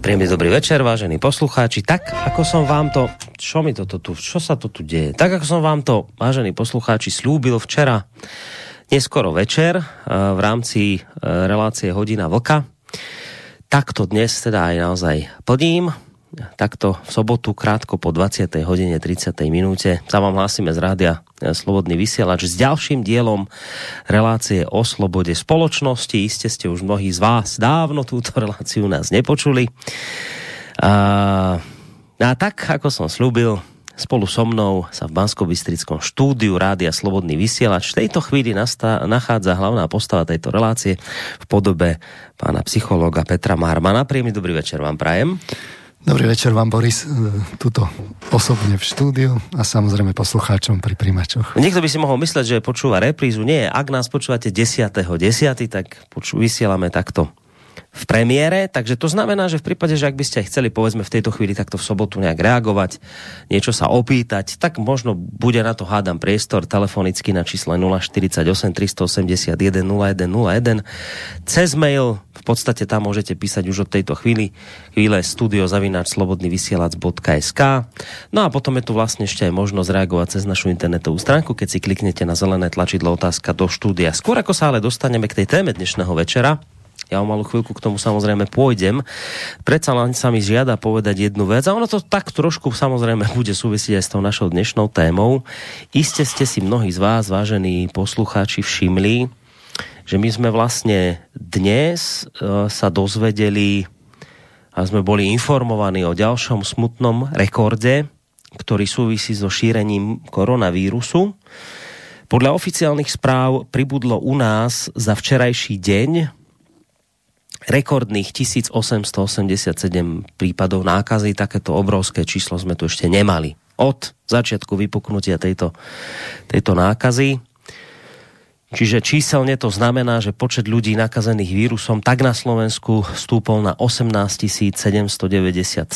Príjemný dobrý večer, vážení poslucháči. Tak, ako som vám to... Čo sa to tu deje? Tak, ako som vám to, vážení poslucháči, slúbil včera neskoro večer v rámci relácie Hodina vlka, tak to dnes teda aj naozaj plním. Takto v sobotu krátko po 20. hodine 30. minúte sa vám hlásime z rádia Slobodný vysielač s ďalším dielom relácie o slobode spoločnosti. Iste ste už mnohí z vás dávno túto reláciu nás nepočuli. A tak, ako som slúbil, spolu so mnou sa v Banskobystrickom štúdiu rádia Slobodný vysielač v tejto chvíli nachádza hlavná postava tejto relácie v podobe pána psychológa Petra Marmana. Príjemný dobrý večer vám prajem. Dobrý večer vám, Boris, tuto osobne v štúdiu a samozrejme poslucháčom pri príjimačoch. Niekto by si mohol mysleť, že počúva reprízu. Nie, ak nás počúvate 10.10., tak vysielame takto v premiére, takže to znamená, že v prípade, že ak by ste aj chceli, povedzme v tejto chvíli takto v sobotu nejak reagovať, niečo sa opýtať, tak možno bude na to, hádam, priestor telefonicky na čísle 048 381 0101. Cez mail v podstate tam môžete písať už od tejto chvíle studio@slobodnyvysielac.sk. No a potom je tu vlastne ešte aj možnosť reagovať cez našu internetovú stránku, keď si kliknete na zelené tlačidlo otázka do štúdia. Skôr ako sa ale dostaneme k tej téme dnešného večera, ja o malú chvíľku k tomu samozrejme pôjdem. Predsa len sa mi žiada povedať jednu vec a ono to tak trošku samozrejme bude súvisieť aj s tou našou dnešnou témou. Iste ste si mnohí z vás, vážení poslucháči, všimli, že my sme vlastne dnes sa dozvedeli a sme boli informovaní o ďalšom smutnom rekorde, ktorý súvisí so šírením koronavírusu. Podľa oficiálnych správ pribudlo u nás za včerajší deň rekordných 1887 prípadov nákazy. Takéto obrovské číslo sme tu ešte nemali od začiatku vypuknutia tejto nákazy. Čiže číselne to znamená, že počet ľudí nakazených vírusom tak na Slovensku stúpol na 18 797.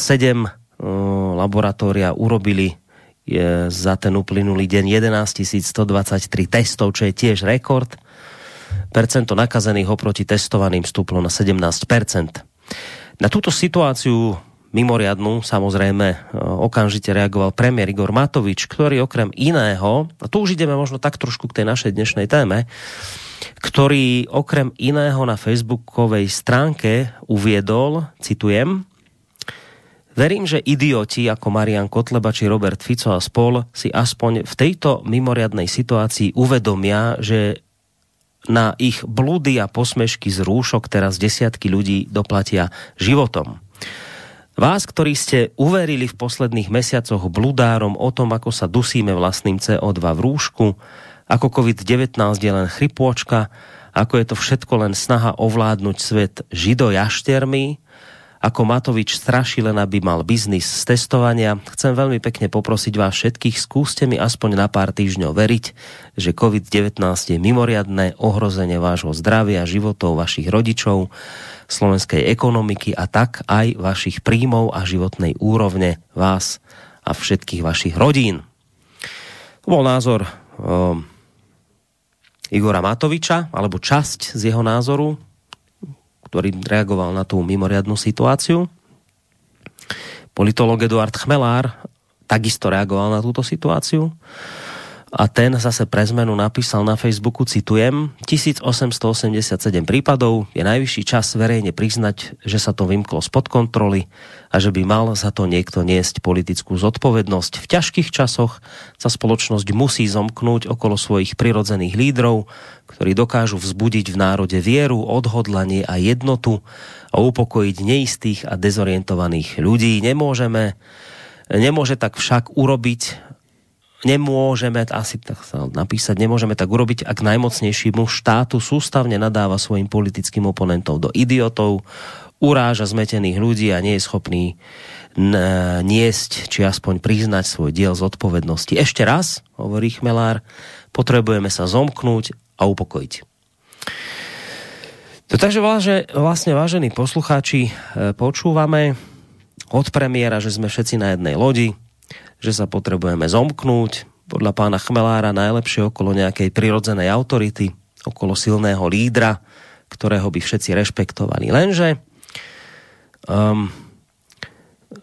Laboratória urobili za ten uplynulý deň 11 123 testov, čo je tiež rekord. Percento nakazených oproti testovaným stúplo na 17%. Na túto situáciu mimoriadnu samozrejme okamžite reagoval premiér Igor Matovič, ktorý okrem iného, a tu už ideme možno tak trošku k tej našej dnešnej téme, ktorý okrem iného na facebookovej stránke uviedol, citujem: verím, že idioti ako Marian Kotleba či Robert Fico a spol si aspoň v tejto mimoriadnej situácii uvedomia, že na ich blúdy a posmešky z rúšok teraz desiatky ľudí doplatia životom. Vás, ktorí ste uverili v posledných mesiacoch blúdárom o tom, ako sa dusíme vlastným CO2 v rúšku, ako COVID-19 je len chrypôčka, ako je to všetko len snaha ovládnuť svet židojaštermi, ako Matovič straší len, aby mal biznis z testovania. Chcem veľmi pekne poprosiť vás všetkých, skúste mi aspoň na pár týždňov veriť, že COVID-19 je mimoriadne ohrozenie vášho zdravia, životov vašich rodičov, slovenskej ekonomiky a tak aj vašich príjmov a životnej úrovne vás a všetkých vašich rodín. To bol názor Igora Matoviča, alebo časť z jeho názoru, ktorý reagoval na tú mimoriadnu situáciu. Politológ Eduard Chmelár takisto reagoval na túto situáciu a ten zase pre zmenu napísal na Facebooku, citujem: 1887 prípadov, je najvyšší čas verejne priznať, že sa to vymklo spod kontroly a že by mal za to niekto niesť politickú zodpovednosť. V ťažkých časoch sa spoločnosť musí zomknúť okolo svojich prirodzených lídrov, ktorí dokážu vzbudiť v národe vieru, odhodlanie a jednotu a upokojiť neistých a dezorientovaných ľudí. Nemôžeme tak urobiť, ak najmocnejšímu štátu sústavne nadáva svojim politickým oponentom do idiotov, uráža zmetených ľudí a nie je schopný niesť, či aspoň priznať svoj diel zodpovednosti. Ešte raz, hovorí Chmelár, potrebujeme sa zomknúť a upokojiť. Takže vlastne, vážení poslucháči, počúvame od premiéra, že sme všetci na jednej lodi, že sa potrebujeme zomknúť, podľa pána Chmelára najlepšie okolo nejakej prirodzenej autority, okolo silného lídra, ktorého by všetci rešpektovali. Lenže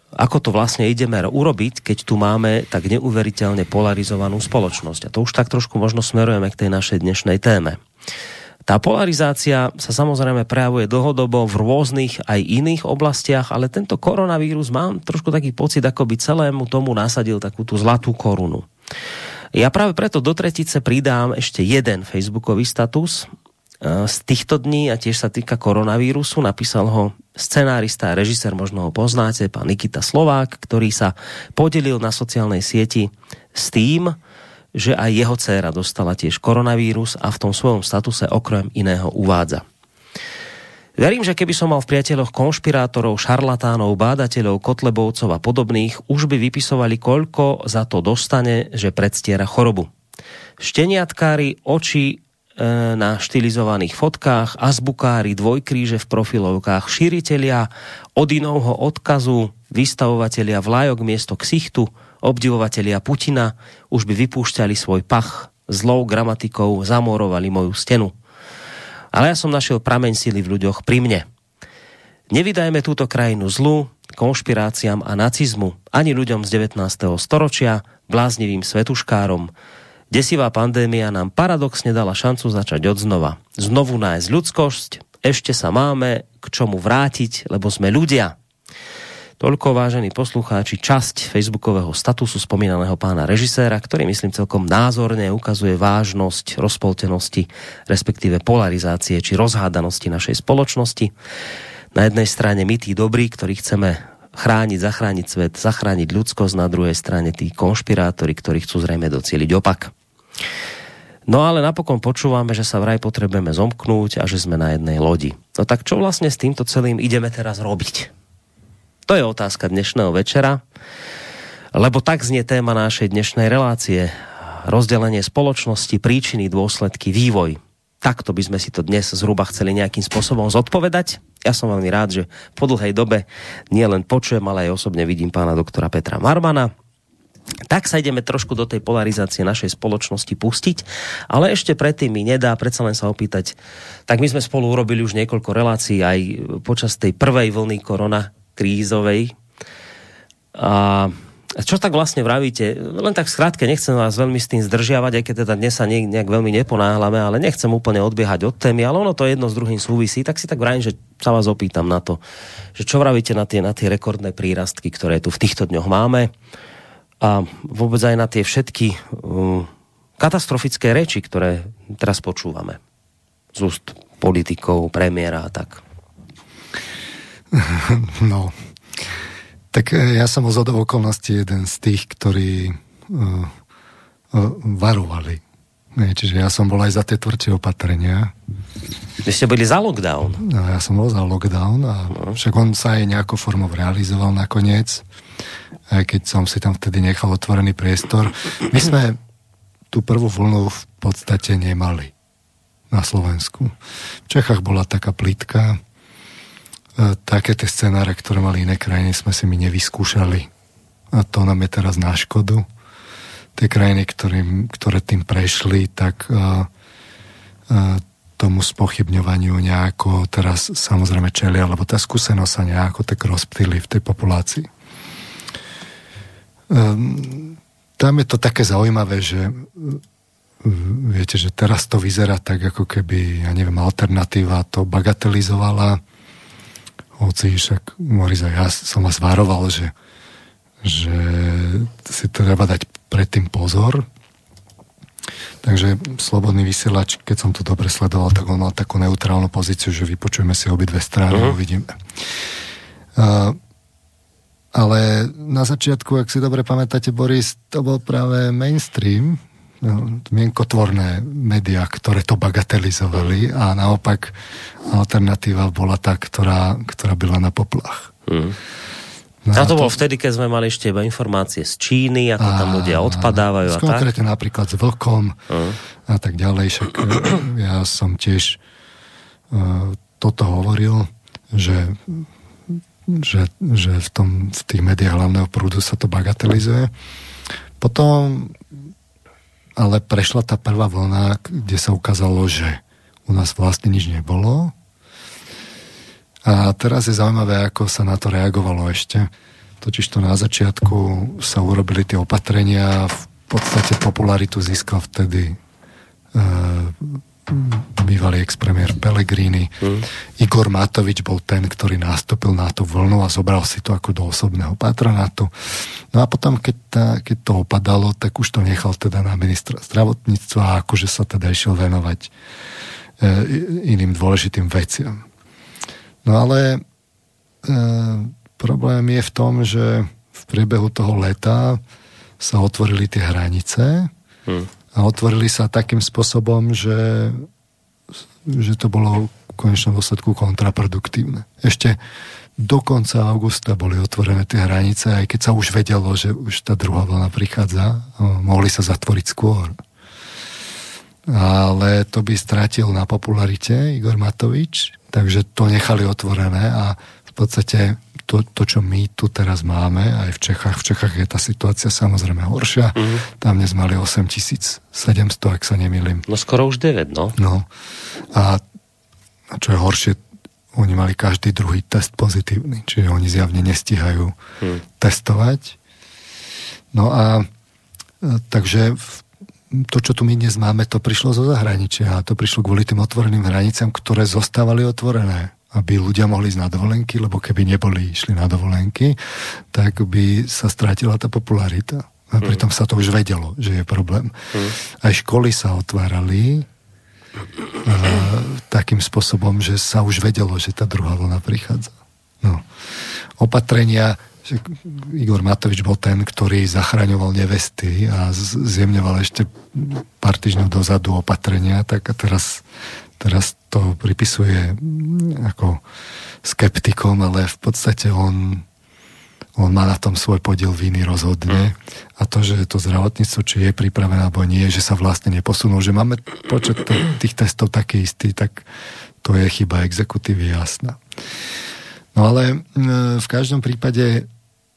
ako to vlastne ideme urobiť, keď tu máme tak neuveriteľne polarizovanú spoločnosť. A to už tak trošku možno smerujeme k tej našej dnešnej téme. Tá polarizácia sa samozrejme prejavuje dlhodobo v rôznych aj iných oblastiach, ale tento koronavírus, mám trošku taký pocit, ako by celému tomu nasadil takú tú zlatú korunu. Ja práve preto do tretice pridám ešte jeden facebookový status z týchto dní a tiež sa týka koronavírusu. Napísal ho scenárista a režisér, možno ho poznáte, pán Nikita Slovák, ktorý sa podelil na sociálnej sieti s tým, že aj jeho dcéra dostala tiež koronavírus a v tom svojom statuse okrem iného uvádza: Verím, že keby som mal v priateľoch konšpirátorov, šarlatánov, bádateľov, kotlebovcov a podobných, už by vypisovali, koľko za to dostane, že predstiera chorobu. Šteniatkári, oči na štilizovaných fotkách, azbukári, dvojkríže v profilovkách, šíritelia Odinovho odkazu, vystavovatelia vlajok miesto ksichtu, obdivovatelia Putina už by vypúšťali svoj pach, zlou gramatikou zamorovali moju stenu. Ale ja som našiel prameň sily v ľuďoch pri mne. Nevydajme túto krajinu zlu, konšpiráciám a nacizmu, ani ľuďom z 19. storočia, bláznivým svetuškárom. Desivá pandémia nám paradoxne dala šancu začať odznova. Znovu nájsť ľudskosť, ešte sa máme k čomu vrátiť, lebo sme ľudia. Toľko, vážení poslucháči, časť facebookového statusu spomínaného pána režiséra, ktorý, myslím, celkom názorne ukazuje vážnosť rozpoltenosti, respektíve polarizácie či rozhádanosti našej spoločnosti. Na jednej strane my tí dobrí, ktorí chceme chrániť, zachrániť svet, zachrániť ľudskosť, na druhej strane tí konšpirátori, ktorí chcú zrejme docieliť opak. No ale napokon počúvame, že sa vraj potrebujeme zomknúť a že sme na jednej lodi. No tak čo vlastne s týmto celým ideme teraz robiť? To je otázka dnešného večera, lebo tak znie téma našej dnešnej relácie. Rozdelenie spoločnosti, príčiny, dôsledky, vývoj. Takto by sme si to dnes zhruba chceli nejakým spôsobom zodpovedať. Ja som veľmi rád, že po dlhej dobe nielen počujem, ale aj osobne vidím pána doktora Petra Marmana. Tak sa ideme trošku do tej polarizácie našej spoločnosti pustiť, ale ešte predtým mi nedá predsa len sa opýtať, tak my sme spolu urobili už niekoľko relácií aj počas tej prvej vlny koronakrízovej. A čo tak vlastne vravíte? Len tak skrátke, nechcem vás veľmi s tým zdržiavať, aj keď teda dnes sa nejak veľmi neponáhľame, ale nechcem úplne odbiehať od témy, ale ono to jedno s druhým súvisí, tak si tak vravím, že sa vás opýtam na to, že čo vravíte na tie rekordné prírastky, ktoré tu v týchto dňoch máme, a vôbec aj na tie všetky katastrofické reči, ktoré teraz počúvame z úst politikov, premiéra a tak. No, tak ja som z okolností jeden z tých, ktorí varovali. Čiže ja som bol aj za tie tvrdšie opatrenia. Vy ste boli za lockdown. No, ja som bol za lockdown a však on sa aj nejakou formou realizoval nakoniec, aj keď som si tam vtedy nechal otvorený priestor. My sme tú prvú vlnu v podstate nemali na Slovensku. V Čechách bola taká plitka. Také tie scenáre, ktoré mali iné krajiny, sme si my nevyskúšali. A to nám je teraz na škodu. Tie krajiny, ktoré tým prešli, tak tomu spochybňovaniu nejako teraz samozrejme čelia, lebo tá skúsenosť sa nejako tak rozptýli v tej populácii. Tam je to také zaujímavé, že viete, že teraz to vyzerá tak, ako keby, ja neviem, alternatíva to bagatelizovala. Hoci však, Moriza, ja som vás varoval, že si treba dať predtým pozor. Takže Slobodný vysielač, keď som to dobre sledoval, tak on mal takú neutrálnu pozíciu, že vypočujeme si obidve strany, uvidíme. Ale na začiatku, ak si dobre pamätáte, Boris, to bol práve mainstream, mienkotvorné médiá, ktoré to bagatelizovali a naopak alternatíva bola tá, ktorá byla na poplach. No a to bolo vtedy, keď sme mali ešte iba informácie z Číny, ako tam ľudia odpadávajú a tak? Konkrétne napríklad s vlkom a tak ďalej. Však ja som tiež toto hovoril, že v tých médiách hlavného prúdu sa to bagatelizuje. Potom ale prešla tá prvá vlna, kde sa ukázalo, že u nás vlastne nič nebolo. A teraz je zaujímavé, ako sa na to reagovalo ešte. Totižto na začiatku sa urobili tie opatrenia, v podstate popularitu získal vtedy bývalý ex-premiér Pellegrini. Igor Matovič bol ten, ktorý nastúpil na tú vlnu a zobral si to ako do osobného patronátu. No a potom, keď to opadalo, tak už to nechal teda na ministra zdravotníctva a akože sa teda išiel venovať iným dôležitým veciam. No ale problém je v tom, že v priebehu toho leta sa otvorili tie hranice a otvorili sa takým spôsobom, že to bolo v konečnom dôsledku kontraproduktívne. Ešte do konca augusta boli otvorené tie hranice, aj keď sa už vedelo, že už tá druhá vlna prichádza, mohli sa zatvoriť skôr. Ale to by stratil na popularite Igor Matovič, takže to nechali otvorené a v podstate to, čo my tu teraz máme, aj v Čechách je tá situácia samozrejme horšia. Tam dnes mali 8700, ak sa nemýlim. No skoro už 9, no. No. A čo je horšie, oni mali každý druhý test pozitívny, čiže oni zjavne nestíhajú testovať. No a takže to, čo tu my dnes máme, to prišlo zo zahraničia a to prišlo kvôli tým otvoreným hranicám, ktoré zostávali otvorené, aby ľudia mohli ísť na dovolenky, lebo keby išli na dovolenky, tak by sa strátila tá popularita. A pritom sa to už vedelo, že je problém. Aj školy sa otvárali takým spôsobom, že sa už vedelo, že tá druhá vlna prichádza. No. Opatrenia, že Igor Matovič bol ten, ktorý zachraňoval nevesty a zjemňoval ešte pár týždňov dozadu opatrenia, tak a teraz to pripisuje ako skeptikom, ale v podstate on má na tom svoj podiel viny rozhodne. A to, že to zdravotníctvo, či je pripravené alebo nie, že sa vlastne neposunul, že máme počet tých testov taký istý, tak to je chyba exekutívy jasná. No ale v každom prípade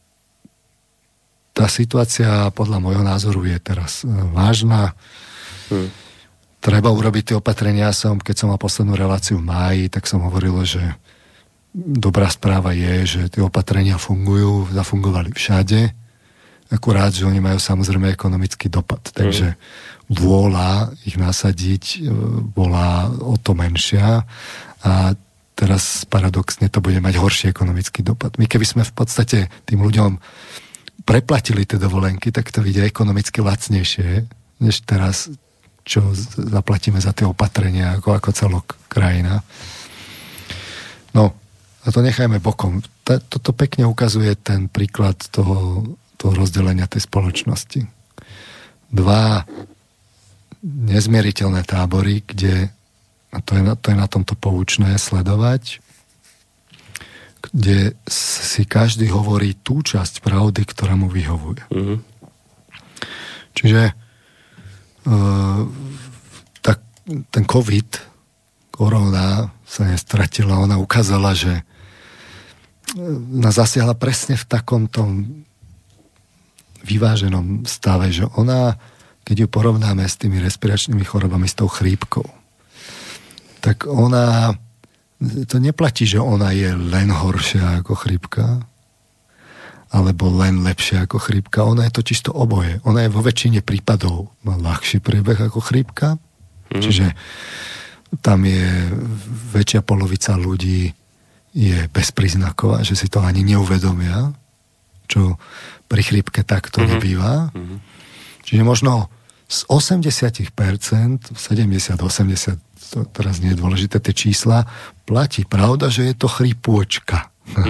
tá situácia podľa môjho názoru je teraz vážna. Treba urobiť tie opatrenia. Keď som mal poslednú reláciu v máji, tak som hovoril, že dobrá správa je, že tie opatrenia zafungovali všade. Akurát, že oni majú samozrejme ekonomický dopad. Takže vôľa ich nasadiť bola o to menšia a teraz paradoxne to bude mať horší ekonomický dopad. My keby sme v podstate tým ľuďom preplatili tie dovolenky, tak to vyjde ekonomicky lacnejšie, než teraz, čo zaplatíme za tie opatrenia ako celok krajina. No, a to nechajme bokom. Toto pekne ukazuje ten príklad toho rozdelenia tej spoločnosti. Dva nezmieriteľné tábory, kde, a to je na tomto poučné sledovať, kde si každý hovorí tú časť pravdy, ktorá mu vyhovuje. Čiže tak ten korona sa nestratila, ona ukázala, že nás zasiahla presne v takomto vyváženom stave, že ona, keď ju porovnáme s tými respiračnými chorobami, s tou chrípkou, tak ona, to neplatí, že ona je len horšia ako chrípka, alebo len lepšia ako chrípka. Ona je to čisto oboje. Ona je vo väčšine prípadov má ľahší priebeh ako chrípka. Čiže tam je väčšia polovica ľudí je bezpríznaková, že si to ani neuvedomia, čo pri chrípke takto nebýva. Čiže možno z 80%, 70, 80, to teraz nie je dôležité, tie čísla, platí pravda, že je to chrípôčka.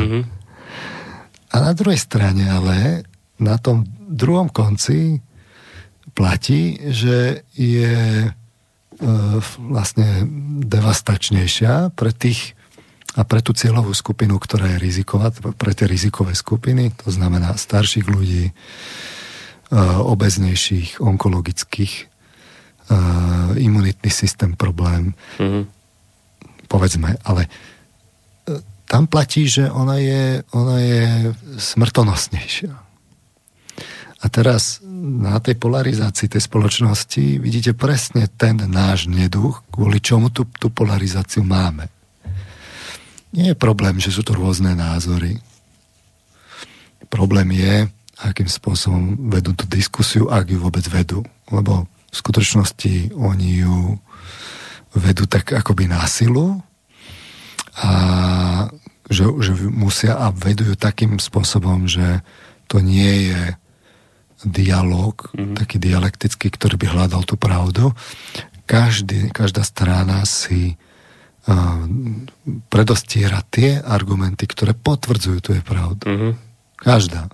A na druhej strane ale na tom druhom konci platí, že je vlastne devastačnejšia pre tých a pre tú cieľovú skupinu, ktorá je riziková, pre tie rizikové skupiny, to znamená starších ľudí, obeznejších, onkologických, imunitný systém problém, povedzme, ale tam platí, že ona je smrtonosnejšia. A teraz na tej polarizácii tej spoločnosti vidíte presne ten náš neduch, kvôli čomu tú polarizáciu máme. Nie je problém, že sú to rôzne názory. problém je, akým spôsobom vedú tú diskusiu, ak ju vôbec vedú. Lebo v skutočnosti oni ju vedú tak akoby na silu a že musia a vedujú takým spôsobom, že to nie je dialog, taký dialektický, ktorý by hľadal tú pravdu. Každá strana si predostiera tie argumenty, ktoré potvrdzujú tú pravdu. Každá.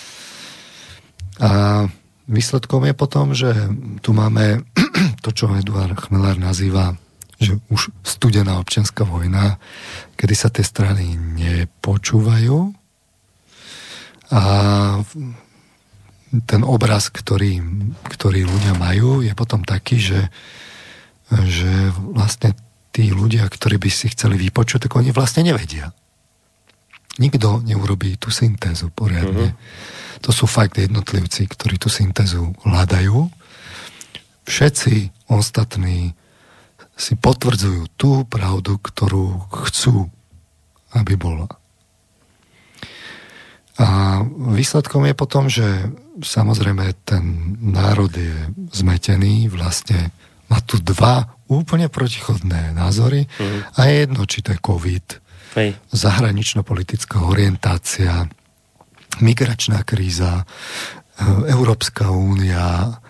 A výsledkom je potom, že tu máme to, čo Eduard Chmelár nazýva, že už studená občianska vojna, kedy sa tie strany nepočúvajú a ten obraz, ktorý ľudia majú, je potom taký, že vlastne tí ľudia, ktorí by si chceli vypočuť, tak oni vlastne nevedia. Nikto neurobí tú syntézu poriadne. To sú fakt jednotlivci, ktorí tú syntézu hľadajú. Všetci ostatní si potvrdzujú tú pravdu, ktorú chcú, aby bola. A výsledkom je potom, že samozrejme ten národ je zmetený, vlastne má tu dva úplne protichodné názory a je jedno, či to je COVID, zahranično-politická orientácia, migračná kríza, Európska únia,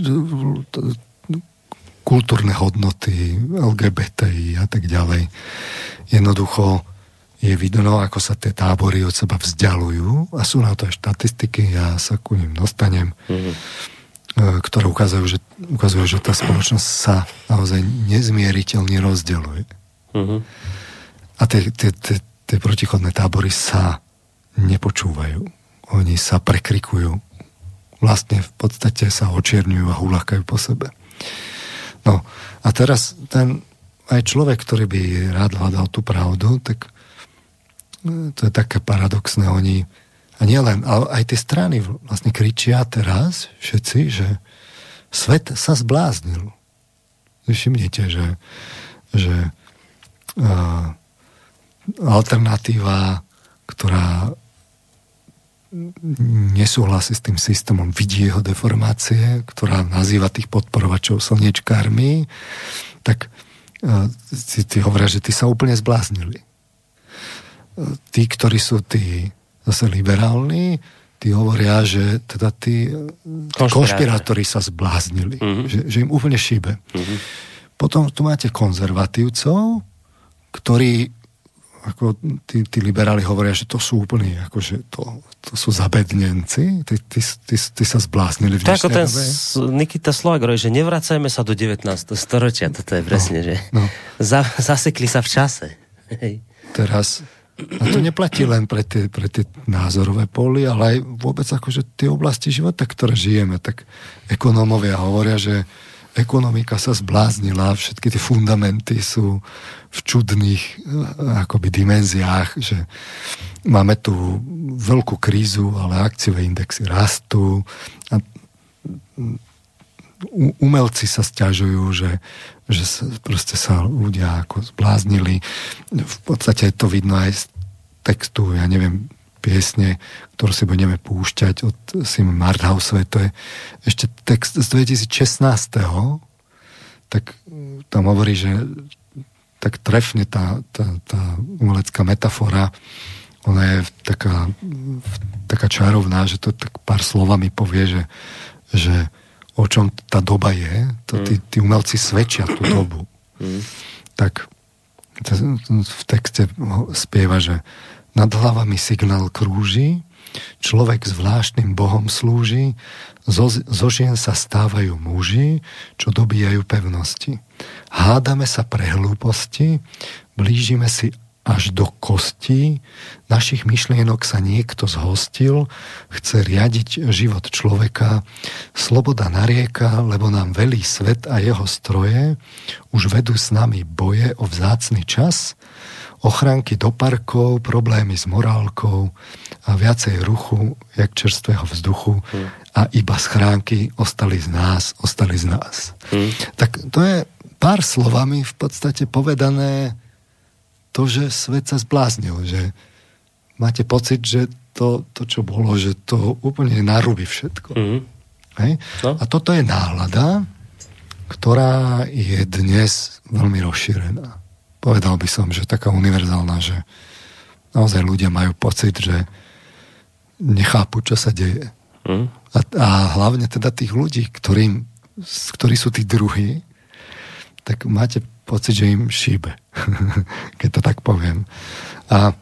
kultúrne hodnoty, LGBTI a tak ďalej. Jednoducho je vidno, ako sa tie tábory od seba vzdialujú a sú na to aj štatistiky, ja sa ku nim dostanem, ktoré ukazujú, že tá spoločnosť sa naozaj nezmieriteľne rozdeľuje. A tie protichodné tábory sa nepočúvajú. Oni sa prekrikujú. Vlastne v podstate sa očierňujú a hulákajú po sebe. No a teraz aj človek, ktorý by rád hľadal tú pravdu, tak to je také paradoxné. Oni, a nielen, ale aj tie strany vlastne kričia teraz všetci, že svet sa zbláznil. Všimnite, že alternatíva, ktorá nesúhlasí s tým systémom, vidí jeho deformácie, ktorá nazýva tých podporovačov slniečkármi, tak tí hovoria, že tí sa úplne zbláznili. Tí, ktorí sú tí zase liberálni, tí hovoria, že teda tí konšpirátori sa zbláznili. Že im úplne šíbe. Potom tu máte konzervatívcov, ktorí ako tí liberáli hovoria, že to sú úplne akože to sú zabednenci, tí sa zbláznili v dnešnej dobe. To ako ten Nikita Slovák hovorí, že nevracajme sa do 19. storočia, toto je presne, že zasekli sa v čase. Hej. Teraz, a to neplatí len pre tie názorové póly, ale aj vôbec akože tie oblasti života, ktoré žijeme, tak ekonómovia hovoria, že ekonomika sa zbláznila, všetky tie fundamenty sú v čudných akoby dimenziách, že máme tu veľkú krízu, ale akciové indexy rastú a umelci sa sťažujú, že proste sa ľudia ako zbláznili. V podstate to vidno aj z textu, ja neviem, piesne, ktorú si budeme púšťať od Simon Marthausovej, to je ešte text z 2016. Tak tam hovorí, že tak trefne tá umelecká metafora, ona je taká čarovná, že to tak pár slovami povie, že o čom tá doba je, to tí umelci svedčia tú dobu. Tak v texte spieva, že nad hlavami signál krúži, človek zvláštnym bohom slúži, zo žien sa stávajú muži, čo dobíjajú pevnosti. Hádame sa pre hlúposti, blížime si až do kostí, našich myšlienok sa niekto zhostil, chce riadiť život človeka, sloboda narieka, lebo nám velí svet a jeho stroje, už vedú s nami boje o vzácny čas, ochránky do parkov, problémy s morálkou a viacej ruchu, jak čerstvého vzduchu a iba schránky ostali z nás. Tak to je pár slovami v podstate povedané to, že svet sa zbláznil, že máte pocit, že to, čo bolo, že to úplne narúbi všetko. Hej? No. A toto je nálada, ktorá je dnes veľmi rozšírená. Povedal by som, že taká univerzálna, že naozaj ľudia majú pocit, že nechápu, čo sa deje. A hlavne teda tých ľudí, ktorí sú tí druhí, tak máte pocit, že im šíbe. Keď to tak poviem. A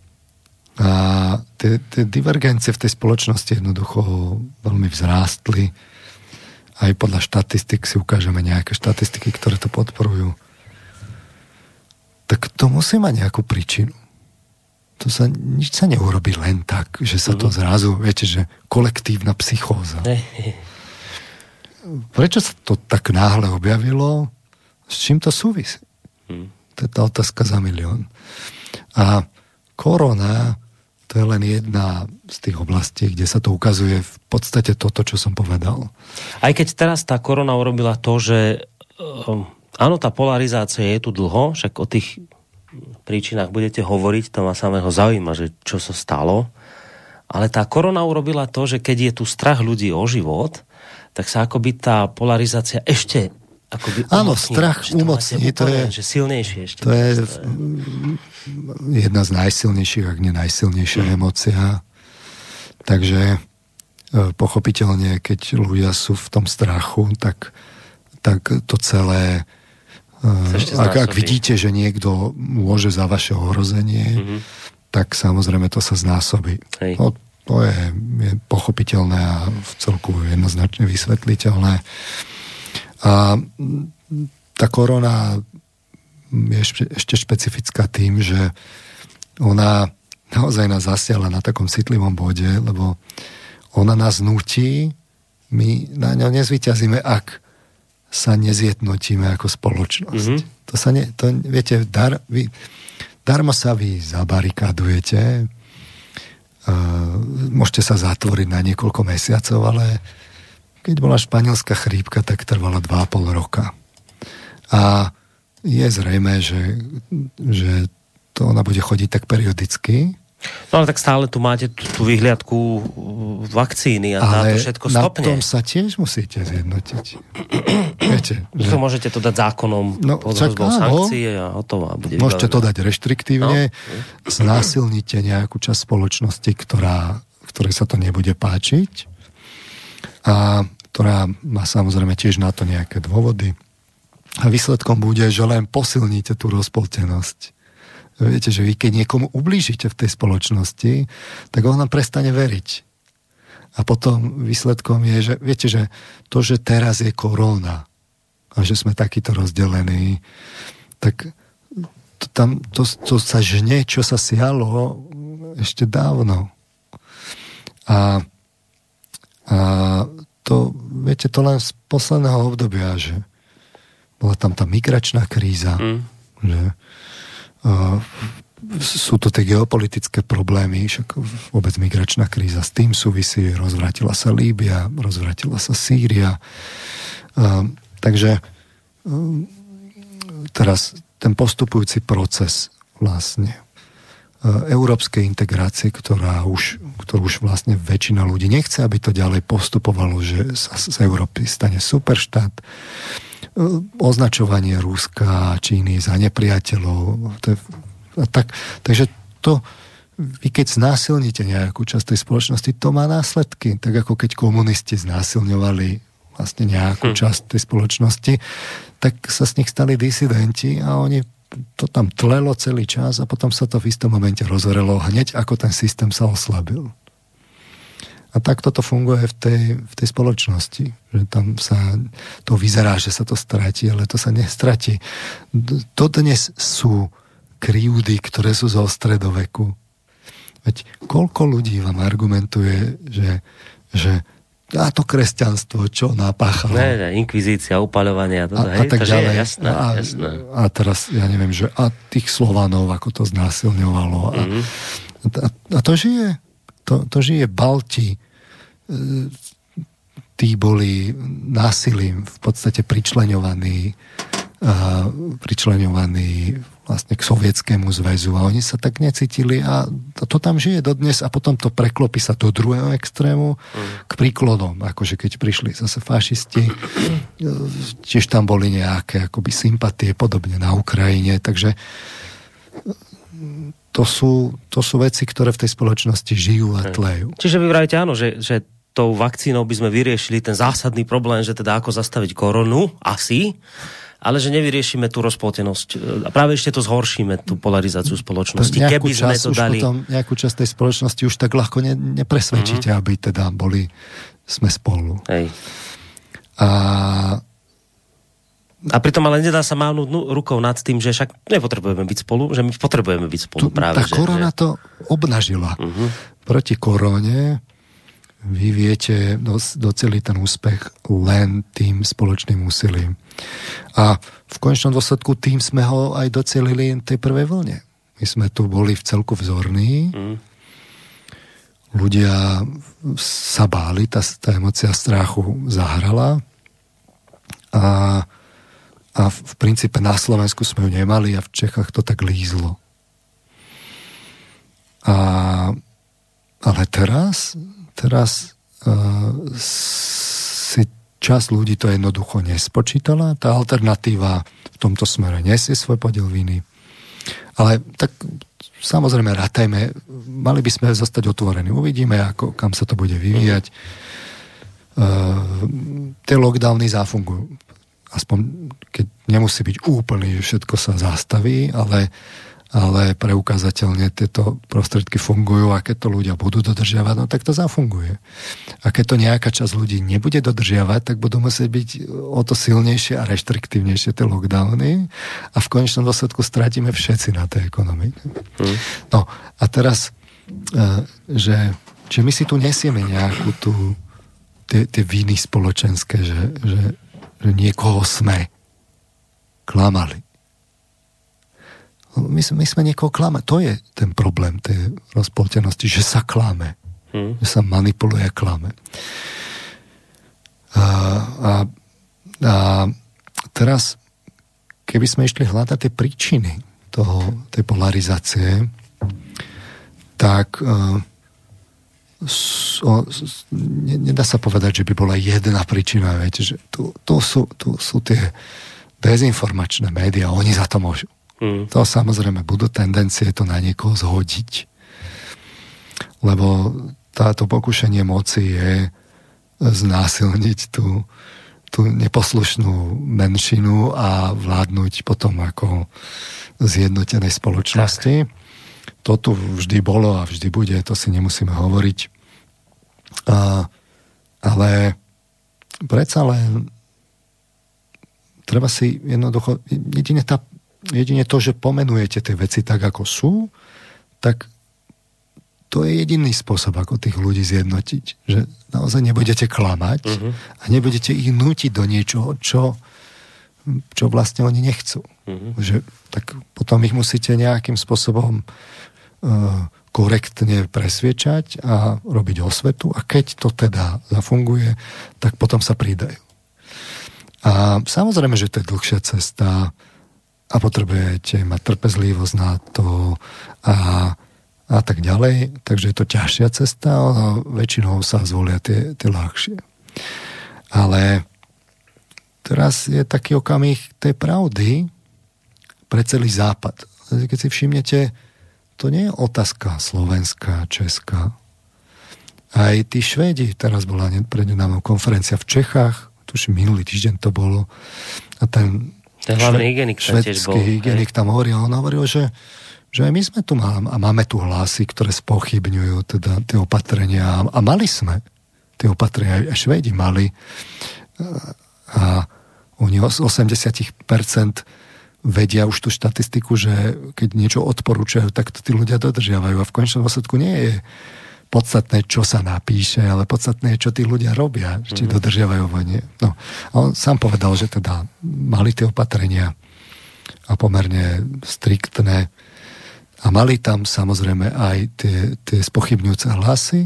tie divergencie v tej spoločnosti jednoducho veľmi vzrástli. Aj podľa štatistik si ukážeme nejaké štatistiky, ktoré to podporujú. Tak to musí mať nejakú príčinu. Nič sa neurobí len tak, že sa to zrazu, viete, že kolektívna psychóza. Prečo sa to tak náhle objavilo? S čím to súvisí? To je tá otázka za milión. A korona, to je len jedna z tých oblastí, kde sa to ukazuje v podstate toto, čo som povedal. Aj keď teraz tá korona urobila to, že áno, tá polarizácia je tu dlho, však o tých príčinách budete hovoriť, to ma samého zaujíma, že čo sa stalo. Ale tá korona urobila to, že keď je tu strach ľudí o život, tak sa akoby tá polarizácia ešte akoby umocní. Áno, strach umocní. To je, že silnejšie ešte. To je jedna z najsilnejších, ak nie najsilnejšia emócia. Takže pochopiteľne, keď ľudia sú v tom strachu, tak to celé ak vidíte, že niekto môže za vaše ohrozenie, tak samozrejme to sa znásobí. No, to je pochopiteľné a v celku jednoznačne vysvetliteľné. A tá korona je ešte špecifická tým, že ona naozaj nás zasiala na takom citlivom bode, lebo ona nás nutí, my na ňo nezvíťazíme, ak sa nezjednotíme ako spoločnosť. Viete, darmo sa vy zabarikádujete, môžete sa zatvoriť na niekoľko mesiacov, ale keď bola španielská chrípka, tak trvala 2,5 roka. A je zrejme, že to ona bude chodiť tak periodicky. No ale tak stále tu máte tú vyhliadku vakcíny a na to všetko stopne. Ale na tom sa tiež musíte zjednotiť. Viete, že... Môžete to dať zákonom pod hrozbou sankcie a hotovo. Môžete to dať reštriktívne, znásilnite nejakú časť spoločnosti, ktorej sa to nebude páčiť a ktorá má samozrejme tiež na to nejaké dôvody. A výsledkom bude, že len posilníte tú rozpoltenosť. Viete, že vy keď niekomu ublížite v tej spoločnosti, tak on nám prestane veriť. A potom výsledkom je, že viete, že to, že teraz je korona a že sme takýto rozdelení, tak to sa žne, čo sa sialo ešte dávno. A to, viete, to len z posledného obdobia, že bola tam tá migračná kríza, že sú to tie geopolitické problémy, však vôbec migračná kríza s tým súvisí, rozvrátila sa Líbia, rozvrátila sa Sýria. Takže teraz ten postupujúci proces vlastne európskej integrácie, ktorú už vlastne väčšina ľudí nechce, aby to ďalej postupovalo, že sa z Európy stane superštát, označovanie Ruska a Číny za nepriateľov. Takže to, vy keď znásilníte nejakú časť tej spoločnosti, to má následky. Tak ako keď komunisti znásilňovali vlastne nejakú časť tej spoločnosti, tak sa z nich stali disidenti a oni to tam tlelo celý čas a potom sa to v istom momente rozhorelo hneď, ako ten systém sa oslabil. A takto to funguje v tej spoločnosti. Že tam sa to vyzerá, že sa to stratí, ale to sa nestratí. To dnes sú krivdy, ktoré sú zo stredoveku. Veď koľko ľudí vám argumentuje, že to kresťanstvo, čo napáchalo. Inkvizícia, upaľovanie a tak ďalej. Jasné. A teraz, ja neviem, že tých Slovanov, ako to znásilňovalo. A to žije. To žije. Balti, tí boli násilím v podstate pričleňovaní pričleňovaní vlastne k Sovietskému zväzu a oni sa tak necítili a to tam žije dodnes a potom to preklopí sa do druhého extrému k príklodom, akože keď prišli zase fašisti, tiež tam boli nejaké akoby sympatie podobne na Ukrajine, takže to sú veci, ktoré v tej spoločnosti žijú a tlejú. Čiže vy vravíte áno, že tou vakcínou by sme vyriešili ten zásadný problém, že teda ako zastaviť koronu, asi, ale že nevyriešime tú rozpoltenosť. A práve ešte to zhoršíme, tú polarizáciu spoločnosti. Keby sme to dali... Nejakú časť tej spoločnosti už tak ľahko nepresvedčíte, aby teda sme spolu. Hej. A pritom ale nedá sa mávnuť rukou nad tým, že však nepotrebujeme byť spolu, že my potrebujeme byť spolu práve. Tá korona to obnažila. Proti korone vy viete doceliť ten úspech len tým spoločným úsilím. A v konečnom dôsledku tým sme ho aj docelili tej prvej vlne. My sme tu boli v celku vzorní. Ľudia sa báli, tá emócia strachu zahrala. A v princípe na Slovensku sme ju nemali a v Čechách to tak lízlo. Ale teraz si časť ľudí to jednoducho nespočítala. Tá alternatíva v tomto smere nesie svoj podiel viny. Ale tak samozrejme rátajme, mali by sme zostať otvorení. Uvidíme, kam sa to bude vyvíjať. Tie lockdowny zafungujú. Aspoň keď nemusí byť úplný, že všetko sa zastaví, ale preukázateľne tieto prostriedky fungujú a keď to ľudia budú dodržiavať, no tak to zafunguje. A keď to nejaká časť ľudí nebude dodržiavať, tak budú musieť byť o to silnejšie a reštriktívnejšie tie lockdowny a v konečnom dôsledku stratíme všetci na tej ekonomike. No a teraz, že my si tu nesieme nejakú tie viny spoločenské, že niekoho sme klamali. My sme niekoho klame. To je ten problém tej rozpoltenosti, že sa klame. Že sa manipuluje a klame. A teraz, keby sme išli hľadať tie príčiny tej polarizácie, tak nedá sa povedať, že by bola jedna príčina. Viete, že tu sú tie dezinformačné médiá, oni za to môžu. To samozrejme budú tendencie to na niekoho zhodiť. Lebo táto pokušenie moci je znásilniť tú neposlušnú menšinu a vládnuť potom ako zjednotenej spoločnosti. Tak. To tu vždy bolo a vždy bude, to si nemusíme hovoriť. Ale predsa len treba si jednoducho jedine to, že pomenujete tie veci tak, ako sú, tak to je jediný spôsob, ako tých ľudí zjednotiť. Že naozaj nebudete klamať a nebudete ich nútiť do niečoho, čo vlastne oni nechcú. Že, tak potom ich musíte nejakým spôsobom korektne presviečať a robiť osvetu a keď to teda zafunguje, tak potom sa pridajú. A samozrejme, že to je dlhšia cesta a potrebujete mať trpezlivosť na to a tak ďalej. Takže je to ťažšia cesta, ale väčšinou sa zvolia tie ľahšie. Ale teraz je taký okamih tej pravdy pre celý Západ. Keď si všimnete, to nie je otázka slovenská, česká. Aj tí Švédi, teraz bola prednedávno konferencia v Čechách, tuším minulý týždeň to bolo, a ten hlavný hygienik švédsky hygienik tam hovoril, on hovoril, že aj my sme tu máme tu hlasy, ktoré spochybňujú teda tie opatrenia a mali sme tie opatrenia, aj Švédi mali a oni 80% vedia už tú štatistiku, že keď niečo odporúčajú, tak to tí ľudia dodržiavajú a v konečnom dôsledku nie je podstatné, čo sa napíše, ale podstatné je, čo tí ľudia robia, či dodržiavajú alebo nie. No, a on sám povedal, že teda mali tie opatrenia a pomerne striktné a mali tam samozrejme aj tie spochybňujúce hlasy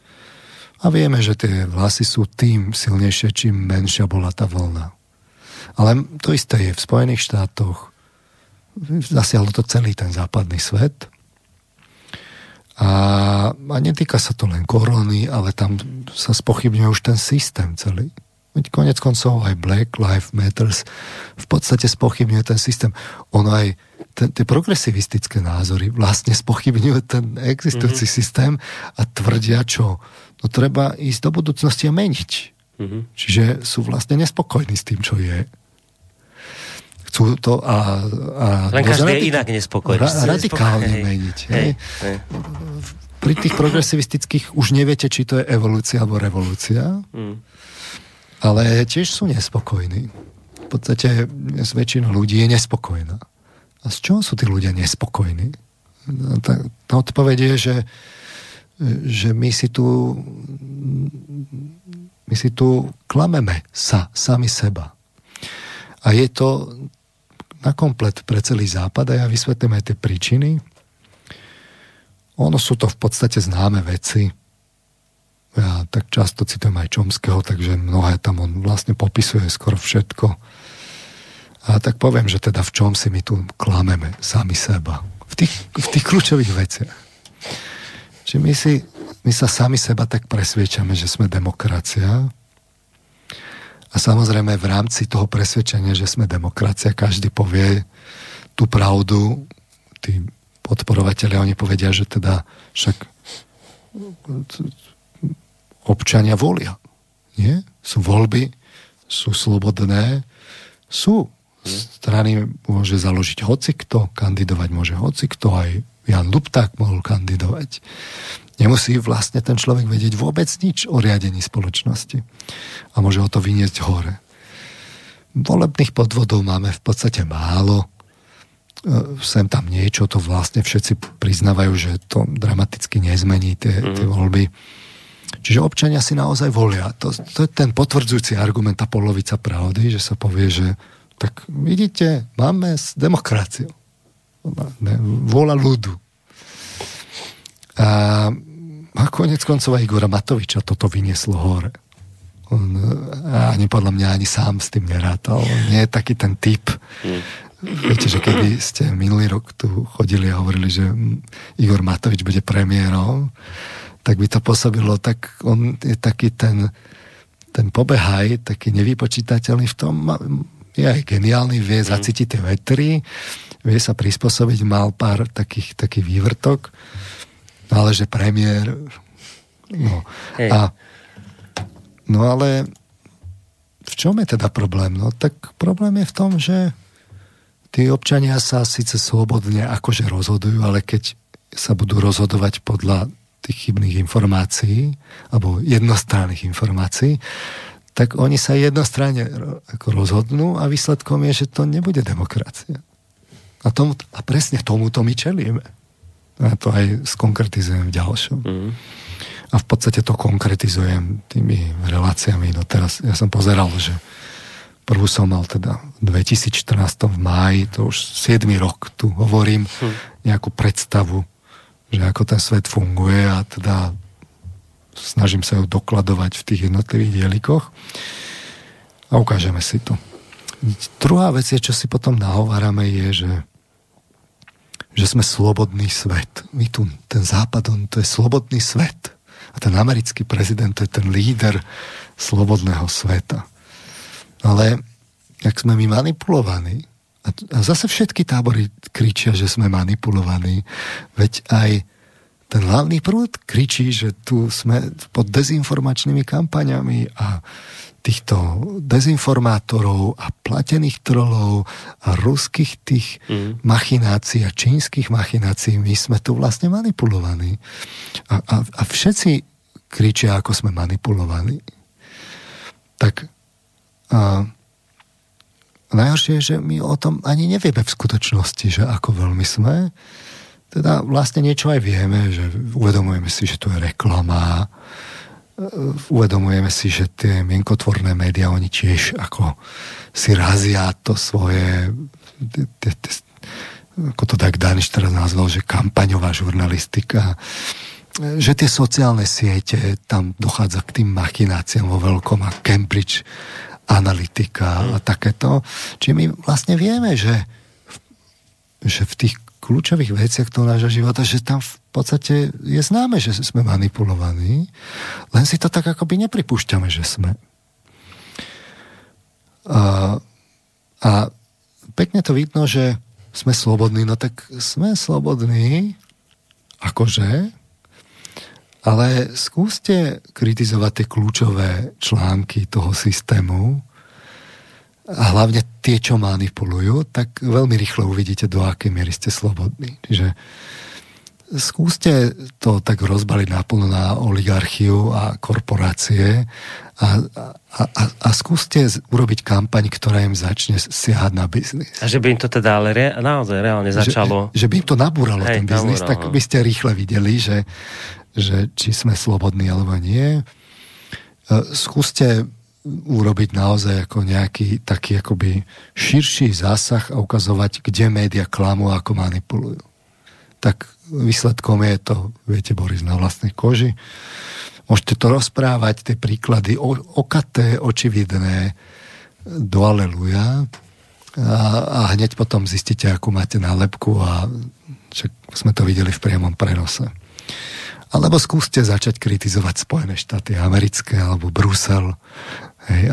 a vieme, že tie hlasy sú tým silnejšie, čím menšia bola tá vlna. Ale to isté je v Spojených štátoch. Zasiahlo to celý ten západný svet. A netýka sa to len korony, ale tam sa spochybňuje už ten systém celý. Veď konec koncov aj Black Lives Matters v podstate spochybňuje ten systém. Ono aj tie progresivistické názory vlastne spochybňujú ten existujúci systém a tvrdia, čo? No treba ísť do budúcnosti a meniť. Čiže sú vlastne nespokojní s tým, čo je. Chcú to a len každý je inak nespokojný. Radikálne meniť. Hej. Pri tých progresivistických už neviete, či to je evolúcia alebo revolúcia. Ale tiež sú nespokojní. V podstate väčšina ľudí je nespokojná. A z čoho sú tí ľudia nespokojní? Tá odpoveď je, že my si tu klameme sami seba. A je to na komplet pre celý západ a ja vysvetlím aj tie príčiny. Ono sú to v podstate známe veci. Ja tak často citujem aj Chomskyho, takže mnohé tam on vlastne popisuje skoro všetko. A tak poviem, že teda v čom si my tu klameme sami seba. V tých kľúčových veciach. Čiže my sa sami seba tak presviečame, že sme demokracia. A samozrejme v rámci toho presvedčenia, že sme demokracia, každý povie tú pravdu. Tí podporovatelia, oni povedia, že teda však občania volia. Nie? Sú voľby, sú slobodné, sú. Strany môže založiť hocikto, kandidovať môže hocikto, aj Jan Lupták mohol kandidovať. Nemusí vlastne ten človek vedieť vôbec nič o riadení spoločnosti. A môže ho to vyniesť hore. Volebných podvodov máme v podstate málo. Sem tam niečo, to vlastne všetci priznávajú, že to dramaticky nezmení tie voľby. Čiže občania si naozaj volia. To je ten potvrdzujúci argument, tá polovica pravdy, že sa povie, že tak vidíte, máme demokraciu. Vôľa ľudu. A konec koncov aj Igora Matoviča toto vynieslo hore. Ani podľa mňa ani sám s tým nerátal. Nie je taký ten typ. Viete, že keby ste minulý rok tu chodili a hovorili, že Igor Matovič bude premiérom, tak by to pôsobilo, tak on je taký ten pobehaj, taký nevypočítateľný v tom, je aj geniálny, vie zacítiť tie vetry, vie sa prispôsobiť, mal pár takých vývrtok, ale že premiér, no ale v čom je teda problém? No tak problém je v tom, že tí občania sa síce slobodne akože rozhodujú, ale keď sa budú rozhodovať podľa tých chybných informácií alebo jednostranných informácií, tak oni sa jednostranne rozhodnú a výsledkom je, že to nebude demokracia. A presne tomuto my čelíme. A to aj skonkretizujem v ďalšom. A v podstate to konkretizujem tými reláciami. No teraz ja som pozeral, že prvú som mal teda v 2014 v máji, to už 7. rok tu hovorím, nejakú predstavu, že ako ten svet funguje a teda snažím sa ju dokladovať v tých jednotlivých dielikoch a ukážeme si to. Druhá vec je, čo si potom nahovárame, je, že sme slobodný svet. My tu, ten západ, to je slobodný svet. A ten americký prezident, to je ten líder slobodného sveta. Ale jak sme my manipulovaní, a zase všetky tábory kričia, že sme manipulovaní, veď aj ten hlavný prúd kričí, že tu sme pod dezinformačnými kampaňami a týchto dezinformátorov a platených trolov a ruských tých machinácií a čínskych machinácií, my sme tu vlastne manipulovaní. A všetci kričia, ako sme manipulovaní. Tak najhoršie je, že my o tom ani nevieme v skutočnosti, že ako veľmi sme. Teda vlastne niečo aj vieme, že uvedomujeme si, že tu je reklama, uvedomujeme si, že tie mienkotvorné médiá, oni tiež ako si razia to svoje, ako to tak Daniš teraz nazval, že kampaňová žurnalistika, že tie sociálne siete, tam dochádza k tým machináciám vo veľkom a Cambridge analytika a takéto. Čiže my vlastne vieme, že v tých kľúčových veciach toho nášho života, že tam v podstate je známe, že sme manipulovaní, len si to tak akoby nepripúšťame, že sme. A pekne to vidno, že sme slobodní, no tak sme slobodní, akože, ale skúste kritizovať tie kľúčové články toho systému a hlavne tie, čo manipulujú, tak veľmi rýchlo uvidíte, do akej miery ste slobodní. Čiže skúste to tak rozbaliť naplno na oligarchiu a korporácie a skúste urobiť kampaň, ktorá im začne siahať na biznis. A že by im to teda ale naozaj reálne začalo... Že by im to nabúralo ten biznis, tak by ste rýchle videli, že či sme slobodní alebo nie. Skúste urobiť naozaj ako nejaký taký akoby širší zásah a ukazovať, kde média klamú a ako manipulujú. Tak výsledkom je to, viete, Boris, na vlastnej koži. Môžete to rozprávať, tie príklady okaté, očividné, do aleluja a hneď potom zistíte, akú máte nálepku a že sme to videli v priamom prenose. Alebo skúste začať kritizovať Spojené štáty americké alebo Brusel, hej,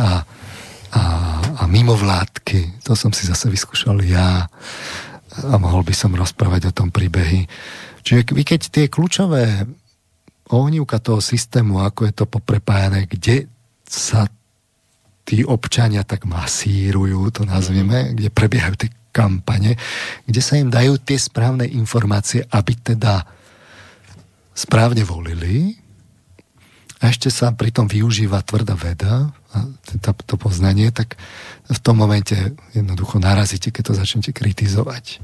a mimovládky. To som si zase vyskúšal ja a mohol by som rozprávať o tom príbehy. Čiže vy keď tie kľúčové ohnívka toho systému, ako je to poprepájané, kde sa tí občania tak masírujú, to nazvieme, kde prebiehajú tie kampane, kde sa im dajú tie správne informácie, aby teda správne volili a ešte sa pritom využíva tvrdá veda a to poznanie, tak v tom momente jednoducho narazíte, keď to začnete kritizovať.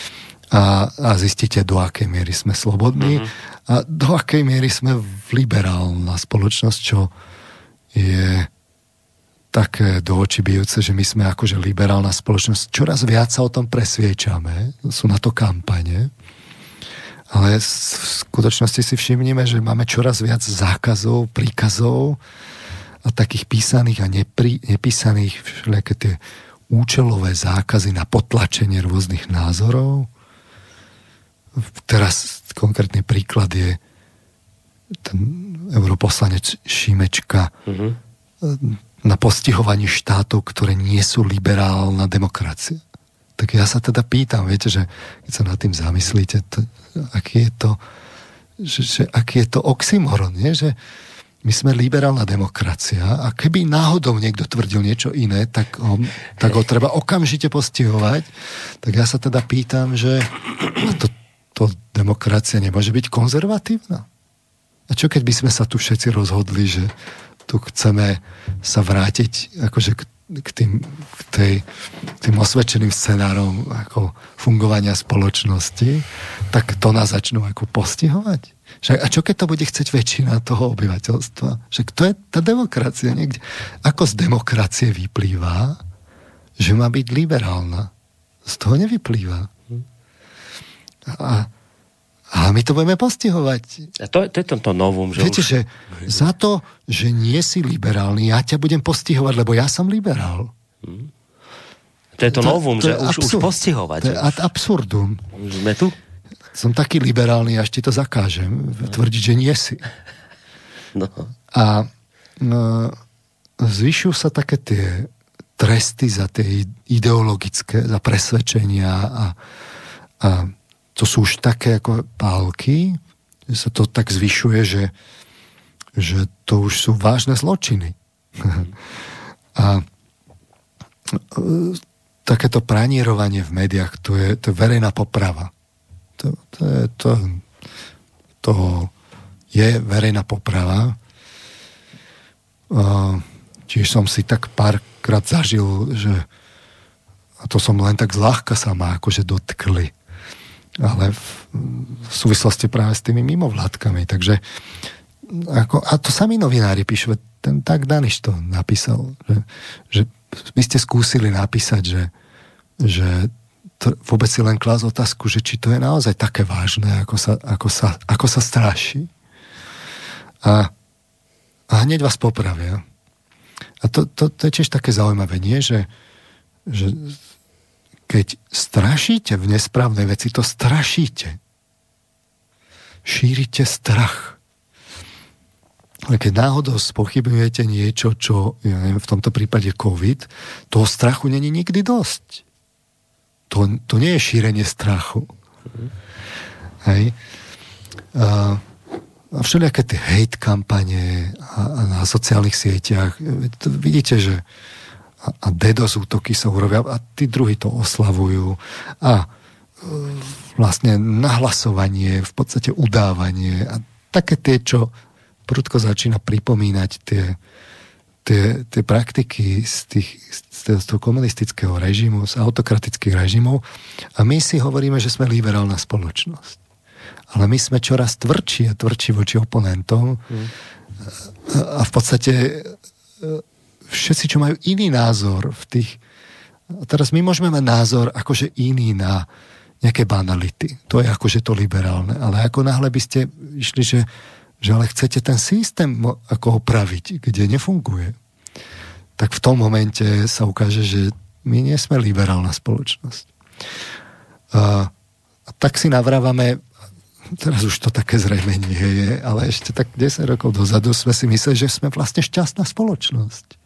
A zistíte, do akej miery sme slobodní a do akej miery sme liberálna spoločnosť, čo je také do očí bijúce, že my sme akože liberálna spoločnosť. Čoraz viac sa o tom presviečame, sú na to kampane, ale v skutočnosti si všimnime, že máme čoraz viac zákazov, príkazov a takých písaných a nepísaných všelijaké tie účelové zákazy na potlačenie rôznych názorov. Teraz konkrétny príklad je ten europoslanec Šimečka na postihovanie štátov, ktoré nie sú liberálna demokracia. Tak ja sa teda pýtam, viete, že keď sa nad tým zamyslíte, aký je to oxymoron, nie? Že my sme liberálna demokracia a keby náhodou niekto tvrdil niečo iné, tak ho treba okamžite postihovať. Tak ja sa teda pýtam, že to demokracia nemôže byť konzervatívna. A čo keď by sme sa tu všetci rozhodli, že tu chceme sa vrátiť akože k tým osvedčeným scenárom ako fungovania spoločnosti, tak to nás začnú ako postihovať. A čo keď to bude chcieť väčšina toho obyvateľstva? Že to je tá demokracia niekde. Ako z demokracie vyplýva, že má byť liberálna? Z toho nevyplýva. A my to budeme postihovať. A to je to novum. Že viete, že za to, že nie si liberálny, ja ťa budem postihovať, lebo ja som liberál. To je to novum, že už postihovať. To je ad absurdum. Už sme tu? Som taký liberálny, až ti to zakážem. Tvrdiť, že nie si. No. A zvyšujú sa také tie tresty za tie ideologické, za presvedčenia a to sú už také ako pálky, že sa to tak zvyšuje, že to už sú vážne zločiny. A takéto pranierovanie v médiách, to je verejná poprava. To je verejná poprava. Čiže som si tak párkrát zažil, že a to som len tak zľahka sa ma akože dotkli. Ale v súvislosti práve s tými mimovládkami. Takže a to sami novinári píšu, ten tak Daniš to napísal, že vy ste skúsili napísať, že to vôbec si len klás otázku, že či to je naozaj také vážne, ako sa straší. A hneď vás popravia. A to je tiež také zaujímavé, nie? Že keď strašíte v nesprávnej veci, to strašíte. Šírite strach. Ale keď náhodou spochybňujete niečo, čo, ja neviem, v tomto prípade COVID, toho strachu není nikdy dosť. To nie je šírenie strachu. Hej. A všelijaké tie hate kampane a na sociálnych sieťach, vidíte, že a DDoS útoky sa urobia a tí druhí to oslavujú a vlastne nahlasovanie, v podstate udávanie a také tie, čo prudko začína pripomínať tie praktiky z toho komunistického režimu, z autokratických režimov a my si hovoríme, že sme liberálna spoločnosť. Ale my sme čoraz tvrdší a tvrdší voči oponentom a v podstate všetci, čo majú iný názor v tých... A teraz my môžeme mať názor akože iný na nejaké banality. To je akože to liberálne. Ale ako náhle by ste išli, že ale chcete ten systém ako opraviť, kde nefunguje, tak v tom momente sa ukáže, že my nie sme liberálna spoločnosť. A tak si navrávame, teraz už to také zrejme nie je, ale ešte tak 10 rokov dozadu sme si mysleli, že sme vlastne šťastná spoločnosť.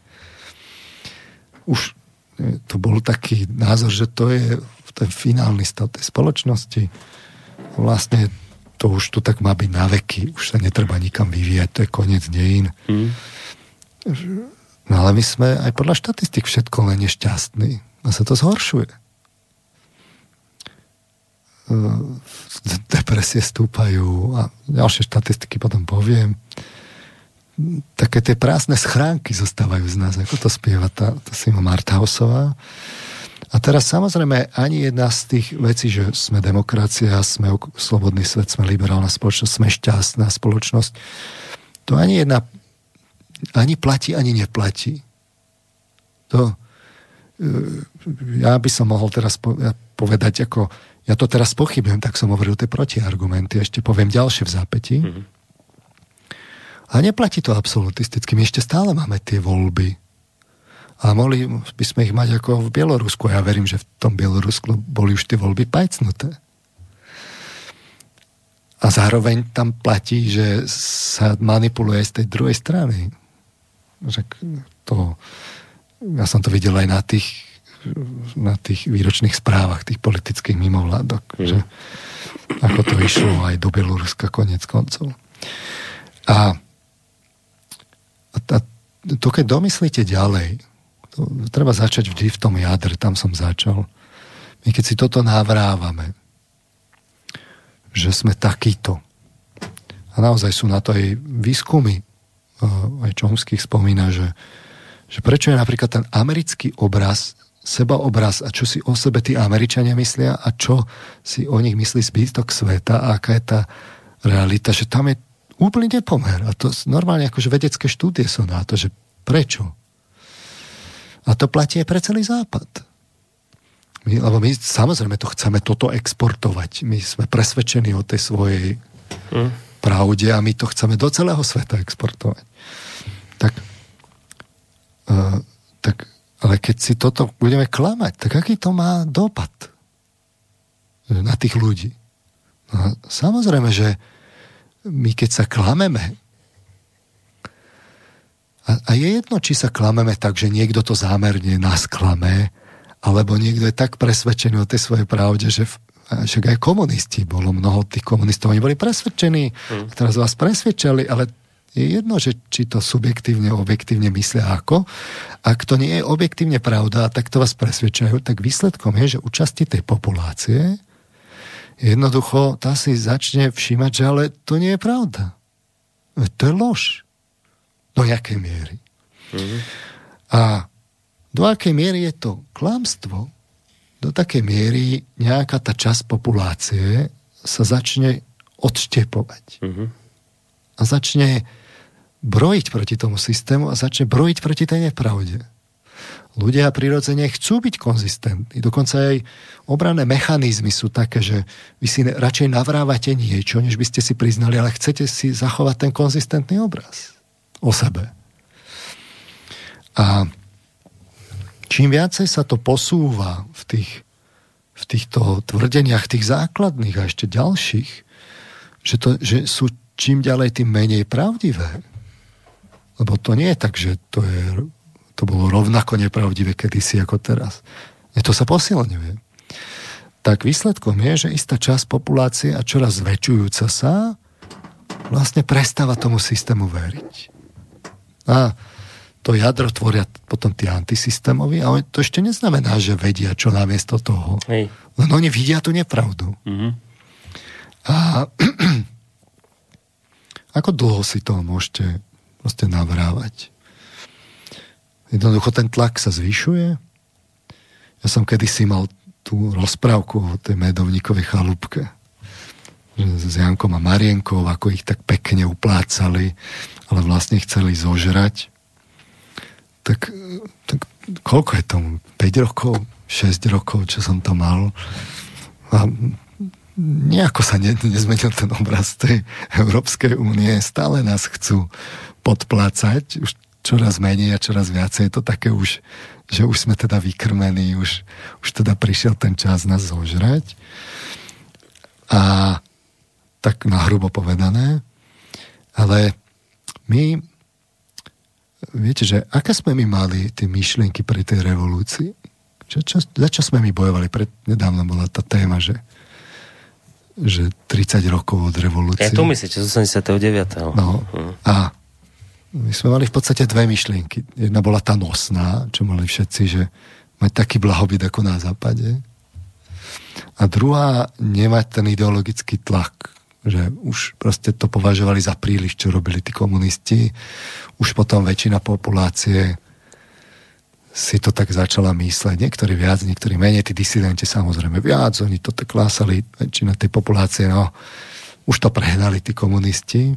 Už to bol taký názor, že to je ten finálny stav tej spoločnosti. Vlastne to už tu tak má byť na veky. Už sa netreba nikam vyvíjať. To je koniec dejín. No ale my sme aj podľa štatistik všetko len nešťastní. A sa to zhoršuje. Depresie stúpajú a ďalšie štatistiky potom poviem. Také tie prázdne schránky zostávajú z nás, ako to spieva tá Sima Marthausová. A teraz samozrejme ani jedna z tých vecí, že sme demokracia, sme slobodný svet, sme liberálna spoločnosť, sme šťastná spoločnosť, to ani jedna ani platí, ani neplatí. To ja by som mohol teraz povedať, ako ja to teraz pochybujem, tak som hovoril tie protiargumenty, ešte poviem ďalšie v zápätí. A neplatí to absolutisticky. My ešte stále máme tie voľby. A mohli by sme ich mať ako v Bielorusku. Ja verím, že v tom Bielorusku boli už tie voľby pajcnuté. A zároveň tam platí, že sa manipuluje z tej druhej strany. Že to, ja som to videl aj na tých výročných správach tých politických mimovládok. Že ako to išlo aj do Bieloruska konec koncov. A to keď domyslíte ďalej, to treba začať vždy v tom jadre, tam som začal. My keď si toto navrávame, že sme takýto, a naozaj sú na to aj výskumy, aj Chomsky spomína, že prečo je napríklad ten americký obraz, sebaobraz a čo si o sebe tí Američania myslia a čo si o nich myslí zbytok sveta a aká je tá realita, že tam je úplný nepomer. A to normálne akože vedecké štúdie sú na to, že prečo. A to platí aj pre celý Západ. Lebo my samozrejme to chceme toto exportovať. My sme presvedčení o tej svojej pravde a my to chceme do celého sveta exportovať. Tak ale keď si toto budeme klamať, tak aký to má dopad na tých ľudí? No, samozrejme, že my keď sa klameme a je jedno, či sa klameme tak, že niekto to zámerne nás klame, alebo niekto je tak presvedčený o tej svojej pravde, že však aj komunisti, bolo mnoho tých komunistov, oni boli presvedčení, teraz vás presvedčali, ale je jedno, že či to subjektívne, objektívne myslia ako. Ak to nie je objektívne pravda, tak to vás presvedčajú, tak výsledkom je, že u časti tej populácie jednoducho tá si začne všímať, že ale to nie je pravda. To je lož. Do jakej miery? A do akej miery je to klamstvo? Do takej miery nejaká tá časť populácie sa začne odštepovať. A začne brojiť proti tomu systému a začne brojiť proti tej nepravde. Ľudia prirodzene chcú byť konzistentní. Dokonca aj obranné mechanizmy sú také, že vy si radšej navrávate niečo, než by ste si priznali, ale chcete si zachovať ten konzistentný obraz o sebe. A čím viacej sa to posúva v týchto tvrdeniach, tých základných a ešte ďalších, že sú čím ďalej tým menej pravdivé. Lebo to nie je tak, že to bolo rovnako nepravdivé kedysi ako teraz. To sa posilňuje. Tak výsledkom je, že istá časť populácie a čoraz zväčšujúca sa vlastne prestáva tomu systému veriť. A to jadro tvoria potom tí antisystémoví a to ešte neznamená, že vedia, čo namiesto toho. Hej. Len oni vidia tú nepravdu. Mm-hmm. A ako dlho si to môžete proste navrávať? Jednoducho ten tlak sa zvyšuje. Ja som kedysi mal tú rozprávku o tej medovníkovej chalúbke. S Jankom a Marienkou, ako ich tak pekne uplácali, ale vlastne chceli zožrať. Tak koľko je tomu? 5 rokov? 6 rokov, čo som to mal? A nejako sa nezmenil ten obraz tej Európskej únie. Stále nás chcú podplácať. Už čoraz menej a čoraz viacej je to také už, že už sme teda vykrmení, už teda prišiel ten čas nás zožrať. A tak nahrubo povedané. Ale my, viete, že aké sme my mali tie myšlienky pri tej revolúcii? Za čo sme my bojovali? Nedávno bola tá téma, že 30 rokov od revolúcie. Ja tu myslíte, z 89. No. A my sme mali v podstate dve myšlienky. Jedna bola tá nosná, čo mali všetci, že mať taký blahobyt ako na západe. A druhá, nemať ten ideologický tlak, že už proste to považovali za príliš, čo robili tí komunisti. Už potom väčšina populácie si to tak začala mysleť. Niektorí viac, niektorí menej, tí disidenti samozrejme viac, oni to tak klásali, väčšina tej populácie, no už to prehnali tí komunisti.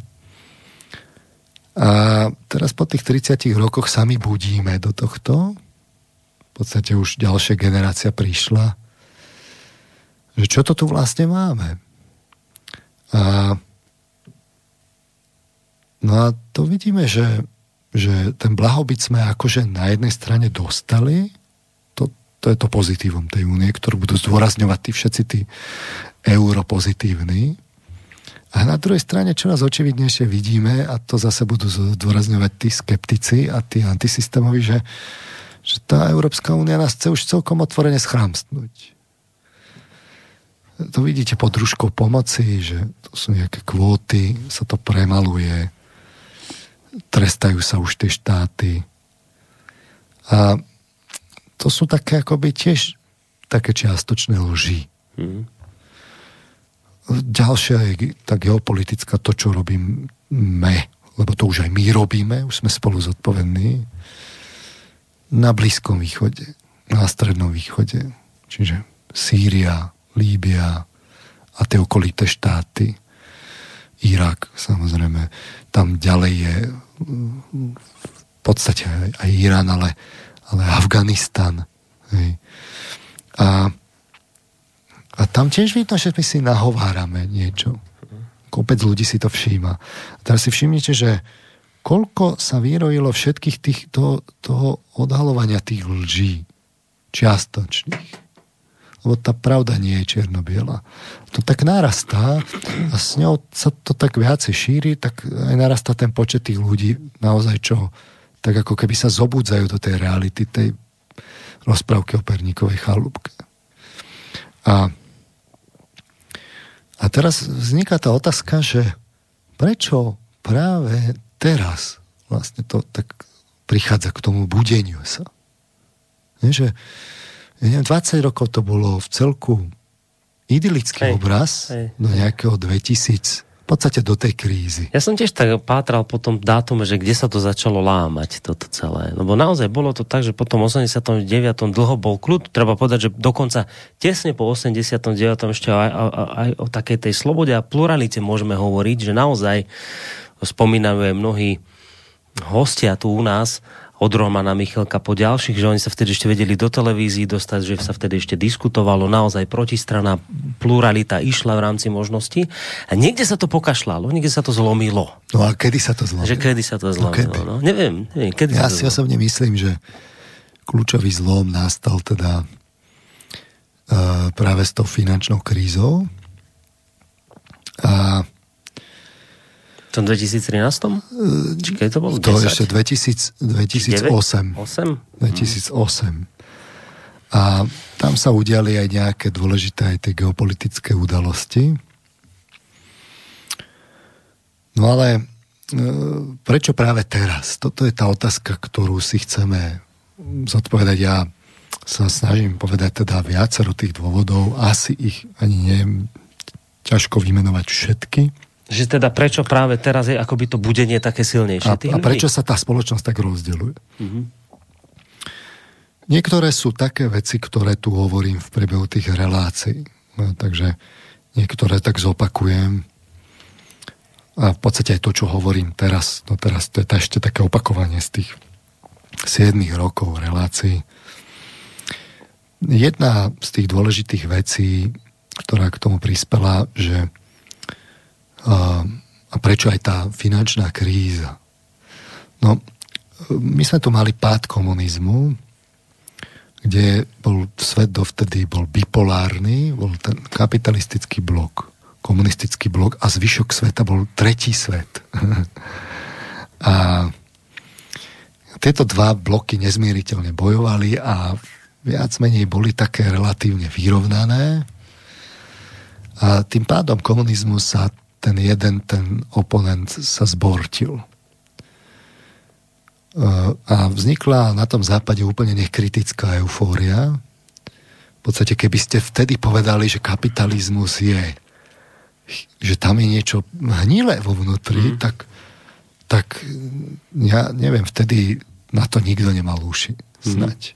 A teraz po tých 30 rokoch sami budíme do tohto. V podstate už ďalšia generácia prišla. Že čo to tu vlastne máme? No a to vidíme, že ten blahobyt sme akože na jednej strane dostali, to je to pozitívum tej únie, ktorú budú zdôrazňovať všetci tí europozitívni. A na druhej strane čoraz očividnejšie vidíme, a to zase budú zdôrazňovať tí skeptici a tí antisystémoví, že tá Európska únia nás chce už celkom otvorene schramstnúť. To vidíte pod rúškou pomoci, že to sú nejaké kvóty, sa to premaluje, trestajú sa už tie štáty. A to sú také akoby tiež také čiastočné lži. Ďalšia je tá geopolitická, to, čo robíme, lebo to už aj my robíme, už sme spolu zodpovední, na Blízkom východe, na Strednom východe, čiže Sýria, Líbia a tie okolité štáty, Irak, samozrejme, tam ďalej je v podstate aj Irán, ale Afganistan. Hej. A tam tiež vidno, že my si nahovárame niečo. Kopec ľudí si to všíma. A teraz si všimnite, že koľko sa vyrojilo všetkých toho odhalovania tých lží čiastočných. Lebo tá pravda nie je čierno-biela. To tak narastá a s ňou sa to tak viacej šíri, tak aj narastá ten počet tých ľudí naozaj, čo tak ako keby sa zobudzajú do tej reality, tej rozprávky o perníkovej chalúbke. A teraz vzniká tá otázka, že prečo práve teraz vlastne to tak prichádza k tomu budeniu sa. Nie, že 20 rokov to bolo v celku idylický obraz do nejakého 2000, v podstate do tej krízy. Ja som tiež tak pátral po tom dátume, že kde sa to začalo lámať, toto celé. Lebo naozaj bolo to tak, že po tom 89. dlho bol kľud. Treba povedať, že dokonca tesne po 89. ešte aj o takej tej slobode a pluralite môžeme hovoriť, že naozaj spomínajú aj mnohí hostia tu u nás, od Romana Michalka po ďalších, že oni sa vtedy ešte vedeli do televízií dostať, že sa vtedy ešte diskutovalo, naozaj protistrana, pluralita išla v rámci možností a niekde sa to pokašľalo, niekde sa to zlomilo. No a kedy sa to zlomilo? Že kedy sa to zlomilo, no? Neviem, kedy ja sa to si osobne myslím, že kľúčový zlom nastal teda práve s tou finančnou krízou. A v tom 2013? Či keď to bolo? 10? To ešte 2008. 2008. A tam sa udiali aj nejaké dôležité aj tie geopolitické udalosti. No ale prečo práve teraz? Toto je tá otázka, ktorú si chceme zodpovedať. Ja sa snažím povedať teda viacero tých dôvodov. Asi ich ani neviem ťažko vymenovať všetky. Že teda prečo práve teraz je akoby to budenie také silnejšie? A prečo sa tá spoločnosť tak rozdeľuje? Mm-hmm. Niektoré sú také veci, ktoré tu hovorím v priebehu tých relácií. No, takže niektoré tak zopakujem. A v podstate aj to, čo hovorím teraz, no teraz to je ešte také opakovanie z tých 7 rokov relácií. Jedna z tých dôležitých vecí, ktorá k tomu prispela, že a prečo aj tá finančná kríza? No, my sme tu mali pád komunizmu, kde bol svet dovtedy bol bipolárny, bol ten kapitalistický blok, komunistický blok a zvyšok sveta bol tretí svet. A tieto dva bloky nezmieriteľne bojovali a viac menej boli také relatívne vyrovnané. A tým pádom komunizmu sa ten oponent sa zbortil. A vznikla na tom západe úplne nekritická eufória. V podstate, keby ste vtedy povedali, že kapitalizmus je, že tam je niečo hnilé vo vnútri, tak ja neviem, vtedy na to nikto nemal uši snať.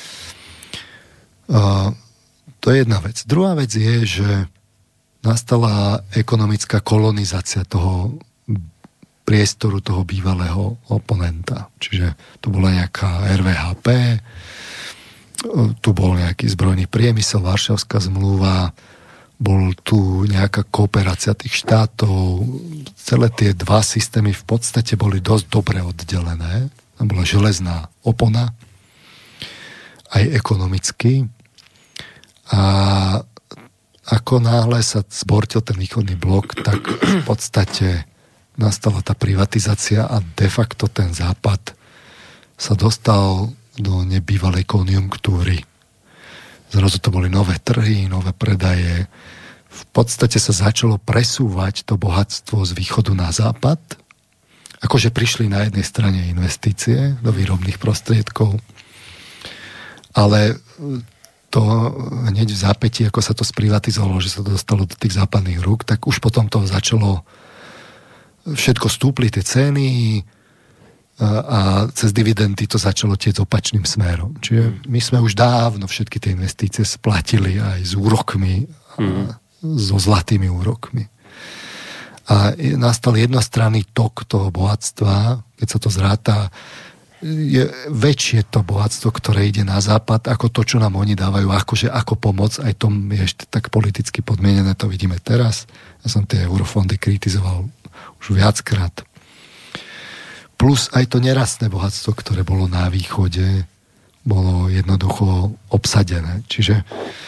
To je jedna vec. Druhá vec je, že nastala ekonomická kolonizácia toho priestoru, toho bývalého oponenta. Čiže tu bola nejaká RVHP, tu bol nejaký zbrojný priemysel, Varšavská zmluva, bol tu nejaká kooperácia tých štátov. Celé tie dva systémy v podstate boli dosť dobre oddelené. Tam bola železná opona, aj ekonomicky. A ako náhle sa zbortil ten východný blok, tak v podstate nastala tá privatizácia a de facto ten západ sa dostal do nebývalej konjunktúry. Zrazu to boli nové trhy, nové predaje. V podstate sa začalo presúvať to bohatstvo z východu na západ. Akože prišli na jednej strane investície do výrobných prostriedkov, ale to hneď v zápätí, ako sa to sprivatizovalo, že sa to dostalo do tých západných rúk, tak už potom to začalo, všetko stúpli tie ceny a cez dividendy to začalo tieť opačným smerom. Čiže my sme už dávno všetky tie investície splatili aj s úrokmi, so zlatými úrokmi. A nastal jednostranný tok toho bohatstva, keď sa to zráta, je väčšie to bohatstvo, ktoré ide na západ, ako to, čo nám oni dávajú, akože ako pomoc, aj tom je ešte tak politicky podmienené, to vidíme teraz. Ja som tie eurofondy kritizoval už viackrát. Plus aj to nerastné bohatstvo, ktoré bolo na východe, bolo jednoducho obsadené. Čiže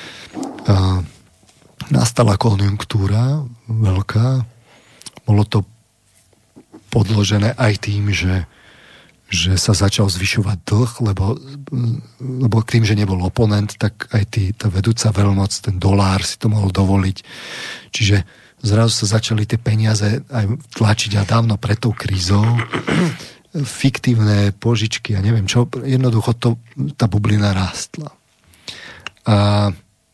nastala konjunktúra veľká, bolo to podložené aj tým, že sa začal zvyšovať dlh, lebo tým, že nebol oponent, tak aj tá vedúca veľmoc, ten dolár si to mohol dovoliť. Čiže zrazu sa začali tie peniaze aj tlačiť a dávno pred tou krízou. Fiktívne požičky a neviem čo, jednoducho tá bublina rástla. A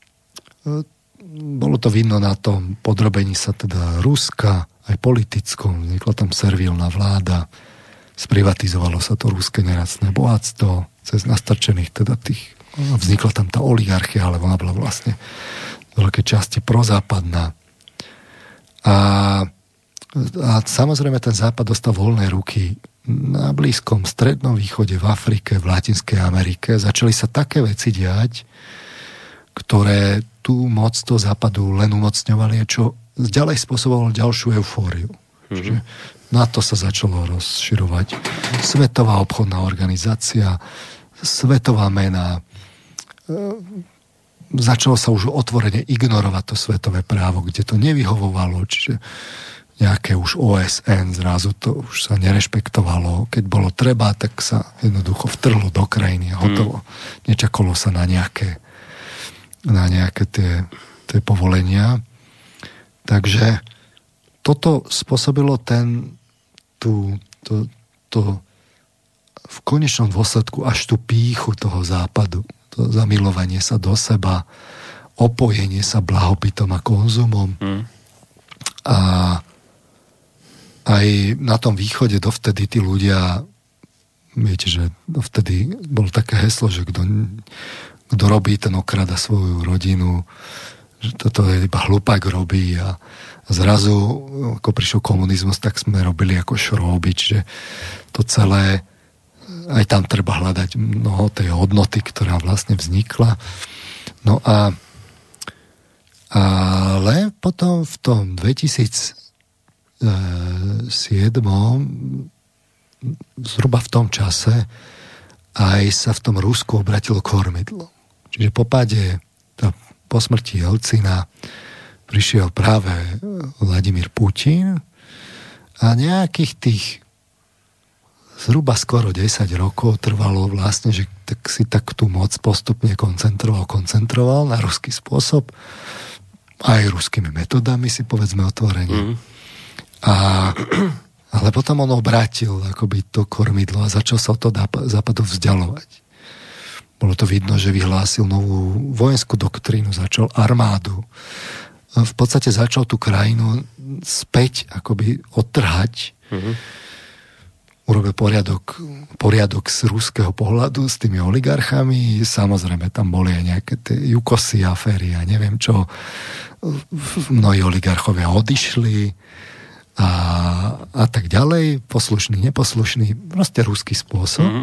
bolo to vidno na tom podrobení sa teda Ruska, aj politickom, vznikla tam servilná vláda, sprivatizovalo sa to ruské nerastné bohatstvo, cez nastrčených teda tých, vznikla tam tá oligarchia, ale ona bola vlastne v veľkej časti prozápadná. A A samozrejme ten Západ dostal voľné ruky na Blízkom, Strednom východe, v Afrike, v Latinskej Amerike. Začali sa také veci diať, ktoré tú moc toho Západu len umocňovali, čo ďalej spôsobovalo ďalšiu eufóriu. Čiže na to sa začalo rozširovať Svetová obchodná organizácia, svetová mena. Začalo sa už otvorene ignorovať to svetové právo, kde to nevyhovovalo, čiže nejaké už OSN zrazu to už sa nerešpektovalo. Keď bolo treba, tak sa jednoducho vtrhlo do krajiny a hotovo. Nečakalo sa na nejaké tie povolenia. Takže toto spôsobilo v konečnom dôsledku až tú pýchu toho Západu, to zamilovanie sa do seba, opojenie sa blahobytom a konzumom. A aj na tom východe dovtedy tí ľudia, viete, že dovtedy bolo také heslo, že kto robí, ten okrada svoju rodinu, že toto je iba hlupák robí a zrazu, ako prišiel komunizmus, tak sme robili ako šróby, čiže to celé, aj tam treba hľadať mnoho tej hodnoty, ktorá vlastne vznikla. No ale potom v tom 2007 zhruba v tom čase aj sa v tom Rusku obratilo kormidlo. Čiže po smrti Jelcina prišiel práve Vladimír Putin a nejakých tých zhruba skoro 10 rokov trvalo vlastne, že tak tú moc postupne koncentroval na ruský spôsob, aj ruskými metodami si povedzme otvorene. Ale potom on obrátil akoby to kormidlo a začal sa od toho západu vzdialovať. Bolo to vidno, že vyhlásil novú vojenskú doktrínu, začal armádu. V podstate začal tú krajinu späť akoby odtrhať. Urobil poriadok z ruského pohľadu s tými oligarchami. Samozrejme, tam boli aj nejaké tie Jukosy aféry a neviem čo. Mnohí oligarchovia odišli a tak ďalej. Poslušný, neposlušný. Proste ruský spôsob.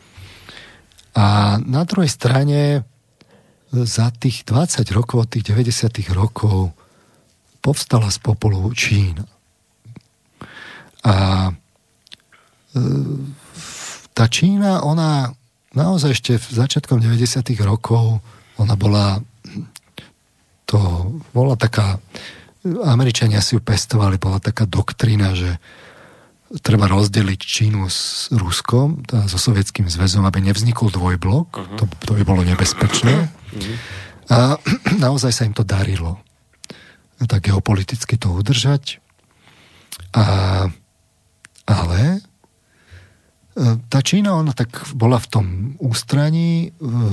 A na druhej strane za tých 20 rokov, od tých 90 rokov povstala z popolu Čína. A tá Čína, ona naozaj ešte v začiatkom 90 rokov, ona bola taká, Američania si ju pestovali, bola taká doktrína, že treba rozdeliť Čínu s Ruskom, so Sovietským zväzom, aby nevznikol dvojblok. To by bolo nebezpečné. A naozaj sa im to darilo. Tak geopoliticky to udržať. Ale tá Čína, ona tak bola v tom ústraní.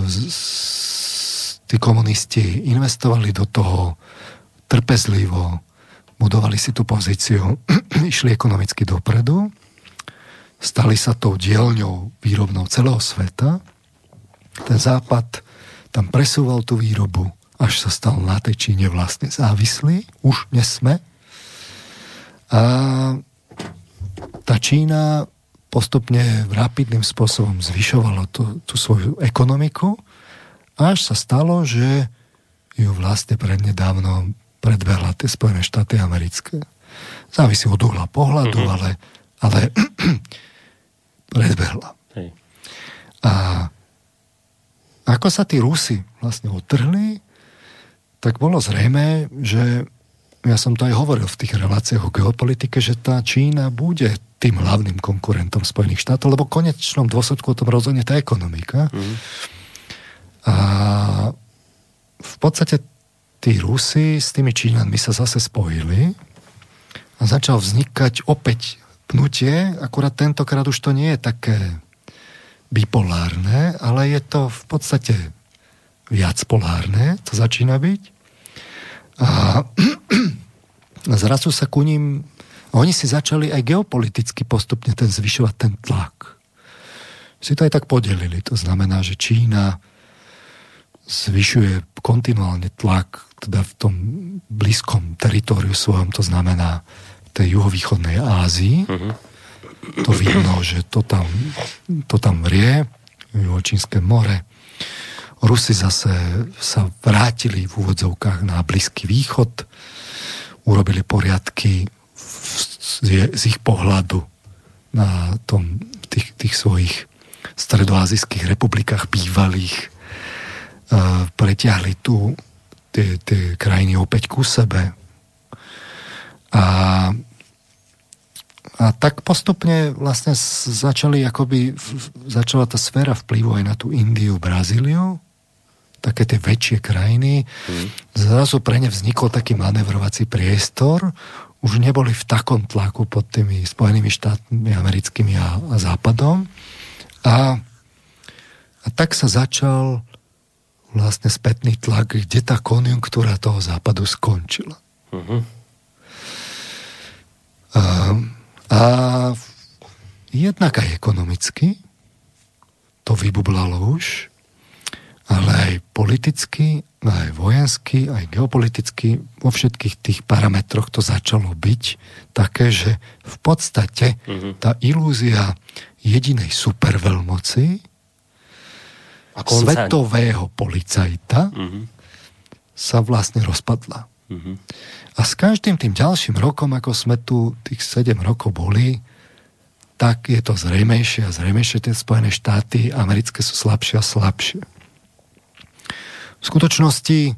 Tí komunisti investovali do toho trpezlivo, budovali si tú pozíciu, išli ekonomicky dopredu, stali sa tou dielňou výrobnou celého sveta. Ten Západ tam presúval tú výrobu, až sa stal na tej Číne vlastne závislý. Už nesme. A tá Čína postupne rapidným spôsobom zvyšovala tú svoju ekonomiku, až sa stalo, že ju vlastne prednedávno predbehla tie Spojené štáty americké. Závisí od uhla pohľadu, ale predbehla. Hej. A ako sa tí Rusi vlastne odtrhli, tak bolo zrejmé, že ja som to aj hovoril v tých reláciách o geopolitike, že tá Čína bude tým hlavným konkurentom Spojených štátov, lebo v konečnom dôsledku o tom rozhodne tá ekonomika. A v podstate tí Rusi s tými Čínanmi sa zase spojili a začal vznikať opäť pnutie, akurát tentokrát už to nie je také bipolárne, ale je to v podstate viacpolárne, to začína byť. A zrazu sa ku ním, oni si začali aj geopoliticky postupne zvyšovať ten tlak. Si to aj tak podelili. To znamená, že Čína zvyšuje kontinuálne tlak teda v tom blízkom teritóriu svojom, to znamená v tej juhovýchodnej Ázii. To vidno, že to tam vrie, Juhočínske more. Rusi zase sa vrátili v úvodzovkách na Blízky východ, urobili poriadky z ich pohľadu na tých svojich stredoázijských republikách bývalých, pretiahli tu tie krajiny opäť ku sebe. A tak postupne vlastne začala tá sféra vplyvu aj na tú Indiu, Brazíliu, také tie väčšie krajiny. Zrazu pre ne vznikol taký manevrovací priestor, už neboli v takom tlaku pod tými Spojenými štátmi americkými a Západom. A tak sa začal vlastne spätný tlak, kde tá konjunktúra toho Západu skončila. A jednak aj ekonomicky to vybublalo už, ale aj politicky, aj vojensky, aj geopoliticky, vo všetkých tých parametroch to začalo byť také, že v podstate tá ilúzia jedinej superveľmoci, svetového policajta, sa vlastne rozpadla. A s každým tým ďalším rokom, ako sme tu tých 7 rokov boli, tak je to zrejmejšie a zrejmejšie. Tie Spojené štáty americké sú slabšie a slabšie. V skutočnosti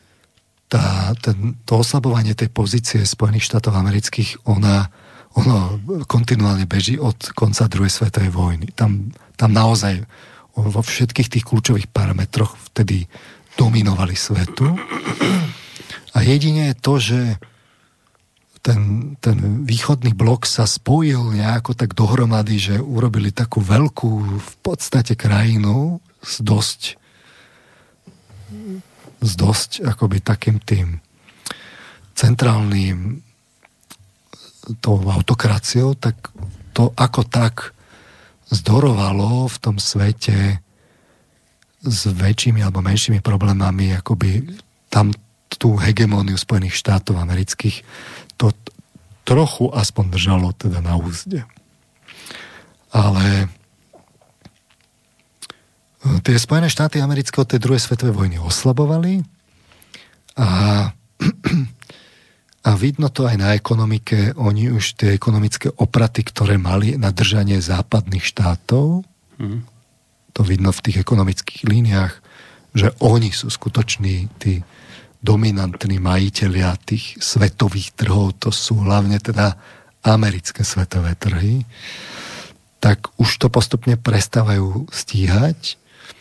to oslabovanie tej pozície Spojených štátov amerických, ono kontinuálne beží od konca druhej svetovej vojny. Tam naozaj vo všetkých tých kľúčových parametroch vtedy dominovali svetu. A jedine je to, že ten východný blok sa spojil nejako tak dohromady, že urobili takú veľkú v podstate krajinu s dosť akoby takým tým centrálnym tou autokraciou, tak to ako tak zdorovalo v tom svete s väčšími alebo menšími problémami akoby tam tú hegemóniu Spojených štátov amerických to trochu aspoň držalo teda na úzde. Ale tie Spojené štáty americké od tej druhej svetovej vojny oslabovali a vidno to aj na ekonomike. Oni už tie ekonomické opraty, ktoré mali na držanie západných štátov, to vidno v tých ekonomických líniách, že oni sú skutoční tí dominantní majitelia tých svetových trhov, to sú hlavne teda americké svetové trhy, tak už to postupne prestávajú stíhať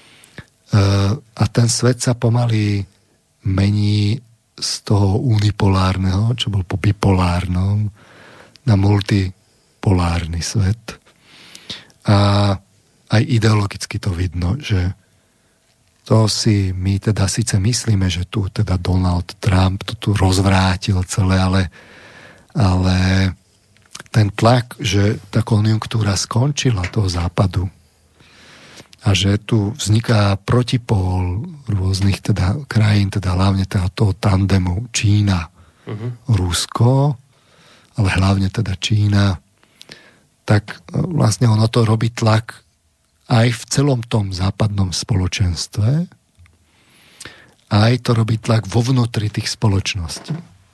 a ten svet sa pomaly mení z toho unipolárneho, čo bol po bipolárnom, na multipolárny svet. A aj ideologicky to vidno, že to si my teda síce myslíme, že tu teda Donald Trump to tu rozvrátil celé, ale ten tlak, že tá konjunktúra skončila toho západu a že tu vzniká protipól rôznych teda krajín, teda hlavne teda toho tandemu Čína, Rusko, ale hlavne teda Čína, tak vlastne ono to robí tlak aj v celom tom západnom spoločenstve, aj to robí tlak vo vnútri tých spoločností.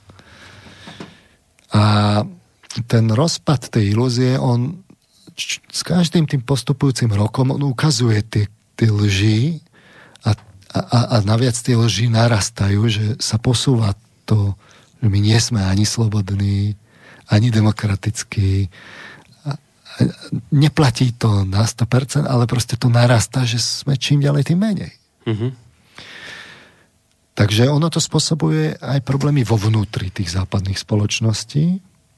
A ten rozpad tej ilúzie, on s každým tým postupujúcim rokom on ukazuje tie lži a naviac tie lži narastajú, že sa posúva to, že my nie sme ani slobodní, ani demokratickí. Neplatí to na 100%, ale proste to narastá, že sme čím ďalej, tým menej. Takže ono to spôsobuje aj problémy vo vnútri tých západných spoločností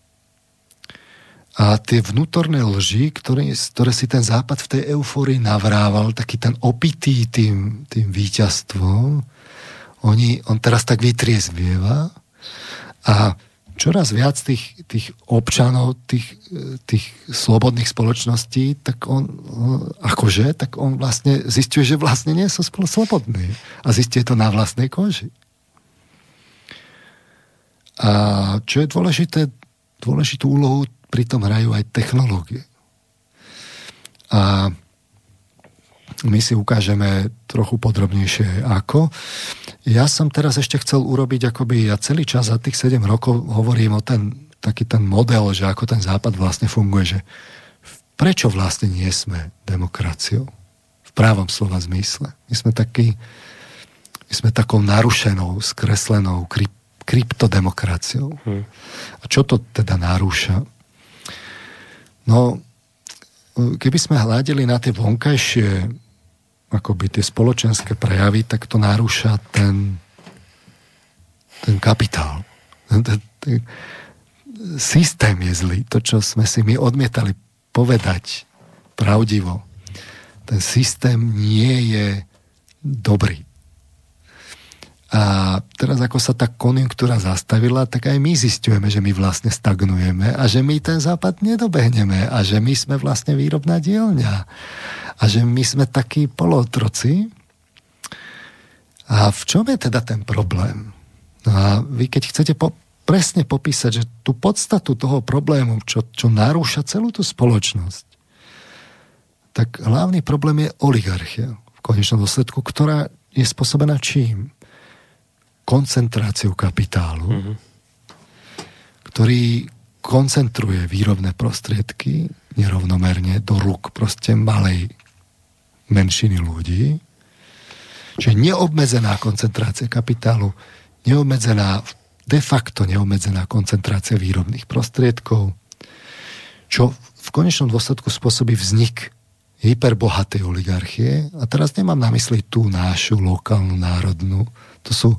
a tie vnútorné lži, ktoré si ten západ v tej eufórii navrával, taký ten opitý tým víťazstvom, on teraz tak vytriezvieva a čoraz viac tých občanov, tých slobodných spoločností, tak on vlastne zisťuje, že vlastne nie sú slobodní. A zistuje to na vlastnej koži. A čo je dôležité v dôležitú úlohu pritom hrajú aj technológie. A my si ukážeme trochu podrobnejšie ako. Ja som teraz ešte chcel urobiť, akoby ja celý čas za tých 7 rokov hovorím o taký ten model, že ako ten západ vlastne funguje, že prečo vlastne nie sme demokraciou v právom slova zmysle. My sme takou narušenou, skreslenou kryptodemokraciou. A čo to teda narúša? No, keby sme hľadeli na tie vonkajšie akoby tie spoločenské prejavy, tak to narúša ten kapitál. Ten systém je zlý. To, čo sme si my odmietali povedať pravdivo. Ten systém nie je dobrý. A teraz, ako sa tá konjunktúra zastavila, tak aj my zisťujeme, že my vlastne stagnujeme a že my ten západ nedobehneme a že my sme vlastne výrobná dielňa a že my sme takí polotroci. A v čom je teda ten problém? No a vy, keď chcete presne popísať, že tú podstatu toho problému, čo narúša celú tú spoločnosť, tak hlavný problém je oligarchia v konečnom dôsledku, ktorá je spôsobená čím? Koncentráciu kapitálu, ktorý koncentruje výrobné prostriedky nerovnomerne do rúk proste malej menšiny ľudí. Čiže neobmedzená koncentrácia kapitálu, de facto neobmedzená koncentrácia výrobných prostriedkov, čo v konečnom dôsledku spôsobí vznik hyperbohatej oligarchie. A teraz nemám na mysli tú našu lokálnu, národnú. To sú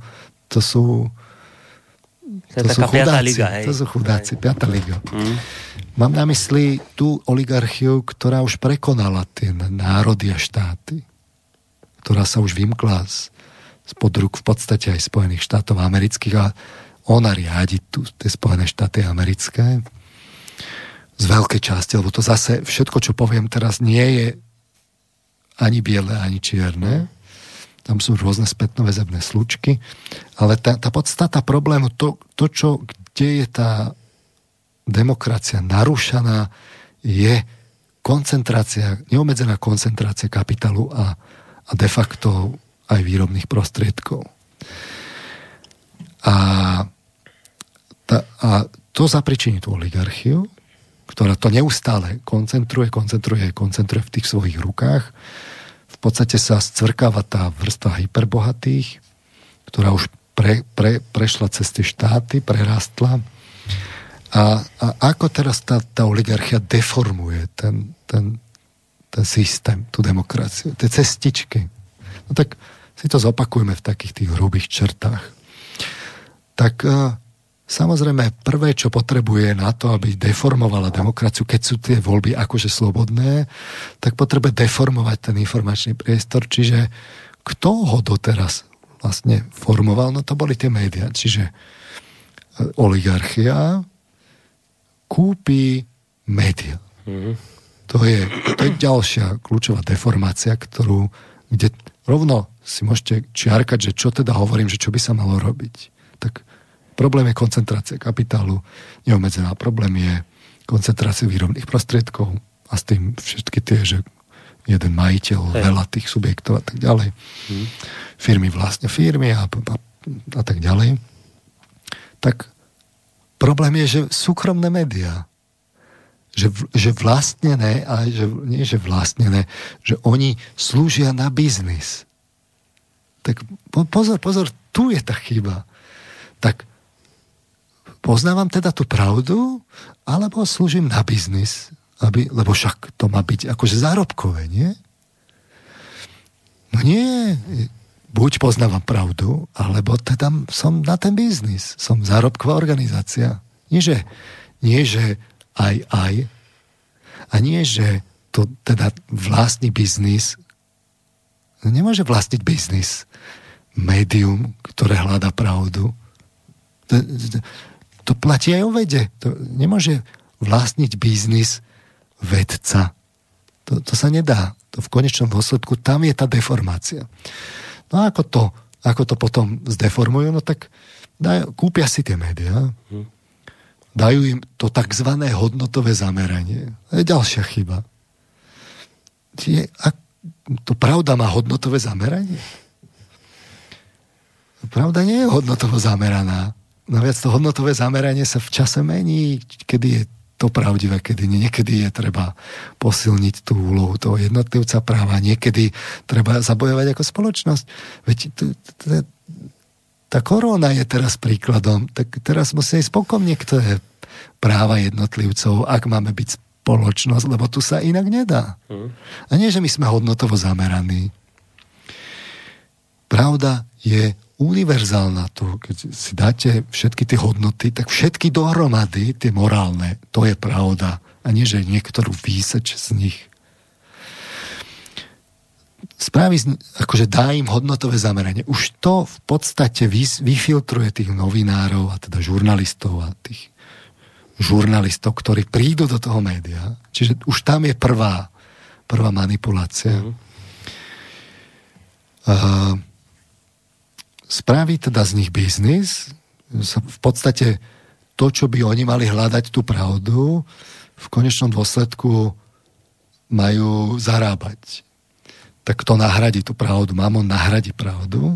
chudáci, piatá liga. Mám na mysli tú oligarchiu, ktorá už prekonala tie národy a štáty, ktorá sa už vymkla spod rúk v podstate aj Spojených štátov amerických a ona riadi tie Spojené štáty americké z veľkej časti, lebo to zase všetko, čo poviem teraz, nie je ani biele, ani čierne. Tam sú rôzne spätnoväzebné slučky, ale tá podstata problému, kde je tá demokracia narúšaná, je koncentrácia, neobmedzená koncentrácia kapitálu a de facto aj výrobných prostriedkov. A to zapričiní tú oligarchiu, ktorá to neustále koncentruje v tých svojich rukách. V podstate sa scvrkáva tá vrstva hyperbohatých, ktorá už prešla cez tie štáty, prerastla. A ako teraz tá oligarchia deformuje ten systém, tú demokraciu, tie cestičky. No tak si to zopakujeme v takých tých hrubých črtách. Tak samozrejme, prvé, čo potrebuje na to, aby deformovala demokraciu, keď sú tie voľby akože slobodné, tak potrebuje deformovať ten informačný priestor. Čiže kto ho doteraz vlastne formoval? No to boli tie médiá. Čiže oligarchia kúpi médiá. To je ďalšia kľúčová deformácia, kde rovno si môžete čiarkať, že čo teda hovorím, že čo by sa malo robiť. Tak problém je koncentrácia kapitálu, neobmedzená. Problém je koncentrácia výrobných prostriedkov a s tým všetky tie, že jeden majiteľ, veľa tých subjektov a tak ďalej. Firmy vlastne firmy a tak ďalej. Tak problém je, že súkromné médiá, že vlastnené, ale nie že vlastnené, že oni slúžia na biznis. Tak pozor, tu je tá chyba. Tak poznávam teda tú pravdu, alebo slúžim na biznis, lebo však to má byť akože zárobkové, nie? No nie, buď poznávam pravdu, alebo teda som na ten biznis, som zárobková organizácia. Nie, že aj. A nie, že to teda vlastní biznis. Nemôže vlastniť biznis médium, ktoré hľadá pravdu. To platí aj o vede. To nemôže vlastniť biznis vedca. To sa nedá. To v konečnom dôsledku, tam je tá deformácia. No a ako to potom zdeformujú, no tak kúpia si tie médiá, dajú im to takzvané hodnotové zameranie. To je ďalšia chyba. To pravda má hodnotové zameranie? Pravda nie je hodnotovo zameraná. Naviac to hodnotové zameranie sa v čase mení, kedy je to pravdivé, kedy nie. Niekedy je treba posilniť tú úlohu toho jednotlivca práva, niekedy treba zabojovať ako spoločnosť. Veď tá korona je teraz príkladom, tak teraz musí ísť pokom niektoré práva jednotlivcov, ak máme byť spoločnosť, lebo tu sa inak nedá. A nie, že my sme hodnotovo zameraní. Pravda je univerzálna. Keď si dáte všetky tie hodnoty, tak všetky dohromady, tie morálne, to je pravda. A nie, že niektorú výseč z nich. Akože dá im hodnotové zameranie. Už to v podstate vyfiltruje tých novinárov a teda žurnalistov a tých žurnalistov, ktorí prídu do toho média. Čiže už tam je prvá manipulácia. Spraví teda z nich biznis. V podstate to, čo by oni mali hľadať tú pravdu, v konečnom dôsledku majú zarábať. Tak to nahradí tú pravdu. Mamon nahradí pravdu.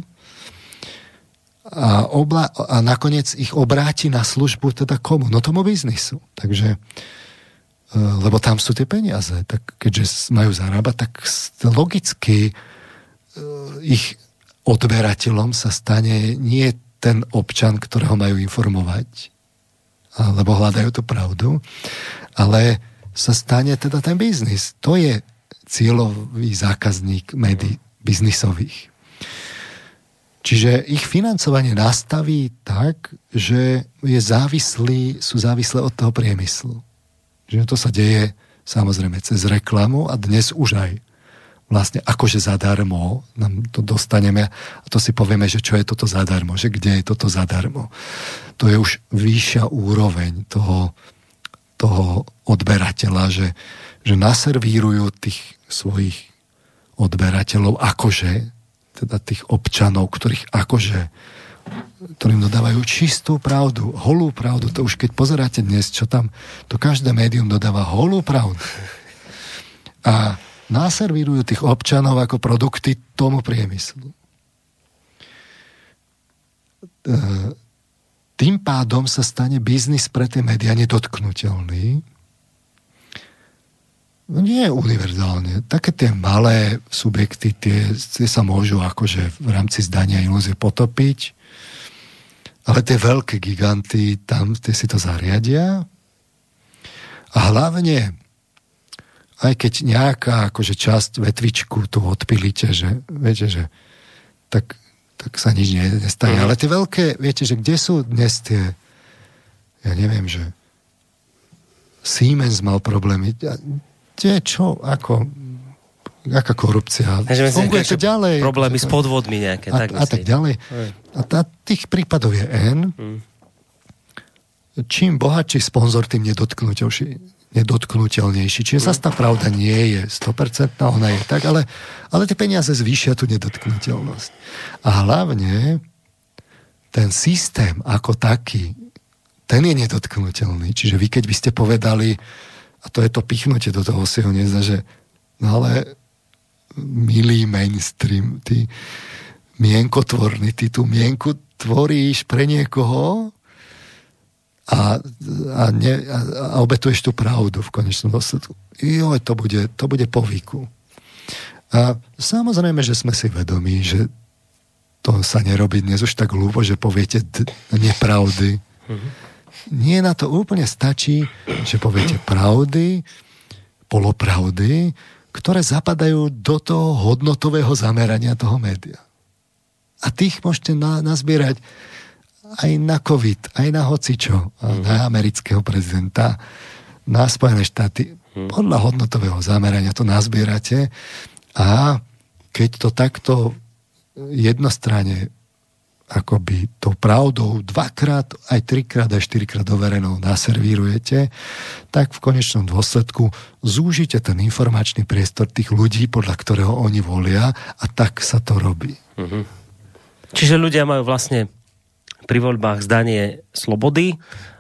A nakoniec ich obráti na službu teda komu? No tomu biznisu. Takže, lebo tam sú tie peniaze. Tak keďže majú zarábať, tak logicky ich odberateľom sa stane nie ten občan, ktorého majú informovať, alebo hľadajú tú pravdu, ale sa stane teda ten biznis. To je cieľový zákazník médií biznisových. Čiže ich financovanie nastaví tak, že sú závislé od toho priemyslu. Čiže to sa deje samozrejme cez reklamu a dnes už aj vlastne akože zadarmo nám to dostaneme a to si povieme, že čo je toto zadarmo, že kde je toto zadarmo. To je už vyššia úroveň toho odberateľa, že naservírujú tých svojich odberateľov akože, teda tých občanov, ktorým dodávajú čistú pravdu, holú pravdu. To už keď pozeráte dnes, čo tam, to každé médium dodáva holú pravdu. A naservírujú tých občanov ako produkty tomu priemyslu. Tým pádom sa stane biznis pre tie médiá nedotknutelný. Nie univerzálne. Také tie malé subjekty, tie sa môžu akože v rámci zdania ilúzie potopiť, ale tie veľké giganty, tam tie si to zariadia. A hlavne aj keď nejaká akože časť vetvičku tu odpilíte, že viete, že tak sa nič nestane. Ale tie veľké, viete, že kde sú dnes tie, ja neviem, že Siemens mal problémy. Aká korupcia? Funguje to ďalej. Problémy s podvodmi nejaké. A tak ďalej. A tých prípadov je N. Čím bohatší sponzor, tým nedotknutelnejší. Čiže zase tá pravda nie je 100%, ona je tak, ale tie peniaze zvýšia tú nedotknutelnosť. A hlavne ten systém ako taký, ten je nedotknutelný. Čiže vy, keď by ste povedali, a to je to pichnutie do toho si ho nezna, že no ale milý mainstream, ty mienkotvorný, ty tú mienku tvoríš pre niekoho a obetuješ tú pravdu v konečnom dôsledku. Joj, to bude po výku. A samozrejme, že sme si vedomí, že to sa nerobí dnes už tak hlúpo, že poviete nepravdy. Nie, na to úplne stačí, že poviete pravdy, polopravdy, ktoré zapadajú do toho hodnotového zamerania toho média. A tých môžete nazbierať aj na COVID, aj na hocičo, na amerického prezidenta, na Spojené štáty. Podľa hodnotového zamerania to nazbierate a keď to takto jednostranne akoby tou pravdou 2-krát, aj 3-krát, aj 4-krát overenou naservírujete, tak v konečnom dôsledku zúžite ten informačný priestor tých ľudí, podľa ktorého oni volia a tak sa to robí. Čiže ľudia majú vlastne pri voľbách zdanie slobody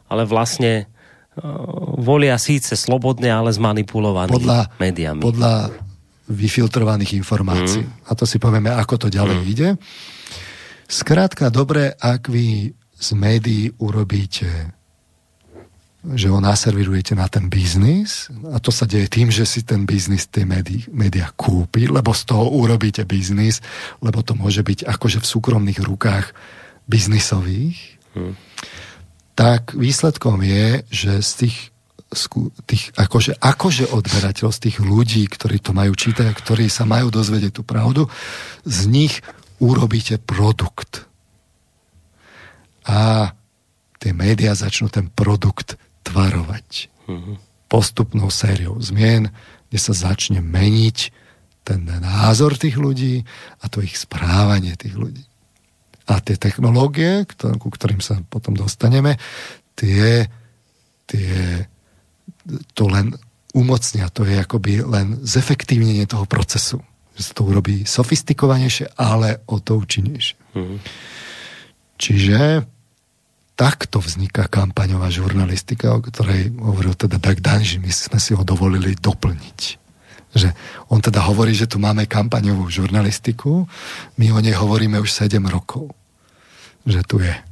ale vlastne volia síce slobodne, ale zmanipulovaní médiami. Podľa vyfiltrovaných informácií. A to si povieme, ako to ďalej ide. Skrátka, dobre, ak vy z médií urobíte, že ho naservirujete na ten biznis, a to sa deje tým, že si ten biznis tie médiá kúpi, lebo z toho urobíte biznis, lebo to môže byť akože v súkromných rukách biznisových, tak výsledkom je, že z tých akože odberateľov, z tých ľudí, ktorí to majú čítať a ktorí sa majú dozvedieť tú pravdu, z nich urobíte produkt. A tie médiá začnú ten produkt tvarovať. Postupnou sériou zmien, kde sa začne meniť ten názor tých ľudí a to ich správanie tých ľudí. A tie technológie, ku ktorým sa potom dostaneme, tie to len umocnia, to je akoby len zefektívnenie toho procesu. Že sa to urobí sofistikovanejšie, ale o to účinnejšie. Čiže takto vzniká kampaňová žurnalistika, o ktorej hovoril teda Dag Danži, my sme si ho dovolili doplniť. Že on teda hovorí, že tu máme kampaňovú žurnalistiku, my o nej hovoríme už 7 rokov. Že tu je.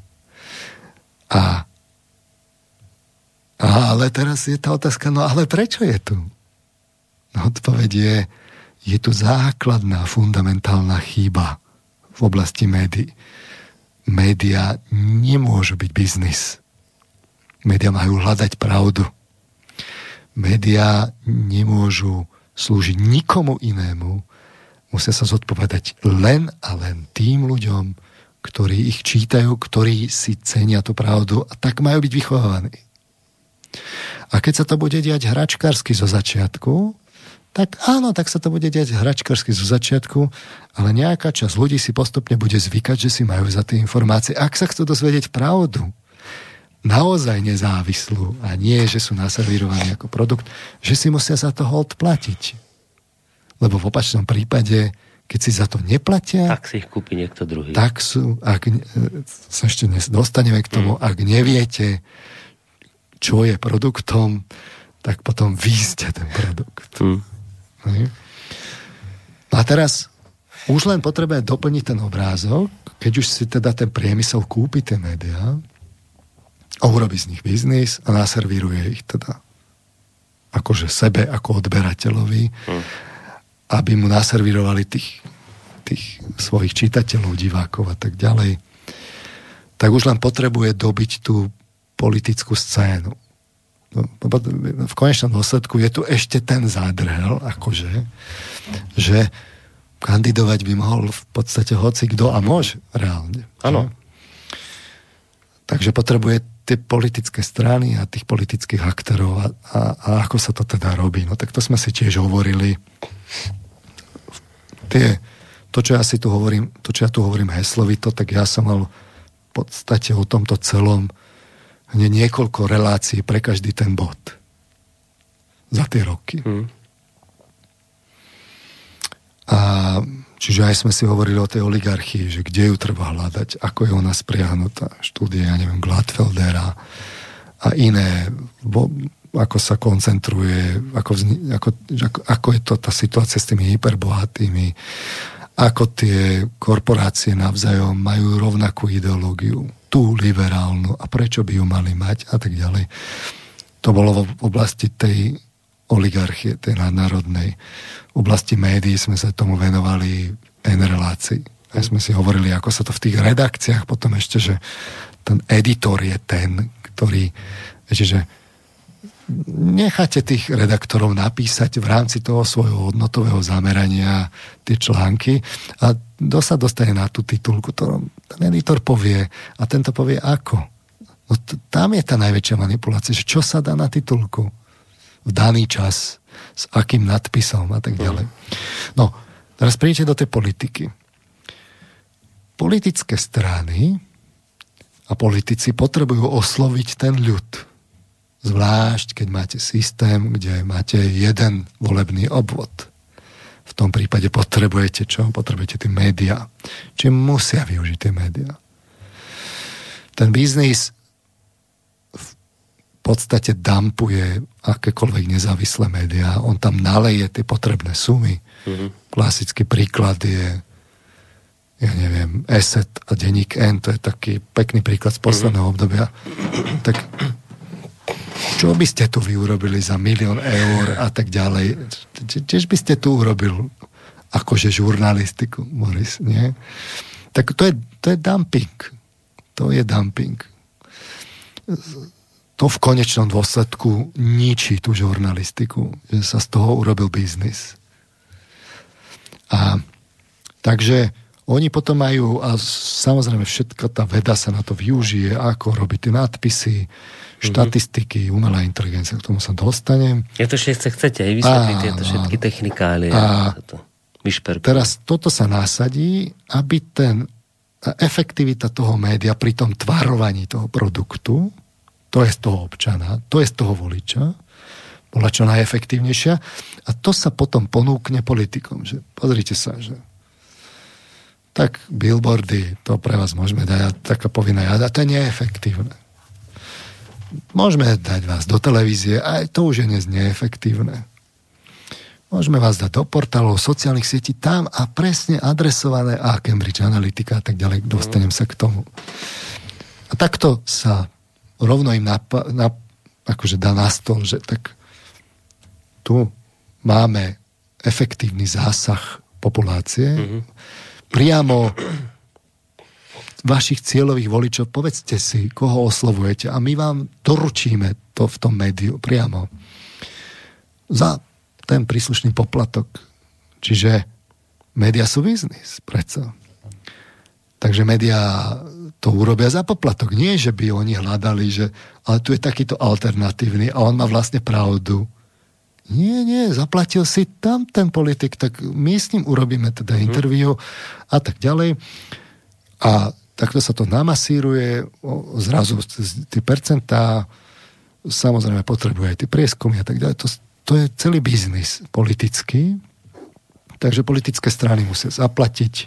Ale teraz je tá otázka, no ale prečo je tu? No odpoveď je tu základná, fundamentálna chyba v oblasti médií. Média nemôžu byť biznis. Média majú hľadať pravdu. Média nemôžu slúžiť nikomu inému. Musia sa zodpovedať len a len tým ľuďom, ktorí ich čítajú, ktorí si cenia tú pravdu a tak majú byť vychovávaní. A keď sa to bude diať hračkársky zo začiatku, tak áno, tak sa to bude diať hračkársky zo začiatku, ale nejaká časť ľudí si postupne bude zvykať, že si majú za tie informácie. Ak sa chcú dozvedieť pravdu, naozaj nezávislú, a nie, že sú naservírovaní ako produkt, že si musia za toho odplatiť. Lebo v opačnom prípade, keď si za to neplatia, tak si ich kúpi niekto druhý. Tak sú, ak sa ešte dostaneme k tomu, ak neviete, čo je produktom, tak potom vy ste ten produkt. A teraz už len potrebuje doplniť ten obrázok, keď už si teda ten priemysel kúpi tie médiá a urobí z nich biznis a naservíruje ich teda akože sebe ako odberateľovi, aby mu naservírovali tých svojich čitateľov, divákov a tak ďalej, tak už len potrebuje dobiť tú politickú scénu. V konečnom dôsledku je tu ešte ten zádrhel, akože, že kandidovať by mohol v podstate hocikdo a môže reálne. Áno. Takže potrebuje tie politické strany a tých politických aktérov a ako sa to teda robí. No tak to sme si tiež hovorili. To, čo ja tu hovorím heslovito, tak ja som mal v podstate o tomto celom niekoľko relácií pre každý ten bod za tie roky. A čiže aj sme si hovorili o tej oligarchii, že kde ju treba hľadať, ako je ona spriahnutá. Štúdie, ja neviem, Gladfeldera a iné, ako sa koncentruje, ako je to tá situácia s tými hyperbohatými, ako tie korporácie navzájom majú rovnakú ideológiu, tú liberálnu, a prečo by ju mali mať a tak ďalej. To bolo v oblasti tej oligarchie, tej nadnárodnej. V oblasti médií sme sa tomu venovali N relácií. A sme si hovorili, ako sa to v tých redakciách potom ešte, že ten editor je ten, ktorý, viete, že necháte tých redaktorov napísať v rámci toho svojho hodnotového zamerania tie články a sa dostane na tú titulku, ktorú ten editor povie a tento povie ako. No tam je tá najväčšia manipulácia, že čo sa dá na titulku v daný čas, s akým nadpisom a tak ďalej. No, teraz príďte do tej politiky. Politické strany a politici potrebujú osloviť ten ľud. Zvlášť, keď máte systém, kde máte jeden volebný obvod. V tom prípade potrebujete čo? Potrebujete tie médiá. Čiže musia využiť tie médiá. Ten biznis podstate dumpuje akékoľvek nezávislé médiá. On tam naleje tie potrebné sumy. Klasický príklad je, ja neviem, ESET a denník N, to je taký pekný príklad z posledného obdobia. Tak čo by ste tu vy urobili za 1 000 000 eur a tak ďalej? Tiež by ste tu urobil akože žurnalistiku, Boris, nie? Tak to je dumping. To je dumping. To v konečnom dôsledku ničí tú žurnalistiku, že sa z toho urobil biznis. A takže oni potom majú, a samozrejme všetka tá veda sa na to využije, ako robiť tie nadpisy, štatistiky, umelá inteligencia, k tomu sa dostanem. Ja to ešte chcete aj vysvetliť tieto všetky technikálie. A teraz toto sa nasadí, aby efektivita toho média pri tom tvarovaní toho produktu, to je z toho občana, to je z toho voliča, bola čo najefektívnejšia a to sa potom ponúkne politikom, že pozrite sa, že tak billboardy, to pre vás môžeme dať, taká povinná jazda, to je neefektívne. Môžeme dať vás do televízie, aj to už je dnes neefektívne. Môžeme vás dať do portálov, sociálnych sietí, tam a presne adresované a Cambridge Analytica a tak ďalej, dostanem sa k tomu. A takto sa rovno im akože dá na stôl, že tak tu máme efektívny zásah populácie, priamo vašich cieľových voličov, povedzte si, koho oslovujete a my vám doručíme to v tom médiu priamo za ten príslušný poplatok. Čiže médiá sú biznis, predsa. Takže médiá to urobia za poplatok. Nie, že by oni hľadali, že ale tu je takýto alternatívny a on má vlastne pravdu. Nie, zaplatil si tam ten politik, tak my s ním urobíme teda interview a tak ďalej. A takto sa to namasíruje, zrazu tie percentá, samozrejme potrebuje aj tie prieskumy a tak ďalej. To je celý biznis politický, takže politické strany musia zaplatiť,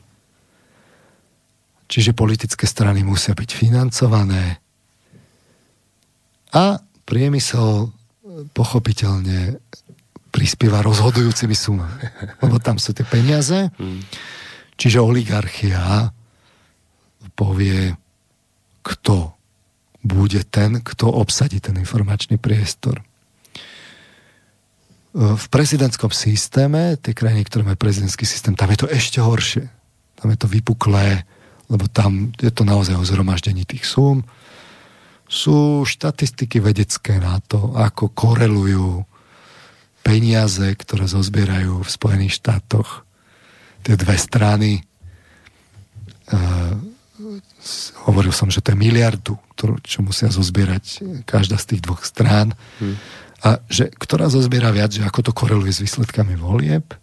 čiže politické strany musia byť financované a priemysel pochopiteľne prispieva rozhodujúcimi sumami, lebo tam sú tie peniaze, čiže oligarchia povie, kto bude ten, kto obsadí ten informačný priestor. V prezidentskom systéme, tie krajiny, ktoré majú prezidentský systém, tam je to ešte horšie. Tam je to vypuklé, lebo tam je to naozaj o zhromaždení tých súm. Sú štatistiky vedecké na to, ako korelujú peniaze, ktoré zozbierajú v Spojených štátoch. Tie dve strany. Hovoril som, že to je 1 miliardu, čo musia zozbierať každá z tých dvoch strán. A že ktorá zozbiera viac, že ako to koreluje s výsledkami volieb.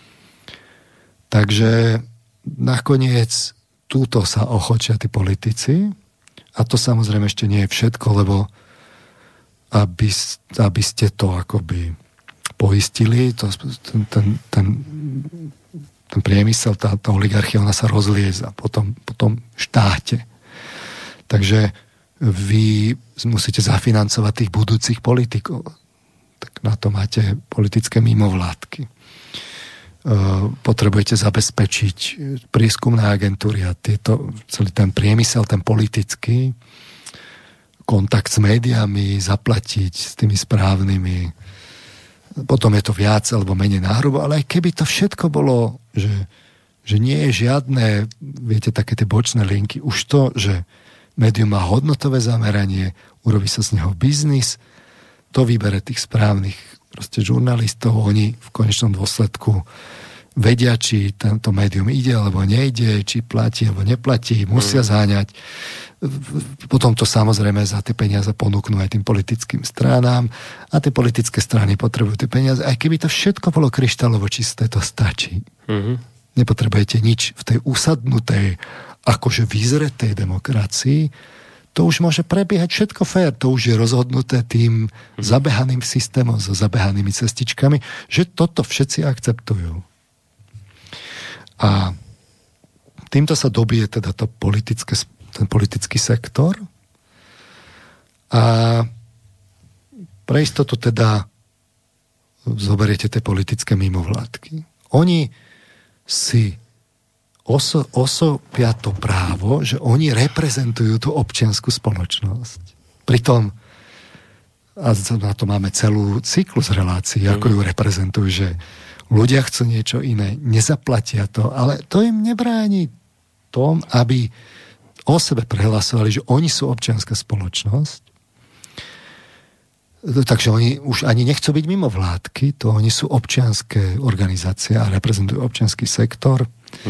Takže nakoniec túto sa ochočia tí politici a to samozrejme ešte nie je všetko, lebo aby ste to akoby poistili, ten priemysel, tá oligarchia, ona sa rozlieza po tom štáte. Takže vy musíte zafinancovať tých budúcich politikov. Tak na to máte politické mimovládky. Potrebujete zabezpečiť prieskumné agentúry a celý ten priemysel, ten politický, kontakt s médiami, zaplatiť s tými správnymi. Potom je to viac alebo menej náhrubo, ale aj keby to všetko bolo, že nie je žiadne, viete, také tie bočné linky, už to, že médium má hodnotové zameranie, urobí sa z neho biznis, to vybere tých správnych proste žurnalistov, oni v konečnom dôsledku vedia, či tento médium ide alebo nejde, či platí alebo neplatí, musia zháňať. Potom to samozrejme za tie peniaze ponúknú aj tým politickým stranám a tie politické strany potrebujú tie peniaze. Aj keby to všetko bolo kryštálovo čisté, to stačí. Nepotrebujete nič v tej usadnutej, akože vyzretej demokracii. To už môže prebiehať všetko fér. To už je rozhodnuté tým zabehaným systémom, so zabehanými cestičkami, že toto všetci akceptujú. A týmto sa dobije teda ten politický sektor. A Pre istotu teda zoberiete tie politické mimovládky. Oni si osobia to právo, že oni reprezentujú tú občiansku spoločnosť. Pritom, a na to máme celú cyklus relácií, ako ju reprezentujú, že ľudia chcú niečo iné, nezaplatia to, ale to im nebráni tom, aby o sebe prehlasovali, že oni sú občianská spoločnosť. Takže oni už ani nechcú byť mimovládky, to oni sú občianske organizácie a reprezentujú občiansky sektor.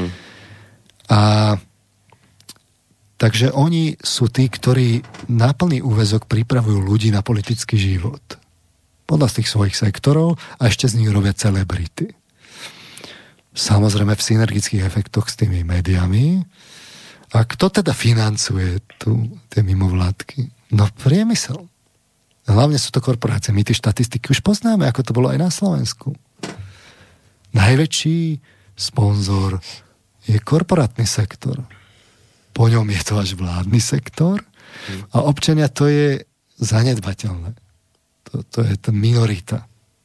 A takže oni sú tí, ktorí na plný úväzok pripravujú ľudí na politický život. Podľa tých svojich sektorov a ešte z nich robia celebrity. Samozrejme v synergických efektoch s tými médiami. A kto teda financuje tie mimovládky? No priemysel. Hlavne sú to korporácie. My tie štatistiky už poznáme, ako to bolo aj na Slovensku. Najväčší sponzor je korporátny sektor. Po ňom je to až vládny sektor a občania to je zanedbateľné. To je tá minorita.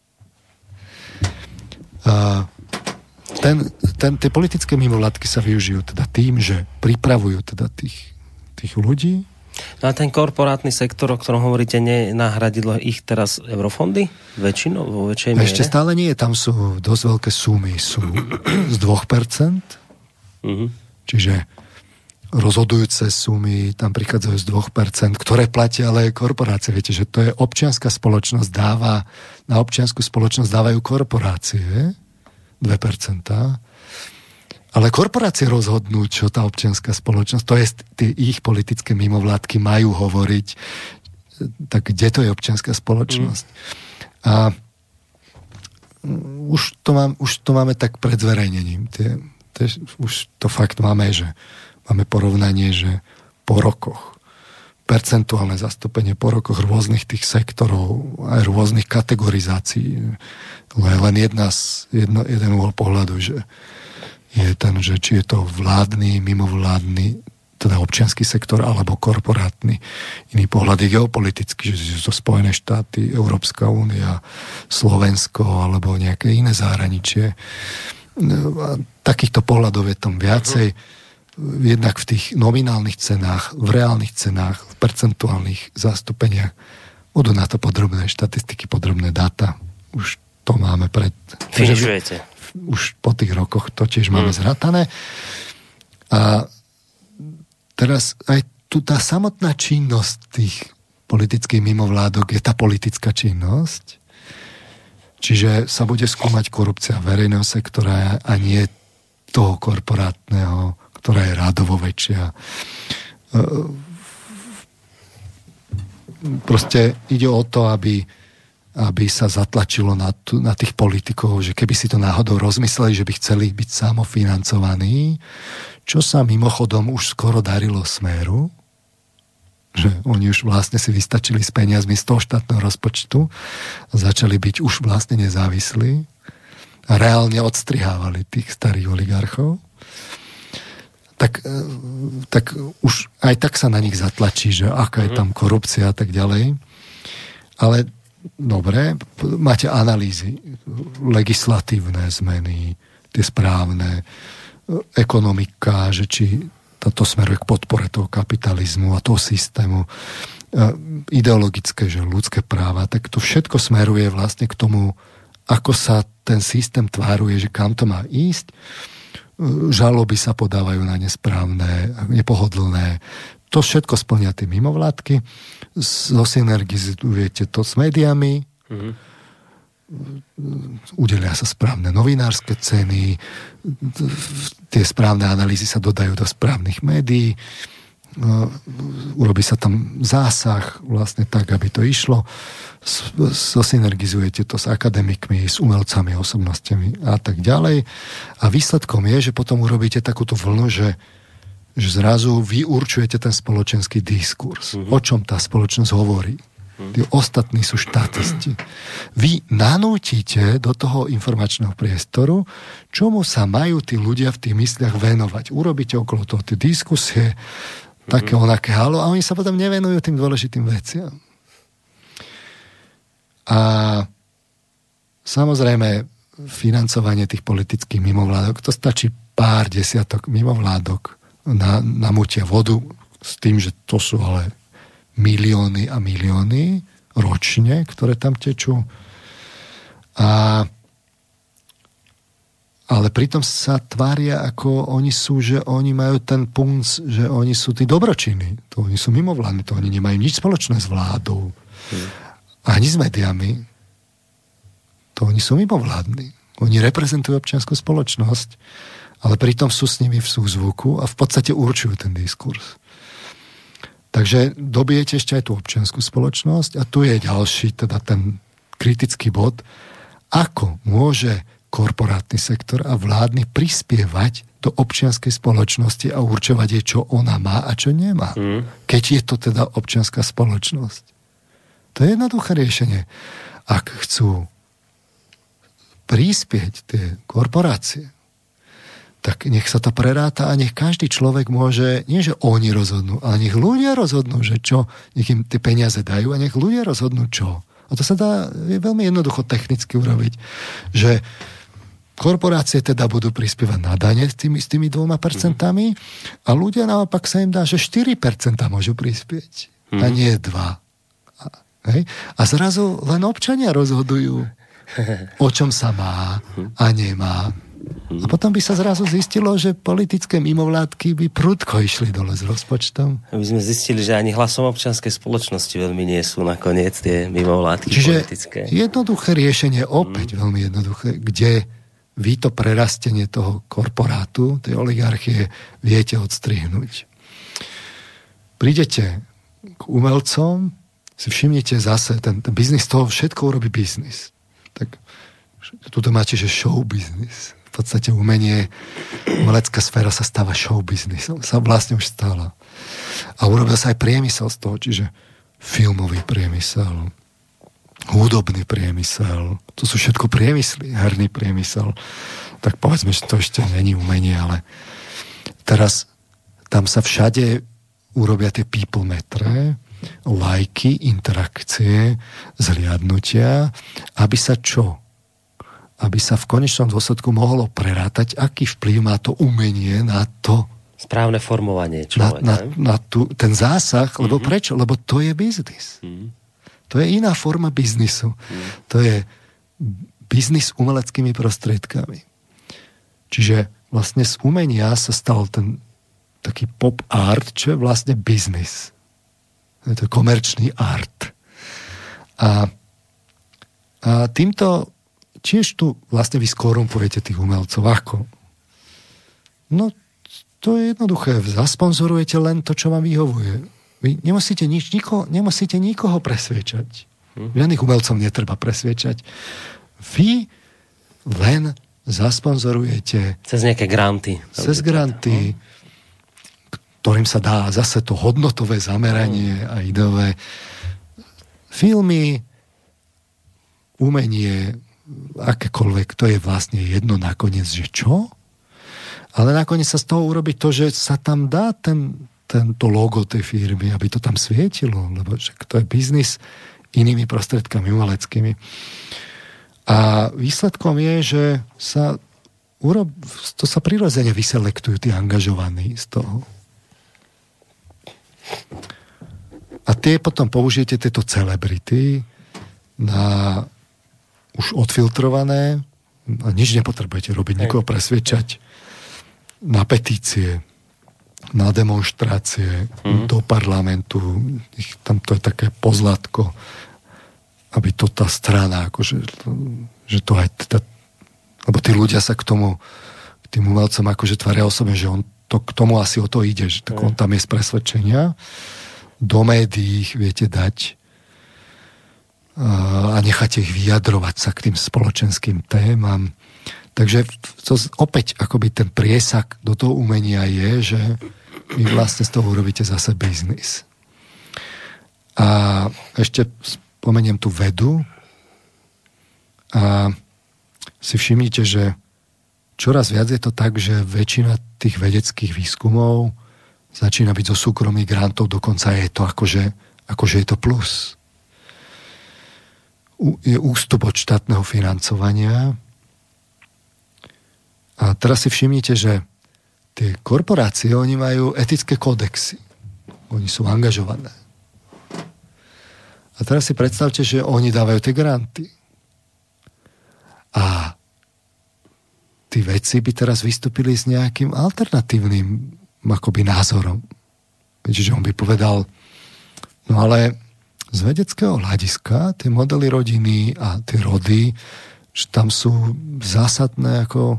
Tie politické mimovládky sa využijú teda tým, že pripravujú teda tých ľudí. No a ten korporátny sektor, o ktorom hovoríte, nenahradilo ich teraz eurofondy? Väčšinou, vo väčšej miere? Ešte stále nie. Tam sú dosť veľké sumy. Sú z 2%. Čiže rozhodujúce sumy tam prichádzajú z 2%, ktoré platia ale korporácie. Viete, že to je občianská spoločnosť na občiansku spoločnosť dávajú korporácie 2%. Ale korporácie rozhodnú, čo tá občianská spoločnosť, to je tie ich politické mimovládky majú hovoriť, tak kde to je občianská spoločnosť. A už to máme tak pred zverejnením. Už to fakt máme, že máme porovnanie, že po rokoch percentuálne zastúpenie po rokoch rôznych tých sektorov aj rôznych kategorizácií. Len jeden uhol pohľadu, že je ten, že či je to vládny, mimovládny, teda občiansky sektor, alebo korporátny. Iný pohľad je geopolitický, že sú to Spojené štáty, Európska únia, Slovensko, alebo nejaké iné zahraničie. Takýchto pohľadov je tam viacej. Jednak v tých nominálnych cenách, v reálnych cenách, v percentuálnych zastúpeniach. Budú na to podrobné štatistiky, podrobné dáta. Už to máme finišujete. Už po tých rokoch to tiež máme zratané. A teraz aj tu tá samotná činnosť tých politických mimovládok je tá politická činnosť. Čiže sa bude skúmať korupcia verejného sektora a nie toho korporátneho, ktorá je rádovo väčšia. Proste ide o to, aby sa zatlačilo na tých politikov, že keby si to náhodou rozmysleli, že by chceli byť samofinancovaní, čo sa mimochodom už skoro darilo Smeru, že oni už vlastne si vystačili s peniazmi z toho štátneho rozpočtu a začali byť už vlastne nezávislí a reálne odstrihávali tých starých oligarchov, tak už aj tak sa na nich zatlačí, že aká je tam korupcia a tak ďalej. Ale dobre, máte analýzy, legislatívne zmeny, tie správne, ekonomika, že či to smeruje k podpore toho kapitalizmu a toho systému, ideologické, že ľudské práva, tak to všetko smeruje vlastne k tomu, ako sa ten systém tváruje, že kam to má ísť. Žaloby sa podávajú na nesprávne, nepohodlné. To všetko splnia tie mimovládky. Zosynergizujete to s médiami, udelia sa správne novinárske ceny, tie správne analýzy sa dodajú do správnych médií, urobí sa tam zásah vlastne tak, aby to išlo, zosynergizujete to s akademikmi, s umelcami, osobnostiami a tak ďalej. A výsledkom je, že potom urobíte takúto vlnu, že zrazu vy určujete ten spoločenský diskurs. O čom tá spoločnosť hovorí. Tí ostatní sú štatisti. Vy nanútite do toho informačného priestoru, čomu sa majú tí ľudia v tých mysliach venovať. Urobíte okolo toho tie diskusie, také onaké halo, a oni sa potom nevenujú tým dôležitým veciam. A samozrejme financovanie tých politických mimovládok, to stačí pár desiatok mimovládok namutia vodu s tým, že to sú ale milióny a milióny ročne, ktoré tam tečú. Ale pritom sa tvária, ako oni sú, že oni majú ten punc, že oni sú tí dobročinní. To oni sú mimovládni, to oni nemajú nič spoločné s vládou. Ani s médiami. To oni sú mimovládni. Oni reprezentujú občiansku spoločnosť, ale pritom sú s nimi v súzvuku a v podstate určujú ten diskurs. Takže dobijete ešte aj tú občiansku spoločnosť a tu je ďalší, teda ten kritický bod, ako môže korporátny sektor a vládny prispievať do občianskej spoločnosti a určovať jej, čo ona má a čo nemá. Keď je to teda občianská spoločnosť. To je jednoduché riešenie. Ak chcú prispieť tie korporácie, tak nech sa to preráta a nech každý človek môže, nie že oni rozhodnú, ale nech ľudia rozhodnú, že čo, nech im tie peniaze dajú a nech ľudia rozhodnú čo. A to sa dá veľmi jednoducho technicky urobiť, že korporácie teda budú prispievať na dane s tými 2% a ľudia naopak sa im dá, že 4% môžu prispieť a nie 2%. A zrazu len občania rozhodujú, o čom sa má a nemá. A potom by sa zrazu zistilo, že politické mimovládky by prudko išli dole s rozpočtom. My sme zistili, že ani hlasom občianskej spoločnosti veľmi nie sú nakoniec tie mimovládky politické. Čiže jednoduché riešenie, opäť veľmi jednoduché, kde vy to prerastenie toho korporátu, tej oligarchie viete odstrihnúť. Prídete k umelcom, si všimnite zase, ten biznis toho všetko urobí biznis. Tak tuto máte, že show biznis. V podstate umelecká sféra sa stáva show biznisom. Sa vlastne už stala. A urobil sa aj priemysel z toho, čiže filmový priemysel, hudobný priemysel, to sú všetko priemysly, herný priemysel. Tak povedzme, že to ešte není umenie, ale teraz tam sa všade urobia tie people metre, lajky, interakcie, zliadnutia, aby sa čo? Aby sa v konečnom dôsledku mohlo prerátať, aký vplyv má to umenie na to správne formovanie človeka. Na ten zásah, lebo prečo? Lebo to je biznis. To je iná forma biznisu. To je biznis umeleckými prostriedkami. Čiže vlastne z umenia sa stal ten taký pop art, čo je vlastne biznis. Je to komerčný art. A týmto tiež tu vlastne vy skorumpujete tých umelcov. Ako? No, to je jednoduché. Zasponzorujete len to, čo vám vyhovuje. Vy nemusíte nikoho presviečať. Žiadnych umelcov netreba presviečať. Vy len zasponzorujete cez nejaké granty. Cez granty, ktorým sa dá zase to hodnotové zameranie a ideové filmy, umenie, akékoľvek, to je vlastne jedno nakoniec, že čo? Ale nakoniec sa z toho urobí to, že sa tam dá tento logo tej firmy, aby to tam svietilo, lebo to je biznis inými prostriedkami umeleckými. A výsledkom je, že to sa prirodzene vyselektujú tí angažovaní z toho. A tie potom použijete tieto celebrity na už odfiltrované a nič nepotrebujete robiť, nikoho presviečať na petície, na demonštrácie, do parlamentu. Tam to je také pozlátko, aby to tá strana, akože, že to aj lebo tí ľudia sa k tým umelcom akože tvária osobne, že on to k tomu asi o to ide, že tak on tam je z presvedčenia. Do médií ich viete dať a necháte ich vyjadrovať sa k tým spoločenským témam. Takže to opäť akoby ten priesak do toho umenia je, že vy vlastne z toho urobíte zase biznis. A ešte spomeniem tú vedu a si všimnite, že čoraz viac je to tak, že väčšina tých vedeckých výskumov začína byť zo súkromných grantov, dokonca je to akože je to plus. je ústup od štátneho financovania. A teraz si všimnite, že tie korporácie, oni majú etické kódexy. Oni sú angažované. A teraz si predstavte, že oni dávajú tie granty. A tí vedci by teraz vystúpili s nejakým alternatívnym akoby názorom. Čiže on by povedal, no ale z vedeckého hľadiska tie modely rodiny a tie rody, že tam sú zásadné ako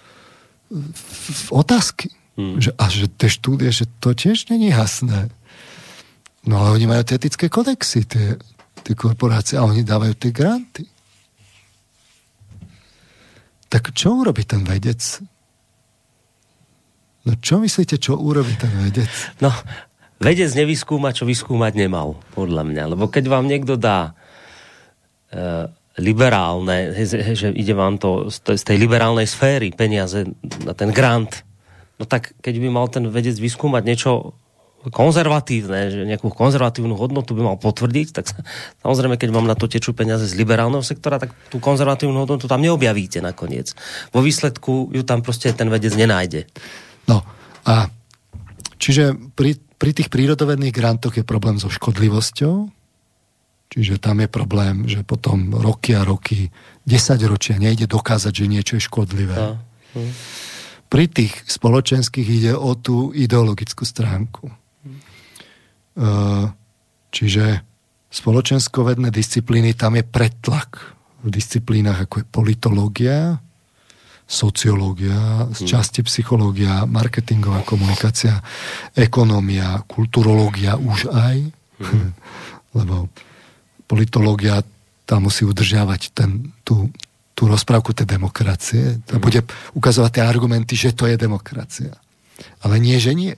otázky. A že tie štúdie, že to tiež není jasné. No ale oni majú tie etické kodexy, tie korporácie, a oni dávajú tie granty. Tak čo urobí ten vedec? No čo myslíte, čo urobí ten vedec? No, vedec nevyskúma, čo vyskúmať nemal, podľa mňa. Lebo keď vám niekto dá liberálne, že ide vám to z tej liberálnej sféry peniaze na ten grant, no tak keď by mal ten vedec vyskúmať niečo konzervatívne, že nejakú konzervatívnu hodnotu by mal potvrdiť, tak samozrejme, keď vám na to tečú peniaze z liberálneho sektora, tak tú konzervatívnu hodnotu tam neobjavíte nakoniec. Vo výsledku ju tam proste ten vedec nenájde. No a čiže pri tých prírodovedných grantoch je problém so škodlivosťou, čiže tam je problém, že potom roky a roky, 10 ročia nejde dokázať, že niečo je škodlivé. Pri tých spoločenských ide o tú ideologickú stránku. Čiže spoločenskovedné disciplíny, tam je pretlak v disciplínach ako je politológia, sociológia, z časti psychológia, marketingová komunikácia, ekonómia, kulturológia už aj, lebo politológia tam musí udržiavať tú rozprávku tej demokracie a bude ukazovať tie argumenty, že to je demokracia. Ale nie, že nie.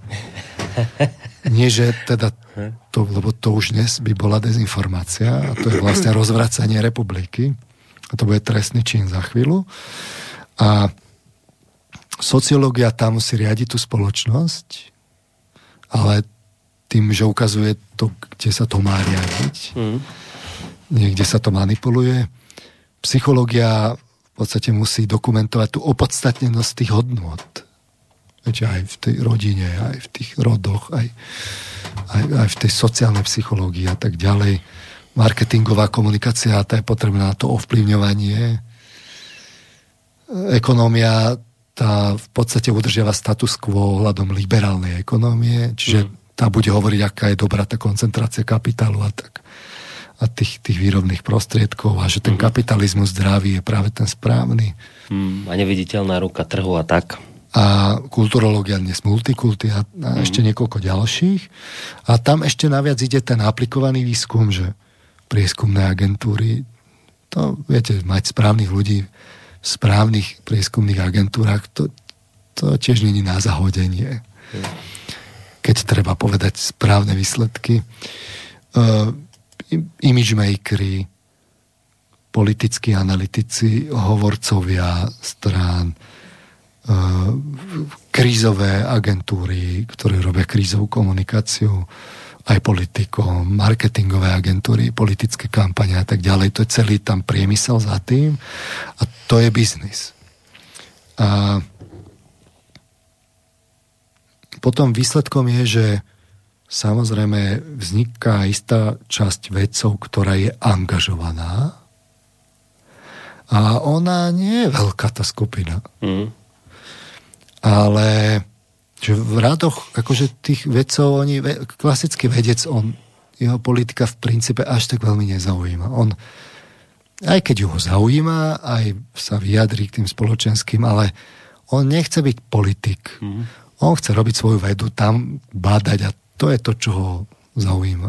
Nie, že teda to, lebo to už dnes by bola dezinformácia a to je vlastne rozvracanie republiky a to bude trestný čin za chvíľu. A sociológia tam musí riadiť tú spoločnosť, ale tým, že ukazuje to, kde sa to má riadiť, niekde sa to manipuluje. Psychológia v podstate musí dokumentovať tú opodstatnenosť tých hodnôt. Viete, aj v tej rodine, aj v tých rodoch, aj v tej sociálnej psychológii a tak ďalej. Marketingová komunikácia, tá je potrebná na to ovplyvňovanie. Ekonómia, tá v podstate udržiava status quo ohľadom liberálnej ekonómie, čiže tá bude hovoriť, aká je dobrá tá koncentrácia kapitálu a tak. A tých výrobných prostriedkov a že ten kapitalizmus zdravý je práve ten správny. A neviditeľná ruka trhu a tak. A kulturológia dnes multikulty a ešte niekoľko ďalších. A tam ešte naviac ide ten aplikovaný výskum, že prieskumné agentúry, to viete, mať správnych ľudí v správnych prieskumných agentúrach, to tiež nie je na zahodenie. Keď treba povedať správne výsledky. Imagemakery, politickí analytici, hovorcovia strán, krízové agentúry, ktoré robia krízovú komunikáciu, aj politikom, marketingové agentúry, politické kampane a tak ďalej. To je celý tam priemysel za tým a to je biznis. A potom výsledkom je, že samozrejme vzniká istá časť vedcov, ktorá je angažovaná a ona nie je veľká tá skupina. Ale že v radoch akože tých vedcov, klasický vedec, jeho politika v princípe až tak veľmi nezaujíma. On, aj keď ho zaujíma, aj sa vyjadrí k tým spoločenským, ale on nechce byť politik. On chce robiť svoju vedu, tam bádať a to je to, čo ho zaujíma.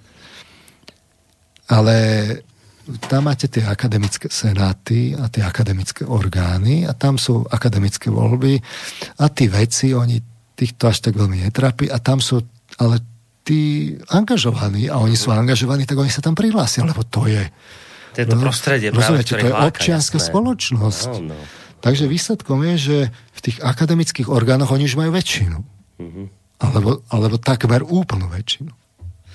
Ale tam máte tie akademické senáty a tie akademické orgány a tam sú akademické voľby a tí vedci, týchto až tak veľmi netrápi a tam sú ale tí angažovaní a oni sú angažovaní, tak oni sa tam prihlásia, lebo to je to prostredie, rozumiete, to je občianska spoločnosť. No. Takže výsledkom je, že v tých akademických orgánoch oni už majú väčšinu. Alebo takmer úplnú väčšinu.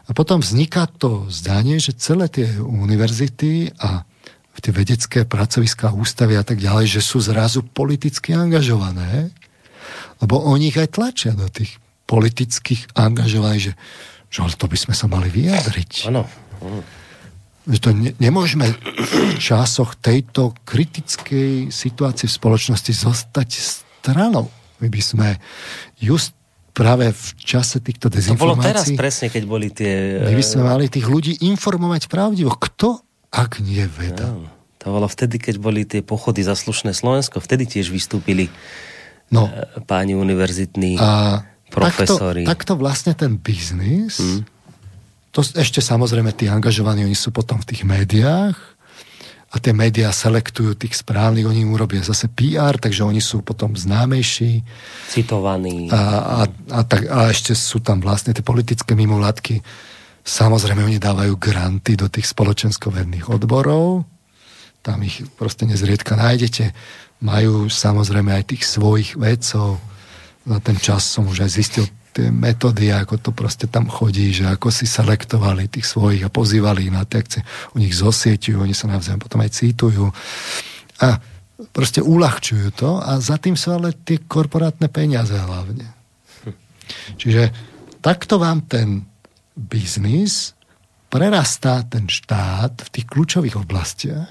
A potom vzniká to zdanie, že celé tie univerzity a tie vedecké pracoviská ústavy a tak ďalej, že sú zrazu politicky angažované, lebo oni ich aj tlačia do tých politických angažovaní, že to by sme sa mali vyjadriť. Áno. Že to nemôžeme v časoch tejto kritickej situácie v spoločnosti zostať stranou. My by sme just práve v čase týchto dezinformácií... To bolo teraz presne, keď boli tie... My by sme mali tých ľudí informovať pravdivo. Kto, ak nie veda? No, to bolo vtedy, keď boli tie pochody za slušné Slovensko. Vtedy tiež vystúpili páni univerzitní profesori. Takto vlastne ten biznis... To ešte samozrejme tí angažovaní, oni sú potom v tých médiách a tie médiá selektujú tých správnych, oni im urobia zase PR, takže oni sú potom známejší. Citovaní. A ešte sú tam vlastne tie politické mimovládky. Samozrejme, oni dávajú granty do tých spoločenskovedných odborov. Tam ich proste nezriedka nájdete. Majú samozrejme aj tých svojich vedcov. Za ten čas som už aj zistil tie metódy, ako to proste tam chodí, že ako si selektovali tých svojich a pozývali na tie akcie. U nich zosieťujú, oni sa navzájom potom aj citujú. A proste uľahčujú to a za tým sú ale tie korporátne peniaze hlavne. Čiže takto vám ten biznis prerastá ten štát v tých kľúčových oblastiach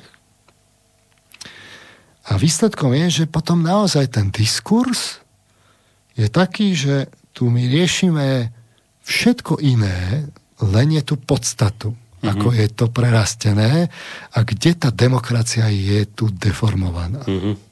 a výsledkom je, že potom naozaj ten diskurs je taký, že tu my riešime všetko iné, len je tu podstatu, ako je to prerastené a kde tá demokracia je tu deformovaná.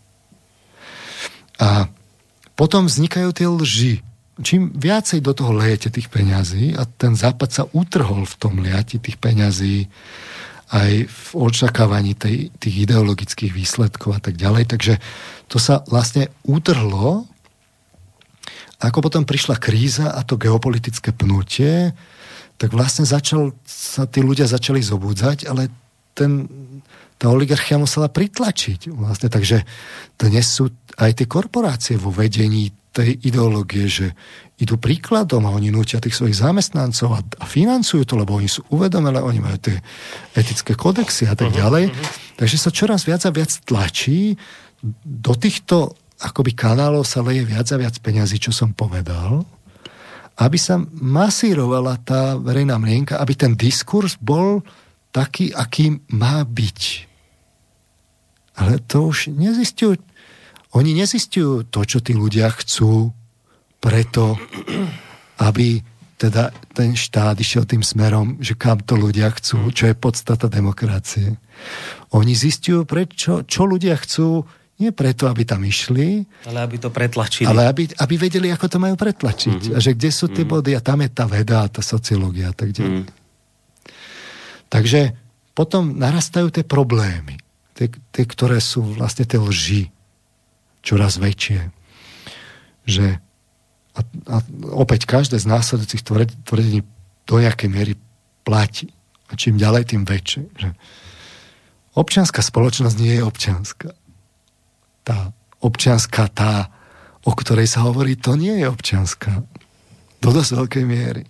A potom vznikajú tie lži. Čím viacej do toho lejete tých peňazí a ten západ sa utrhol v tom liati tých peňazí aj v očakávaní tých ideologických výsledkov a tak ďalej, takže to sa vlastne utrhlo. Ako potom prišla kríza a to geopolitické pnutie, tak vlastne sa tí ľudia začali zobudzať, ale tá oligarchia musela pritlačiť. Vlastne, takže dnes sú aj tie korporácie vo vedení tej ideológie, že idú príkladom a oni nútia tých svojich zamestnancov a financujú to, lebo oni sú uvedomelé, oni majú tie etické kodexy a tak ďalej. Takže sa čoraz viac a viac tlačí do týchto akoby kanálov sa leje viac a viac peňazí, čo som povedal, aby sa masírovala tá verejná mienka, aby ten diskurs bol taký, aký má byť. Ale to už nezistujú. Oni nezistujú to, čo tí ľudia chcú, preto, aby teda ten štát išiel tým smerom, že kam to ľudia chcú, čo je podstata demokracie. Oni zistujú, čo ľudia chcú, nie preto, aby tam išli, ale aby to pretlačili. Ale aby vedeli, ako to majú pretlačiť. A že kde sú tie body a tam je tá veda a tá sociológia a tak ďalej. Takže potom narastajú tie problémy. Tie, ktoré sú vlastne tie lži čoraz väčšie. Že a opäť každé z následujúcich tvrdení do nejakej miery platí. A čím ďalej, tým väčšie. Že občianská spoločnosť nie je občianska. Tá občianská, o ktorej sa hovorí, to nie je občianská. Do dosť veľkej miery.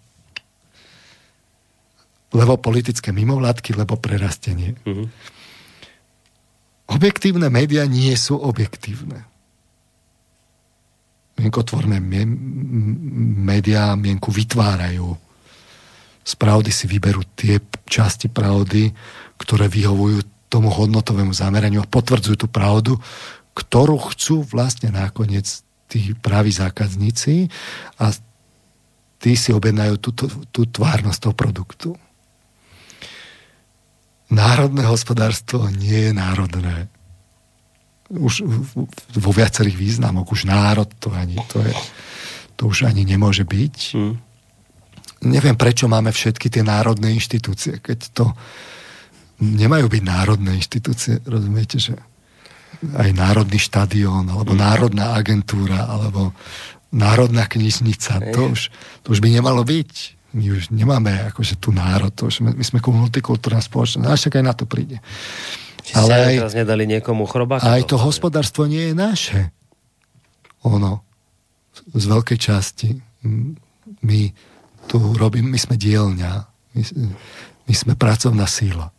Lebo politické mimovládky, lebo prerastenie. Objektívne médiá nie sú objektívne. Mienkotvorné médiá mienku vytvárajú. Z pravdy si vyberú tie časti pravdy, ktoré vyhovujú tomu hodnotovému zameraniu a potvrdzujú tú pravdu, ktorú chcú vlastne nakoniec tí praví zákazníci a tí si objednajú tú tvárnosť toho produktu. Národné hospodárstvo nie je národné. Už vo viacerých významoch. Už národ to už ani nemôže byť. Neviem, prečo máme všetky tie národné inštitúcie, keď to nemajú byť národné inštitúcie. Rozumiete, že aj národný štadión, alebo národná agentúra, alebo národná knižnica. To už by nemalo byť. My už nemáme akože tu národ. My sme multikultúrna spoločnosť. A však aj na to príde. Ale teraz nedali niekomu chrobáka. Aj to hospodárstvo nie je naše. Ono. Z veľkej časti. My sme dielňa. My sme pracovná síla.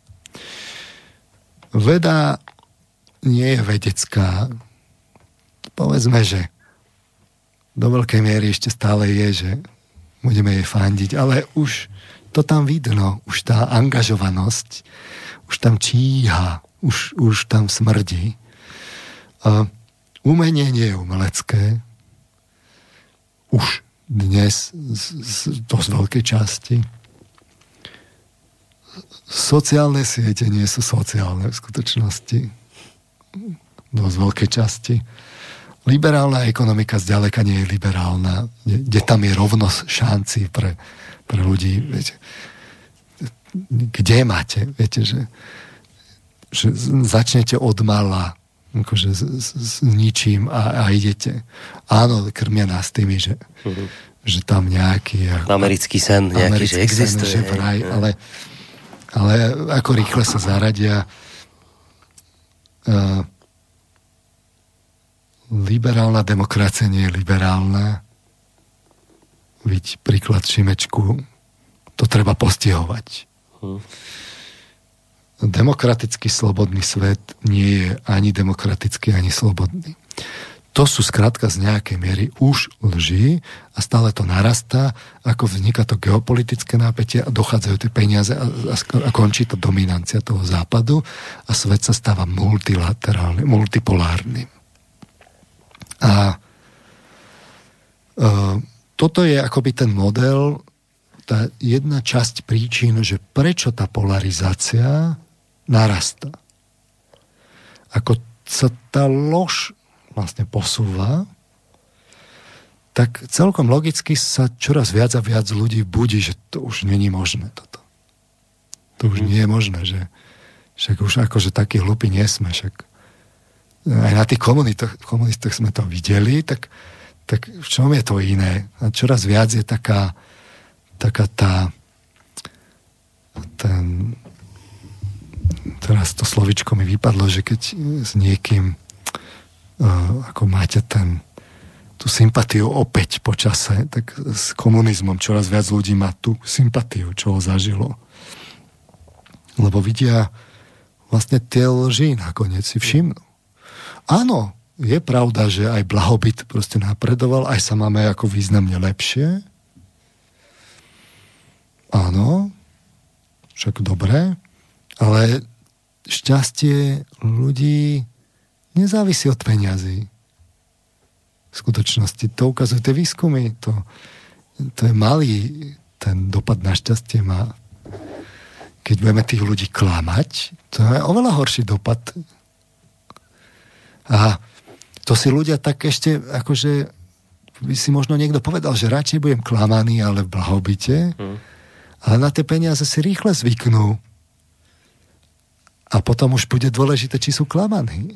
Veda nie je vedecká. Povedzme, že do veľkej miery ešte stále je, že budeme jej fandiť, ale už to tam vidno, už tá angažovanosť, už tam číha, už tam smrdí. Umenie nie je umelecké. Už dnes z dosť veľkej časti. Sociálne siete nie sú sociálne v skutočnosti. Dosť veľkej časti. Liberálna ekonomika zďaleka nie je liberálna. Kde tam je rovnosť šancí pre ľudí. Viete, kde máte? Viete, že začnete od mala akože s ničím a idete. Áno, krmia nás tými, že tam nejaký americký sen nejaký, že existuje. Že vraj, ale ako rýchle sa zaradia liberálna demokracia nie je liberálna. Vidť príklad Šimečku, to treba postihovať. Demokratický slobodný svet nie je ani demokratický, ani slobodný. To sú skrátka z nejakej miery už lži a stále to narastá, ako vzniká to geopolitické napätie a dochádzajú tie peniaze a končí to dominancia toho západu a svet sa stáva multilaterálnym, multipolárnym. A toto je akoby ten model, tá jedna časť príčin, že prečo tá polarizácia narastá. Ako sa tá lož vlastne posúva, tak celkom logicky sa čoraz viac a viac ľudí budí, že to už není možné toto. To už nie je možné, že však už akože takí hlupí nie sme, však aj na tých komunistoch sme to videli, tak v čom je to iné? A čoraz viac je taká teraz to slovičko mi vypadlo, že keď s niekým ako máte tú sympatiu opäť po čase, tak s komunizmom čoraz viac ľudí má tú sympatiu, čo ho zažilo. Lebo vidia vlastne tie lži nakoniec si všimnú. Áno, je pravda, že aj blahobyt proste napredoval, aj sa máme ako významne lepšie. Áno, však dobré, ale šťastie ľudí nezávisí od peňazí. V skutočnosti to ukazujú tie výskumy. To je malý ten dopad na šťastie má. Keď budeme tých ľudí klamať, to je oveľa horší dopad. A to si ľudia tak ešte, akože by si možno niekto povedal, že radšej budem klamaný, ale v blahobite. Ale na tie peniaze si rýchle zvyknú. A potom už bude dôležité, či sú klamaní.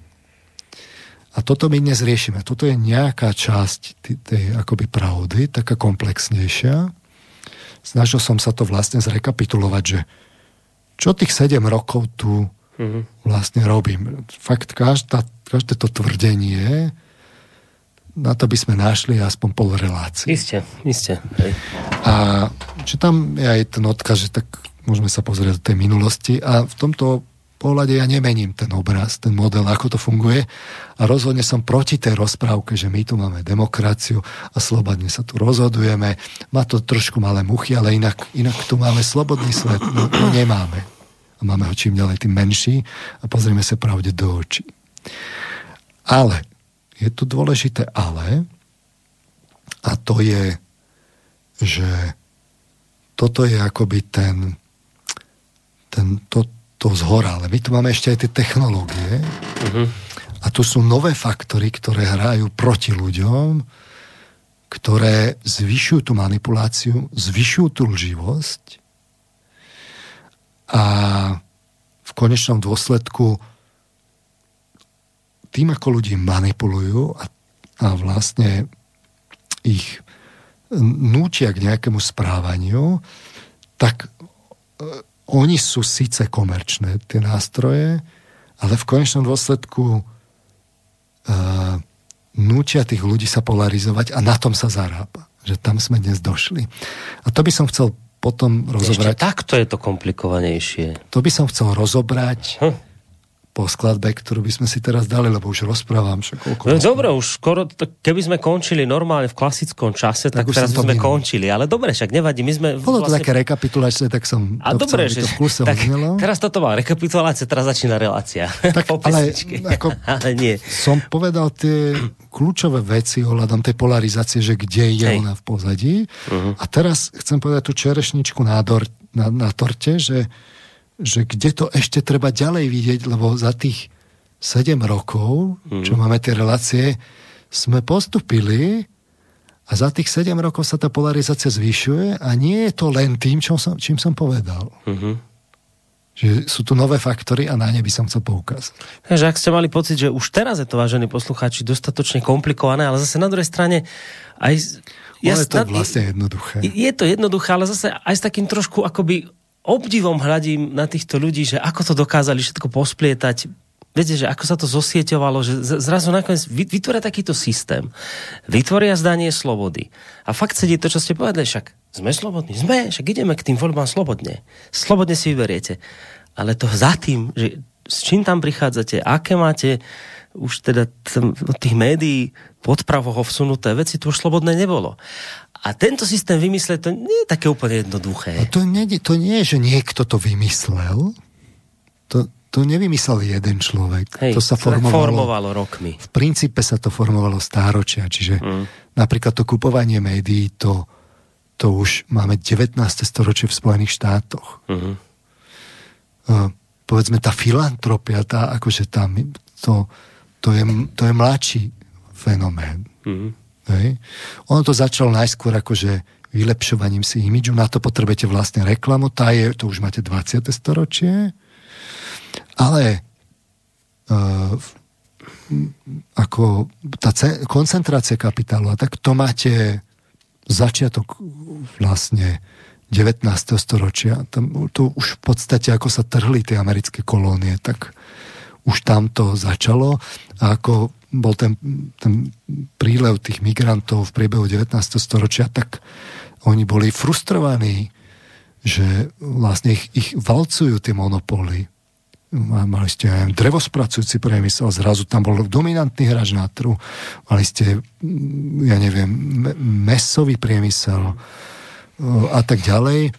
A toto my dnes riešime. Toto je nejaká časť tej akoby pravdy, taká komplexnejšia. Snažil som sa to vlastne zrekapitulovať, že čo tých 7 rokov tu vlastne robím. Fakt, každé to tvrdenie, na to by sme našli aspoň pol relácie. Isté. Hej. A čo tam je aj ten odkaz, že tak môžeme sa pozrieť do tej minulosti a v tomto pohľade ja nemením ten obraz, ten model, ako to funguje a rozhodne som proti tej rozprávke, že my tu máme demokraciu a slobodne sa tu rozhodujeme. Má to trošku malé muchy, ale inak tu máme slobodný svet. No nemáme. A máme ho čím ďalej tým menší a pozrieme sa pravde do očí. Ale je tu dôležité ale a to je, že toto je akoby to zhora, ale my tu máme ešte aj tie technológie a tu sú nové faktory, ktoré hrajú proti ľuďom, ktoré zvyšujú tú manipuláciu, zvyšujú tú lživosť a v konečnom dôsledku tým, ako ľudí manipulujú a vlastne ich nútia k nejakému správaniu, tak oni sú síce komerčné, tie nástroje, ale v konečnom dôsledku nútia tých ľudí sa polarizovať a na tom sa zarába. Že tam sme dnes došli. A to by som chcel potom rozobrať. Ešte takto je to komplikovanejšie. To by som chcel rozobrať po skladbe, ktorú by sme si teraz dali, lebo už rozprávam. Dobre, už skoro, keby sme končili normálne v klasickom čase, tak teraz by sme končili. Ale dobre, však nevadí. My sme bolo to také rekapitulačné, tak som a dobre, že to v kuse tak, odznelo. Teraz toto má rekapitulácia, teraz začína relácia. Tak, ale nie. Som povedal tie kľúčové veci ohľadom tej polarizácie, že kde je ona v pozadí. A teraz chcem povedať tú čerešničku na torte, že kde to ešte treba ďalej vidieť, lebo za tých 7 rokov, čo máme tie relácie, sme postupili a za tých 7 rokov sa tá polarizácia zvyšuje a nie je to len tým, čím som povedal. Že sú tu nové faktory a na ne by som chcel poukázať. Takže ak ste mali pocit, že už teraz je to, vážení poslucháči, dostatočne komplikované, ale zase na druhej strane aj... Ale to je vlastne jednoduché. Je to jednoduché, ale zase aj s takým trošku akoby obdivom hľadím na týchto ľudí, že ako to dokázali všetko posplietať. Viete, že ako sa to zosieťovalo, že zrazu nakoniec vytvoria takýto systém. Vytvoria zdanie slobody. A fakt sedí to, čo ste povedali, však sme slobodní, však ideme k tým voľbám slobodne. Slobodne si vyberiete. Ale to za tým, že s čím tam prichádzate, aké máte už teda od tých médií podpravoho vsunuté veci, to už slobodné nebolo. A tento systém vymysleť, to nie je také úplne jednoduché. A to nie je, že niekto to vymyslel. To nevymyslel jeden človek. Hej, to sa formovalo rokmi. V princípe sa to formovalo stáročia. Čiže napríklad to kupovanie médií, to už máme 19. storočie v Spojených štátoch. Povedzme, tá filantropia, to je mladší fenomén. Hej. Ono to začalo najskôr akože vylepšovaním si imidžu, na to potrebujete vlastne reklamu, to už máte 20. storočie, ale ako tá koncentrácia kapitálu, a tak to máte začiatok vlastne 19. storočia. To už v podstate, ako sa trhli tie americké kolónie, tak už tam to začalo a ako bol ten prílev tých migrantov v priebehu 19. storočia, tak oni boli frustrovaní, že vlastne ich valcujú tie monopóly. Mali ste drevospracujúci priemysel, zrazu tam bol dominantný hráč na trhu. Mali ste, ja neviem, mäsový priemysel a tak ďalej.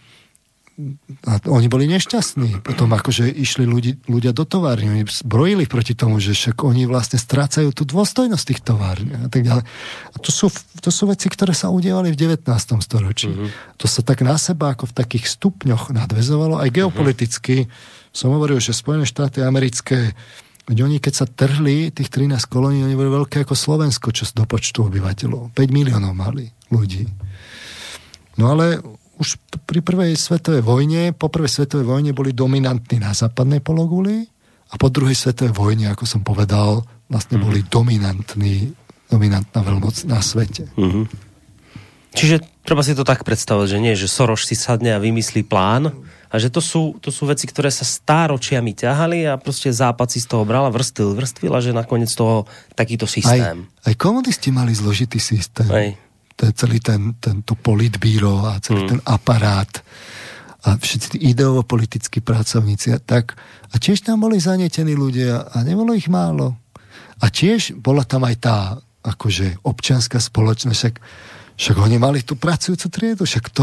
A oni boli nešťastní. Potom akože išli ľudia do továrny. Oni brojili proti tomu, že však oni vlastne strácajú tú dôstojnosť tých tovární a tak ďalej. A to sú veci, ktoré sa udievali v 19. storočí. To sa tak na seba ako v takých stupňoch nadväzovalo. Aj geopoliticky som hovoril, že Spojené štáty americké, oni keď sa trhli tých 13 kolónií, oni boli veľké ako Slovensko, čo do počtu obyvateľov. 5 miliónov mali ľudí. No ale už pri prvej svetovej vojne, po prvej svetovej vojne boli dominantní na západnej pologuli a po druhej svetovej vojne, ako som povedal, vlastne boli dominantná veľmoc na svete. Čiže treba si to tak predstavať, že nie, že Soros si sadne a vymyslí plán a že to sú veci, ktoré sa stáročiami ťahali a proste Západ si z toho bral a vrstvil a že nakoniec toho takýto systém. Aj komunisti mali zložitý systém. Celý tento politbíro a celý ten aparát a všetci tí ideovo-politickí pracovníci a tak. A tiež tam boli zanietení ľudia a nebolo ich málo. A tiež bola tam aj tá akože občianská spoločnosť, však oni mali tú pracujúcu triedu, však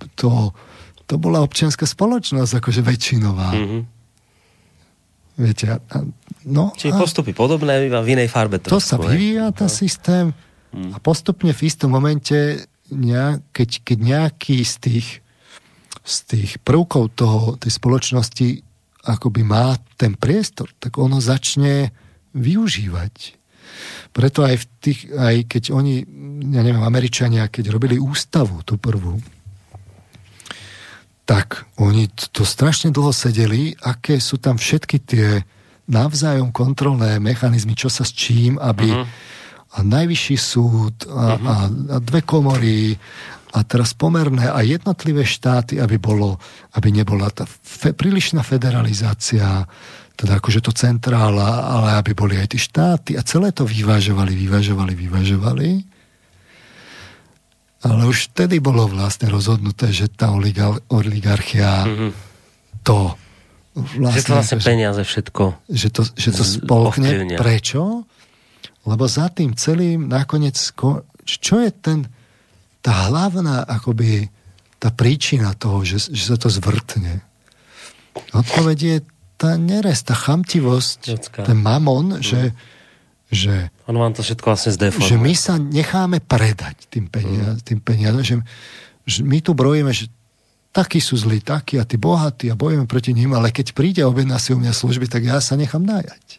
to bola občianská spoločnosť akože väčšinová. Viete, čiže postupy podobné v inej farbe. To sa vyvíja, ten systém. A postupne v istom momente, keď nejaký z tých prvkov tej spoločnosti akoby má ten priestor, tak ono začne využívať. Preto aj keď oni, ja neviem, Američania, keď robili ústavu, tú prvú, tak oni to strašne dlho sedeli, aké sú tam všetky tie navzájom kontrolné mechanizmy, čo sa s čím, aby a najvyšší súd a dve komory a teraz pomerné a jednotlivé štáty, aby nebola tá prílišná federalizácia, teda akože to centrála, ale aby boli aj tie štáty a celé to vyvážovali. Ale už vtedy bolo vlastne rozhodnuté, že tá oligarchia to vlastne... Že to vlastne peniaze všetko že to spolkne. ovplyvnia. Prečo? Lebo za tým celým nakoniec, čo je tá hlavná akoby tá príčina toho, že sa to zvrtne? Odpoveď je tá nerez, tá chamtivosť, ten mamon, že on vám to všetko vlastne zdeformuje. Že my sa necháme predať tým peniazom, že my tu brojíme, že takí sú zlí, takí a tí bohatí a bojujeme proti ním, ale keď príde a objedná si u mňa služby, tak ja sa nechám najať.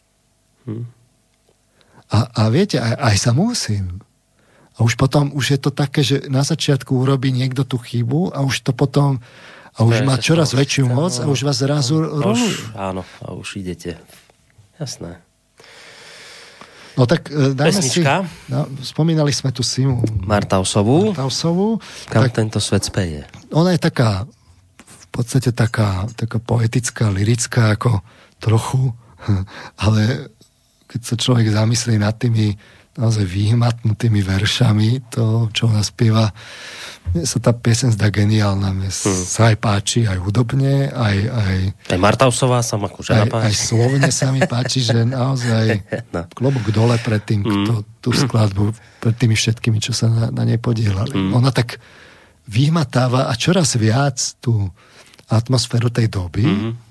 A viete, aj sa musím. A už potom, už je to také, že na začiatku urobí niekto tú chybu a už to potom, a už má čoraz väčšiu moc a už vás zrazu roluje. Áno, a už idete. Jasné. No tak dáme pesnička. Spomínali sme tu Simu Martausovú. Kam tak, tento svet speje. Ona je taká, v podstate taká poetická, lyrická, ako trochu, ale keď sa človek zamyslí nad tými naozaj vyhmatnutými veršami, to, čo ona spieva, mne sa tá piesen zdá geniálna. Mne sa aj páči, aj hudobne, aj Martausová sa ma akože napáči. Aj slovne sa mi páči, že naozaj klobúk dole pred tým, kto tú skladbu, pred tými všetkými, čo sa na nej podielali. Ona tak vyhmatáva a čoraz viac tú atmosféru tej doby.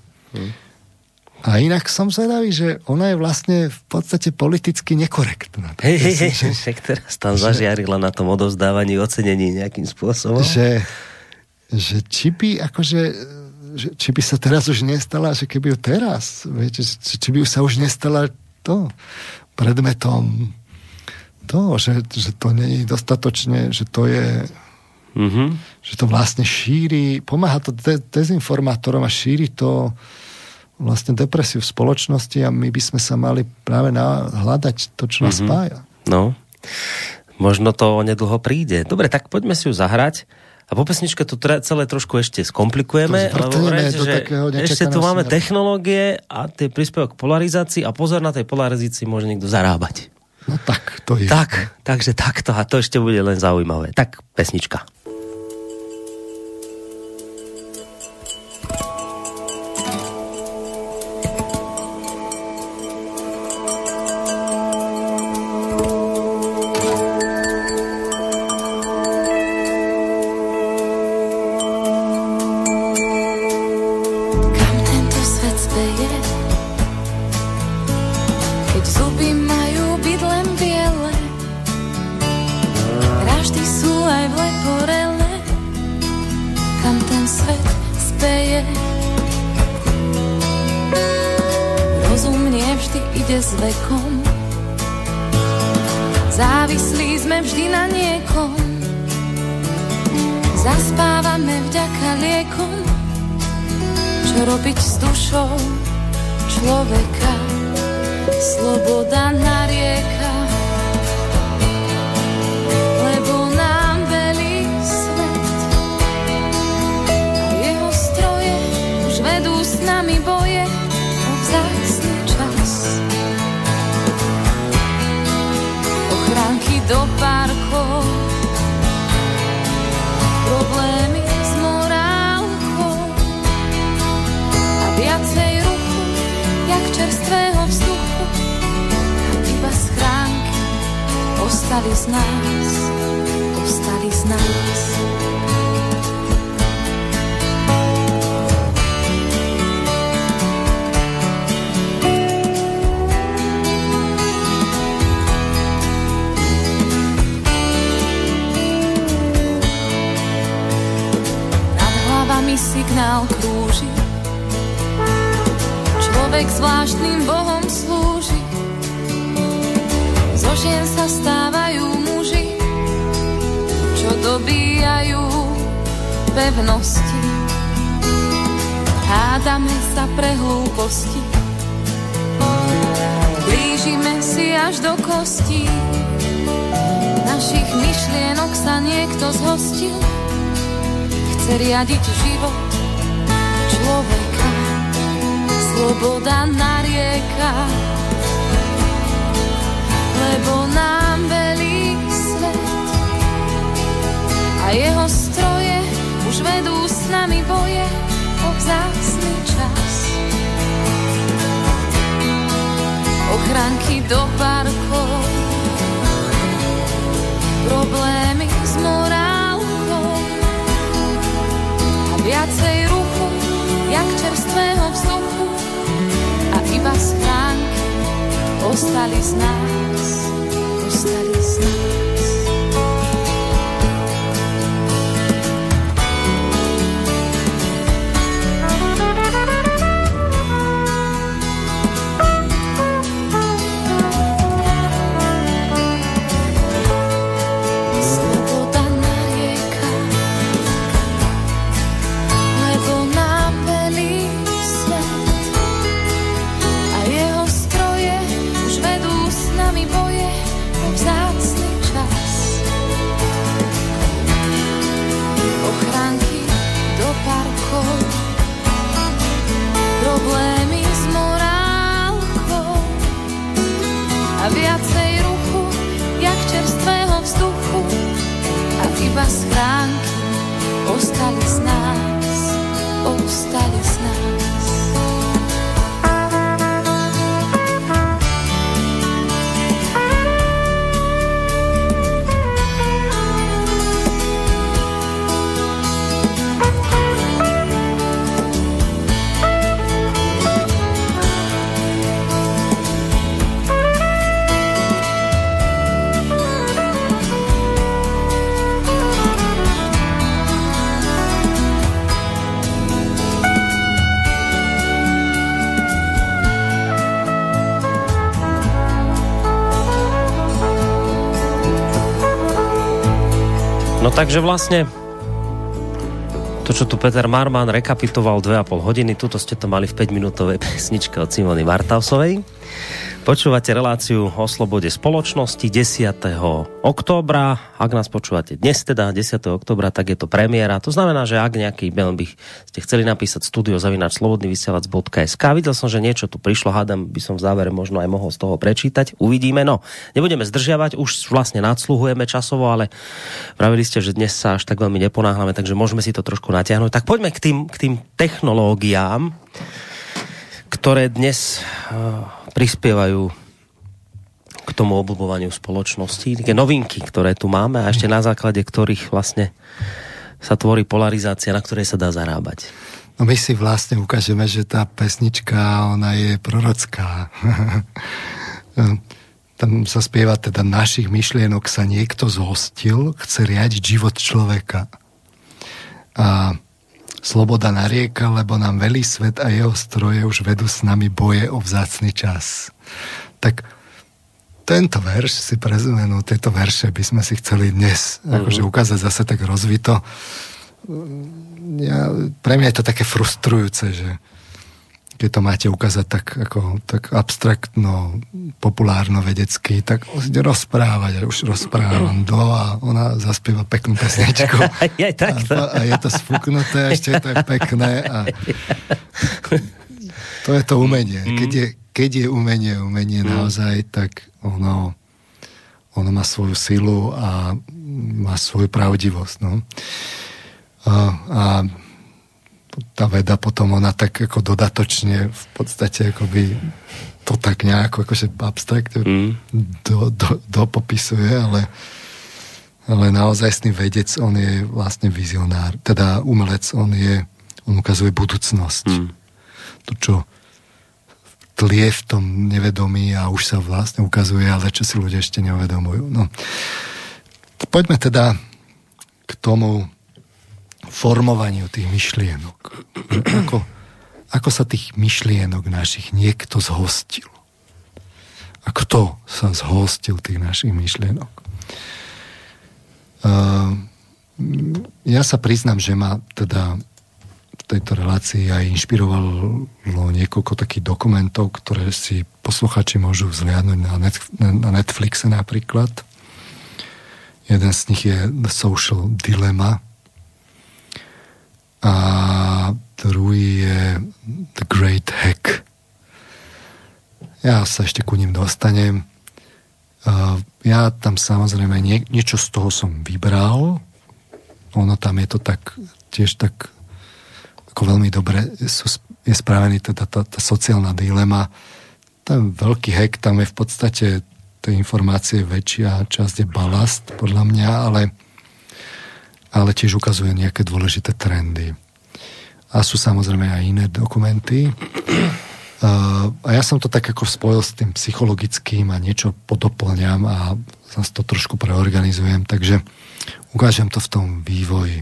A inak som zvedavý, že ona je vlastne v podstate politicky nekorektná. Však teraz tam zažiarila na tom odovzdávaní ocenení nejakým spôsobom. Že či by akože či by sa teraz už nestala, že keby ju teraz, viete, či by ju sa už nestala to predmetom to, že to nie je dostatočne, že to je že to vlastne šíri, pomáha to dezinformátorom a šíri to vlastne depresiu v spoločnosti a my by sme sa mali práve hľadať to, čo nás spája. No, možno to onedlho príde. Dobre, tak poďme si ju zahrať a po pesničke to celé trošku ešte skomplikujeme, lebo ešte tu máme technológie a tie príspevok k polarizácii a pozor, na tej polarizácii môže niekto zarábať. No tak, to je. Takže takto a to ešte bude len zaujímavé. Tak, pesnička. Závislí sme vždy na niekom, zaspávame vďaka liekom. Čo robiť s dušou človeka? Sloboda narieka, lebo nám velí svet a jeho stroje už vedú s nami boje o vzácny čas. Ochránky do parkov, problémy s morálkou a viacej ruchu, jak čerstvého vzduchu. A iba schránky ostali z nás, ostali z nás. Signál krúži, človek zvláštnym bohom slúži, zo žien sa stávajú muži, čo dobíjajú pevnosti. Hádame sa pre hlúposti, blížime si až do kostí, našich myšlienok sa niekto zhostil. Chce riadiť život človeka, sloboda narieka, lebo nám velí svet a jeho stroje už vedú s nami boje o vzácny čas. Ochránky do parkov, problémy s morálkou a viacej ruchu, jak čerstvého vzduchu a iba schránky ostali z nás, ostali z nás. Problémy s morálkou a viacej ruchu, jak čerstvého vzduchu a iba schránky ostali z nás, ostali z nás. No takže vlastne to, čo tu Peter Marman rekapitoval 2,5 hodiny, tuto ste to mali v 5-minútovej pesničke od Simony Vartausovej. Počúvate reláciu o slobode spoločnosti 10. októbra. Ak nás počúvate dnes teda, 10. októbra, tak je to premiéra. To znamená, že ak nejaký mail by ste chceli napísať studio@slobodnyvysielac.sk. Videl som, že niečo tu prišlo, hádam, by som v závere možno aj mohol z toho prečítať. Uvidíme, no. Nebudeme zdržiavať, už vlastne nadsluhujeme časovo, ale pravili ste, že dnes sa až tak veľmi neponáhľame, takže môžeme si to trošku natiahnuť. Tak poďme k tým technológiám, ktoré dnes prispievajú k tomu obľúbovaniu spoločnosti. Také novinky, ktoré tu máme a ešte na základe ktorých vlastne sa tvorí polarizácia, na ktorej sa dá zarábať. No my si vlastne ukážeme, že tá pesnička, ona je prorocká. Tam sa spieva teda: našich myšlienok sa niekto zhostil, chce riadiť život človeka. A sloboda narieka, lebo nám velí svet a jeho stroje už vedú s nami boje o vzácny čas. Tak tento verš si pre zmenu, tieto verše by sme si chceli dnes akože ukázať zase tak rozvito. Pre mňa je to také frustrujúce, že keď to máte ukázať tak abstraktno, populárno, vedecky, tak rozprávať, a už rozprávam dlho a ona zaspieva peknú pesničku. A je to sfúknuté, ešte to je pekné. A to je to umenie. Keď je umenie naozaj, tak ono má svoju silu a má svoju pravdivosť. No. A tá veda potom ona tak ako dodatočne v podstate akoby to tak nejako akože abstraktne dopopisuje, ale naozajstný vedec, on je vlastne vizionár, teda umelec, on ukazuje budúcnosť. To, čo tlie v tom nevedomí a už sa vlastne ukazuje, ale čo si ľudia ešte neuvedomujú. No. Poďme teda k tomu formovaniu tých myšlienok. Ako sa tých myšlienok našich niekto zhostil? A kto sa zhostil tých našich myšlienok? Ja sa priznám, že ma teda v tejto relácii aj inšpirovalo niekoľko takých dokumentov, ktoré si posluchači môžu vzliadnúť na Netflixe napríklad. Jeden z nich je The Social Dilemma a druhý je The Great Hack. Ja sa ešte ku ním dostanem. Ja tam samozrejme niečo z toho som vybral ono tam je to tak, tiež tak ako veľmi dobre je spravený teda tá sociálna dilema. Ten veľký hack, tam je v podstate tej informácie väčšia časť je balast, podľa mňa, ale tiež ukazuje nejaké dôležité trendy. A sú samozrejme aj iné dokumenty. A ja som to tak ako spojil s tým psychologickým a niečo podoplňam a zase to trošku preorganizujem, takže ukážem to v tom vývoji.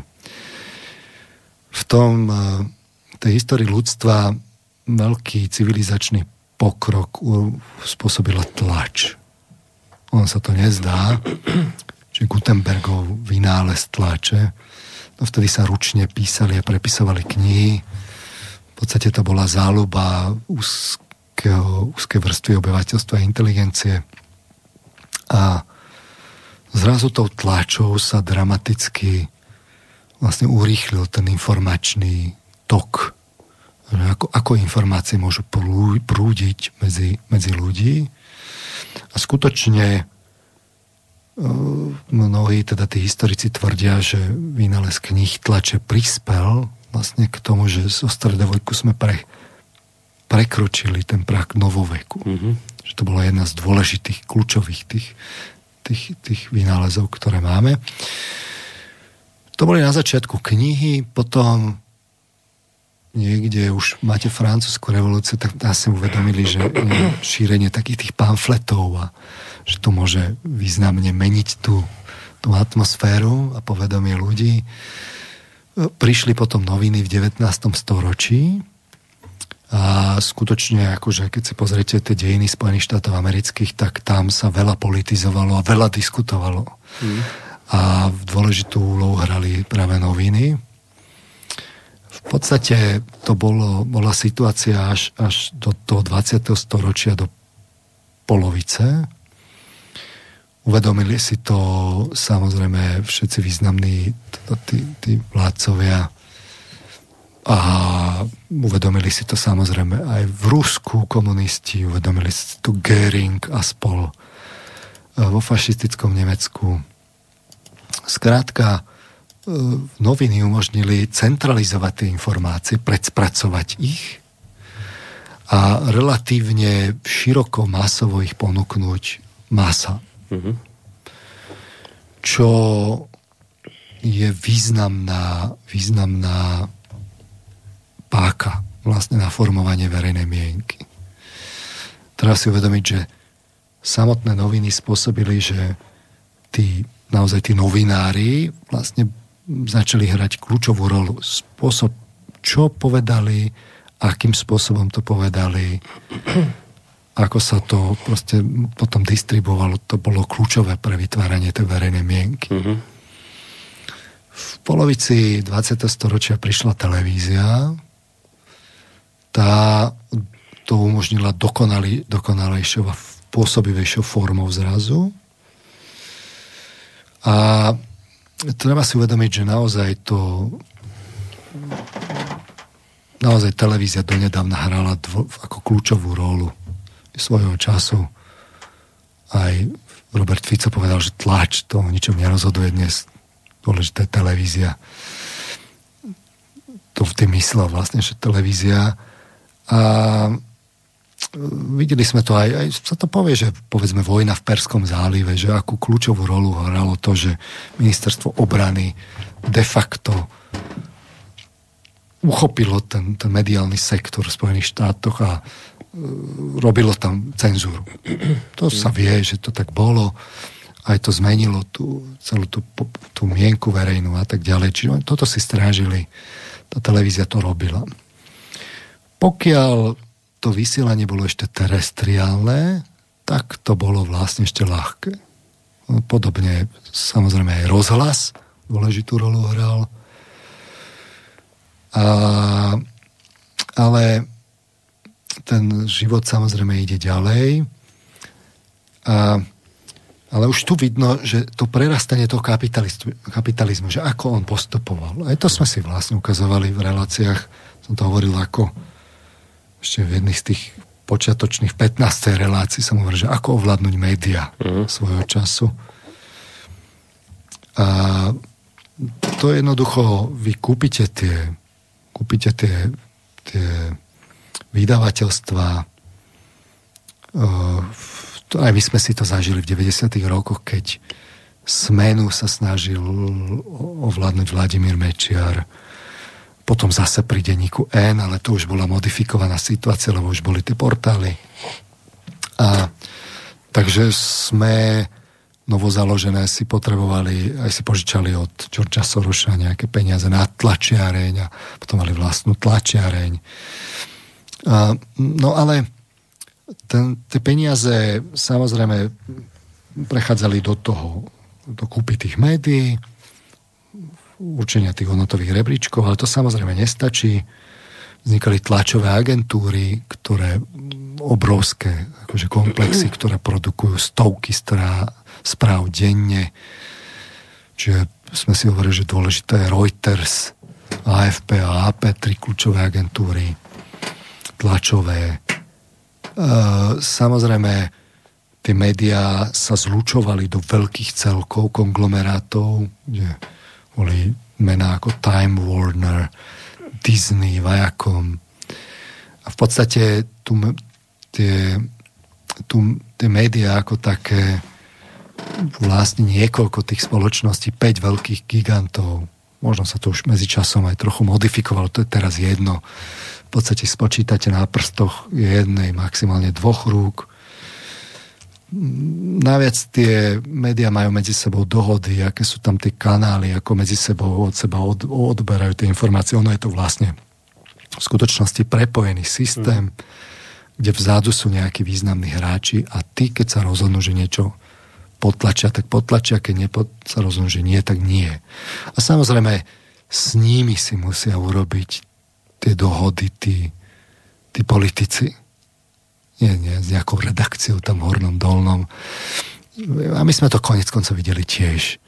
V tej histórii ľudstva veľký civilizačný pokrok spôsobila tlač. On sa to nezdá, že Gutenbergov vynález tlače, no vtedy sa ručne písali a prepisovali knihy. V podstate to bola záľuba úzkej vrstvy obyvateľstva a inteligencie. A zrazu tou tlačou sa dramaticky vlastne urýchlil ten informačný tok. Ako informácie môžu prúdiť medzi ľudí. A skutočne mnohí, teda tí historici tvrdia, že vynález kníh tlače prispel vlastne k tomu, že zo stredoveku sme prekročili ten prach novoveku. Mm-hmm. Že to bola jedna z dôležitých, kľúčových tých vynálezov, ktoré máme. To boli na začiatku knihy, potom niekde už máte francúzsku revolúciu, tak nás si uvedomili, že šírenie takých tých pamfletov a že to môže významne meniť tú atmosféru a povedomie ľudí. Prišli potom noviny v 19. storočí a skutočne, akože keď si pozriete tie dejiny Spojených štátov amerických, tak tam sa veľa politizovalo a veľa diskutovalo. A dôležitú úlohu hrali práve noviny. V podstate to bola situácia až do toho 20. storočia, do polovice. Uvedomili si to samozrejme všetci významní tí vládcovia a uvedomili si to samozrejme aj v Rusku komunisti, uvedomili si to Göring a spol vo fašistickom Nemecku. Skrátka, noviny umožnili centralizovať tie informácie, predspracovať ich a relatívne široko masovo ich ponúknuť masám. Mm-hmm. Čo je významná páka vlastne na formovanie verejnej mienky. Treba si uvedomiť, že samotné noviny spôsobili, že naozaj tí novinári vlastne začali hrať kľúčovú rolu. Spôsob, čo povedali, akým spôsobom to povedali, ako sa to proste potom distribuovalo, to bolo kľúčové pre vytváranie tej verejnej mienky. Mm-hmm. V polovici 20. storočia prišla televízia, tá to umožnila dokonalejšou a pôsobivejšou formou zrazu. A treba si uvedomiť, že naozaj televízia donedávna hrala ako kľúčovú rolu svojho času. Aj Robert Fico povedal, že tlač to o ničom nerozhoduje dnes. Dôležitá televízia. To v tým myslel vlastne, že televízia. A videli sme to aj sa to povie, že povedzme vojna v Perskom zálive, že akú kľúčovú rolu hralo to, že ministerstvo obrany de facto uchopilo ten mediálny sektor v Spojených štátoch a robilo tam cenzúru. To sa vie, že to tak bolo. Aj to zmenilo celú tú mienku verejnú a tak ďalej. Čiže toto si strážili. Tá televízia to robila. Pokiaľ to vysielanie bolo ešte terestriálne, tak to bolo vlastne ešte ľahké. Podobne samozrejme aj rozhlas dôležitú rolu hral. Ale ten život samozrejme ide ďalej. Ale už tu vidno, že to prerastanie toho kapitalizmu, že ako on postupoval. Aj to sme si vlastne ukazovali v reláciách. Som to hovoril ako ešte v jedných z tých počiatočných 15. relácií som hovoril, že ako ovládnuť médiá svojho času. A to jednoducho, vy kúpite tie vydavateľstva. Aj my sme si to zažili v 90. rokoch, keď Smenu sa snažil ovládnuť Vladimír Mečiar. Potom zase pri denníku N, ale to už bola modifikovaná situácia, lebo už boli tie portály. A takže sme novozaložené si potrebovali, aj si požičali od Georgea Sorosa nejaké peniaze na tlačiareň a potom mali vlastnú tlačiareň. No ale tie peniaze samozrejme prechádzali do kúpy tých médií, určenia tých hodnotových rebríčkov, ale to samozrejme nestačí. Vznikali tlačové agentúry, ktoré obrovské akože komplexy, ktoré produkujú stovky správ denne. Čiže sme si hovorili, že dôležité je Reuters, AFP a AP, 3 kľúčové agentúry, tlačové. Samozrejme, tie médiá sa zlučovali do veľkých celkov, konglomerátov, kde boli mená ako Time Warner, Disney, Viacom. A v podstate tie médiá ako také vlastne niekoľko tých spoločností, 5 veľkých gigantov. Možno sa to už medzi časom aj trochu modifikovalo, to je teraz jedno. V podstate spočítate na prstoch jednej, maximálne 2 rúk. Naviac tie médiá majú medzi sebou dohody, aké sú tam tie kanály, ako medzi sebou od seba odberajú tie informácie. Ono je to vlastne v skutočnosti prepojený systém, kde vzadu sú nejakí významní hráči a tí, keď sa rozhodnú, že niečo potlačia, tak potlačia, keď sa rozhodnú, že nie, tak nie. A samozrejme s nimi si musia urobiť tie dohody tí politici. Nie, s nejakou redakciou tam hornom, dolnom. A my sme to konec koncov videli tiež.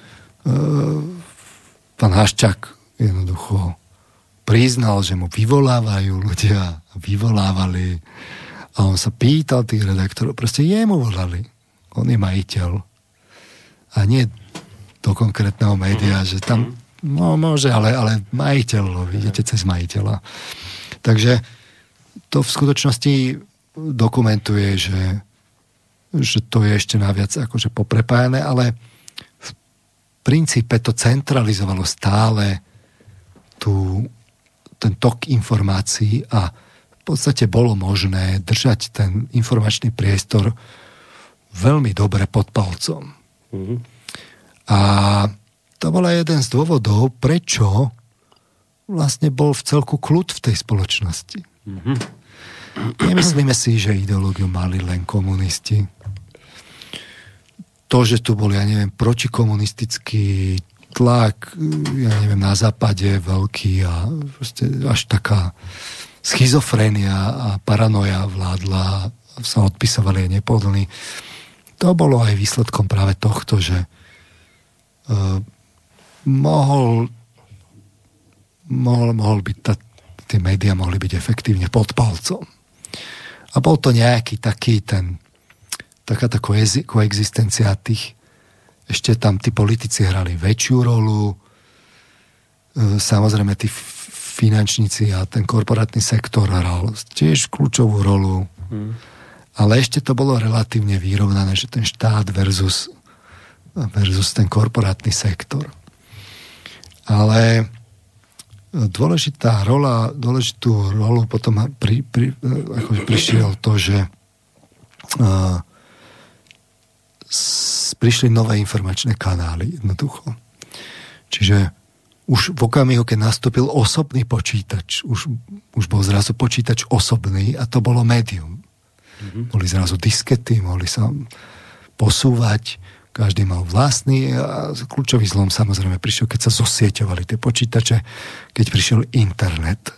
Pán Haščák jednoducho priznal, že mu vyvolávajú ľudia, vyvolávali a on sa pýtal tých redaktorov, proste jemu volali. On je majiteľ. A nie do konkrétneho média, že tam môže, ale majiteľ, vidíte cez majiteľa. Takže to v skutočnosti dokumentuje, že to je ešte naviac akože poprepájané, ale v princípe to centralizovalo stále ten tok informácií a v podstate bolo možné držať ten informačný priestor veľmi dobre pod palcom. A to bola jeden z dôvodov, prečo vlastne bol v celku kľud v tej spoločnosti. Nemyslíme si, že ideológiu mali len komunisti. To, že tu bol, protikomunistický tlak, na západe veľký a až taká schizofrénia a paranoja vládla, sa odpisovali aj nepohodlní. To bolo aj výsledkom práve tohto, že mohol byť tie médiá mohli byť efektívne pod palcom. A bol to nejaký taká koexistencia tých, ešte tam tí politici hrali väčšiu rolu, samozrejme tí finančníci a ten korporátny sektor hral tiež kľúčovú rolu, ale ešte to bolo relatívne vyrovnané, že ten štát versus ten korporátny sektor. Ale dôležitú rolu potom prišiel to, že prišli nové informačné kanály jednoducho. Čiže už v okamihu, keď nastúpil osobný počítač, už bol zrazu počítač osobný a to bolo médium. Boli zrazu diskety, mohli sa posúvať, každý mal vlastný a kľúčový zlom samozrejme prišiel, keď sa zosieťovali tie počítače, keď prišiel internet.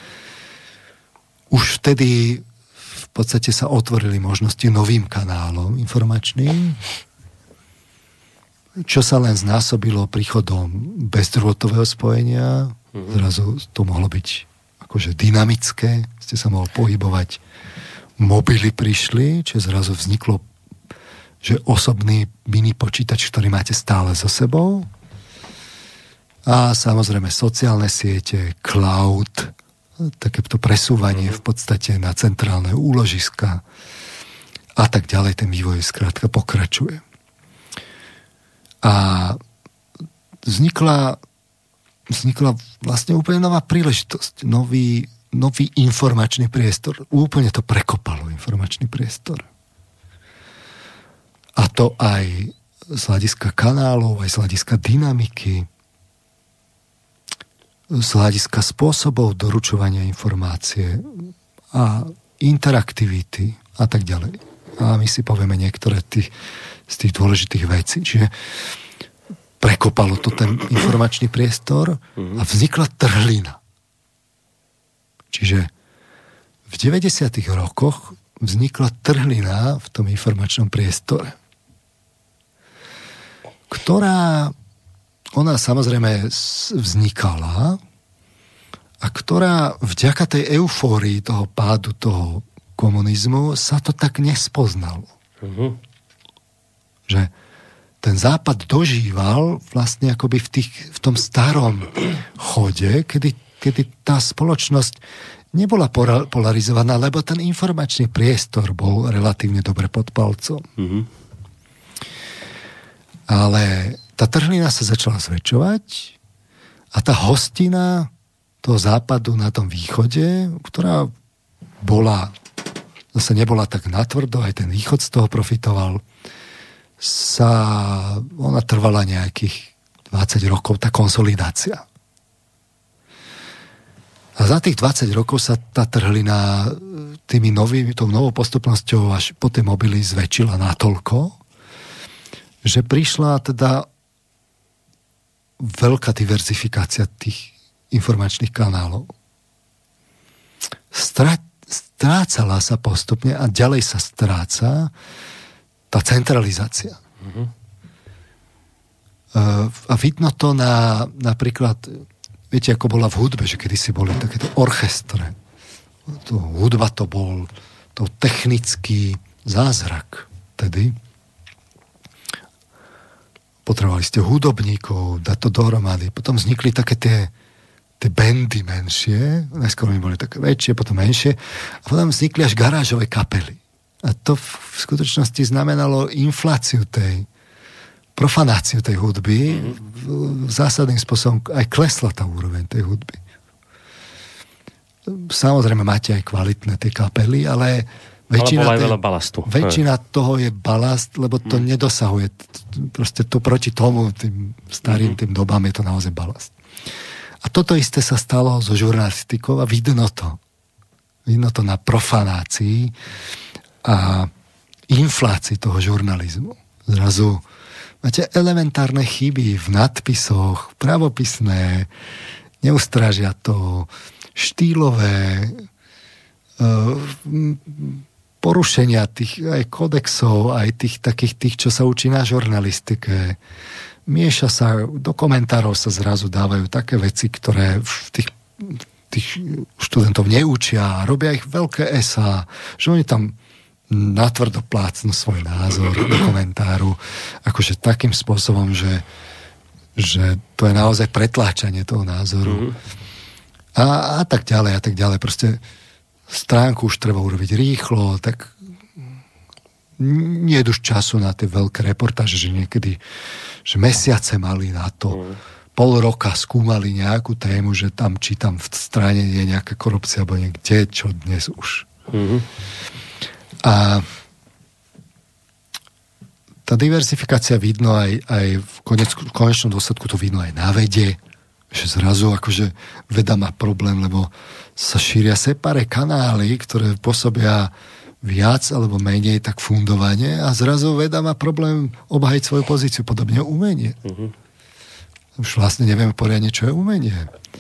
Už vtedy v podstate sa otvorili možnosti novým kanálom informačným, čo sa len znásobilo príchodom bezdrôtového spojenia. Zrazu to mohlo byť akože dynamické, ste sa mohli pohybovať. Mobily prišli, čiže zrazu vzniklo, že osobný mini počítač, ktorý máte stále so sebou. A samozrejme sociálne siete, cloud, takéto presúvanie v podstate na centrálne úložiska a tak ďalej. Ten vývoj skrátka pokračuje. A vznikla vlastne úplne nová príležitosť, nový informačný priestor. Úplne to prekopalo informačný priestor. A to aj z hľadiska kanálov, aj z hľadiska dynamiky, z hľadiska spôsobov doručovania informácie a interaktivity a tak ďalej. A my si povieme niektoré z tých dôležitých vecí. Čiže prekopalo to ten informačný priestor a vznikla trhlina. Čiže v 90. rokoch vznikla trhlina v tom informačnom priestore, ktorá, ona samozrejme vznikala a ktorá vďaka tej eufórii toho pádu toho komunizmu sa to tak nespoznalo. Že ten Západ dožíval vlastne akoby v tom starom chode, kedy tá spoločnosť nebola polarizovaná, lebo ten informačný priestor bol relatívne dobre pod palcom. Ale tá trhlina sa začala zväčšovať a tá hostina toho západu na tom východe, ktorá zase nebola tak natvrdo, aj ten východ z toho profitoval, ona trvala nejakých 20 rokov, tá konsolidácia. A za tých 20 rokov sa tá trhlina tou novou postupnosťou až po tej mobily zväčšila natoľko, že prišla teda veľká diverzifikácia tých informačných kanálov. Strácala sa postupne a ďalej sa stráca tá centralizácia. A vidno to napríklad, viete, ako bola v hudbe, že kedysi boli takéto orchestre. Hudba to bol to technický zázrak tedy. Potrebovali ste hudobníkov, dať to dohromady. Potom vznikli také tie bandy menšie, najskôr mi boli také väčšie, potom menšie, a potom vznikli až garážové kapely. A to v skutočnosti znamenalo profanáciu tej hudby. Zásadným spôsobom aj klesla tá úroveň tej hudby. Samozrejme máte aj kvalitné tie kapely, ale väčšina toho je balast, lebo to nedosahuje. Proste to proti tomu, tým starým tým dobám je to naozaj balast. A toto isté sa stalo so žurnalistikou a vidno to. Vidno to na profanácii a inflácii toho žurnalizmu. Zrazu máte elementárne chyby v nadpisoch, pravopisné, neustrážia to, štýlové, porušenia tých aj kodexov, aj tých, čo sa učí na žurnalistike. Mieša sa, do komentárov sa zrazu dávajú také veci, ktoré tých študentov neučia, robia ich veľké esá, že oni tam natvrdo plácnú svoj názor do komentáru, akože takým spôsobom, že to je naozaj pretláčanie toho názoru. A tak ďalej, a tak ďalej. Proste stránku už treba urobiť rýchlo, tak nie je už času na tie veľké reportáže, že niekedy, že mesiace mali na to, pol roka skúmali nejakú tému, že tam či tam v strane je nejaká korupcia, alebo niekde, čo dnes už. A tá diversifikácia vidno aj v konečnom dôsledku to vidno aj na vede, že zrazu akože veda má problém, lebo sa šíria separé kanály, ktoré pôsobia viac alebo menej tak fundovane a zrazu veda má problém obhajiť svoju pozíciu, podobne umenie. Už vlastne nevieme poriadne, čo je umenie.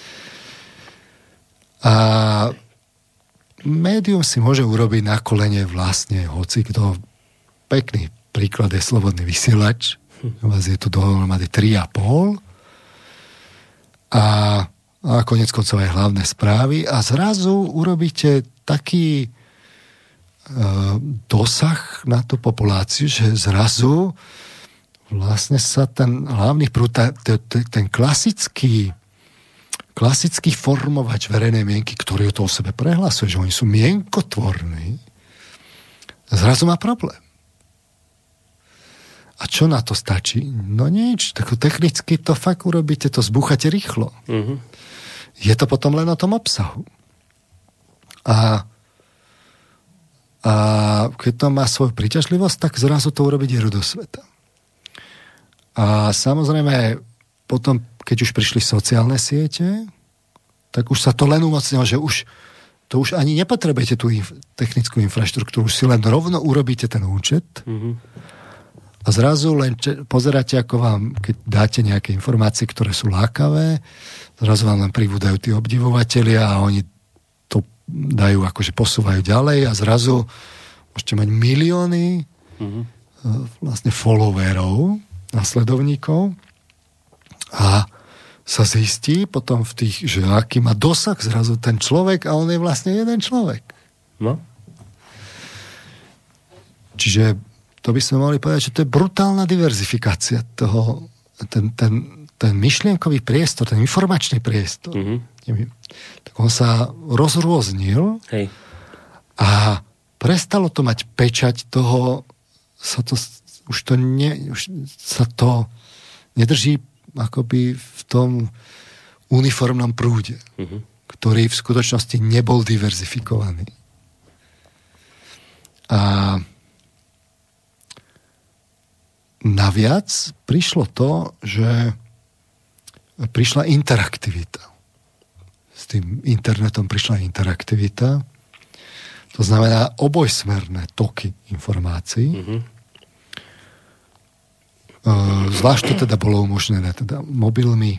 A médium si môže urobiť na kolene vlastne hoci kto. Pekný príklad je Slobodný vysielač. Vás je tu dohromady 3,5 a konec koncov aj hlavné správy a zrazu urobíte taký dosah na tú populáciu, že zrazu vlastne sa ten hlavný prúd, ten klasický formovač verejnej mienky, ktorý o to o sebe prehlasuje, že oni sú mienkotvorní, zrazu má problém. A čo na to stačí? No nič, tak technicky to fakt urobíte, to zbúchate rýchlo. Uh-huh. Je to potom len o tom obsahu. A keď to má svoju príťažlivosť, tak zrazu to urobí dieru do sveta. A samozrejme, potom, keď už prišli sociálne siete, tak už sa to len umocnilo, že to už ani nepotrebujete tú technickú infraštruktúru, už si len rovno urobíte ten účet a zrazu len pozeráte, ako vám, keď dáte nejaké informácie, ktoré sú lákavé, zrazu vám len pribúdajú tí obdivovatelia a oni to dajú, akože posúvajú ďalej a zrazu môžete mať milióny vlastne followerov, nasledovníkov a sa zistí potom v tých, že aký má dosah zrazu ten človek a on je vlastne jeden človek. No. Čiže to by sme mohli povedať, že to je brutálna diverzifikácia toho, ten myšlienkový priestor, ten informačný priestor. Tak on sa rozrôznil. Hej. A prestalo to mať pečať toho, už sa to nedrží akoby v tom uniformnom prúde, ktorý v skutočnosti nebol diverzifikovaný. A naviac prišlo to, že prišla interaktivita. S tým internetom prišla interaktivita. To znamená obojsmerné toky informácií. Zvlášť to teda bolo umožnené teda mobilmi.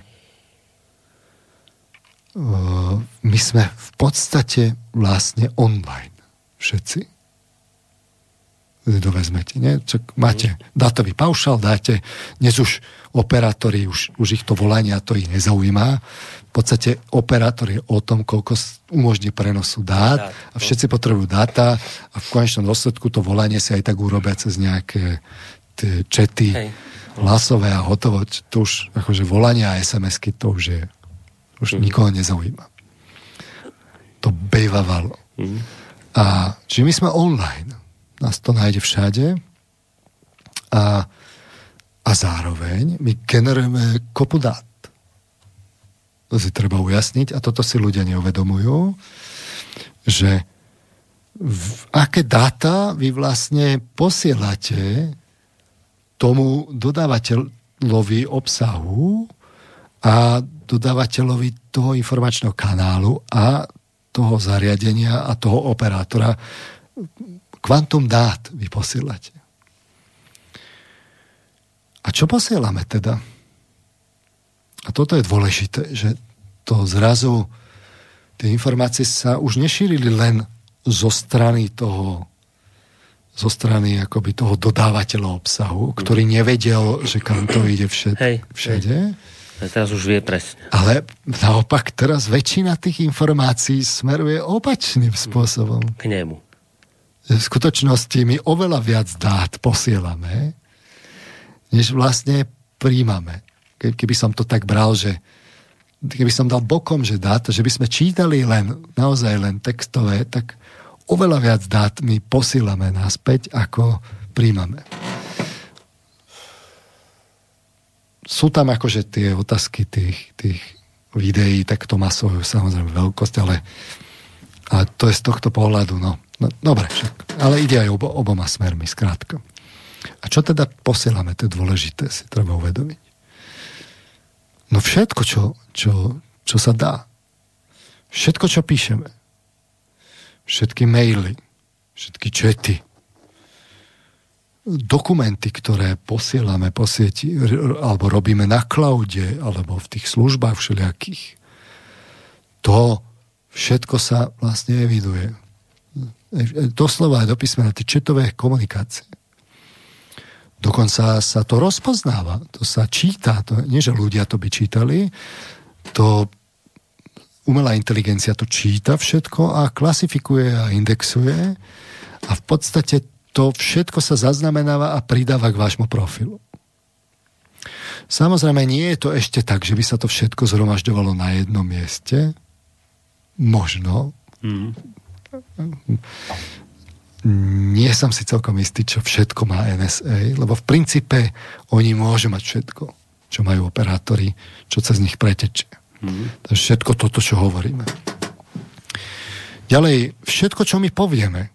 My sme v podstate vlastne online. Všetci. Dovezmete, nie? Čak máte dátový paušál, dáte, dnes už operátori, už ich to volania, to ich nezaujíma. V podstate operátor je o tom, koľko umožní prenosu dát a všetci potrebujú dáta a v konečnom dôsledku to volanie si aj tak urobia cez nejaké čety hlasové a hotovo. To už akože volanie a SMS-ky, to už je už nikoho nezaujíma. To bejvavalo. A čiže my sme online. Nás to nájde všade a zároveň my generujeme kopu dát. To si treba ujasniť a toto si ľudia neuvedomujú, že aké dáta vy vlastne posielate tomu dodávateľovi obsahu a dodávateľovi toho informačného kanálu a toho zariadenia a toho operátora. Kvantum dát vy posielate. A čo posielame teda? A toto je dôležité, že to zrazu tie informácie sa už nešírili len zo strany akoby toho dodávateľa obsahu, ktorý nevedel, že kam to ide všade. A teraz už vie presne. Ale naopak teraz väčšina tých informácií smeruje opačným spôsobom. K nemu. V skutočnosti my oveľa viac dát posielame, než vlastne príjmame. Keby som to tak bral, že keby som dal bokom, že dáta, že by sme čítali naozaj len textové, tak oveľa viac dát my posielame naspäť, ako príjmame. Sú tam akože tie otázky tých videí, tak to má svoju samozrejme veľkosť, ale to je z tohto pohľadu, no dobre, však, ale ide aj oboma smermi, skrátka. A čo teda posielame, to je dôležité, si treba uvedomiť. No všetko, čo sa dá. Všetko, čo píšeme. Všetky maily, všetky čety, dokumenty, ktoré posielame po sieti, alebo robíme na cloude, alebo v tých službách všelijakých. To všetko sa vlastne eviduje. Doslova aj do písmena, tie četové komunikácie. Dokonca sa to rozpoznáva, to sa číta, to nie, že ľudia to by čítali, to umelá inteligencia to číta všetko a klasifikuje a indexuje a v podstate to všetko sa zaznamenáva a pridáva k vášmu profilu. Samozrejme, nie je to ešte tak, že by sa to všetko zhromažďovalo na jednom mieste. Možno. Nie som si celkom istý, čo všetko má NSA, lebo v princípe oni môžu mať všetko, čo majú operátori, čo cez nich pretečie. Takže všetko toto, čo hovoríme. Ďalej, všetko, čo my povieme,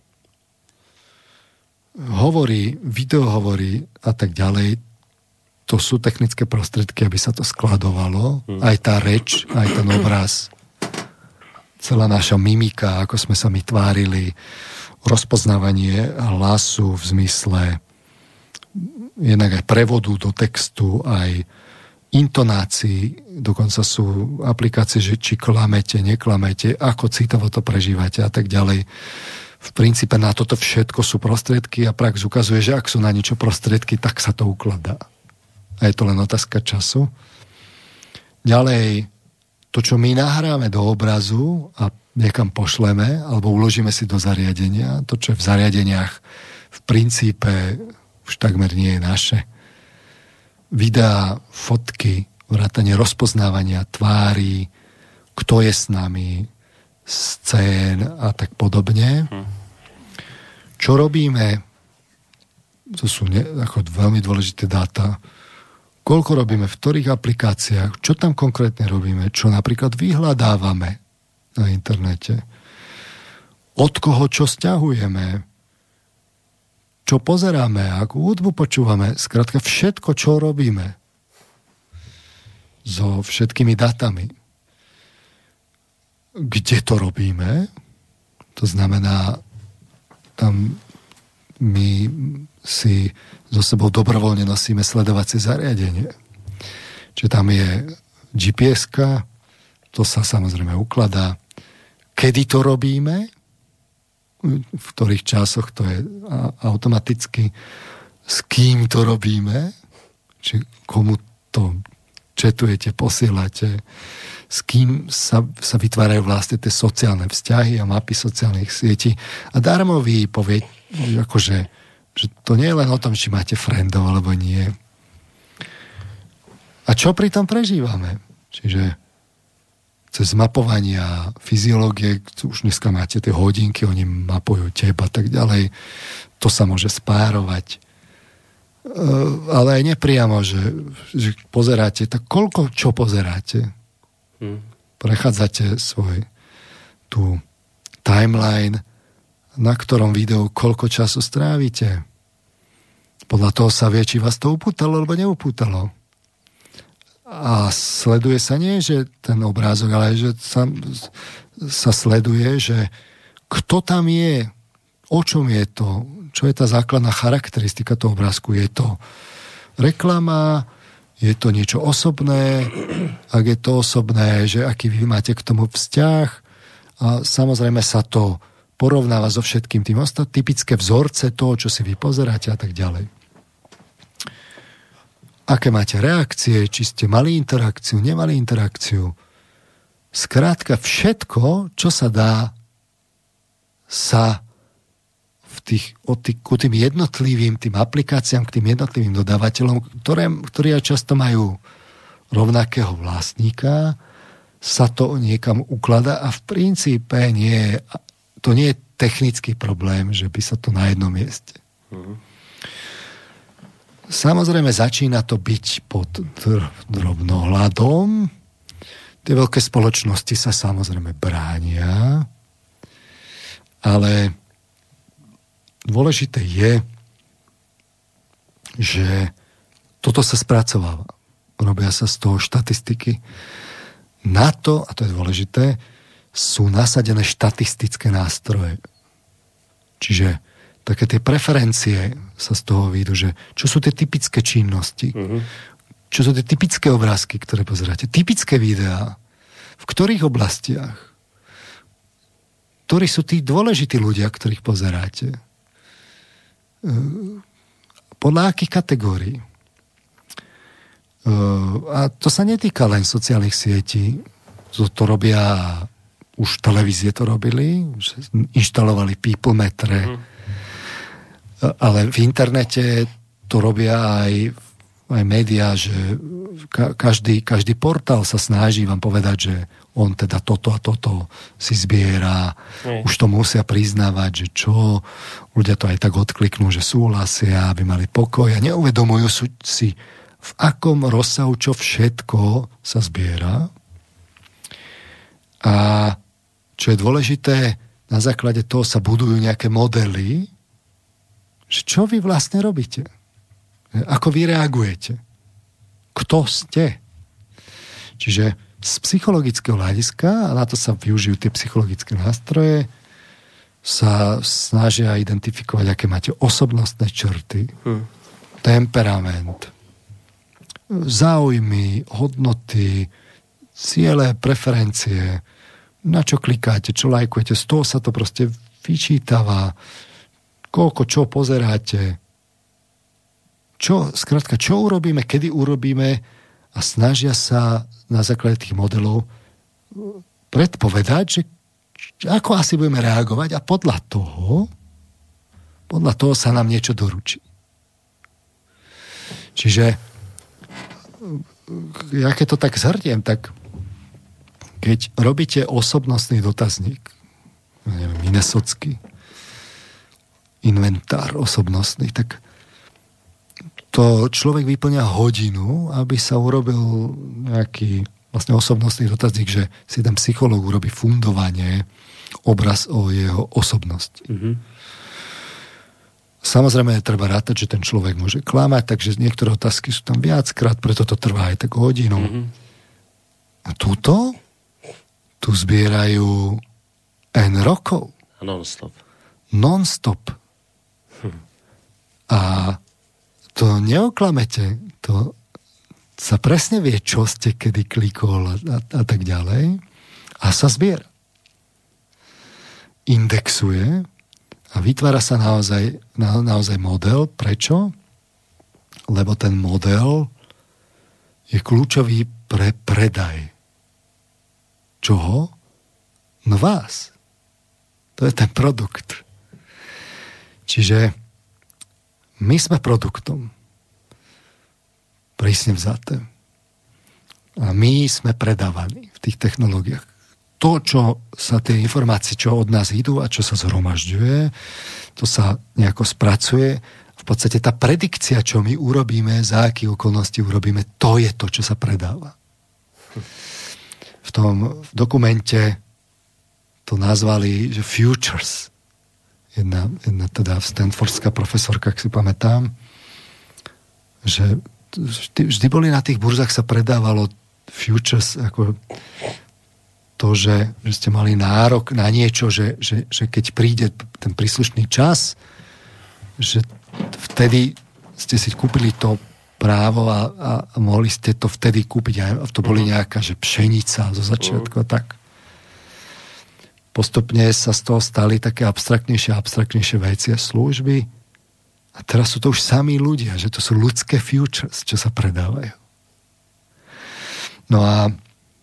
hovorí, video hovorí a tak ďalej, to sú technické prostriedky, aby sa to skladovalo. Aj tá reč, aj ten obraz, celá naša mimika, ako sme sa my tvárili, rozpoznávanie hlasu v zmysle jednak aj prevodu do textu, aj intonácií, dokonca sú aplikácie, že či klamete, neklamete, ako citovo to prežívate a tak ďalej. V princípe na toto všetko sú prostriedky a prax ukazuje, že ak sú na niečo prostriedky, tak sa to ukladá. A je to len otázka času. Ďalej, to, čo my nahráme do obrazu a niekam pošleme, alebo uložíme si do zariadenia, to, čo je v zariadeniach v princípe už takmer nie je naše. Videá, fotky, vrátanie rozpoznávania tvári, kto je s nami, scén a tak podobne. Čo robíme? To sú ako veľmi dôležité dáta. Koľko robíme, v ktorých aplikáciách, čo tam konkrétne robíme, čo napríklad vyhľadávame na internete, od koho čo sťahujeme, čo pozeráme, akú hudbu počúvame, skrátka všetko, čo robíme so všetkými datami. Kde to robíme? To znamená, tam my si so sebou dobrovoľne nosíme sledovacie zariadenie. Čiže tam je GPS-ka, to sa samozrejme ukladá. Kedy to robíme? V ktorých časoch to je automaticky, s kým to robíme, či komu to četujete, posielate, s kým sa vytvárajú vlastne tie sociálne vzťahy a mapy sociálnych sietí. A darmo vy povie, akože, že to nie je len o tom, či máte friendov alebo nie. A čo pri tom prežívame? Čiže cez mapovania fyziológie, už dneska máte tie hodinky, oni mapujú teba a tak ďalej. To sa môže spárovať. Ale aj nepriamo, že pozeráte, tak koľko čo pozeráte? Prechádzate svoj tú timeline, na ktorom videu koľko času strávite. Podľa toho sa vie, či vás to upútalo alebo neupútalo. A sleduje sa nie, že ten obrázok, ale že sa sleduje, že kto tam je, o čom je to, čo je tá základná charakteristika toho obrázku. Je to reklama, je to niečo osobné, ak je to osobné, že aký vy máte k tomu vzťah a samozrejme sa to porovnáva so všetkým tým ostatným, typické vzorce toho, čo si vy pozeráte a tak ďalej. Aké máte reakcie, či ste mali interakciu, nemali interakciu. Skrátka všetko, čo sa dá, sa ku tým jednotlivým tým aplikáciám, k tým jednotlivým dodávateľom, ktorí často majú rovnakého vlastníka, sa to niekam ukladá a v princípe to nie je technický problém, že by sa to na jednom mieste. Samozrejme začína to byť pod drobnohľadom. Tie veľké spoločnosti sa samozrejme bránia, ale dôležité je, že toto sa spracováva. Robia sa z toho štatistiky. Na to, a to je dôležité, sú nasadené štatistické nástroje. Čiže také tie preferencie sa z toho výjdu, že čo sú tie typické činnosti, čo sú tie typické obrázky, ktoré pozeráte, typické videá, v ktorých oblastiach, ktorí sú tí dôležití ľudia, ktorých pozeráte, podľa akých kategórií. A to sa netýka len sociálnych sietí, to robia, už televízie to robili, inštalovali people metre, ale v internete to robia aj aj médiá, že každý portál sa snaží vám povedať, že on teda toto a toto si zbiera. Už to musia priznávať, že čo. Ľudia to aj tak odkliknú, že súhlasia, aby mali pokoj a neuvedomujú si, v akom rozsahu čo všetko sa zbiera. A čo je dôležité, na základe toho sa budujú nejaké modely, že čo vy vlastne robíte. Ako vy reagujete? Kto ste? Čiže z psychologického hľadiska, a na to sa využijú tie psychologické nástroje, sa snažia identifikovať, aké máte osobnostné črty, temperament, záujmy, hodnoty, ciele, preferencie, na čo klikáte, čo lajkujete, z toho sa to proste vyčítava, koľko čo pozeráte, skrátka, čo urobíme, kedy urobíme a snažia sa na základe tých modelov predpovedať, že ako asi budeme reagovať a podľa toho sa nám niečo doručí. Čiže ja keď to tak zhrniem, tak keď robíte osobnostný dotazník, neviem, minnesotský inventár osobnostný, tak to človek vyplňa hodinu, aby sa urobil nejaký vlastne osobnostný dotazník, že si ten psychológ urobí fundovanie, obraz o jeho osobnosti. Samozrejme treba rátať, že ten človek môže klamať, takže niektoré otázky sú tam viackrát, preto to trvá aj tak hodinu. A tu zbierajú N rokov. Non-stop. A to neoklamete, to sa presne vie, čo ste kedy klikol a tak ďalej a sa zbiera. Indexuje a vytvára sa naozaj model. Prečo? Lebo ten model je kľúčový pre predaj. Čoho? No vás. To je ten produkt. Čiže my sme produktom. Prísne vzaté. A my sme predávaní v tých technológiách. To, čo sa tie informácie, čo od nás idú a čo sa zhromažďuje, to sa nejako spracuje. V podstate tá predikcia, čo my urobíme, za akých okolností urobíme, to je to, čo sa predáva. V tom dokumente to nazvali, že futures. Jedna teda stanfordská profesorka, ak si pamätám, že vždy boli na tých burzách sa predávalo futures ako to, že ste mali nárok na niečo, že keď príde ten príslušný čas, že vtedy ste si kúpili to právo a mohli ste to vtedy kúpiť. A to boli nejaká, že pšenica zo začiatku a tak. Postupne sa z toho stali také abstraktnejšie veci a služby. A teraz sú to už samí ľudia, že to sú ľudské futures, čo sa predávajú. No a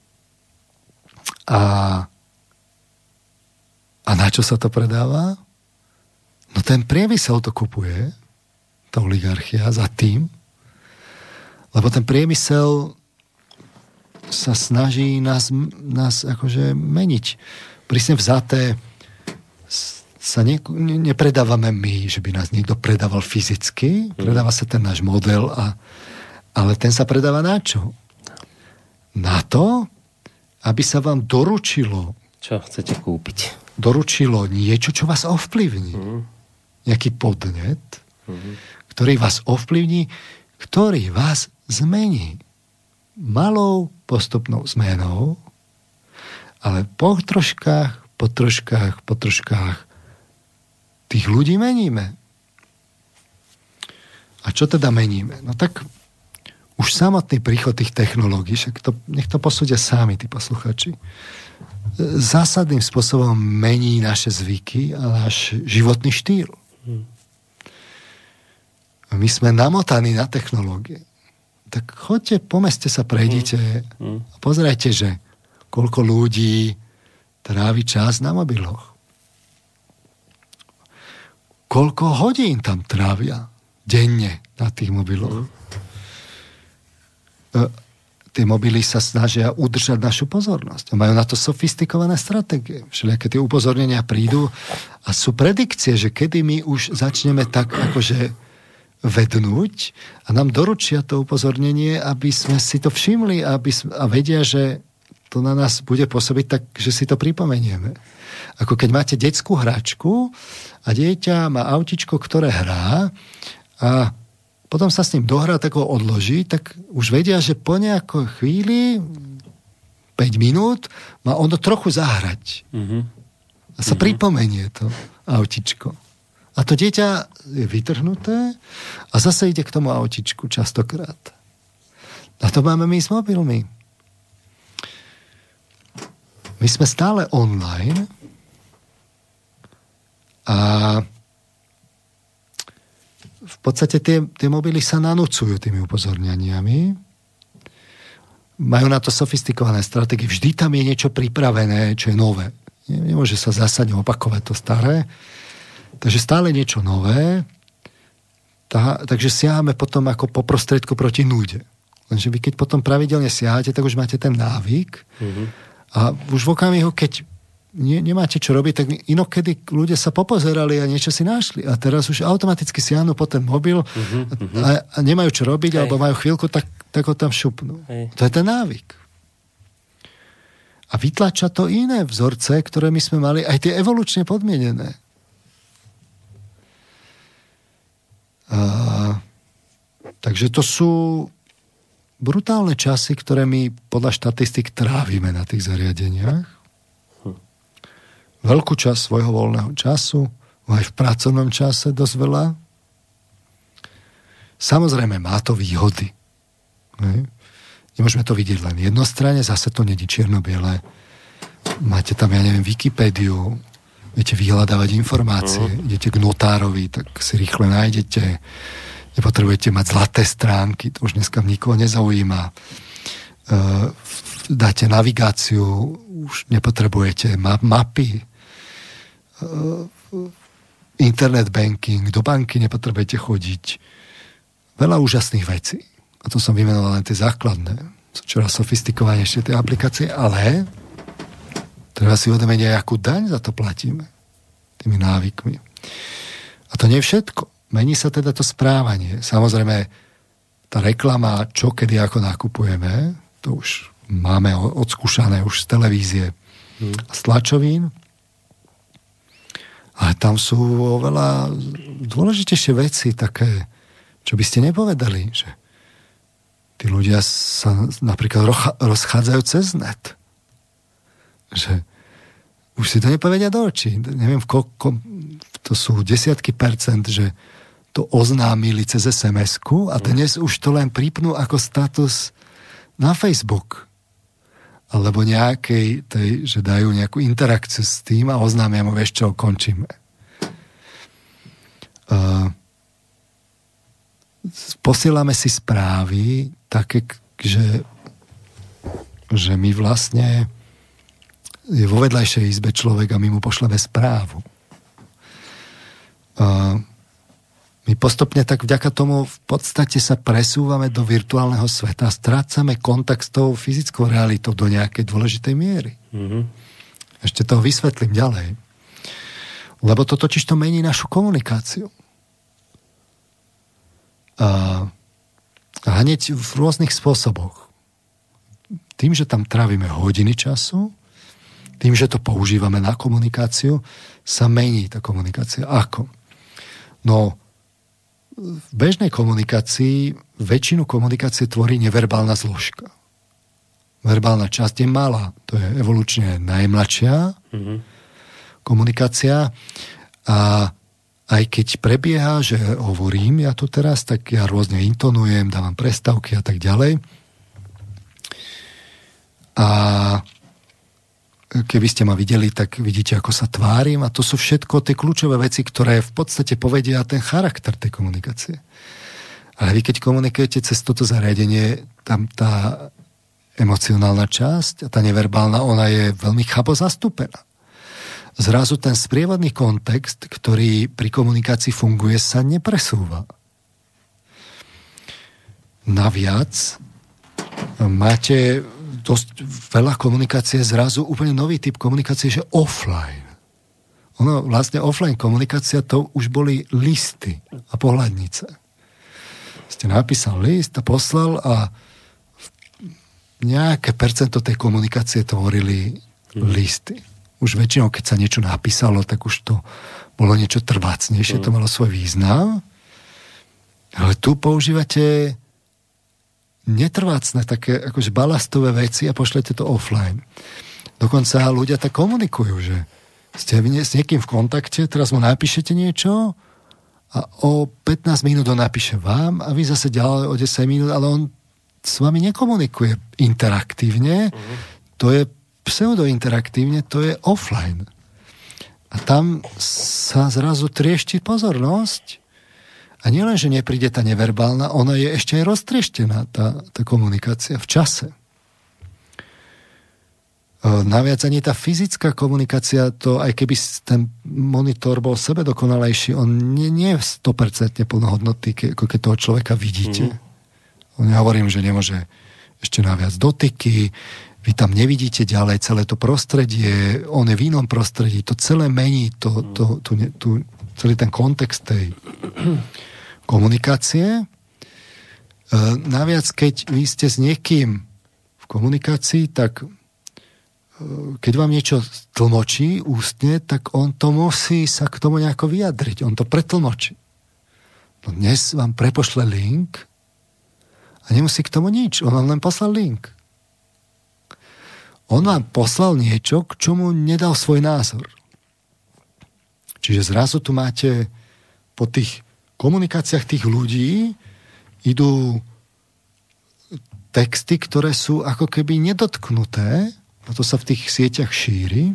na čo sa to predáva? No ten priemysel to kupuje, tá oligarchia za tým, lebo ten priemysel sa snaží nás akože meniť. Prísne vzaté sa nepredávame my, že by nás niekto predával fyzicky, predáva sa ten náš model, ale ten sa predáva na čo? Na to, aby sa vám doručilo. Čo chcete kúpiť? Doručilo niečo, čo vás ovplyvní. Nejaký podnet, ktorý vás ovplyvní, ktorý vás zmení. Malou postupnou zmenou, ale po troškách tých ľudí meníme. A čo teda meníme? No tak už samotný príchod tých technológií, nech to posúdia sami tí posluchači, zásadným spôsobom mení naše zvyky a náš životný štýl. My sme namotaní na technológie. Tak choďte, po meste sa prejdite a pozerajte, že koľko ľudí trávi čas na mobiloch. Koľko hodín tam trávia denne na tých mobiloch. tie mobily sa snažia udržať našu pozornosť. Majú na to sofistikované stratégie. Všelijaké tie upozornenia prídu a sú predikcie, že kedy my už začneme tak akože vednúť a nám doručia to upozornenie, aby sme si to všimli a vedia, že to na nás bude pôsobiť tak, že si to pripomenieme. Ako keď máte detskú hračku a dieťa má autičko, ktoré hrá a potom sa s ním dohrá, tak ho odloží, tak už vedia, že po nejakej chvíli 5 minút má ono trochu zahrať. A sa pripomenie to autičko. A to dieťa je vytrhnuté a zase ide k tomu autičku častokrát. A to máme my s mobilmi. My sme stále online a v podstate tie mobily sa nanúcujú tými upozorňaniami. Majú na to sofistikované stratégie. Vždy tam je niečo pripravené, čo je nové. Nemôže sa zásadne opakovať to staré. Takže stále niečo nové. Takže siahame potom ako po prostriedku proti núde. Lenže vy keď potom pravidelne siahate, tak už máte ten návyk. A už v okamihu, keď nemáte čo robiť, tak inokedy ľudia sa popozerali a niečo si našli. A teraz už automaticky siahnu po ten mobil a nemajú čo robiť, alebo majú chvíľku, tak ho tam šupnú. To je ten návyk. A vytlača to iné vzorce, ktoré my sme mali, aj tie evolučne podmienené. Takže to sú brutálne časy, ktoré my podľa štatistik trávime na tých zariadeniach. Veľkú časť svojho voľného času, aj v pracovnom čase dosť veľa. Samozrejme, má to výhody. Nemôžeme to vidieť len jednostranne, zase to nie je čierno-biele. Máte tam, ja neviem, Wikipédiu, viete vyhľadávať informácie, idete k notárovi, tak si rýchle nájdete. Nepotrebujete mať zlaté stránky, to už dneska nikoho nezaujíma. Dáte navigáciu, už nepotrebujete mapy, internet banking, do banky nepotrebujete chodiť. Veľa úžasných vecí. A to som vymenoval len tie základné. Sú čoraz sofistikovanejšie tie aplikácie, ale treba si uvedomiť aj, akú daň za to platíme. Tými návykmi. A to nie je všetko. Mení sa teda to správanie. Samozrejme, tá reklama, čo, kedy, ako nakupujeme, to už máme odskúšané už z televízie a z tlačovín. Ale tam sú oveľa dôležitejšie veci, také, čo by ste nepovedali, že tí ľudia sa napríklad rozchádzajú cez net. Že už si to nepovedia do očí. Neviem, to sú desiatky percent, že to oznámili cez SMS-ku a dnes už to len pripnú ako status na Facebook. Alebo nejakej, že dajú nejakú interakciu s tým a oznámia mu, vieš čo, končíme. Posielame si správy také, že my vlastne je vo vedľajšej izbe človek a my mu pošleme správu. My postupne tak vďaka tomu v podstate sa presúvame do virtuálneho sveta a strácame kontakt s tou fyzickou realitou do nejakej dôležitej miery. Ešte toho vysvetlím ďalej. Lebo to totiž to mení našu komunikáciu. A hneď v rôznych spôsoboch. Tým, že tam trávime hodiny času, tým, že to používame na komunikáciu, sa mení tá komunikácia. Ako? No, v bežnej komunikácii väčšinu komunikácie tvorí neverbálna zložka. Verbálna časť je malá. To je evolučne najmladšia komunikácia. A aj keď prebieha, že hovorím ja tu teraz, tak ja rôzne intonujem, dávam prestávky a tak ďalej. A keby ste ma videli, tak vidíte, ako sa tvárim a to sú všetko tie kľúčové veci, ktoré v podstate povedia ten charakter tej komunikácie. Ale vy, keď komunikujete cez toto zariadenie, tam tá emocionálna časť a tá neverbálna, ona je veľmi chabo zastúpená. Zrazu ten sprievodný kontext, ktorý pri komunikácii funguje, sa nepresúva. Naviac, máte dosť veľa komunikácie, zrazu úplne nový typ komunikácie, že offline. Ono, vlastne offline komunikácia, to už boli listy a pohľadnice. Ste napísal list a poslal a nejaké percento tej komunikácie tvorili listy. Už väčšinou, keď sa niečo napísalo, tak už to bolo niečo trvácnejšie, to malo svoj význam. Ale tu používate netrvácne také akože balastové veci a pošlete to offline. Dokonca ľudia tak komunikujú, že ste s niekým v kontakte, teraz mu napíšete niečo a o 15 minút on napíše vám a vy zase ďalej o 10 minút, ale on s vami nekomunikuje interaktívne, to je pseudointeraktívne, to je offline. A tam sa zrazu triešti pozornosť a nielen, že nepríde tá neverbálna, ona je ešte aj roztrieštená, tá komunikácia v čase. Naviac ani tá fyzická komunikácia, to aj keby ten monitor bol sebe dokonalejší, on nie je 100% plnohodnotný, ako keď toho človeka vidíte. Nehovorím, že nemôže ešte naviac dotyky, vy tam nevidíte ďalej celé to prostredie, on je v inom prostredí, to celé mení celý ten kontext tej komunikácie. Naviac, keď vy ste s niekým v komunikácii, tak keď vám niečo tlmočí ústne, tak on to musí sa k tomu nejako vyjadriť. On to pretlmočí. No dnes vám prepošle link a nemusí k tomu nič. On vám len poslal link. On vám poslal niečo, k čomu nedal svoj názor. Čiže zrazu tu máte po tých komunikáciách tých ľudí idú texty, ktoré sú ako keby nedotknuté, a to sa v tých sieťach šíri.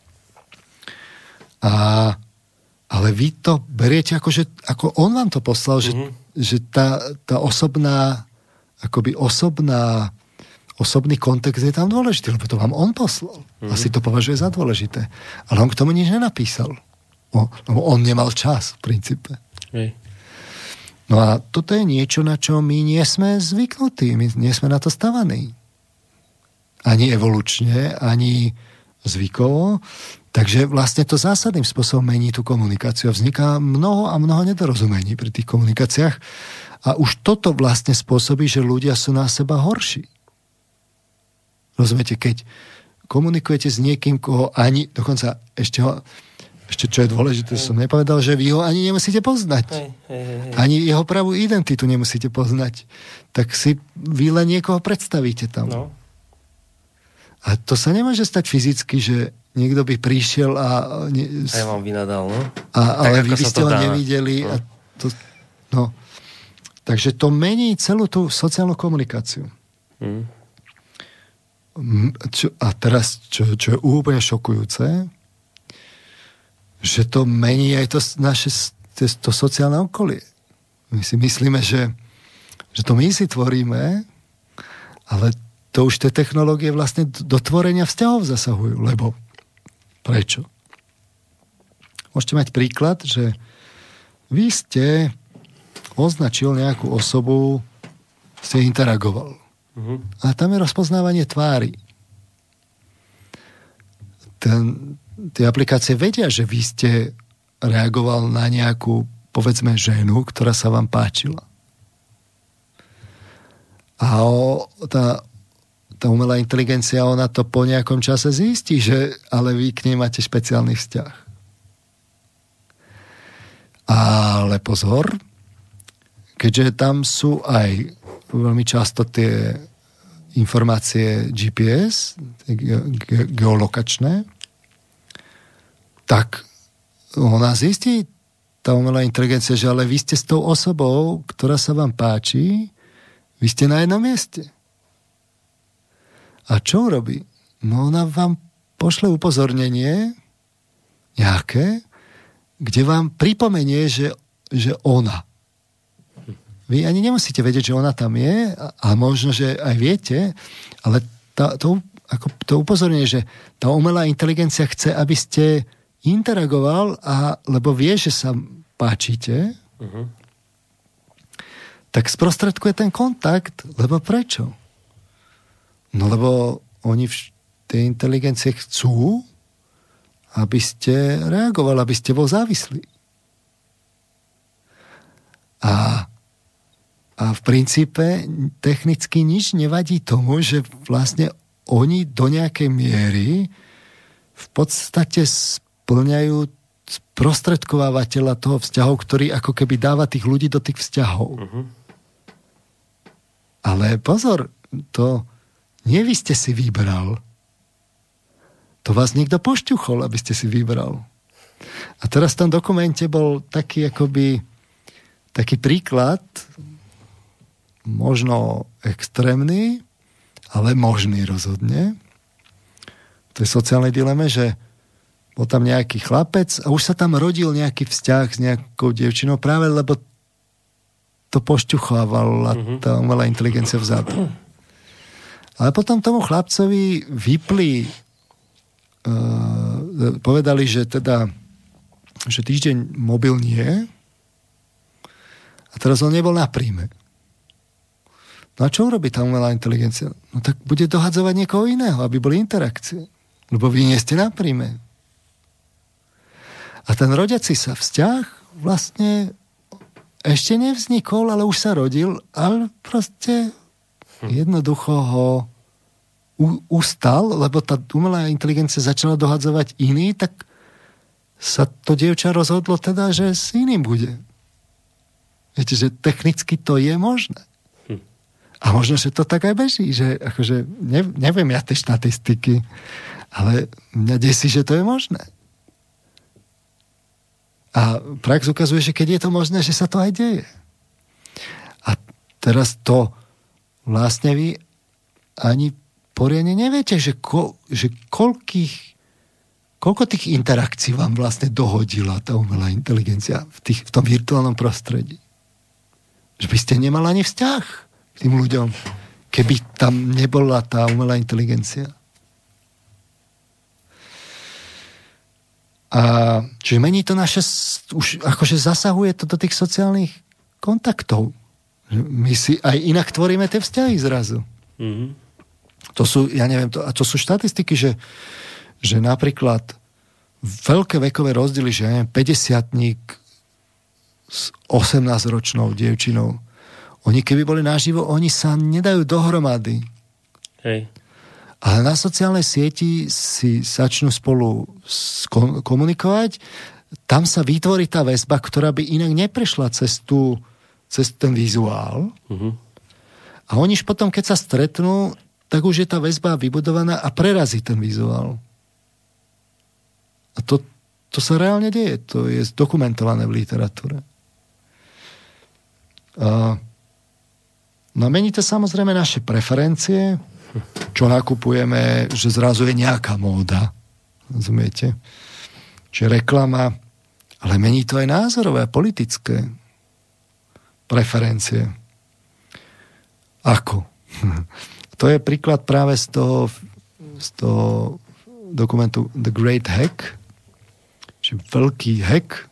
Ale vy to beriete ako on vám to poslal, že tá osobná akoby osobný kontext je tam dôležitý, lebo to vám on poslal. Asi to považuje za dôležité. Ale on k tomu nič nenapísal. Lebo on nemal čas v princípe. No a toto je niečo, na čo my nie sme zvyknutí. My nie sme na to stavaní. Ani evolučne, ani zvykovo. Takže vlastne to zásadným spôsobom mení tú komunikáciu. Vzniká mnoho a mnoho nedorozumení pri tých komunikáciách. A už toto vlastne spôsobí, že ľudia sú na seba horší. Rozumiete, keď komunikujete s niekým, koho ani, dokonca ešte čo je dôležité, som nepovedal, že vy ho ani nemusíte poznať. Ani jeho pravú identitu nemusíte poznať. Tak si vy len niekoho predstavíte tam. No. A to sa nemôže stať fyzicky, že niekto by prišiel a ja vám vynadal, no? Ale vy by ste ho nevideli. No. Takže to mení celú tú sociálnu komunikáciu. A teraz, čo je úplne šokujúce, že to mení aj to naše to sociálne okolie. My si myslíme, že to my si tvoríme, ale to už tie technológie vlastne do tvorenia vzťahov zasahujú. Lebo prečo? Môžete mať príklad, že vy ste označil nejakú osobu, ste interagoval. A tam je rozpoznávanie tvári. Tie aplikácie vedia, že vy ste reagoval na nejakú, povedzme, ženu, ktorá sa vám páčila. A tá umelá inteligencia, ona to po nejakom čase zistí, že ale vy k nej máte špeciálny vzťah. Ale pozor, keďže tam sú aj veľmi často tie informácie GPS, geolokačné, tak ona zistí, tá umelá inteligencia, že ale vy ste s tou osobou, ktorá sa vám páči, vy ste na jednom mieste. A čo urobí? No ona vám pošle upozornenie nejaké, kde vám pripomenie, že ona. Vy ani nemusíte vedieť, že ona tam je, a možno, že aj viete, ale to upozornenie, že tá umelá inteligencia chce, aby ste interagoval, lebo vie, že sa páčite, tak sprostredkuje ten kontakt, lebo prečo? No lebo oni tie inteligencie chcú, aby ste reagovali, aby ste bol závislí. A v princípe technicky nič nevadí tomu, že vlastne oni do nejakej miery v podstate splňajú sprostredkovávateľa toho vzťahu, ktorý ako keby dáva tých ľudí do tých vzťahov. Ale pozor, to nie vy ste si vybral. To vás niekto pošťuchol, aby ste si vybral. A teraz v tom dokumente bol taký príklad, možno extrémny, ale možný rozhodne. V tej sociálnej dileme, že bol tam nejaký chlapec a už sa tam rodil nejaký vzťah s nejakou dievčinou, práve lebo to pošťuchávala tá umelá inteligencia vzadu. Ale potom tomu chlapcovi povedali, že týždeň mobil nie a teraz on nebol na príjme. No a čo urobí tá umelá inteligencia? No tak bude dohadzovať niekoho iného, aby boli interakcie. Lebo vy nie ste na príjme. A ten rodiaci sa vzťah vlastne ešte nevznikol, ale už sa rodil, ale proste jednoducho ho ustal, lebo tá umelá inteligencia začala dohadzovať iný, tak sa to dievča rozhodlo teda, že s iným bude. Viete, že technicky to je možné. A možno, že to tak aj beží, že akože neviem ja tie štatistiky, ale mňa desí, že to je možné. A prax ukazuje, že keď je to možné, že sa to aj deje. A teraz to vlastne vy ani poriadne neviete, že koľko tých interakcií vám vlastne dohodila tá umelá inteligencia v tom virtuálnom prostredí. Že by ste nemali ani vzťah k tým ľuďom, keby tam nebola tá umelá inteligencia. A čiže mení to naše, už akože zasahuje to do tých sociálnych kontaktov. My si aj inak tvoríme tie vzťahy zrazu. To sú, ja neviem, to sú štatistiky, že napríklad veľké vekové rozdiely, že 50-tník s 18-ročnou dievčinou, oni keby boli naživo, oni sa nedajú dohromady. Hej. Ale na sociálnej sieti si začnú spolu komunikovať, tam sa vytvorí tá väzba, ktorá by inak neprešla cez ten vizuál. A oni už potom, keď sa stretnú, tak už je tá väzba vybudovaná a prerazí ten vizuál. A to sa reálne deje. To je zdokumentované v literatúre. No mení to samozrejme naše preferencie, čo nakupujeme, že zrazu je nejaká móda. Rozumiete? Čiže reklama, ale mení to aj názorové a politické preferencie. Ako? To je príklad práve z toho dokumentu The Great Hack, čiže veľký hack,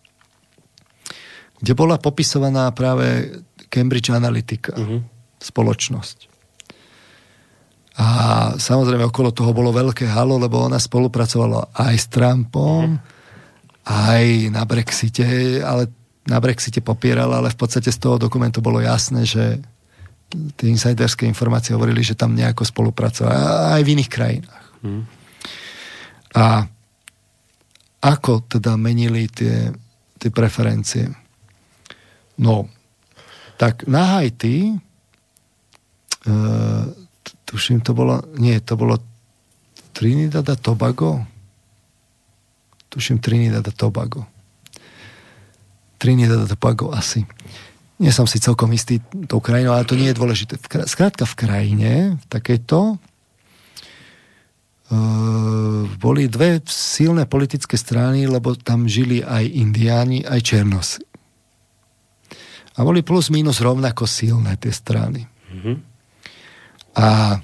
kde bola popisovaná práve Cambridge Analytica, spoločnosť. A samozrejme okolo toho bolo veľké halo, lebo ona spolupracovala aj s Trumpom, aj na Brexite, ale na Brexite popierala, ale v podstate z toho dokumentu bolo jasné, že tie insiderské informácie hovorili, že tam nejako spolupracovala aj v iných krajinách. A ako teda menili tie preferencie? No, tak na Haiti tuším, to bolo Trinidad a Tobago. Trinidad a Tobago asi. Nie som si celkom istý tou krajinou, ale to nie je dôležité. Skrátka v krajine, v takejto, boli dve silné politické strany, lebo tam žili aj indiáni, aj černosy. A boli plus minus rovnako silné tie strany. A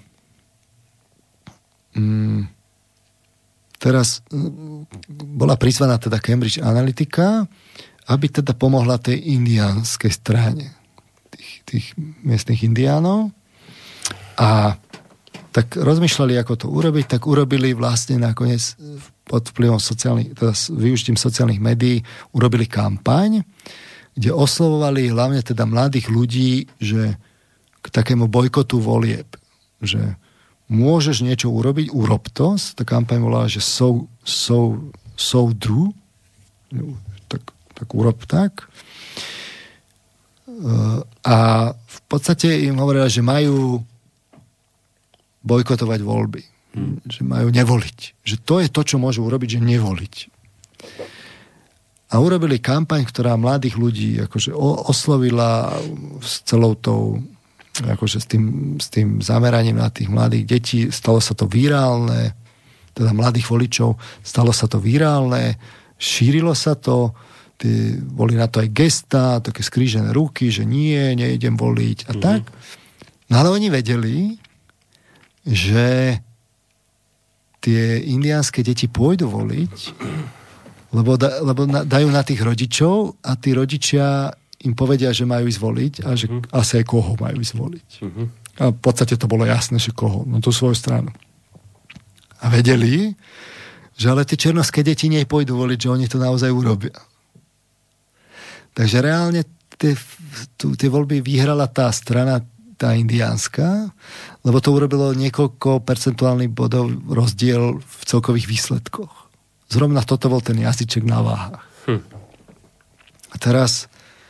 teraz bola prizvaná teda Cambridge Analytica, aby teda pomohla tej indiánskej strane tých miestnych indiánov. A tak rozmýšľali, ako to urobiť, tak urobili vlastne nakoniec pod vplyvom teda s využitím sociálnych médií urobili kampaň, kde oslovovali hlavne teda mladých ľudí, že k takému bojkotu volieb, že môžeš niečo urobiť, urob to. Tá kampaň volá, že so do, tak urob tak. A v podstate im hovorila, že majú bojkotovať voľby. Že majú nevoliť. Že to je to, čo môžu urobiť, že nevoliť. A urobili kampaň, ktorá mladých ľudí akože oslovila s celou tou akože s tým zameraním na tých mladých detí. Stalo sa to virálne, teda mladých voličov, stalo sa to virálne, šírilo sa to, boli na to aj gestá, také skrížené ruky, že nie, nejdem voliť a tak. No ale oni vedeli, že tie indiánske deti pôjdu voliť, lebo dajú na tých rodičov a tí rodičia im povedia, že majú ísť voliť a že asi aj koho majú ísť voliť. A v podstate to bolo jasné, že koho. No tú svoju stranu. A vedeli, že ale tie černovské deti nepôjdu voliť, že oni to naozaj urobia. Takže reálne tie voľby vyhrala tá strana, tá indiánska, lebo to urobilo niekoľko percentuálnych bodov rozdiel v celkových výsledkoch. Zrovna toto bol ten jazyček na váhach. A teraz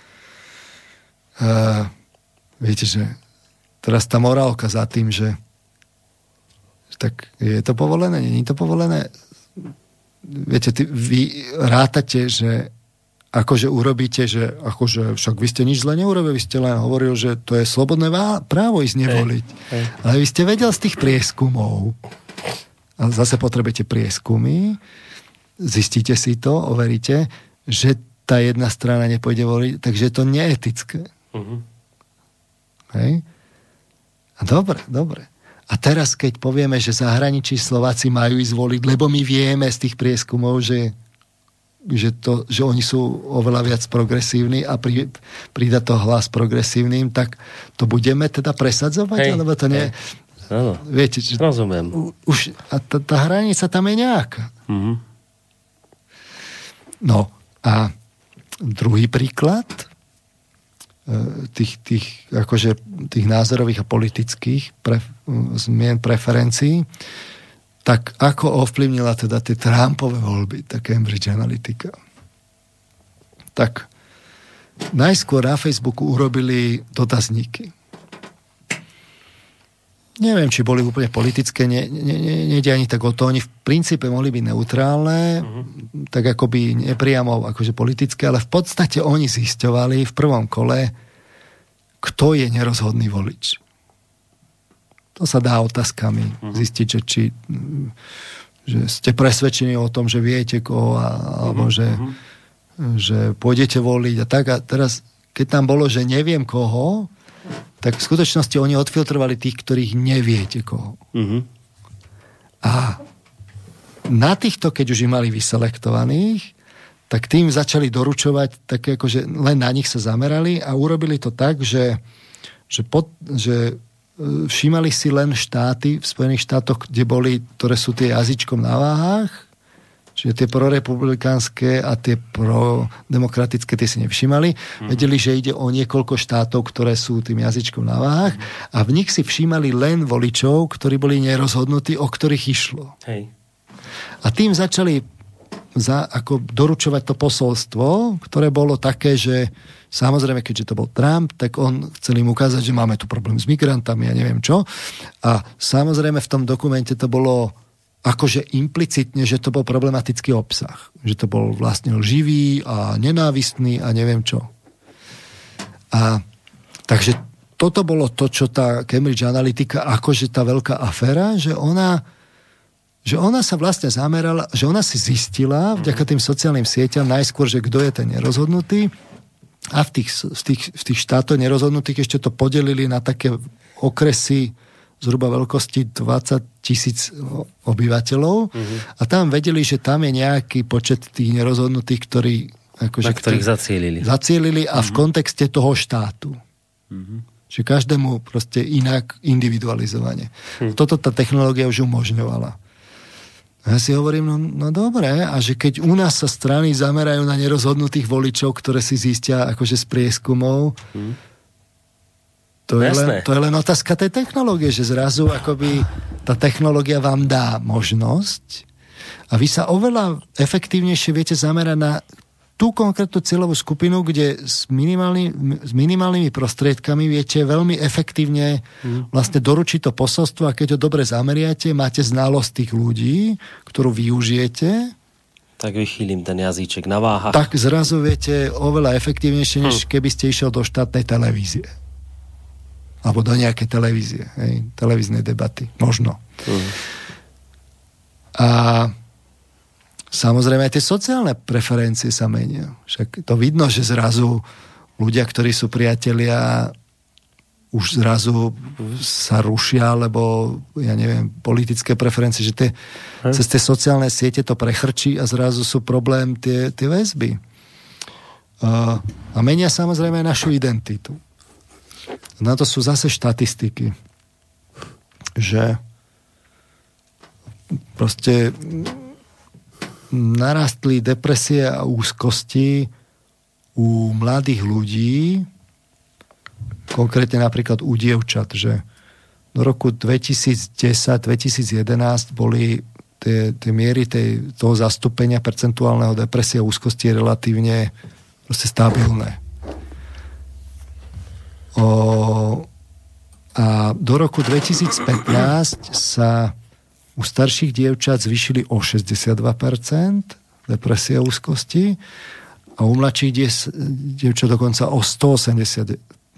viete, že teraz tá morálka za tým, že tak je to povolené, nie je to povolené. Viete, vy rátate, že akože urobíte, že akože však vy ste nič zle neurobili, vy ste len hovorili, že to je slobodné právo ísť nevoliť. Ale vy ste vedel z tých prieskumov, a zase potrebujete prieskumy, zistíte si to, overíte, že tá jedna strana nepôjde voliť, takže je to neetické. Hej? A dobre. A teraz, keď povieme, že zahraničí Slováci majú ísť voliť, lebo my vieme z tých prieskumov, že oni sú oveľa viac progresívni a prída to hlas progresívnym, tak to budeme teda presadzovať? Alebo to nie? Áno, viete, že rozumiem. A tá hranica tam je nejaká. No a druhý príklad tých názorových a politických zmien preferencií, tak ako ovplyvnila teda tie Trumpové voľby, tá Cambridge Analytica. Tak najskôr na Facebooku urobili dotazníky. Neviem, či boli úplne politické, nejde ani tak o to. Oni v princípe mohli byť neutrálne, tak akoby nepriamo akože politické, ale v podstate oni zisťovali v prvom kole, kto je nerozhodný volič. To sa dá otázkami zistiť, že ste presvedčení o tom, že viete koho, alebo že pôjdete voliť a tak. A teraz, keď tam bolo, že neviem koho, tak v skutočnosti oni odfiltrovali tých, ktorých neviete koho. A na týchto, keď už ich mali vyselektovaných, tak tým začali doručovať, také akože len na nich sa zamerali a urobili to tak, že všímali si len štáty v Spojených štátoch, ktoré sú tie jazyčkom na váhách, čiže tie prorepublikánske a tie prodemokratické, tie si nevšímali. Vedeli, že ide o niekoľko štátov, ktoré sú tým jazyčkom na váhách a v nich si všímali len voličov, ktorí boli nerozhodnutí, o ktorých išlo. Hej. A tým začali ako doručovať to posolstvo, ktoré bolo také, že samozrejme, keďže to bol Trump, tak on chcel im ukázať, že máme tu problém s migrantami a neviem čo. A samozrejme v tom dokumente to bolo akože implicitne, že to bol problematický obsah. Že to bol vlastne lživý a nenávistný a neviem čo. A takže toto bolo to, čo tá Cambridge Analytica, akože tá veľká aféra, že ona sa vlastne zamerala, že ona si zistila vďaka tým sociálnym sieťam najskôr, že kto je ten nerozhodnutý a v tých štátoch nerozhodnutých ešte to podelili na také okresy zhruba veľkosti 20,000 obyvateľov a tam vedeli, že tam je nejaký počet tých nerozhodnutých, ktorých zacielili a v kontexte toho štátu. Že každému proste inak individualizovane. Toto tá technológia už umožňovala. A ja si hovorím, no dobre, a že keď u nás sa strany zamerajú na nerozhodnutých voličov, ktoré si zistia akože z prieskumov, to je len otázka tej technológie, že zrazu akoby tá technológia vám dá možnosť a vy sa oveľa efektívnejšie viete zamerať na tú konkrétnu cieľovú skupinu, kde s minimálnymi prostriedkami viete veľmi efektívne vlastne doručiť to posolstvo a keď ho dobre zameriate, máte znalosť tých ľudí, ktorú využijete. Tak vychýlim ten jazyček na váhach. Tak zrazu viete oveľa efektívnejšie, než keby ste išiel do štátnej televízie. Alebo do nejakej televízie. Televíznej debaty. Možno. A samozrejme aj tie sociálne preferencie sa menia. Však to vidno, že zrazu ľudia, ktorí sú priatelia, už zrazu sa rušia, lebo ja neviem, politické preferencie, že cez tie sociálne siete to prechrčí a zrazu sú problém tie väzby. A menia samozrejme aj našu identitu. Na to sú zase štatistiky, že proste narastli depresie a úzkosti u mladých ľudí, konkrétne napríklad u dievčat, že do roku 2010-2011 boli tie miery toho zastúpenia percentuálneho depresie a úzkosti relatívne proste stabilné. A do roku 2015 sa u starších dievčat zvýšili o 62% depresie a úzkosti a u mladších dievčat dokonca o 189%.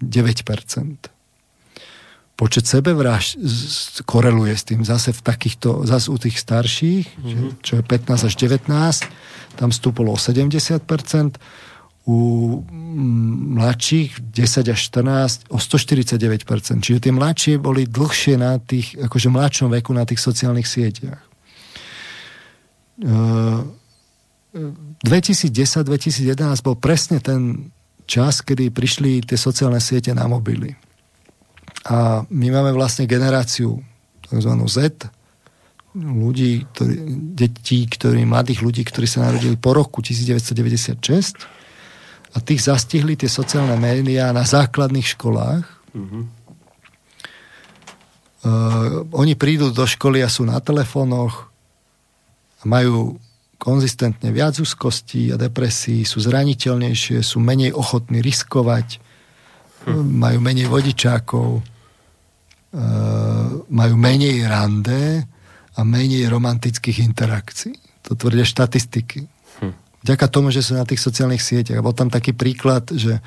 Počet sebevrážd koreluje s tým zase u tých starších, čo je 15 až 19, tam stúpolo o 70%, u mladších 10 až 14 o 149%. Čiže tie mladšie boli dlhšie na tých, akože mladšom veku na tých sociálnych sieťach. 2010-2011 bol presne ten čas, kedy prišli tie sociálne siete na mobily. A my máme vlastne generáciu takzvanú Z, mladých ľudí, ktorí sa narodili po roku 1996 a tých zastihli tie sociálne médiá na základných školách. Oni prídu do školy a sú na telefónoch a majú konzistentne viac úzkostí a depresí, sú zraniteľnejšie, sú menej ochotní riskovať, majú menej vodičákov, majú menej rande a menej romantických interakcií. To tvrdia štatistiky. Vďaka tomu, že sú na tých sociálnych sieťach. Bol tam taký príklad, že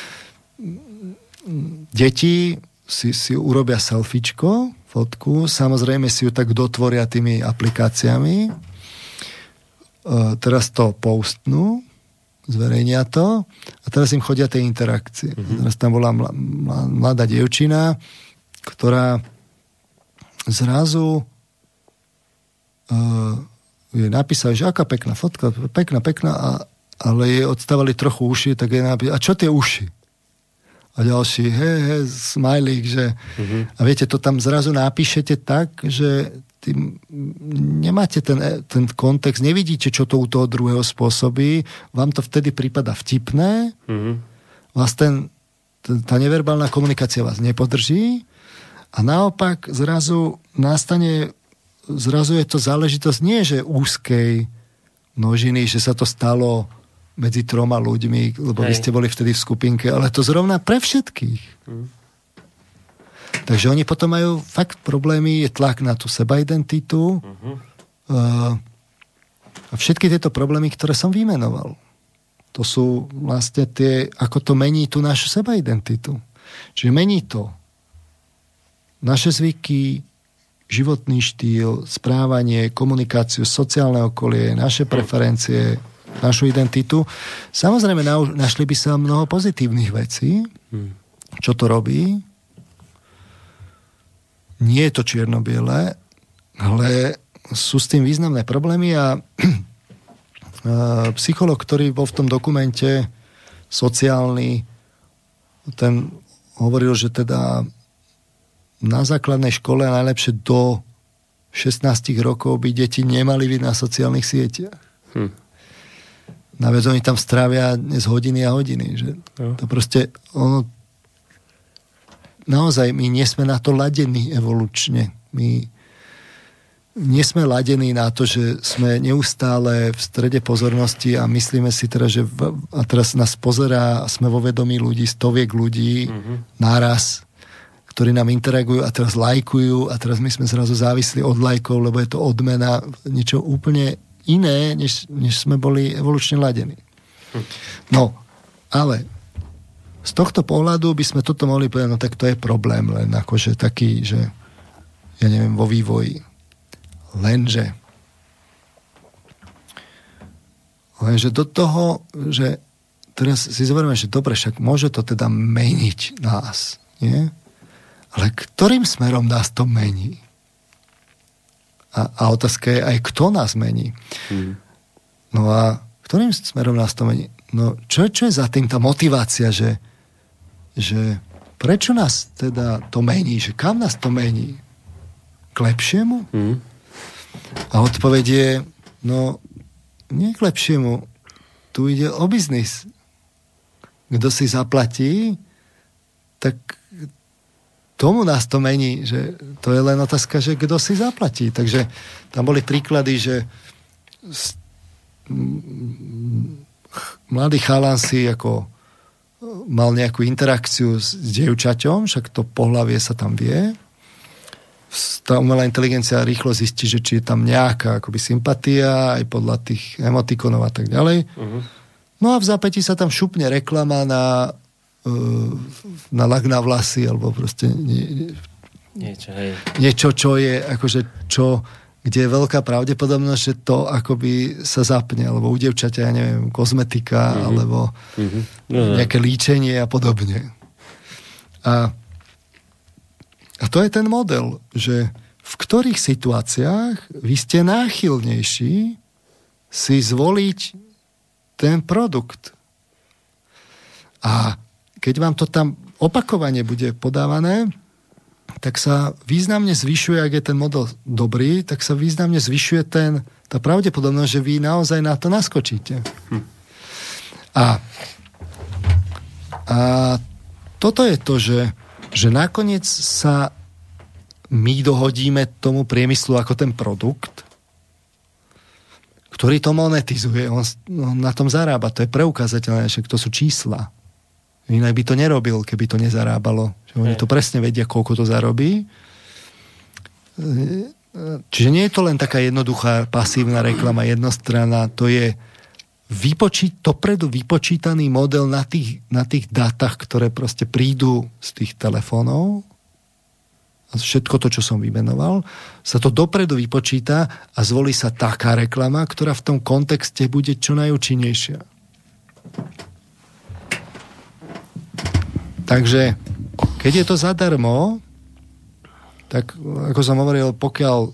deti si urobia selfiečko, fotku, samozrejme si ju tak dotvoria tými aplikáciami, teraz to postnú, zverejnia to a teraz im chodia tie interakcie. Teraz tam bola mladá dievčina, ktorá zrazu jej napísala, že aká pekná fotka, pekná, ale jej odstávali trochu uši, tak jej napísala, a čo tie uši? A ďalší, smajlík, že... A viete, to tam zrazu napíšete tak, že tým nemáte ten kontext, nevidíte, čo to u toho druhého spôsobí, vám to vtedy prípada vtipné, vás tá neverbálna komunikácia vás nepodrží a naopak zrazu je to záležitosť nie, že úzkej množiny, že sa to stalo medzi 3 ľuďmi, lebo vy ste boli vtedy v skupinke, ale to zrovna pre všetkých. Takže oni potom majú fakt problémy, je tlak na tú sebaidentitu a všetky tieto problémy, ktoré som vymenoval. To sú vlastne tie, ako to mení tú našu sebaidentitu. Čiže mení to naše zvyky, životný štýl, správanie, komunikáciu, sociálne okolie, naše preferencie, našu identitu. Samozrejme, našli by sa mnoho pozitívnych vecí. Čo to robí? Nie je to čierno-biele, ale sú s tým významné problémy a psychológ, ktorý bol v tom dokumente sociálny, ten hovoril, že teda na základnej škole najlepšie do 16 rokov by deti nemali byť na sociálnych sieťach. Naviac oni tam strávia dnes hodiny a hodiny. Že to proste naozaj my nie sme na to ladení evolučne. My nie sme ladení na to, že sme neustále v strede pozornosti a myslíme si teda, že a teraz nás pozerá a sme vo vedomí ľudí, stoviek ľudí naraz, ktorí nám interagujú a teraz lajkujú a teraz my sme zrazu závislí od lajkov, lebo je to odmena, niečo úplne iné, než sme boli evolučne ladení. No, ale z tohto pohľadu by sme toto mohli povedať, no tak to je problém, len akože taký, že ja neviem, vo vývoji. Lenže do toho, že teraz si zoberieme, že dobre, však môže to teda meniť nás, nie? Ale ktorým smerom nás to mení? A otázka je aj, kto nás mení? No a ktorým smerom nás to mení? No čo je za tým tá motivácia, že prečo nás teda to mení? Že kam nás to mení? K lepšiemu? A odpoveď je, no nie k lepšiemu. Tu ide o biznis. Kto si zaplatí, tak tomu nás to mení, že to je len otázka, že kto si zaplatí. Takže tam boli príklady, že mladý chalan si ako mal nejakú interakciu s dievčaťom, však to pohlavie sa tam vie. Tá umelá inteligencia rýchlo zistí, že či je tam nejaká akoby sympatia, aj podľa tých emotikonov a tak ďalej. No a v zápätí sa tam šupne reklama na lak na vlasy, alebo proste niečo, čo je akože kde je veľká pravdepodobnosť, že to akoby sa zapne, alebo u dievčaťa, ja neviem, kozmetika, alebo nejaké líčenie a podobne. A to je ten model, že v ktorých situáciách vy ste náchylnejší si zvoliť ten produkt. A keď vám to tam opakovane bude podávané, tak sa významne zvyšuje, ak je ten model dobrý, tak sa významne zvyšuje tá pravdepodobnosť, že vy naozaj na to naskočíte. A toto je to, že nakoniec sa my dohodíme tomu priemyslu ako ten produkt, ktorý to monetizuje. On na tom zarába. To je preukázateľné, že to sú čísla. Inak by to nerobil, keby to nezarábalo. Že oni to presne vedia, koľko to zarobí. Čiže nie je to len taká jednoduchá pasívna reklama jednostranná, to je dopredu vypočítaný model na tých dátach, ktoré proste prídu z tých telefónov. A všetko to, čo som vymenoval, sa to dopredu vypočíta a zvolí sa taká reklama, ktorá v tom kontexte bude čo najúčinnejšia. Takže, keď je to zadarmo, tak, ako som hovoril, pokiaľ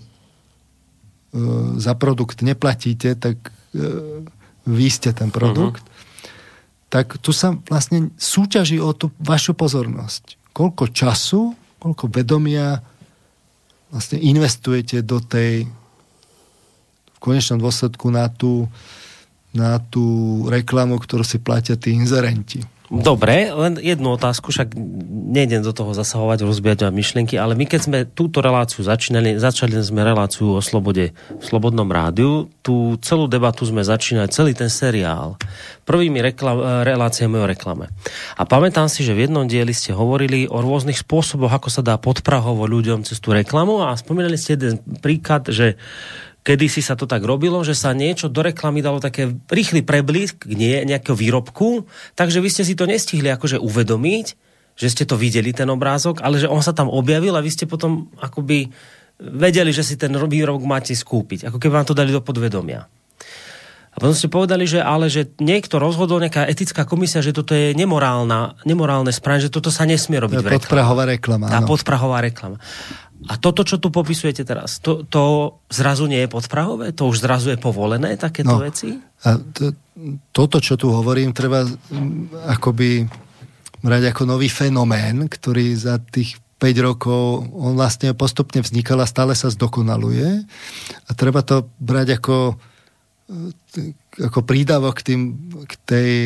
za produkt neplatíte, tak vy ste ten produkt, tak tu sa vlastne súťaží o tú vašu pozornosť. Koľko času, koľko vedomia vlastne investujete do tej v konečnom dôsledku na tú reklamu, ktorú si platia tí inzerenti. Dobre, len jednu otázku, však nejdem do toho zasahovať, rozbíjať myšlienky, ale my keď sme túto reláciu začali sme reláciu o slobode v Slobodnom rádiu, tú celú debatu sme začínali, celý ten seriál, prvými reláciami o reklame. A pamätám si, že v jednom dieli ste hovorili o rôznych spôsoboch, ako sa dá podprahovo ľuďom cez tú reklamu a spomínali ste jeden príklad, že kedysi sa to tak robilo, že sa niečo do reklamy dalo také rýchly preblisk nejakého výrobku, takže vy ste si to nestihli akože uvedomiť, že ste to videli, ten obrázok, ale že on sa tam objavil a vy ste potom akoby vedeli, že si ten výrobok máte skúpiť. Ako keby vám to dali do podvedomia. A potom ste povedali, že niekto rozhodol, nejaká etická komisia, že toto je nemorálne správanie, že toto sa nesmie robiť v reklame. Podprahová reklama. Tá podprahová reklama. A toto, čo tu popisujete teraz, to zrazu nie je podprahové? To už zrazu je povolené, takéto veci? A toto, čo tu hovorím, treba akoby brať ako nový fenomén, ktorý za tých 5 rokov, on vlastne postupne vznikal a stále sa zdokonaluje. A treba to brať ako prídavok k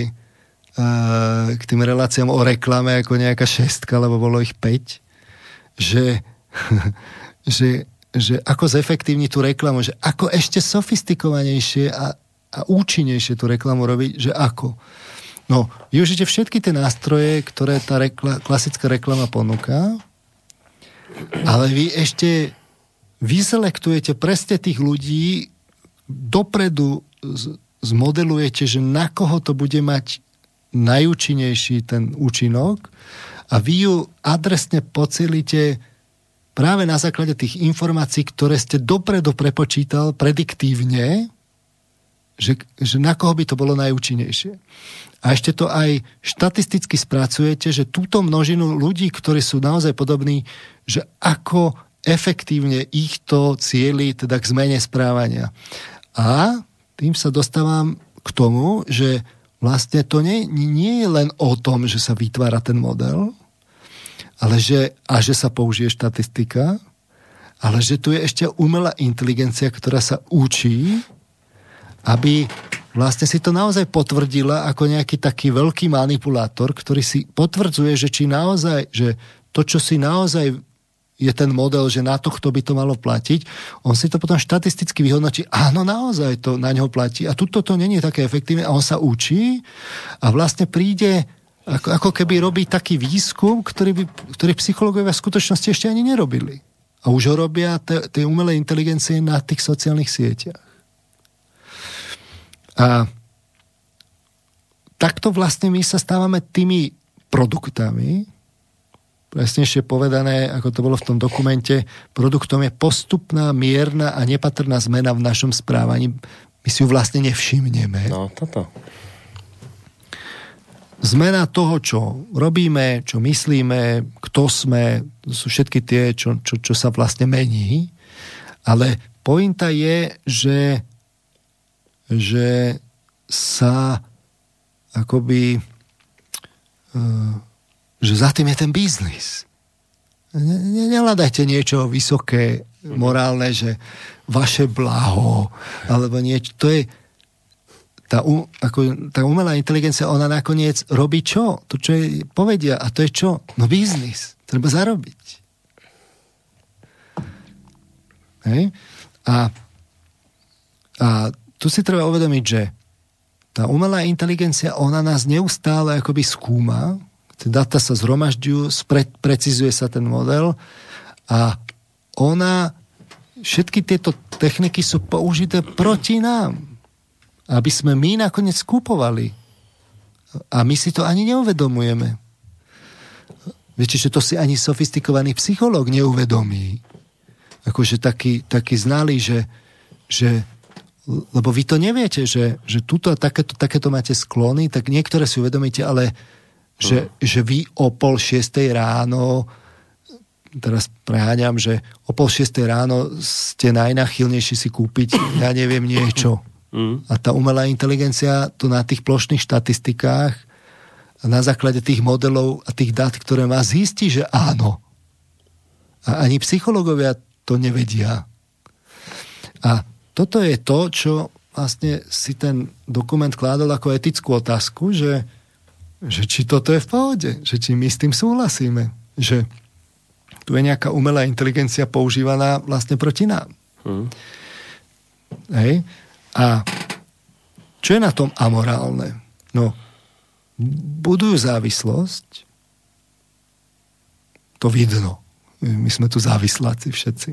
tým reláciám o reklame, ako nejaká 6, lebo bolo ich 5, že ako zefektívniť tú reklamu, že ako ešte sofistikovanejšie a účinnejšie tú reklamu robiť, že ako. No, využite všetky tie nástroje, ktoré tá klasická reklama ponúka, ale vy ešte vyselektujete presne tých ľudí, dopredu zmodelujete, že na koho to bude mať najúčinnejší ten účinok a vy ju adresne pocielite práve na základe tých informácií, ktoré ste dopredu prepočítal prediktívne, že na koho by to bolo najúčinnejšie. A ešte to aj štatisticky spracujete, že túto množinu ľudí, ktorí sú naozaj podobní, že ako efektívne ich to cieli teda k zmene správania. A tým sa dostávam k tomu, že vlastne to nie je len o tom, že sa vytvára ten model, ale že sa použije štatistika, ale že tu je ešte umelá inteligencia, ktorá sa učí, aby vlastne si to naozaj potvrdila ako nejaký taký veľký manipulátor, ktorý si potvrdzuje, že či naozaj, že to, čo si naozaj je ten model, že na tohto by to malo platiť, on si to potom štatisticky vyhodnotí, áno, naozaj to na ňo platí a tuto to nie je také efektívne a on sa učí a vlastne príde, ako keby robí taký výskum, ktorý psychológovia v skutočnosti ešte ani nerobili. A už ho robia tie umelé inteligencie na tých sociálnych sieťach. A takto vlastne my sa stávame tými produktami, presnejšie povedané, ako to bolo v tom dokumente, produktom je postupná, mierna a nepatrná zmena v našom správaní. My si ju vlastne nevšimneme. No, toto. Zmena toho, čo robíme, čo myslíme, kto sme, to sú všetky tie, čo sa vlastne mení. Ale pointa je, že sa akoby že za tým je ten biznis. Nehľadajte niečo vysoké, morálne, že vaše blaho, alebo niečo. To je tá umelá inteligencia, ona nakoniec robí čo? To, čo jej povedia. A to je čo? No biznis. Treba zarobiť. Hej? A tu si treba uvedomiť, že tá umelá inteligencia, ona nás neustále akoby skúma, tie dáta sa zhromažďujú, precizuje sa ten model a všetky tieto techniky sú použité proti nám, aby sme my nakoniec skupovali. A my si to ani neuvedomujeme. Viete, že to si ani sofistikovaný psychológ neuvedomí. Akože taký znalý, že lebo vy to neviete, že tuto a takéto máte sklony, tak niektoré si uvedomíte, ale že vy o 5:30 ráno, teraz preháňam, že o 5:30 ráno ste najnáchylnejší si kúpiť, ja neviem, niečo. A tá umelá inteligencia to na tých plošných štatistikách na základe tých modelov a tých dát, ktoré má, zistí, že áno. A ani psychológovia to nevedia. A toto je to, čo vlastne si ten dokument kládol ako etickú otázku, že či toto je v pohode, že či my s tým súhlasíme, že tu je nejaká umelá inteligencia používaná vlastne proti nám. Hej? A čo je na tom amorálne? No, budujú závislosť, to vidno. My sme tu závisláci všetci.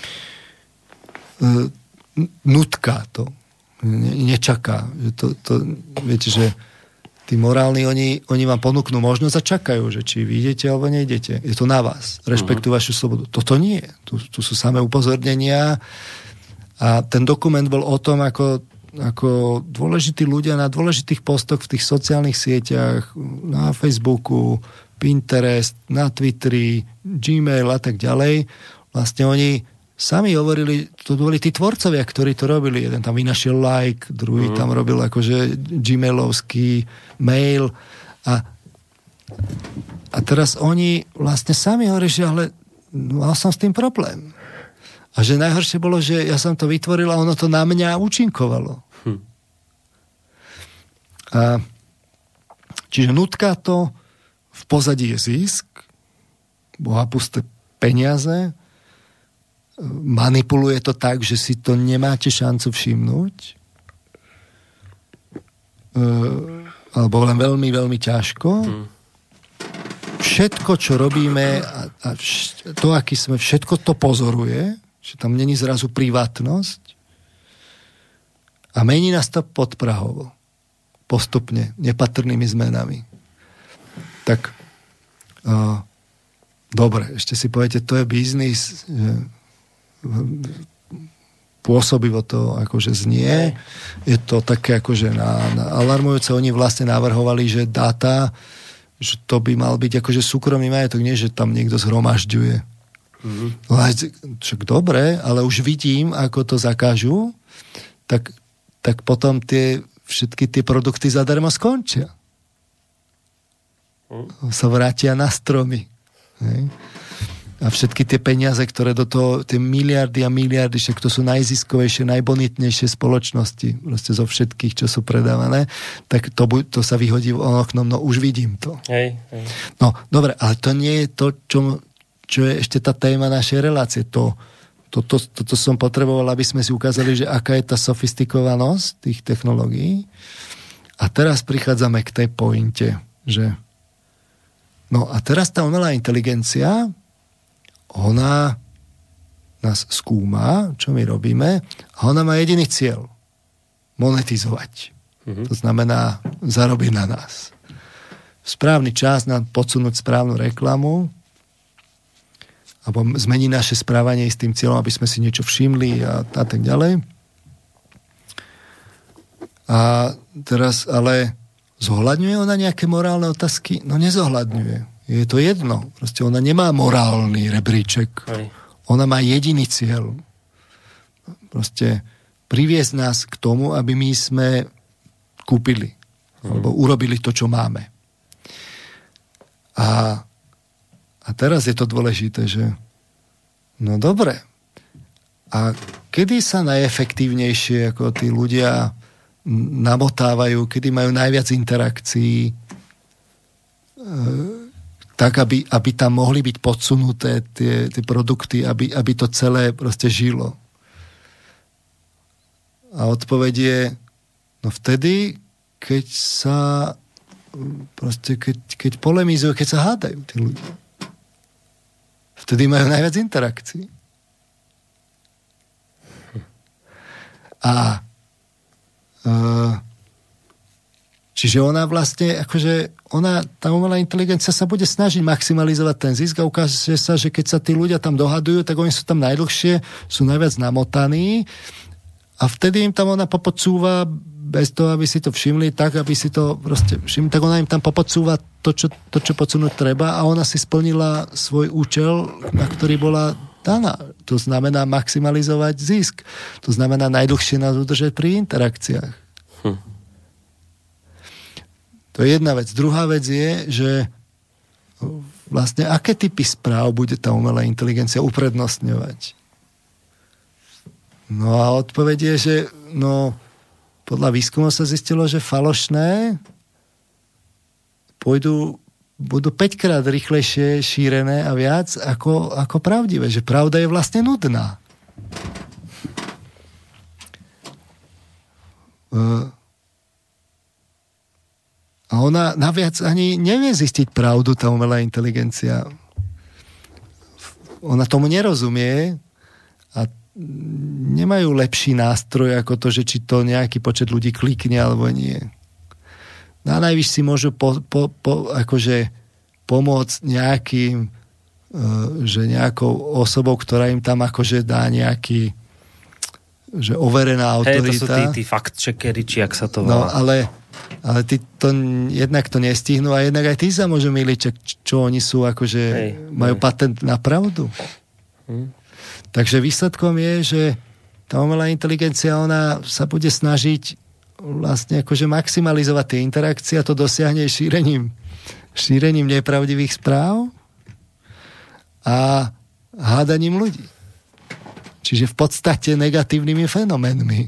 Nutká to. Nečaká. Viete, že tí morálni, oni vám ponúknú možnosť a čakajú, že či vy idete alebo nejdete. Je to na vás. Rešpektujú vašu slobodu. Toto nie. Tu sú samé upozornenia a ten dokument bol o tom, ako dôležití ľudia na dôležitých postoch v tých sociálnych sieťach, na Facebooku, Pinterest, na Twitteri, Gmail a tak ďalej. Vlastne oni sami hovorili, to boli tí tvorcovia, ktorí to robili. Jeden tam vynašiel like, druhý tam robil akože gmailovský mail a A teraz oni vlastne sami hovorí, že ale mal som s tým problém. A že najhoršie bolo, že ja som to vytvoril a ono to na mňa účinkovalo. A čiže nutka to, v pozadí je zisk, bohapusté peniaze, manipuluje to tak, že si to nemáte šancu všimnúť, alebo len veľmi, veľmi ťažko. Všetko, čo robíme a to, aký sme, všetko to pozoruje, že tam není zrazu privátnosť a mení nás to podprahovo. Postupne, nepatrnými zmenami. Tak dobre, ešte si poviete, to je biznis, pôsobivo to akože znie, je to také akože alarmujúce, oni vlastne navrhovali, že dáta, že to by mal byť akože súkromný majetok, nie, že tam niekto zhromažďuje. No, však dobre, ale už vidím, ako to zakážu, tak potom všetky tie produkty zadarmo skončia. Sa vrátia na stromy. Hej. A všetky tie peniaze, ktoré do toho, tie miliardy a miliardy, však to sú najziskovejšie, najbonitnejšie spoločnosti, proste zo všetkých, čo sú predávané, tak to sa vyhodí oknom, no už vidím to. Hej. No, dobre, ale to nie je to, čo je ešte tá téma našej relácie. Toto som potreboval, aby sme si ukázali, že aká je tá sofistikovanosť tých technológií. A teraz prichádzame k tej pointe, že no a teraz tá umelá inteligencia, ona nás skúma, čo my robíme, a ona má jediný cieľ. Monetizovať. To znamená zarobiť na nás. V správny čas nám podsunúť správnu reklamu, alebo zmení naše správanie s tým cieľom, aby sme si niečo všimli a tak ďalej. A teraz ale zohľadňuje ona nejaké morálne otázky? No nezohľadňuje. Je to jedno. Proste ona nemá morálny rebríček. Ona má jediný cieľ. Proste priviesť nás k tomu, aby my sme kúpili. Alebo urobili to, čo máme. A teraz je to dôležité, že no dobre. A kedy sa najefektívnejšie ako tí ľudia namotávajú, kedy majú najviac interakcií, tak, aby tam mohli byť podsunuté tie produkty, aby to celé proste žilo. A odpoveď je, no vtedy, keď sa proste, keď polemizujú, keď sa hádajú tí ľudia. Vtedy majú najviac interakcií. A čiže ona vlastne, akože tá umelá inteligencia sa bude snažiť maximalizovať ten zisk a ukáže sa, že keď sa tí ľudia tam dohadujú, tak oni sú tam najdlhšie, sú najviac namotaní a vtedy im tam ona popodsúva bez toho, aby si to všimli, tak, aby si to proste všimli, tak ona im tam popodsúva to, čo podsunúť treba a ona si splnila svoj účel, na ktorý bola daná. To znamená maximalizovať zisk. To znamená najdlhšie nás udržať pri interakciách. To je jedna vec. Druhá vec je, že vlastne aké typy správ bude tá umelá inteligencia uprednostňovať? No a odpoveď je, že podľa výskumov sa zistilo, že falošné budú 5-krát rýchlejšie šírené a viac ako pravdivé. Že pravda je vlastne nudná. A ona naviac ani nevie zistiť pravdu, tá umelá inteligencia. Ona tomu nerozumie a nemajú lepší nástroj ako to, že či to nejaký počet ľudí klikne alebo nie. Na najvyš si môžu akože pomôcť nejakým že nejakou osobou, ktorá im tam akože dá nejaký že overená autorita. To sú tí fact-checkery, či jak sa to volá. No, ale ty to jednak to nestihnú a jednak aj ty sa môžu myliť, čo oni sú akože majú patent na pravdu. Takže výsledkom je, že tá umelá inteligencia, ona sa bude snažiť vlastne akože maximalizovať tie interakcie a to dosiahne šírením šírením nepravdivých správ a hádaním ľudí. Čiže v podstate negatívnymi fenoménmi.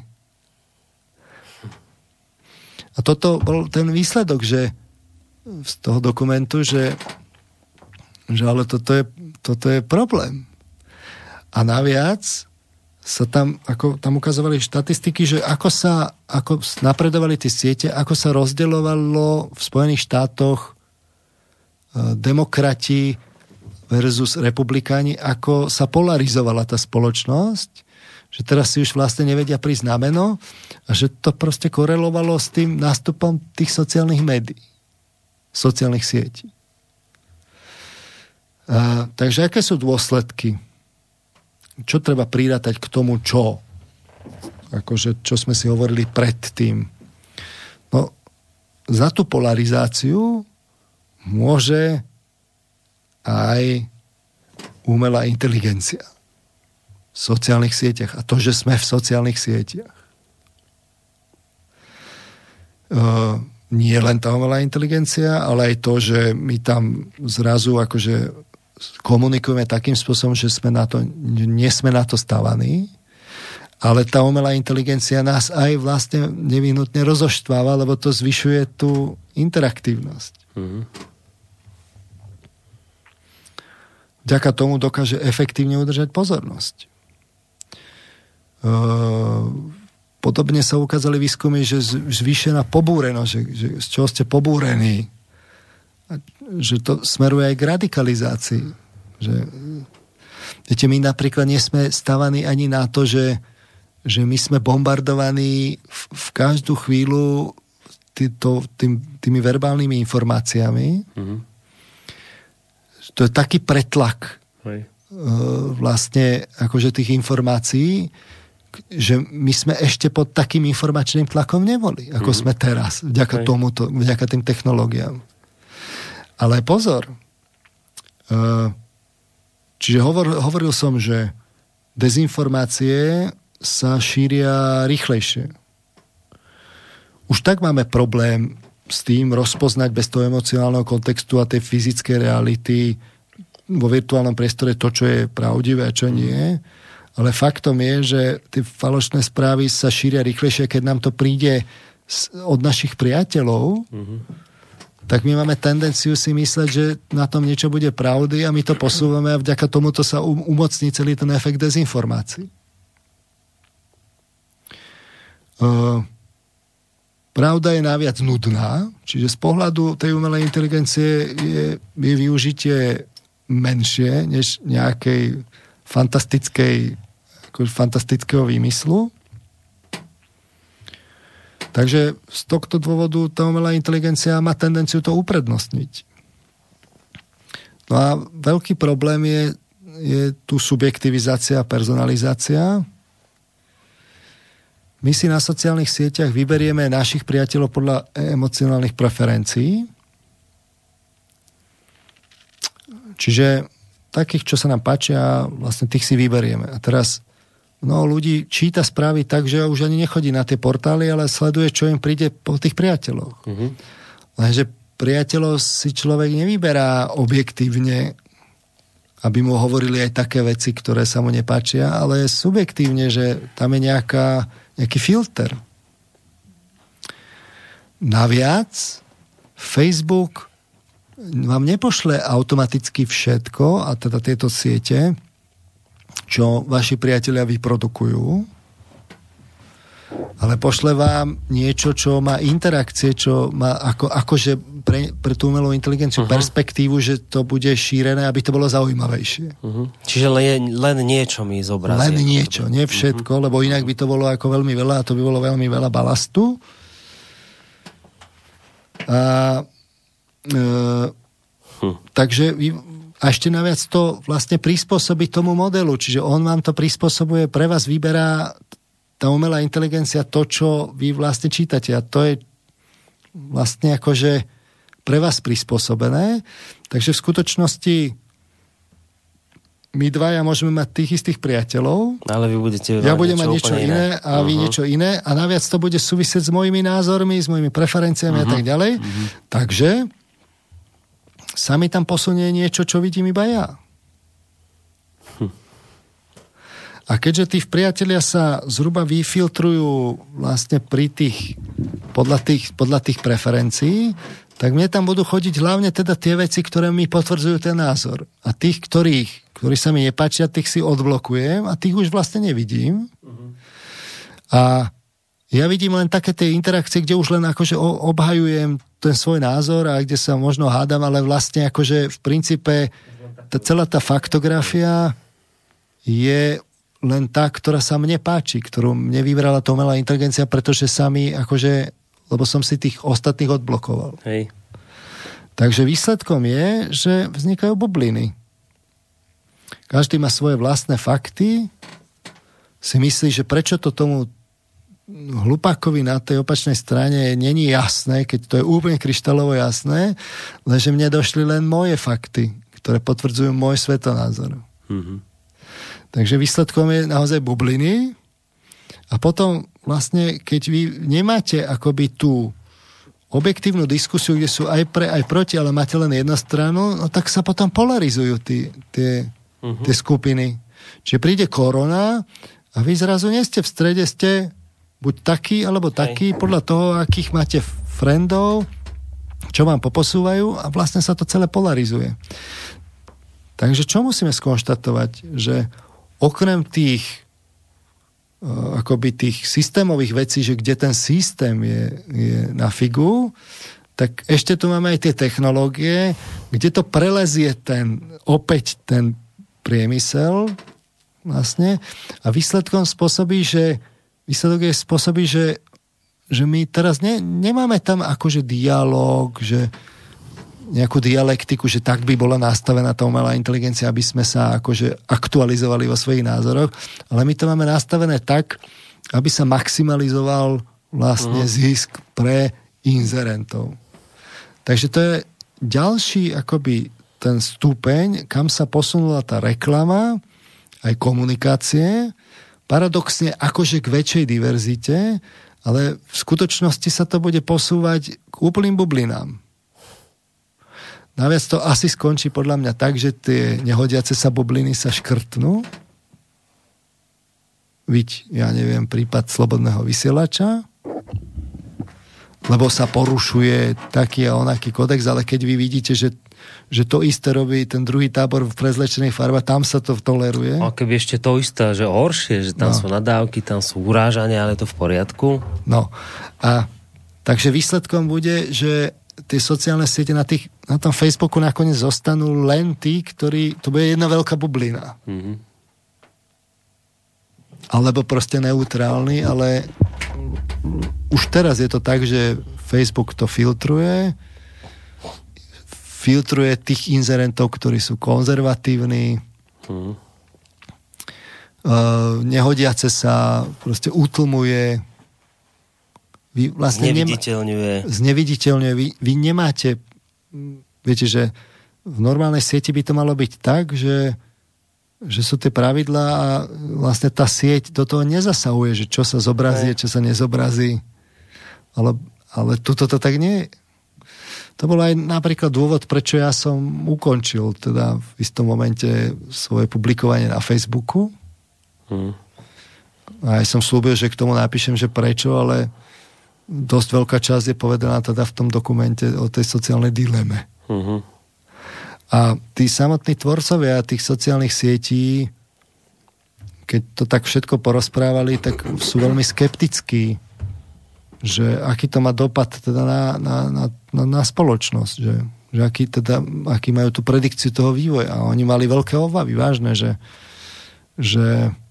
A toto bol ten výsledok, že z toho dokumentu, že ale toto je problém. A naviac sa tam ukazovali štatistiky, že ako napredovali tie siete, ako sa rozdeľovalo v Spojených štátoch demokrati versus republikáni, ako sa polarizovala tá spoločnosť, že teraz si už vlastne nevedia prísť na meno a že to proste korelovalo s tým nástupom tých sociálnych médií, sociálnych sietí. Takže aké sú dôsledky? Čo treba prirátať k tomu, čo? Akože, čo sme si hovorili predtým. No, za tú polarizáciu môže aj umelá inteligencia v sociálnych sieťach. A to, že sme v sociálnych sieťach. Nie len tá umelá inteligencia, ale aj to, že my tam zrazu akože komunikujeme takým spôsobom, že nie sme na to stavaní, ale tá umelá inteligencia nás aj vlastne nevyhnutne rozoštváva, lebo to zvyšuje tú interaktívnosť. Vďaka tomu dokáže efektívne udržať pozornosť. Podobne sa ukázali výskumy, že zvýšená pobúrenosť, že z čoho ste pobúrení, že to smeruje aj k radikalizácii. Viete, my napríklad nie sme stavaní ani na to, že my sme bombardovaní v každú chvíľu tými verbálnymi informáciami. To je taký pretlak vlastne akože tých informácií, že my sme ešte pod takým informačným tlakom neboli, ako sme teraz, vďaka tomuto, vďaka tým technológiám. Ale pozor, čiže hovoril som, že dezinformácie sa šíria rýchlejšie. Už tak máme problém s tým rozpoznať bez toho emocionálneho kontextu a tej fyzickej reality vo virtuálnom priestore to, čo je pravdivé a čo nie. Ale faktom je, že tie falošné správy sa šíria rýchlejšie, keď nám to príde od našich priateľov, tak my máme tendenciu si mysleť, že na tom niečo bude pravdy a my to posúvame a vďaka tomuto sa umocní celý ten efekt dezinformácií. Pravda je naviac nudná, čiže z pohľadu tej umelej inteligencie je využitie menšie než nejakej fantastického výmyslu. Takže z tohto dôvodu tá umelá inteligencia má tendenciu to uprednostniť. No a veľký problém je tu subjektivizácia a personalizácia. My si na sociálnych sieťach vyberieme našich priateľov podľa emocionálnych preferencií. Čiže takých, čo sa nám páčia, vlastne tých si vyberieme. A teraz ľudí číta správy tak, že už ani nechodí na tie portály, ale sleduje, čo im príde po tých priateľoch. Lenže priateľov si človek nevyberá objektívne, aby mu hovorili aj také veci, ktoré sa mu nepáčia, ale subjektívne, že tam je nejaký filter. Naviac, Facebook vám nepošle automaticky všetko, a teda tieto siete, čo vaši priatelia vyprodukujú, ale pošle vám niečo, čo má interakcie, čo má akože pre tú umelú inteligenciu perspektívu, že to bude šírené, aby to bolo zaujímavejšie. Čiže len niečo mi zobrazí. Len niečo, nie všetko, lebo inak by to bolo ako veľmi veľa a to by bolo veľmi veľa balastu. Takže a ešte naviac to vlastne prispôsobí tomu modelu, čiže on vám to prispôsobuje, pre vás vyberá tá umelá inteligencia to, čo vy vlastne čítate, a to je vlastne akože pre vás prispôsobené. Takže v skutočnosti my dvaja môžeme mať tých istých priateľov, ale vy budete ja budem mať niečo iné a vy niečo iné a naviac to bude súvisieť s mojimi názormi, s mojimi preferenciami a tak ďalej. Takže sa mi tam posunie niečo, čo vidím iba ja. A keďže tí priatelia sa zhruba vyfiltrujú vlastne podľa tých preferencií, tak mne tam budú chodiť hlavne teda tie veci, ktoré mi potvrdzujú ten názor. A tých, ktorí sa mi nepáčia, tých si odblokujem a tých už vlastne nevidím. A ja vidím len také tie interakcie, kde už len akože obhajujem ten svoj názor a kde sa možno hádam, ale vlastne akože v princípe celá tá faktografia je len tá, ktorá sa mne páči, ktorú mne vybrala tá umelá inteligencia, pretože sa mi akože, lebo som si tých ostatných odblokoval. Hej. Takže výsledkom je, že vznikajú bubliny. Každý má svoje vlastné fakty, si myslí, že prečo to tomu hlupákovi na tej opačnej strane není jasné, keď to je úplne kryštálovo jasné, lenže mne došli len moje fakty, ktoré potvrdzujú môj svetonázor. Mhm. Takže výsledkom je naozaj bubliny a potom vlastne, keď vy nemáte akoby tú objektívnu diskusiu, kde sú aj pre, aj proti, ale máte len jednu stranu, no tak sa potom polarizujú tie skupiny. Čiže príde korona a vy zrazu nie ste v strede, ste buď taký, alebo taký, podľa toho, akých máte friendov, čo vám poposúvajú a vlastne sa to celé polarizuje. Takže čo musíme skonštatovať? Že okrem tých akoby tých systémových vecí, že kde ten systém je na figu, tak ešte tu máme aj tie technológie, kde to prelezie opäť ten priemysel vlastne a výsledok je spôsobí, že my teraz nemáme tam akože dialóg, že nejakú dialektiku, že tak by bola nastavená tá umelá inteligencia, aby sme sa akože aktualizovali vo svojich názoroch, ale my to máme nastavené tak, aby sa maximalizoval vlastne zisk pre inzerentov. Takže to je ďalší akoby ten stupeň, kam sa posunula tá reklama, aj komunikácie, paradoxne akože k väčšej diverzite, ale v skutočnosti sa to bude posúvať k úplným bublinám. Naviac to asi skončí podľa mňa tak, že tie nehodiace sa bubliny sa škrtnú. Ja neviem, prípad slobodného vysielača, lebo sa porušuje taký a onaký kodex, ale keď vy vidíte, že to isté robí ten druhý tábor v prezlečenej farbe, tam sa to toleruje. A keby ešte to isté, že horšie, že tam sú nadávky, tam sú urážania, ale je to v poriadku. No a takže výsledkom bude, že tie sociálne siete na tom Facebooku nakoniec zostanú len tí, ktorí, to bude jedna veľká bublina. Mm-hmm. Alebo proste neutrálny, ale už teraz je to tak, že Facebook to filtruje tých inzerentov, ktorí sú konzervatívni, nehodiace sa proste utlmuje, vy vlastne zneviditeľňuje. Vy nemáte, viete, že v normálnej sieti by to malo byť tak, že sú tie pravidlá a vlastne tá sieť do toho nezasahuje, že čo sa zobrazí, čo sa nezobrazí. Ale tuto to tak nie je. To bol aj napríklad dôvod, prečo ja som ukončil teda v istom momente svoje publikovanie na Facebooku. A aj som slúbil, že k tomu napíšem, že prečo, ale dosť veľká časť je povedaná teda v tom dokumente o tej sociálnej dileme. A tí samotní tvorcovia tých sociálnych sietí, keď to tak všetko porozprávali, tak sú veľmi skeptickí, že aký to má dopad teda na spoločnosť, že aký majú tú predikciu toho vývoja. A oni mali veľké obavy, vážne, že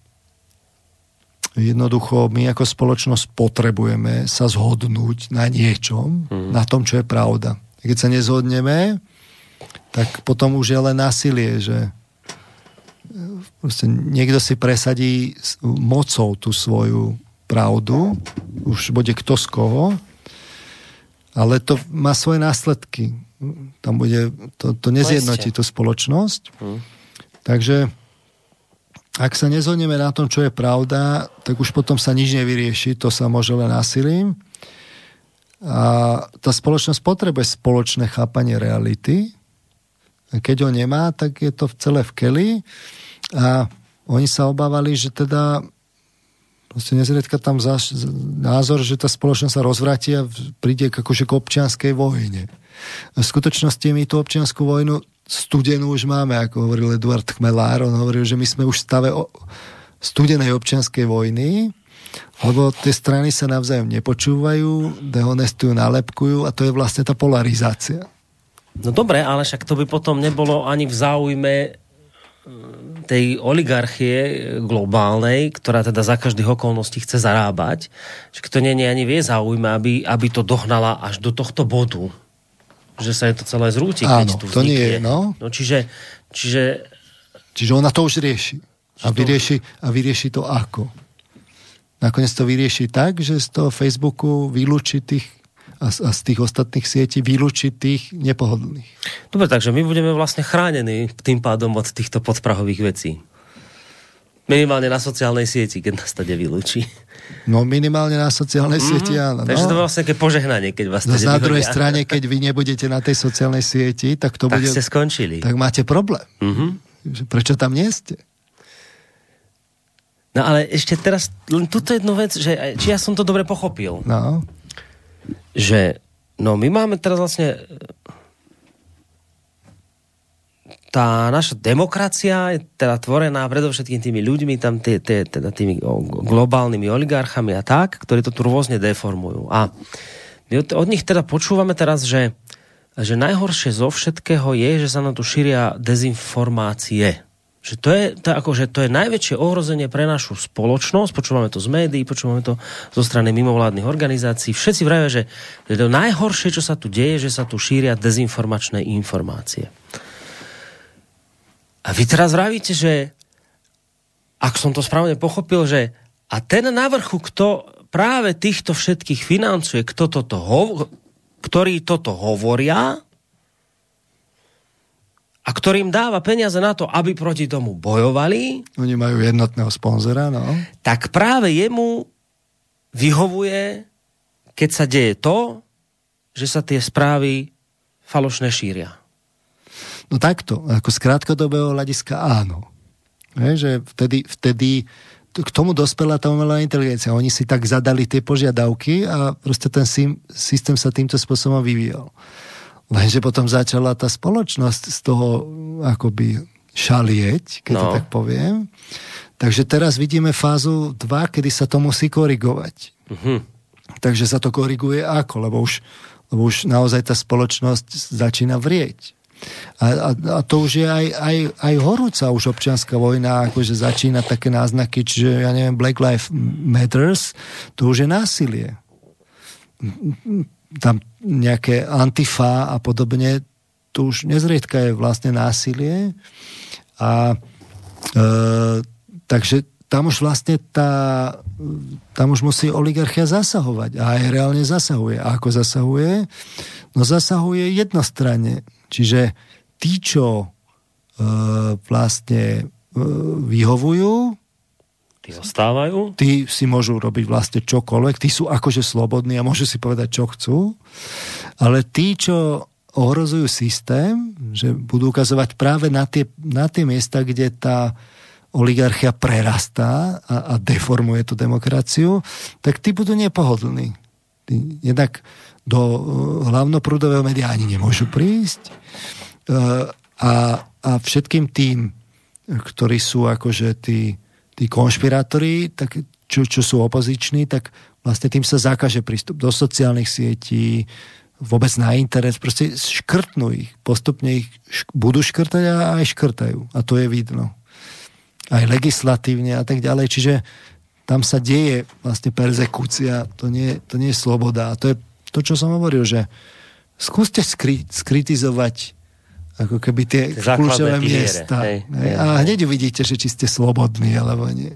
jednoducho my ako spoločnosť potrebujeme sa zhodnúť na niečom, na tom, čo je pravda. Keď sa nezhodneme, tak potom už je len násilie, že proste niekto si presadí mocou tú svoju pravdu, už bude kto z koho, ale to má svoje následky. Tam bude, to nezjednotí tú spoločnosť. Takže ak sa nezhodneme na tom, čo je pravda, tak už potom sa nič nevyrieši, to sa môže len násilím. A tá spoločnosť potrebuje spoločné chápanie reality Keď ho nemá, tak je to celé v keli a oni sa obávali, že teda proste nezriedka tam názor, že tá spoločnosť sa rozvráti a príde akože k občianskej vojne. A v skutočnosti my tú občiansku vojnu studenú už máme, ako hovoril Eduard Chmelár. On hovoril, že my sme už v stave studenej občianskej vojny, lebo tie strany sa navzájom nepočúvajú, dehonestujú, nálepkujú a to je vlastne tá polarizácia. No dobre, ale však to by potom nebolo ani v záujme tej oligarchie globálnej, ktorá teda za každých okolností chce zarábať, že to nie ani vie záujme, aby to dohnala až do tohto bodu, že sa je to celé zrúti, keď tu vznikne. To nie je, no. Čiže ona to už rieši. A vyrieši to ako? Nakoniec to vyrieši tak, že z toho Facebooku vylúči tých a z tých ostatných sietí vylúčiť tých nepohodlných. Dobre, takže my budeme vlastne chránení tým pádom od týchto podprahových vecí. Minimálne na sociálnej sieti, keď nás tady vylúči. No minimálne na sociálnej sieti, áno. Takže to je vlastne také požehnanie, keď vás tady vyhodia. Na druhej strane, keď vy nebudete na tej sociálnej sieti, tak to bude... Tak ste skončili. Tak máte problém. Prečo tam nie ste? No ale ešte teraz, len túto jednu vec, že či ja som to dobre pochopil. No. Že, no my máme teraz vlastne tá naša demokracia je teda tvorená predovšetkým tými ľuďmi, tam teda tými globálnymi oligarchami a tak, ktorí to tu rôzne deformujú. A my od nich teda počúvame teraz, že najhoršie zo všetkého je, že sa nám tu šíria dezinformácie. Že to je najväčšie ohrozenie pre našu spoločnosť. Počúvame to z médií, počúvame to zo strany mimovládnych organizácií. Všetci vravia, že to najhoršie, čo sa tu deje, že sa tu šíria dezinformačné informácie. A vy teraz vravíte, že ak som to správne pochopil, že a ten na vrchu, kto práve týchto všetkých financuje, ktorí toto hovoria a ktorým dáva peniaze na to, aby proti tomu bojovali. Oni majú jednotného sponzora, no. Tak práve jemu vyhovuje, keď sa deje to, že sa tie správy falošné šíria. No takto, ako z krátkodobého hľadiska áno. Že vtedy k tomu dospela tá umelá inteligencia. Oni si tak zadali tie požiadavky a proste ten systém sa týmto spôsobom vyvíjal. Lenže potom začala tá spoločnosť z toho akoby šalieť, keď to tak poviem. Takže teraz vidíme fázu 2, kedy sa to musí korigovať. Takže sa to koriguje ako? Lebo už naozaj tá spoločnosť začína vrieť. A to už je aj horúca už občianská vojna, akože začína také náznaky, čiže ja neviem, Black Lives Matters, to už je násilie. Tam nejaké antifa a podobne, to už nezriedka je vlastne násilie a takže tam už vlastne tam už musí oligarchia zasahovať a aj reálne zasahuje. A ako zasahuje? No zasahuje jednostranne. Čiže tí, čo vlastne vyhovujú, tí ostávajú. Tí si môžu robiť vlastne čokoľvek. Tí sú akože slobodní a môžu si povedať, čo chcú. Ale tí, čo ohrozujú systém, že budú ukazovať práve na tie miesta, kde tá oligarchia prerastá a deformuje tú demokraciu, tak tí budú nepohodlní. Jednak do hlavnoprúdového média ani nemôžu prísť. A všetkým tým, ktorí sú akože tí konšpirátori, tak čo sú opoziční, tak vlastne tým sa zakáže prístup do sociálnych sietí, vôbec na internet, proste škrtnú ich, postupne ich budú škrtať a aj škrtajú. A to je vidno. Aj legislatívne a tak ďalej. Čiže tam sa deje vlastne perzekúcia, to nie je sloboda. A to je to, čo som hovoril, že skúste skritizovať ako keby tie kľúčové miesta. Hej. A hneď uvidíte, že či ste slobodní, alebo nie.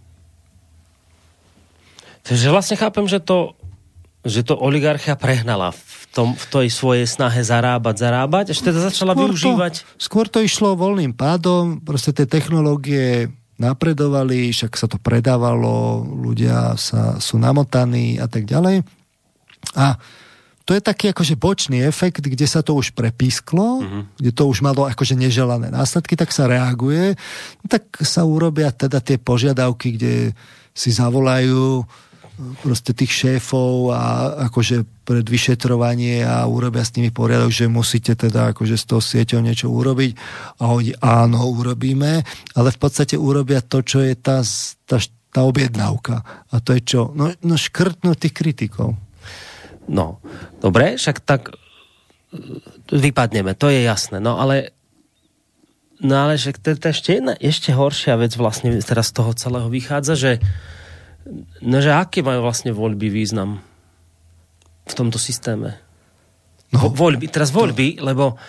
Takže vlastne chápem, že to oligarchia prehnala v tej svojej snahe zarábať, až teda začala využívať. Skôr to išlo voľným pádom, proste tie technológie napredovali, však sa to predávalo, ľudia sú namotaní a tak ďalej. A to je taký akože bočný efekt, kde sa to už prepísklo, kde to už malo akože neželané následky, tak sa reaguje, tak sa urobia teda tie požiadavky, kde si zavolajú proste tých šéfov a akože pred vyšetrovanie a urobia s nimi poriadok, že musíte teda akože s tou sieťou niečo urobiť a oni áno, urobíme, ale v podstate urobia to, čo je tá objednávka. A to je čo? No škrtnúť tých kritikov. No, dobre, však tak vypadneme, to je jasné. No ale však to je ešte jedna, ešte horšia vec vlastne teraz z toho celého vychádza, že aké majú vlastne voľby význam v tomto systéme? No, voľby, lebo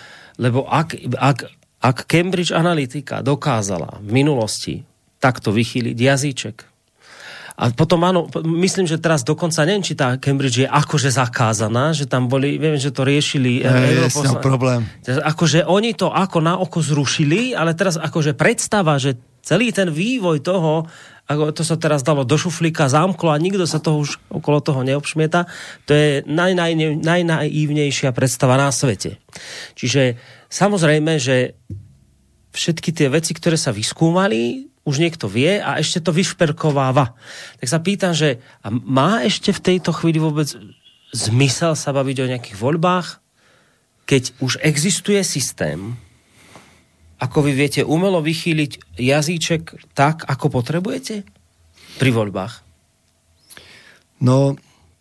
ak Cambridge Analytica dokázala v minulosti takto vychýliť jazyček, a potom áno, myslím, že teraz dokonca neviem, či tá Cambridge je akože zakázaná, že tam boli, viem, že to riešili problém. Akože oni to ako na oko zrušili, ale teraz akože predstava, že celý ten vývoj toho, ako to sa teraz dalo do šuflíka, zamklo a nikto sa toho už okolo toho neobšmieta, to je najnaivnejšia predstava na svete. Čiže samozrejme, že všetky tie veci, ktoré sa vyskúmali, už niekto vie a ešte to vyšperkováva. Tak sa pýtam, že má ešte v tejto chvíli vôbec zmysel sa baviť o nejakých voľbách, keď už existuje systém, ako vy viete umelo vychýliť jazyček tak, ako potrebujete pri voľbách? No,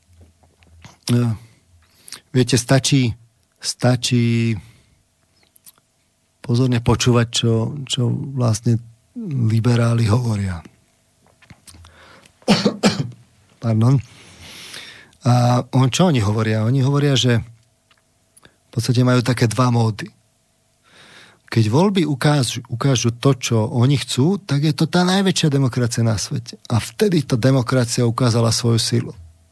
viete, stačí pozorne počúvať, čo vlastne liberáli hovoria. Pardon. A čo oni hovoria? Oni hovoria, že v podstate majú také dva módy. Keď voľby ukážu to, čo oni chcú, tak je to tá najväčšia demokracia na svete. A vtedy tá demokracia ukázala svoju silu.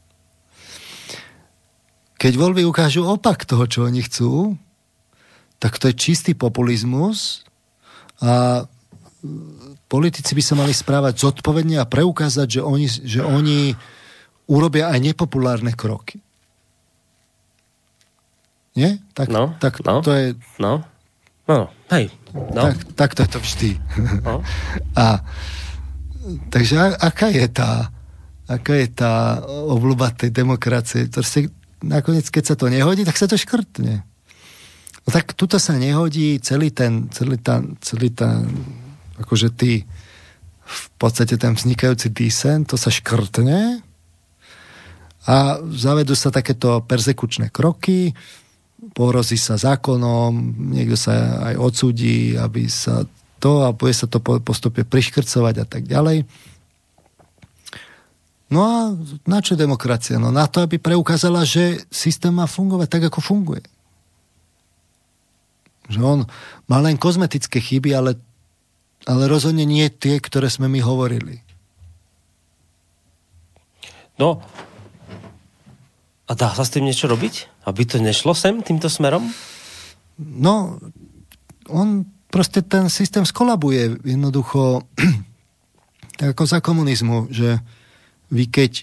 Keď voľby ukážu opak toho, čo oni chcú, tak to je čistý populizmus a politici by sa mali správať zodpovedne a preukázať, že oni urobia aj nepopulárne kroky. Nie? Tak to je... No, hej. No. Tak to je to vždy. No. A takže aká je tá obľuba tej demokracie? Nakoniec, keď sa to nehodí, tak sa to škrtne. No tak tuto sa nehodí celý ten akože v podstate ten vznikajúci dissent, to sa škrtne a zavedú sa takéto perzekučné kroky, pohrozí sa zákonom, niekto sa aj odsúdi, aby sa to a bude sa to postupne priškrcovať a tak ďalej. No a na čo demokracia? No na to, aby preukázala, že systém má fungovať tak, ako funguje. Že on má len kozmetické chyby, ale rozhodne nie tie, ktoré sme my hovorili. No, a dá sa s tým niečo robiť? Aby to nešlo sem, týmto smerom? No, on proste ten systém skolabuje jednoducho tak ako za komunizmu, že vy keď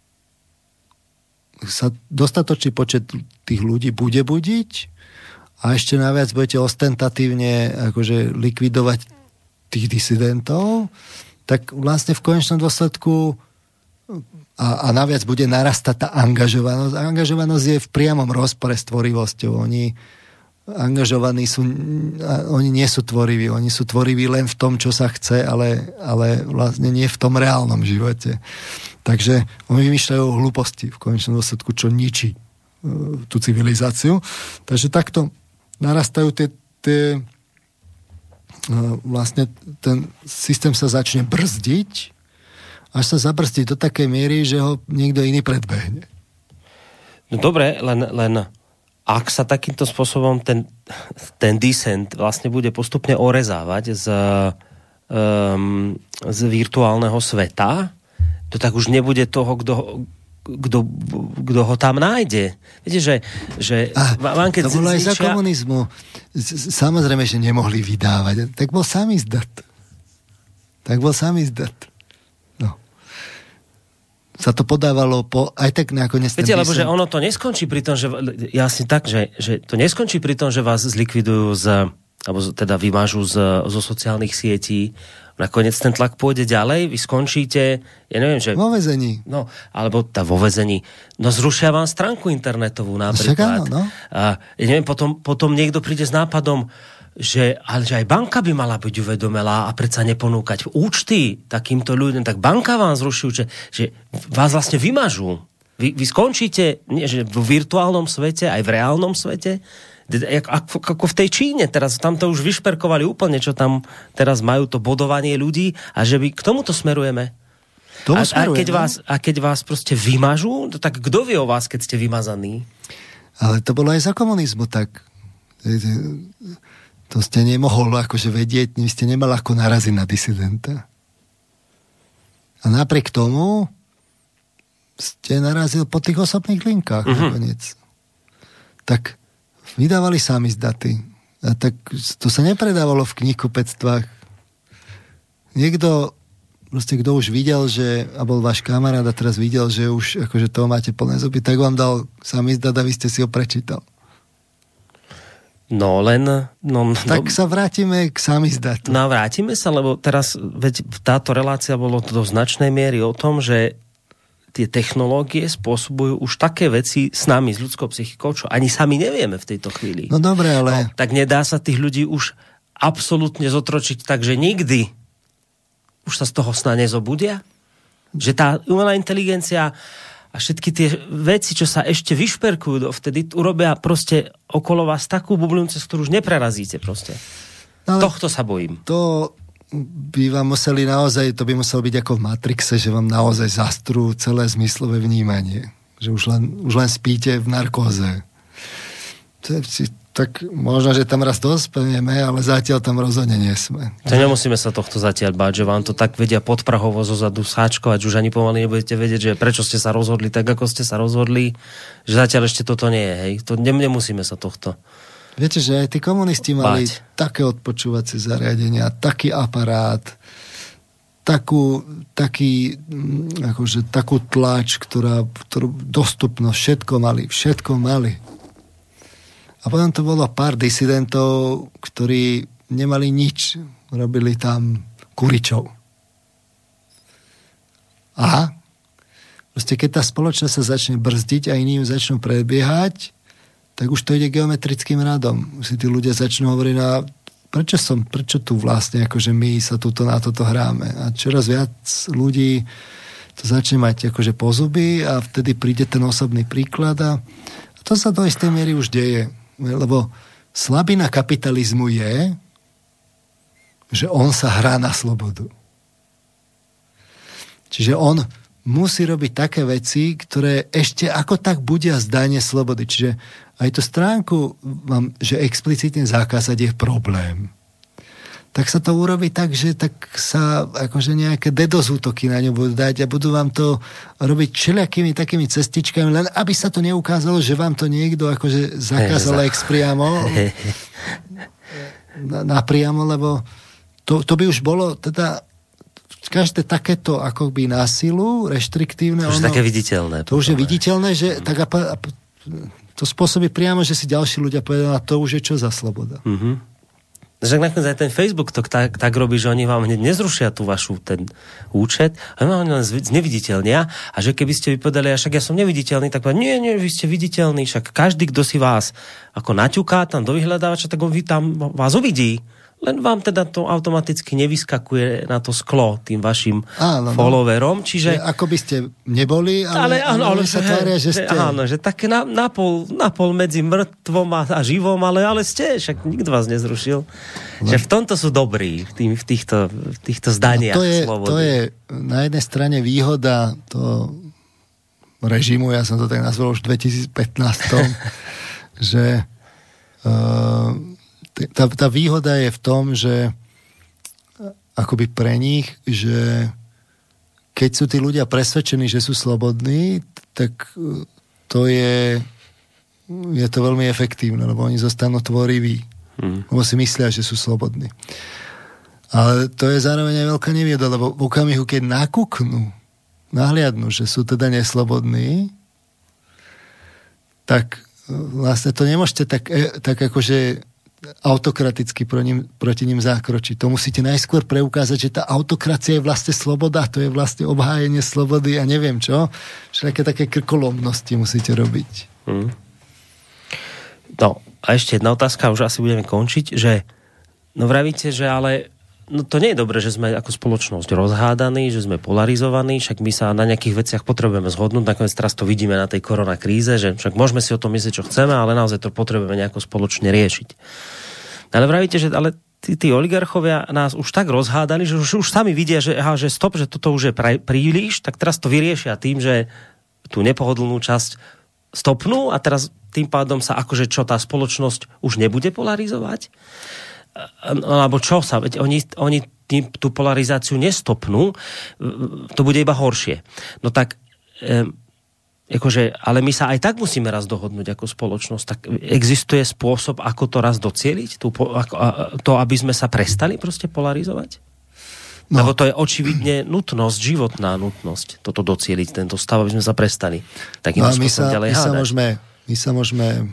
sa dostatočný počet tých ľudí bude budiť a ešte naviac budete ostentatívne akože likvidovať tých disidentov, tak vlastne v konečnom dôsledku a naviac bude narastať tá angažovanosť. A angažovanosť je v priamom rozpore s tvorivosťou. Oni angažovaní oni nie sú tvoriví. Oni sú tvoriví len v tom, čo sa chce, ale vlastne nie v tom reálnom živote. Takže oni vymýšľajú hlúposti v konečnom dôsledku, čo ničí tú civilizáciu. Takže takto narastajú tie vlastne ten systém sa začne brzdiť, až sa zabrzdí do takej miery, že ho niekto iný predbehne. No dobre, len ak sa takýmto spôsobom ten dissent vlastne bude postupne orezávať z virtuálneho sveta, to tak už nebude toho, kto ho tam nájde. Viete, že vám keď to bolo aj za komunizmu. Samozrejme, že nemohli vydávať. Tak bol samizdat. No. sa to podávalo aj tak nakoniec. Viete, lebo že ono to neskončí pri tom, že jasne tak, že to neskončí pri tom, že vás zlikvidujú alebo teda vymažú zo sociálnych sietí. Nakoniec ten tlak pôjde ďalej, vy skončíte, ja neviem, že... Vo väzení. No, alebo vo väzení. No zrušia vám stránku internetovú napríklad. No. A ja neviem, potom niekto príde s nápadom, že aj banka by mala byť uvedomelá a predsa neponúkať účty takýmto ľuďom, tak banka vám zruší, že vás vlastne vymažú. Vy skončíte nie, že v virtuálnom svete, aj v reálnom svete, ako v tej Číne. Teraz tam to už vyšperkovali úplne, čo tam teraz majú to bodovanie ľudí a že my k tomuto smerujeme. Keď vás proste vymažú, tak kto vie o vás, keď ste vymazaní? Ale to bolo aj za komunizmu tak. To ste nemohol akože vedieť, vy ste nemali ako naraziť na disidenta. A napriek tomu ste narazil po tých osobných linkách nakoniec. Tak vydávali samizdaty. A tak to sa nepredávalo v knihkupectvách. Niekto, proste kto už videl, a bol váš kamarát a teraz videl, že už akože toho máte plné zuby, tak vám dal samizdat a vy ste si ho prečítal. No len... tak sa vrátime k samizdatu. No vrátime sa, lebo teraz táto relácia bolo do značnej miery o tom, že tie technológie spôsobujú už také veci s nami, s ľudskou psychikou, čo ani sami nevieme v tejto chvíli. No dobre, ale... tak nedá sa tých ľudí už absolútne zotročiť tak, že nikdy už sa z toho sna nezobudia? Že tá umelá inteligencia a všetky tie veci, čo sa ešte vyšperkujú dovtedy, urobia proste okolo vás takú bublinu, cez ktorú už neprerazíte proste. No, tohto sa bojím. To by vám museli naozaj, to by muselo byť ako v Matrixe, že vám naozaj zastrú celé zmyslové vnímanie. Že už len spíte v narkóze. Tak možno, že tam raz dospejeme, ale zatiaľ tam rozhodne nie sme. To nemusíme sa tohto zatiaľ báť, že vám to tak vedia podprahovo zozadu sáčkovať, už ani pomaly nebudete vedieť, že prečo ste sa rozhodli tak, ako ste sa rozhodli, že zatiaľ ešte toto nie je, hej. To nemusíme sa tohto Viete, že aj tí komunisti mali také odpočúvacie zariadenia, taký aparát, takú tlač, ktorú dostupnosť, všetko mali. A potom to bolo pár disidentov, ktorí nemali nič, robili tam kuričov. A proste keď tá spoločnosť sa začne brzdiť a iní ju začnú predbiehať, tak už to ide geometrickým radom. Si tí ľudia začnú hovoriť, prečo tu vlastne, akože my sa tuto na toto hráme. A čoraz viac ľudí to začne mať akože pozuby a vtedy príde ten osobný príklad a to sa do istej miery už deje. Lebo slabina kapitalizmu je, že on sa hrá na slobodu. Čiže on musí robiť také veci, ktoré ešte ako tak budia zdanie slobody. Čiže aj tú stránku mám, že explicitne zakázať je problém. Tak sa to urobí tak, že tak sa akože nejaké DDoS útoky na ňu budú dať a budú vám to robiť všelijakými takými cestičkami, len aby sa to neukázalo, že vám to niekto akože zakázal expriamo napriamo, lebo to by už bolo teda každé takéto akoby násilu, reštriktívne. To už je také viditeľné. To už je viditeľné, že tak to spôsobí priamo, že si ďalší ľudia povedali, a to už je čo za sloboda. Že nakoniec aj ten Facebook to tak robí, že oni vám hneď nezrušia tú vašu ten účet, a oni len zneviditeľnia a že keby ste vypovedali, a však ja som neviditeľný, tak nie, vy ste viditeľný, však každý, kto si vás ako naťuká tam do vyhľadávača, tak on tam vás uvidí. Len vám teda to automaticky nevyskakuje na to sklo tým vašim followerom, čiže... Ako by ste neboli, ale sa tvária, že ste... Áno, že také napol medzi mŕtvom a živom, ale ste, však nikto vás nezrušil. Že v tomto sú dobrí, v týchto zdaniach slobody. To je na jednej strane výhoda toho režimu, ja som to tak nazval už v 2015, že... Tá výhoda je v tom, že akoby pre nich, že keď sú tí ľudia presvedčení, že sú slobodní, tak to je to veľmi efektívne, lebo oni zostanú tvoriví. Lebo si myslia, že sú slobodní. Ale to je zároveň aj veľká nevýhoda, lebo v okamihu, keď nakúknú, nahliadnú, že sú teda neslobodní, tak vlastne to nemôžete tak akože autokraticky proti ním zákročiť. To musíte najskôr preukázať, že tá autokracia je vlastne sloboda, to je vlastne obhájenie slobody a neviem čo. Všetké také krkolomnosti musíte robiť. No, a ešte jedna otázka, už asi budeme končiť, že no vravíte, že ale no to nie je dobré, že sme ako spoločnosť rozhádaní, že sme polarizovaní, však my sa na nejakých veciach potrebujeme zhodnúť, nakoniec teraz to vidíme na tej koronakríze, že však môžeme si o tom myslieť, čo chceme, ale naozaj to potrebujeme nejako spoločne riešiť. Ale vravíte, že ale tí oligarchovia nás už tak rozhádali, že už sami vidia, že stop, že toto už je príliš, tak teraz to vyriešia tým, že tú nepohodlnú časť stopnú a teraz tým pádom sa akože čo, tá spoločnosť už nebude polarizovať? Alebo čo sa? Veď oni tú polarizáciu nestopnú, to bude iba horšie. No tak, akože, ale my sa aj tak musíme raz dohodnúť ako spoločnosť. Tak existuje spôsob, ako to raz docieliť? To, aby sme sa prestali proste polarizovať? No. Lebo to je očividne nutnosť, životná nutnosť, toto docieliť, tento stav, aby sme sa prestali takým spôsobom ďalej hádať. My sa môžeme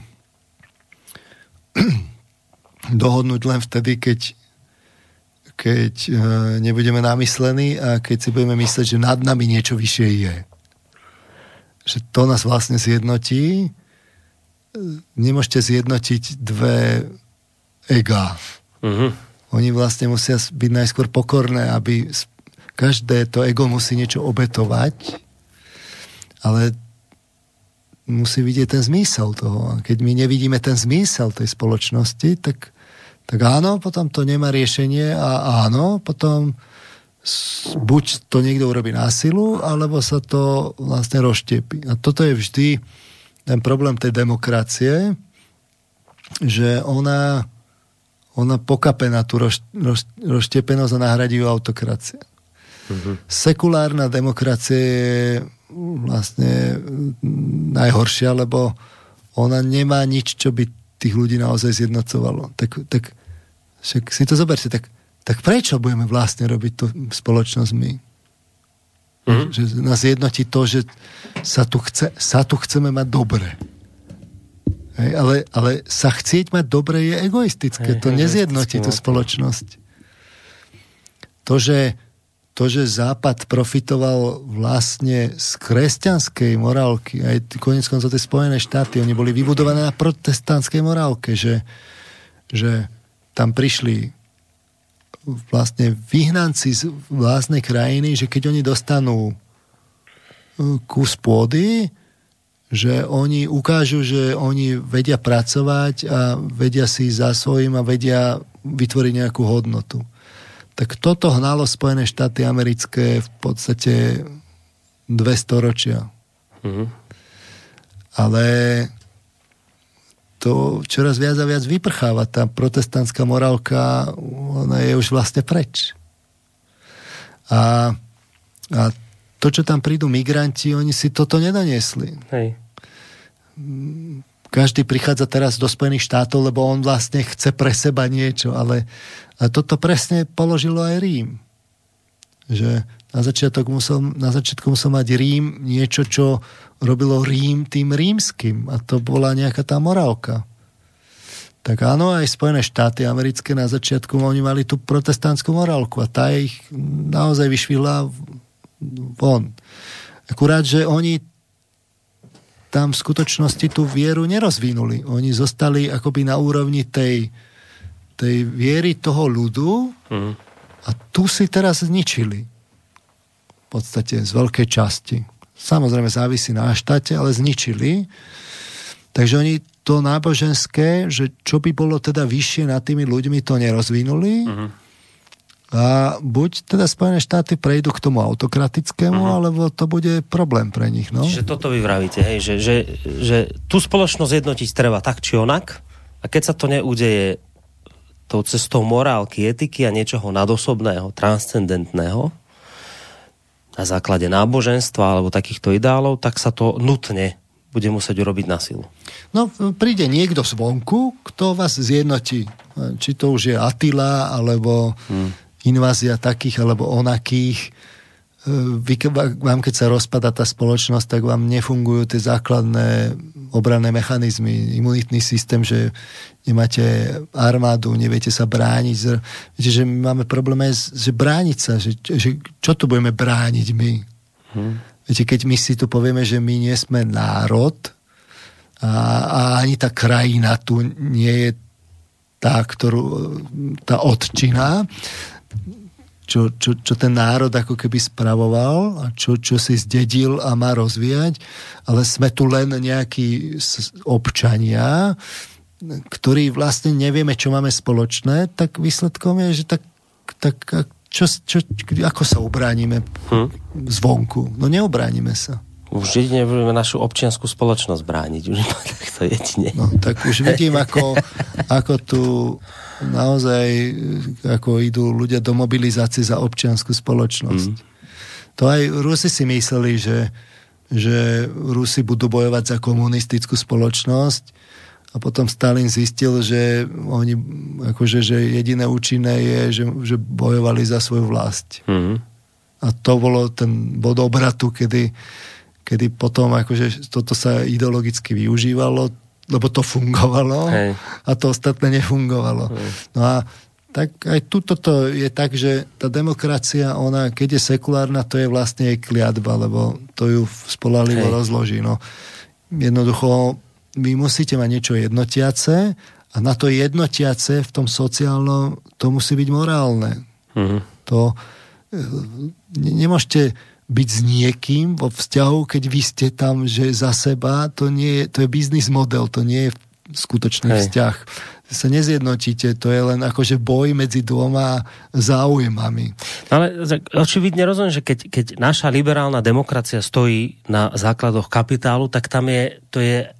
dohodnúť len vtedy, keď nebudeme namyslení a keď si budeme mysleť, že nad nami niečo vyššie je. Že to nás vlastne zjednotí. Nemôžete zjednotiť dve ega. Oni vlastne musia byť najskôr pokorné, aby každé to ego musí niečo obetovať, ale musí vidieť ten zmysel toho. A keď my nevidíme ten zmysel tej spoločnosti, tak áno, potom to nemá riešenie a áno, potom buď to niekto urobí na silu, alebo sa to vlastne rozštiepí. A toto je vždy ten problém tej demokracie, že ona pokape na tú rozštiepenosť a nahradí ju autokracia. Sekulárna demokracia je vlastne najhoršia, lebo ona nemá nič, čo by tých ľudí naozaj zjednocovalo. Tak však si to zoberte, tak prečo budeme vlastne robiť tú spoločnosť my? Že nás jednotí to, že sa tu chceme mať dobre. Hej, ale sa chcieť mať dobre je egoistické. To nezjednotí tú spoločnosť. To, že Západ profitoval vlastne z kresťanskej morálky, aj koniec koncov tie Spojené štáty, oni boli vybudované na protestantskej morálke, že tam prišli vlastne vyhnanci z vlastnej krajiny, že keď oni dostanú kus pôdy, že oni ukážu, že oni vedia pracovať a vedia si za svojím a vedia vytvoriť nejakú hodnotu. Tak toto hnalo Spojené štáty americké v podstate 2 storočia. Ale to čoraz viac a viac vyprcháva. Tá protestantská morálka, ona je už vlastne preč. A to, čo tam prídu migranti, oni si toto nedoniesli. Hej. Každý prichádza teraz do Spojených štátov, lebo on vlastne chce pre seba niečo, ale a toto presne položilo aj Rím. Že na začiatku musel mať Rím niečo, čo robilo Rím tým rímskym. A to bola nejaká tá morálka. Tak áno, aj Spojené štáty americké na začiatku oni mali tú protestantskú morálku a tá ich naozaj vyšvihla von. Akurát, že oni tam v skutočnosti tú vieru nerozvinuli. Oni zostali akoby na úrovni tej viery toho ľudu a tu si teraz zničili. V podstate z veľkej časti. Samozrejme závisí na štáte, ale zničili. Takže oni to náboženské, že čo by bolo teda vyššie nad tými ľuďmi, to nerozvinuli. A buď teda Spojené štáty prejdú k tomu autokratickému, alebo to bude problém pre nich. No? Čiže toto vy vravíte, hej, že tú spoločnosť jednotiť treba tak či onak a keď sa to neudeje tou cestou morálky, etiky a niečoho nadosobného, transcendentného na základe náboženstva alebo takýchto ideálov, tak sa to nutne bude musieť urobiť na silu. No, príde niekto zvonku, kto vás zjednotí. Či to už je Attila, alebo invázia takých, alebo onakých vám keď sa rozpadá tá spoločnosť, tak vám nefungujú tie základné obranné mechanizmy, imunitný systém, že nemáte armádu, neviete sa brániť. Viete, že my máme problém aj, že brániť sa, že čo tu budeme brániť my? Viete, keď my si tu povieme, že my nie sme národ a ani tá krajina tu nie je tá odčina, čo ten národ ako keby spravoval a čo si zdedil a má rozvíjať, ale sme tu len nejakí občania, ktorí vlastne nevieme, čo máme spoločné, tak výsledkom je, že ako sa ubránime zvonku? No neobránime sa. Už jedine budeme našu občiansku spoločnosť brániť. Už takto jedine. No, tak už vidím, ako tu naozaj ako idú ľudia do mobilizácie za občiansku spoločnosť. To aj Rusi si mysleli, že Rusi budú bojovať za komunistickú spoločnosť a potom Stalin zistil, že oni akože, že jediné účinné je, že bojovali za svoju vlast. A to bolo ten bod obratu, kedy potom akože toto sa ideologicky využívalo, lebo to fungovalo. Hej. A to ostatné nefungovalo. No a tak aj tuto je tak, že tá demokracia, ona, keď je sekulárna, to je vlastne jej kliatba, lebo to ju spoľahlivo rozloží. No. Jednoducho, vy musíte mať niečo jednotiace a na to jednotiace v tom sociálnom, to musí byť morálne. To nemôžete byť s niekým vo vzťahu, keď vy ste tam, že za seba, to je biznis model, to nie je skutočný vzťah. Sa nezjednotíte, to je len akože boj medzi dvoma záujmami. Ale očividne rozumiem, že keď naša liberálna demokracia stojí na základoch kapitálu, tak tam to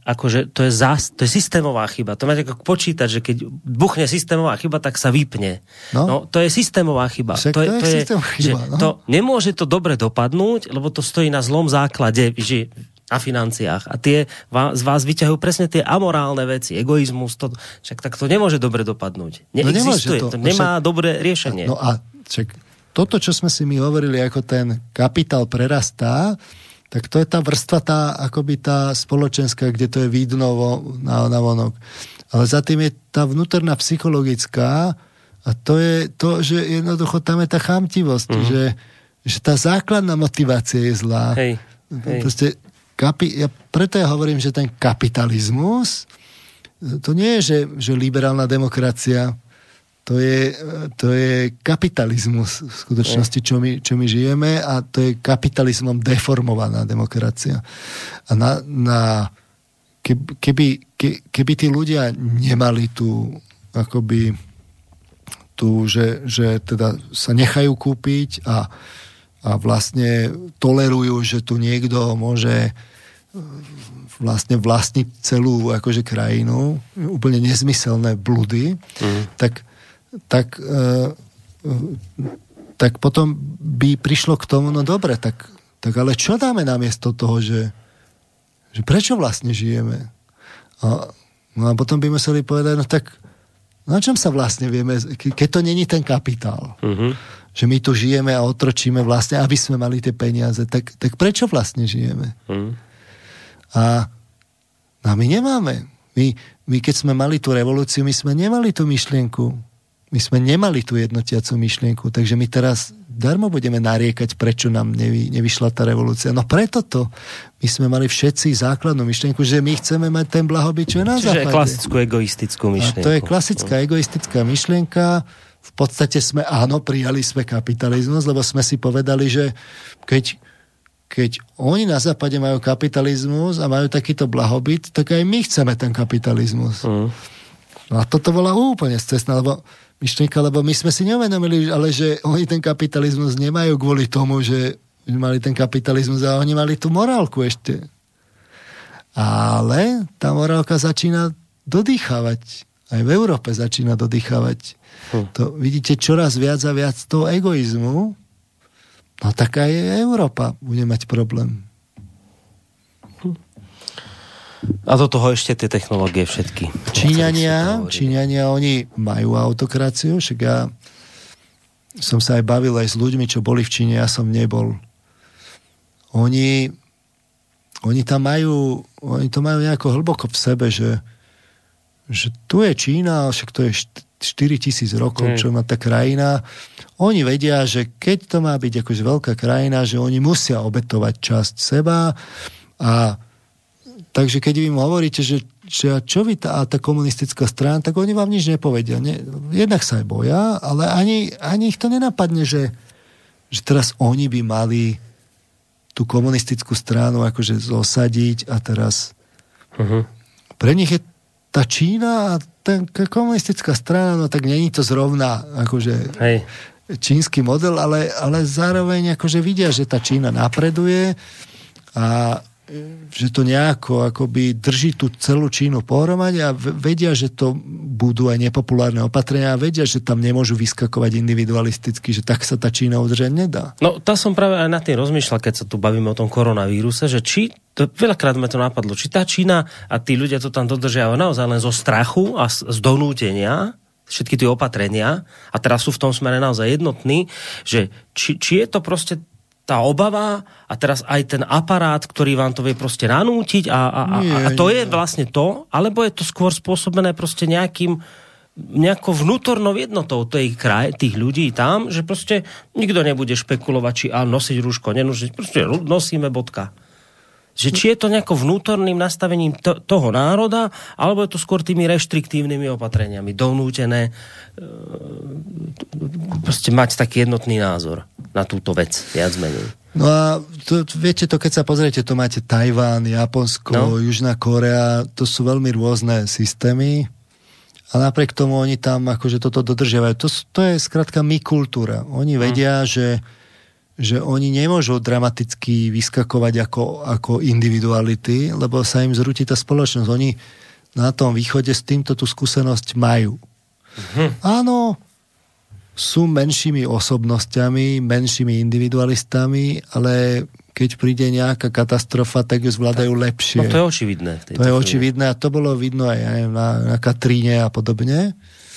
je systémová chyba. To máte ako počítať, že keď buchne systémová chyba, tak sa vypne. No to je systémová chyba. To je systémová chyba. To nemôže to dobre dopadnúť, lebo to stojí na zlom základe, že na financiách. A tie z vás vyťahujú presne tie amorálne veci, egoizmus, však tak to nemôže dobre dopadnúť. Neexistuje, to nemá dobré riešenie. No a toto, čo sme si my hovorili, ako ten kapitál prerastá, tak to je tá vrstva, akoby tá spoločenská, kde to je vidno na vonok. Ale za tým je tá vnútorná psychologická a to je to, že jednoducho tam je tá chamtivosť, že tá základná motivácia je zlá. Hej. Proste preto ja hovorím, že ten kapitalizmus, to nie je, že liberálna demokracia, to je kapitalizmus v skutočnosti, čo my žijeme, a to je kapitalizmom deformovaná demokracia. A keby tí ľudia nemali že teda sa nechajú kúpiť a vlastne tolerujú, že tu niekto môže vlastne vlastniť celú akože krajinu, úplne nezmyselné bludy, tak potom by prišlo k tomu, no dobre, tak ale čo dáme namiesto toho, že prečo vlastne žijeme? No a potom by museli povedať, no tak na čom sa vlastne vieme, keď to není ten kapitál, že my tu žijeme a otročíme vlastne, aby sme mali tie peniaze, tak prečo vlastne žijeme? A my nemáme. My keď sme mali tú revolúciu, my sme nemali tú myšlienku. My sme nemali tú jednotiacu myšlienku, takže my teraz darmo budeme nariekať, prečo nám nevyšla tá revolúcia. No preto to. My sme mali všetci základnú myšlienku, že my chceme mať ten blahobyt, čo je na západe. Čiže klasickú egoistickú myšlienku. A to je klasická egoistická myšlienka. V podstate prijali sme kapitalizmus, lebo sme si povedali, že keď oni na západe majú kapitalizmus a majú takýto blahobyt, tak aj my chceme ten kapitalizmus. No a toto bola úplne scestná, lebo my sme si neuvedomili, ale že oni ten kapitalizmus nemajú kvôli tomu, že mali ten kapitalizmus a oni mali tú morálku ešte. Ale tá morálka začína dodýchavať. Aj v Európe začína dodýchavať. To vidíte čoraz viac a viac toho egoizmu. No tak aj Európa bude mať problém. A do toho ešte tie technológie všetky. Číňania, oni majú autokraciu, však ja som sa aj bavil aj s ľuďmi, čo boli v Číne, ja som nebol. oni to majú nejako hlboko v sebe, že tu je Čína, však to je 4000 rokov, čo má tá krajina. Oni vedia, že keď to má byť akože veľká krajina, že oni musia obetovať časť seba a takže keď vy im hovoríte, že čo vy tá komunistická strana, tak oni vám nič nepovedia. Jednak sa aj boja, ale ani ich to nenapadne, že teraz oni by mali tú komunistickú stranu akože zosadiť a teraz pre nich je tá Čína a tá komunistická strana, no tak není to zrovna akože čínsky model, ale zároveň akože vidia, že tá Čína napreduje a že to nejako akoby drží tú celú Čínu pohromade a vedia, že to budú aj nepopulárne opatrenia a vedia, že tam nemôžu vyskakovať individualisticky, že tak sa tá Čína udržať nedá. No, tá som práve aj nad tým rozmýšľal, keď sa tu bavíme o tom koronavíruse, že veľakrát ma to napadlo, či tá Čína a tí ľudia to tam dodržiavajú naozaj len zo strachu a z donútenia, všetky tie opatrenia, a teraz sú v tom smere naozaj jednotní, že či je to proste tá obava a teraz aj ten aparát, ktorý vám to vie proste nanútiť a to je vlastne to, alebo je to skôr spôsobené proste nejakou vnútornou jednotou tých ľudí tam, že proste nikto nebude špekulovať, či nosiť rúško, nenosiť, proste nosíme bodka. Že či je to nejako vnútorným nastavením toho národa, alebo je to skôr tými reštriktívnymi opatreniami, donútené proste mať taký jednotný názor na túto vec, viac menej. No a viete to, keď sa pozriete, to máte Tajván, Japonsko, Južná Korea, to sú veľmi rôzne systémy a napriek tomu oni tam akože toto dodržiavajú. To je skrátka my kultúra. Oni vedia, že oni nemôžu dramaticky vyskakovať ako individuality, lebo sa im zrúti tá spoločnosť. Oni na tom východe s týmto tú skúsenosť majú. Áno, sú menšími osobnosťami, menšími individualistami, ale keď príde nejaká katastrofa, tak ju zvládajú lepšie. No to je očividné. To je očividné a to bolo vidno aj na Katríne a podobne.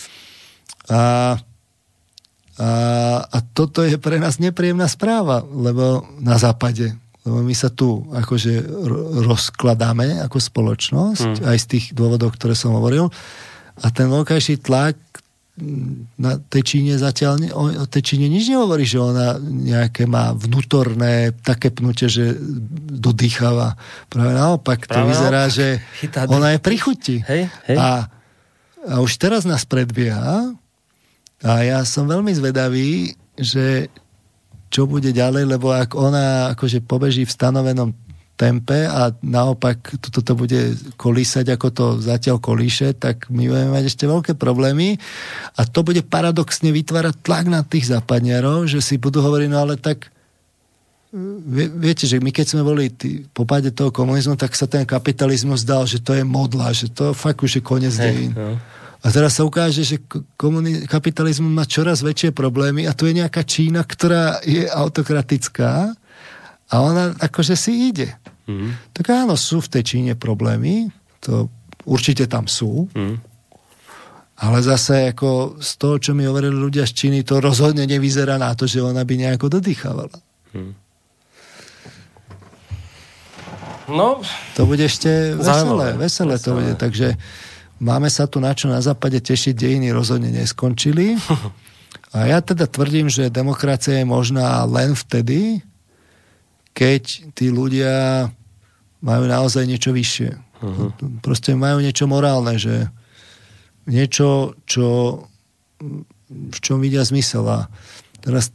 A toto je pre nás nepríjemná správa, lebo na západe, lebo my sa tu akože rozkladáme ako spoločnosť, aj z tých dôvodov, ktoré som hovoril. A ten vonkajší tlak na tej Číne zatiaľ o tej Číne nič nehovorí, že ona nejaké má vnútorné také pnutie, že dodýcháva. Práve naopak, to vyzerá, že ona je pri chuti. Hej. A už teraz nás predbieha a ja som veľmi zvedavý, že čo bude ďalej, lebo ak ona akože pobeží v stanovenom tempe a naopak toto bude kolísať, ako to zatiaľ kolíše, tak my budeme mať ešte veľké problémy a to bude paradoxne vytvárať tlak na tých západňarov, že si budú hovoriť, no ale tak viete, že my keď sme boli po páde toho komunizmu, tak sa ten kapitalizmus zdal, že to je modla, že to fakt už je koniec dejín. A teraz sa ukáže, že kapitalizmus má čoraz väčšie problémy a tu je nejaká Čína, ktorá je autokratická a ona akože si ide. Tak áno, sú v tej Číne problémy, to určite tam sú, ale zase ako z toho, čo mi hovorili ľudia z Číny, to rozhodne nevyzerá na to, že ona by nejako dodýchávala. No, to bude ešte veselé to bude, takže máme sa tu na čo na západe tešiť, dejiny rozhodne neskončili. A ja teda tvrdím, že demokracia je možná len vtedy, keď tí ľudia majú naozaj niečo vyššie. Proste majú niečo morálne, že niečo, v čom vidia zmysel. A teraz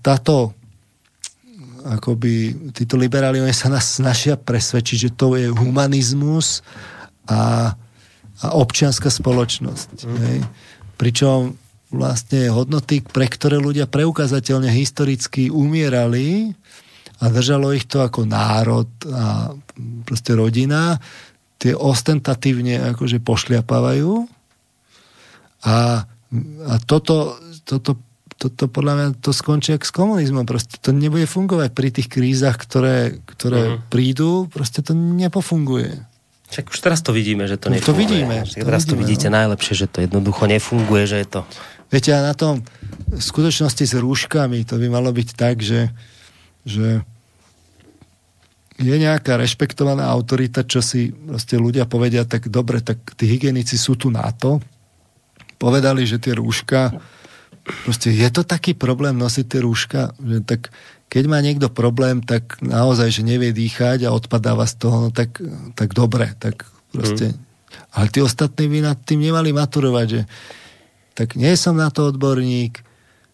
títo liberáli, oni sa nás snažia presvedčiť, že to je humanizmus a občianska spoločnosť. Pričom vlastne hodnoty, pre ktoré ľudia preukázateľne historicky umierali a držalo ich to ako národ a proste rodina, tie ostentatívne akože pošliapávajú a toto podľa mňa to skončí jak s komunizmom. Proste to nebude fungovať pri tých krízach, ktoré prídu, proste to nepofunguje. Však už teraz to vidíme, že to nefunguje. To vidíme. Teraz to vidíte najlepšie, že to jednoducho nefunguje, že je to... Viete, a na tom v skutočnosti s rúškami to by malo byť tak, že je nejaká rešpektovaná autorita, čo si proste ľudia povedia, tak dobre, tak tí hygienici sú tu na to. Povedali, že tie rúška, proste je to taký problém nosiť tie rúška, že tak keď má niekto problém, tak naozaj, že nevie dýchať a odpadáva z toho, no tak dobre, tak proste. Ale tí ostatní by nad tým nemali maturovať, že tak nie som na to odborník,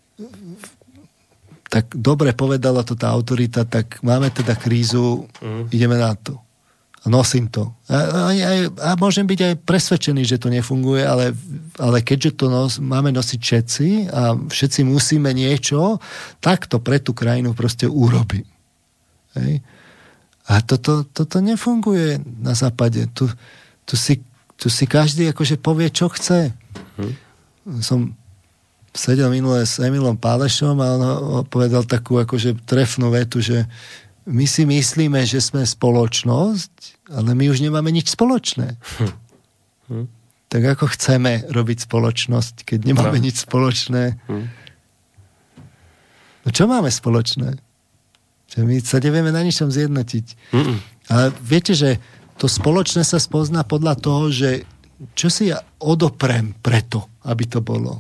tak dobre povedala to tá autorita, tak máme teda krízu, ideme na to. A nosím to. A môžem byť aj presvedčený, že to nefunguje, ale keďže to máme nosiť všetci a všetci musíme niečo, tak to pre tú krajinu proste urobí. Hej? A toto nefunguje na západe. Tu si každý akože povie, čo chce. Som sedel minule s Emilom Pálešom a on povedal takú akože trefnú vetu, že my si myslíme, že sme spoločnosť, ale my už nemáme nič spoločné. Tak ako chceme robiť spoločnosť, keď nemáme nič spoločné? No čo máme spoločné? Že my sa nevieme na ničom zjednotiť. Ale viete, že to spoločné sa spozná podľa toho, že čo si ja odoprem preto, aby to bolo.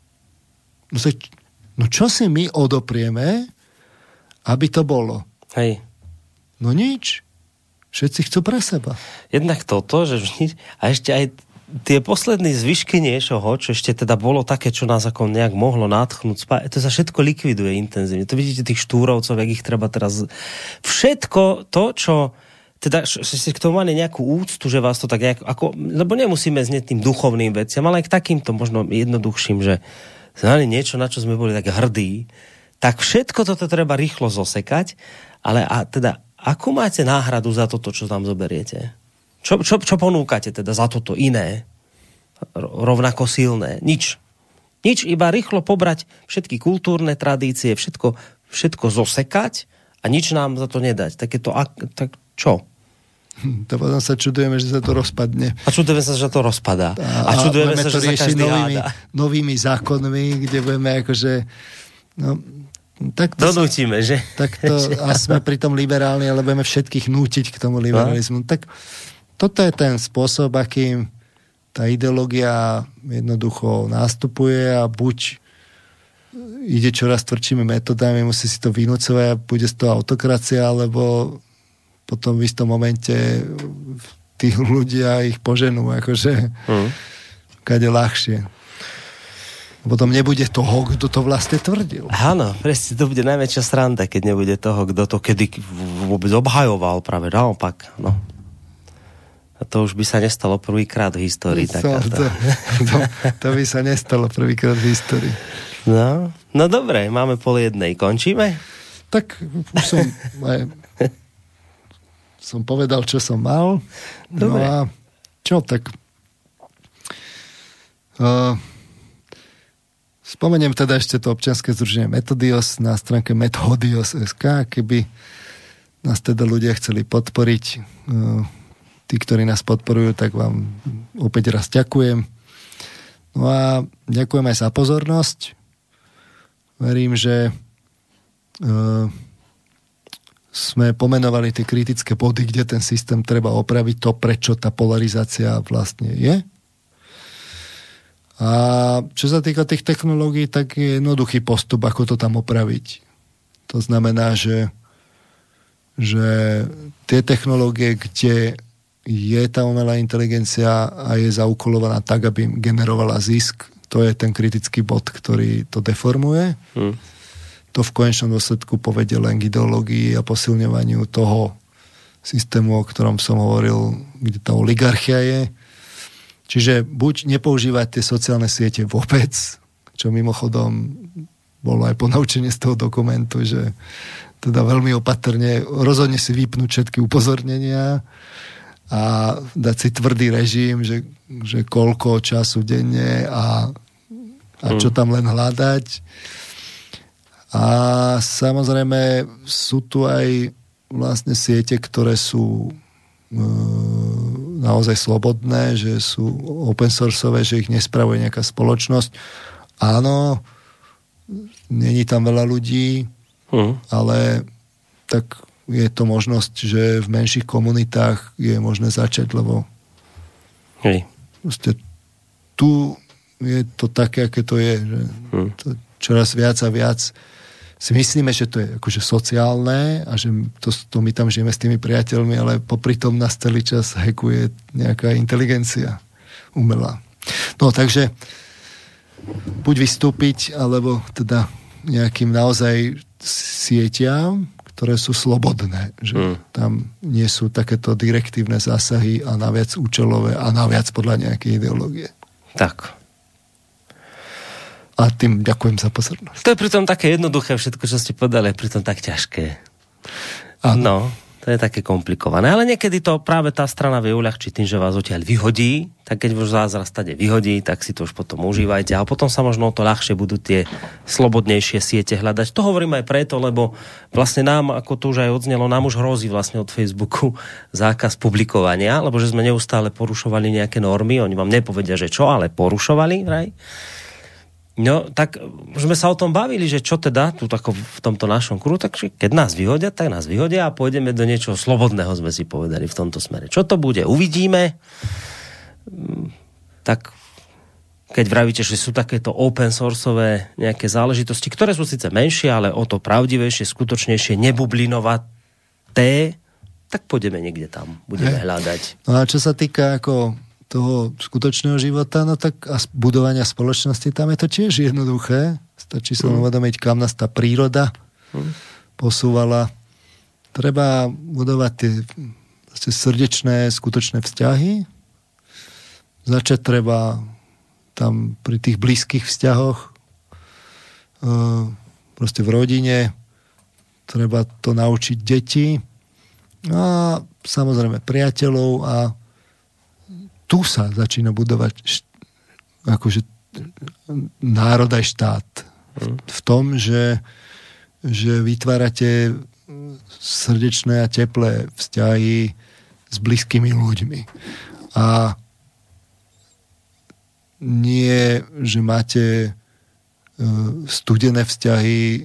No čo si my odoprieme, aby to bolo? Hej. No nič. Všetci chcú pre seba. Jednak toto, že nič. A ešte aj tie posledné zvyšky niečoho, čo ešte teda bolo také, čo nás ako nejak mohlo nadchnúť, to sa všetko likviduje intenzívne. To vidíte tých štúrovcov, jak ich treba teraz... Všetko to, čo... Teda, ste k tomu mali nejakú úctu, že vás to tak nejak... lebo nemusíme znieť tým duchovným veciam, ale aj k takýmto možno jednoduchším, že znali niečo, na čo sme boli tak hrdí, tak všetko toto treba rýchlo zosekať, ale a teda, akú máte náhradu za toto, čo tam zoberiete? Čo ponúkate teda za toto iné? Rovnako silné? Nič. Nič, iba rýchlo pobrať všetky kultúrne tradície, všetko zosekať a nič nám za to nedať. Tak je to, tak čo? To potom sa čudujeme, že sa to rozpadne. A čudujeme sa, že to rozpadá. A čudujeme sa, že sa každý novými zákonmi, kde budeme akože... No, tak donútime, že? Tak to, a sme pritom liberálni, ale budeme všetkých nútiť k tomu liberalizmu. Tak toto je ten spôsob, akým tá ideológia jednoducho nástupuje a buď ide čoraz tvrdšími metodami, musí si to vynúcovať a bude z toho autokracia, alebo potom v istom momente tí ľudia ich poženú, akože kade ľahšie. Potom nebude toho, kto to vlastne tvrdil. Áno, presne, to bude najväčšia sranda, keď nebude toho, kto to kedy vôbec obhajoval, práve naopak. No. A to už by sa nestalo prvýkrát v histórii. To by sa nestalo prvýkrát v histórii. No dobre, máme 12:30. Končíme? Tak už som povedal, čo som mal. Dobre. No a čo, tak spomeniem teda ešte to občianske združenie Metodios na stránke Metodios.sk, keby nás teda ľudia chceli podporiť. Tí, ktorí nás podporujú, tak vám opäť raz ďakujem. No a ďakujem aj za pozornosť. Verím, že sme pomenovali tie kritické body, kde ten systém treba opraviť, to, prečo tá polarizácia vlastne je. A čo sa týka tých technológií, tak je jednoduchý postup, ako to tam opraviť. To znamená, že tie technológie, kde je tá umelá inteligencia a je zaúkolovaná tak, aby generovala zisk, to je ten kritický bod, ktorý to deformuje. To v konečnom dôsledku povedie len k ideológii a posilňovaniu toho systému, o ktorom som hovoril, kde tá oligarchia je. Čiže buď nepoužívať tie sociálne siete vôbec, čo mimochodom bolo aj ponaučenie z toho dokumentu, že teda veľmi opatrne rozhodne si vypnúť všetky upozornenia a dať si tvrdý režim, že koľko času denne a čo tam len hľadať. A samozrejme sú tu aj vlastne siete, ktoré sú naozaj slobodné, že sú open sourceové, že ich nespravuje nejaká spoločnosť. Áno, není tam veľa ľudí, ale tak je to možnosť, že v menších komunitách je možné začať, lebo tu je to také, aké to je. Že to čoraz viac a viac si myslíme, že to je akože sociálne a že to my tam žijeme s tými priateľmi, ale popri tom nás celý čas hackuje nejaká inteligencia umelá. No, takže buď vystúpiť, alebo teda nejakým naozaj sieťam, ktoré sú slobodné, že tam nie sú takéto direktívne zásahy a naviac účelové a naviac podľa nejakej ideológie. Tak. A tým ďakujem za pozornosť. To je pritom také jednoduché, všetko, čo ste povedali, je pritom tak ťažké. Ano. No, to je také komplikované. Ale niekedy to práve tá strana vie uľahčiť tým, že vás odtiaľ vyhodí, tak keď už vás raz tade vyhodí, tak si to už potom užívajte a potom sa možno to ľahšie budú tie slobodnejšie siete hľadať. To hovorím aj preto, lebo vlastne nám, ako to už aj odznelo, nám už hrozí vlastne od Facebooku zákaz publikovania, lebo že sme neustále porušovali nejaké normy, oni vám nepovedia, že čo, ale porušovali, vraj. No, tak už sme sa o tom bavili, že čo teda tu tako v tomto našom kruhu, takže keď nás vyhodia, tak nás vyhodia a pôjdeme do niečoho slobodného, sme si povedali v tomto smere. Čo to bude? Uvidíme. Tak keď vravíte, že sú takéto open sourceové nejaké záležitosti, ktoré sú síce menšie, ale o to pravdivejšie, skutočnejšie, nebublinovaté, tak pôjdeme niekde tam. Budeme hľadať. No a čo sa týka ako toho skutočného života, no tak a budovania spoločnosti, tam je to tiež jednoduché. Stačí sa uvedomiť, kam nás tá príroda posúvala. Treba budovať tie srdečné, skutočné vzťahy. Začať treba tam pri tých blízkych vzťahoch, proste v rodine. Treba to naučiť deti. A samozrejme priateľov a tu sa začína budovať akože národ aj štát. V tom, že vytvárate srdečné a teplé vzťahy s blízkymi ľuďmi. A nie, že máte studené vzťahy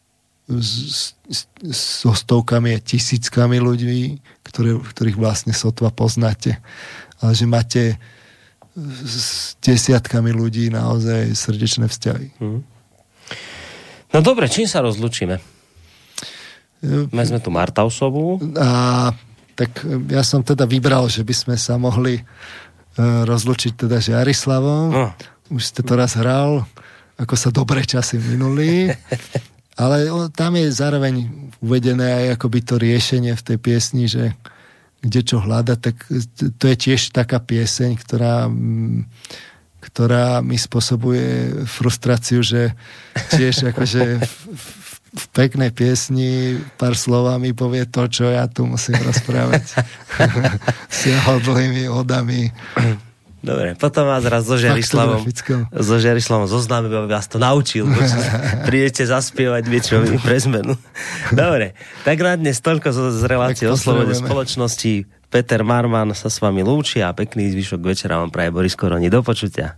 so stovkami a tisíckami ľudí, ktorých vlastne sotva poznáte. Ale že máte s desiatkami ľudí naozaj srdečné vzťahy. No dobre, čím sa rozlúčime? My sme tu Martausovú. A tak ja som teda vybral, že by sme sa mohli rozlúčiť teda s Jarislavom. Už ste to raz hral, ako sa dobré časy minuli. Ale tam je zároveň uvedené aj akoby to riešenie v tej piesni, že kde čo hľada, tak to je tiež taká pieseň, ktorá mi spôsobuje frustráciu, že tiež akože v peknej piesni pár slovami povie to, čo ja tu musím rozprávať s jahodlými odami. Dobre, potom vás raz so Žiarislavom zoznámim, aby vás to naučil. Prídete zaspievať niečo pre zmenu. Dobre, tak na dnes toľko z relácie o slobode spoločnosti. Peter Marman sa s vami lúči a pekný zvyšok večera vám praje Boris Koroni. Do počutia.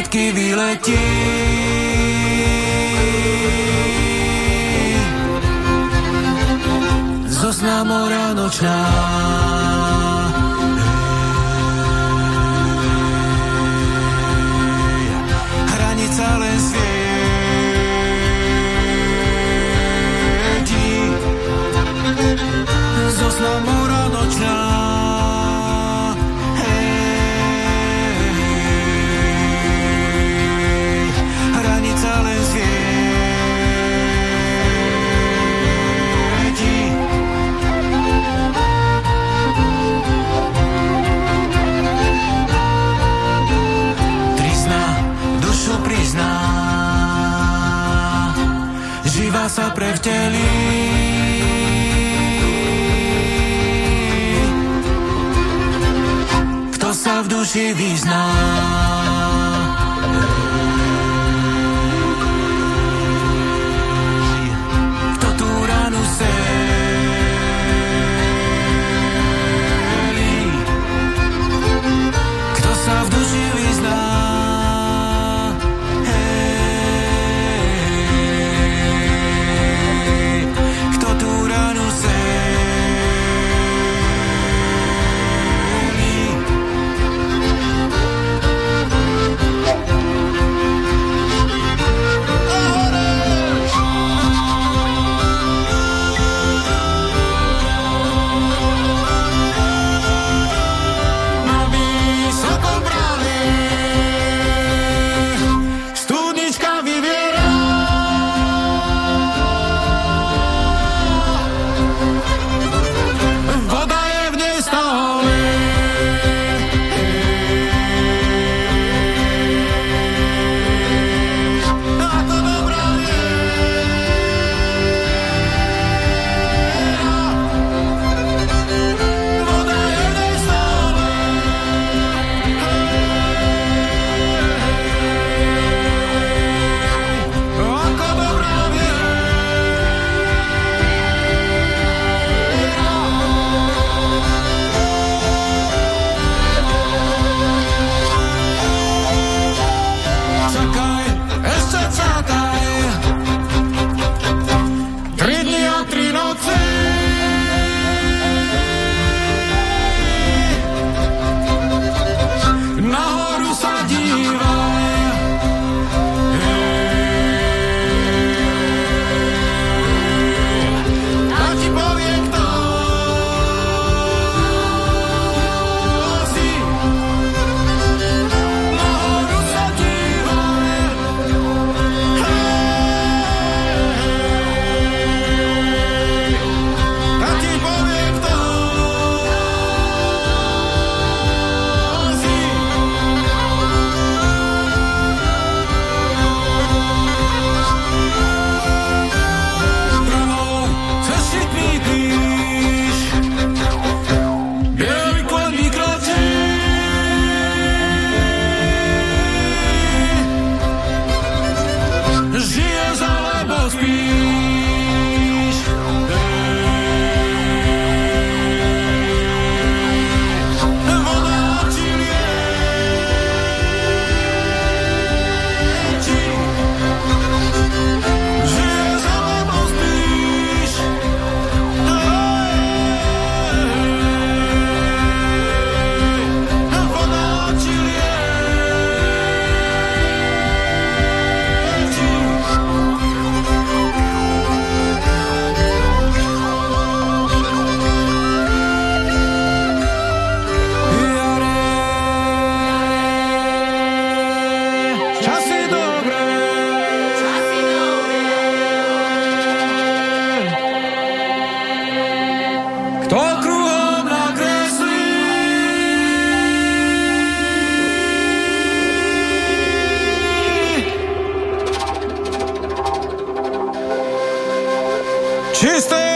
matky vyletí. Zo sna mora nočná. Hranica len svieti. Zo sna mora nočná. Hranica len svieti. Trizna dušu prizná, živá sa prevtelí. Kto sa v duši vyzná, kto tú ranu selí, kto sa v duši vyzná, kto tú ranu selí. Čisté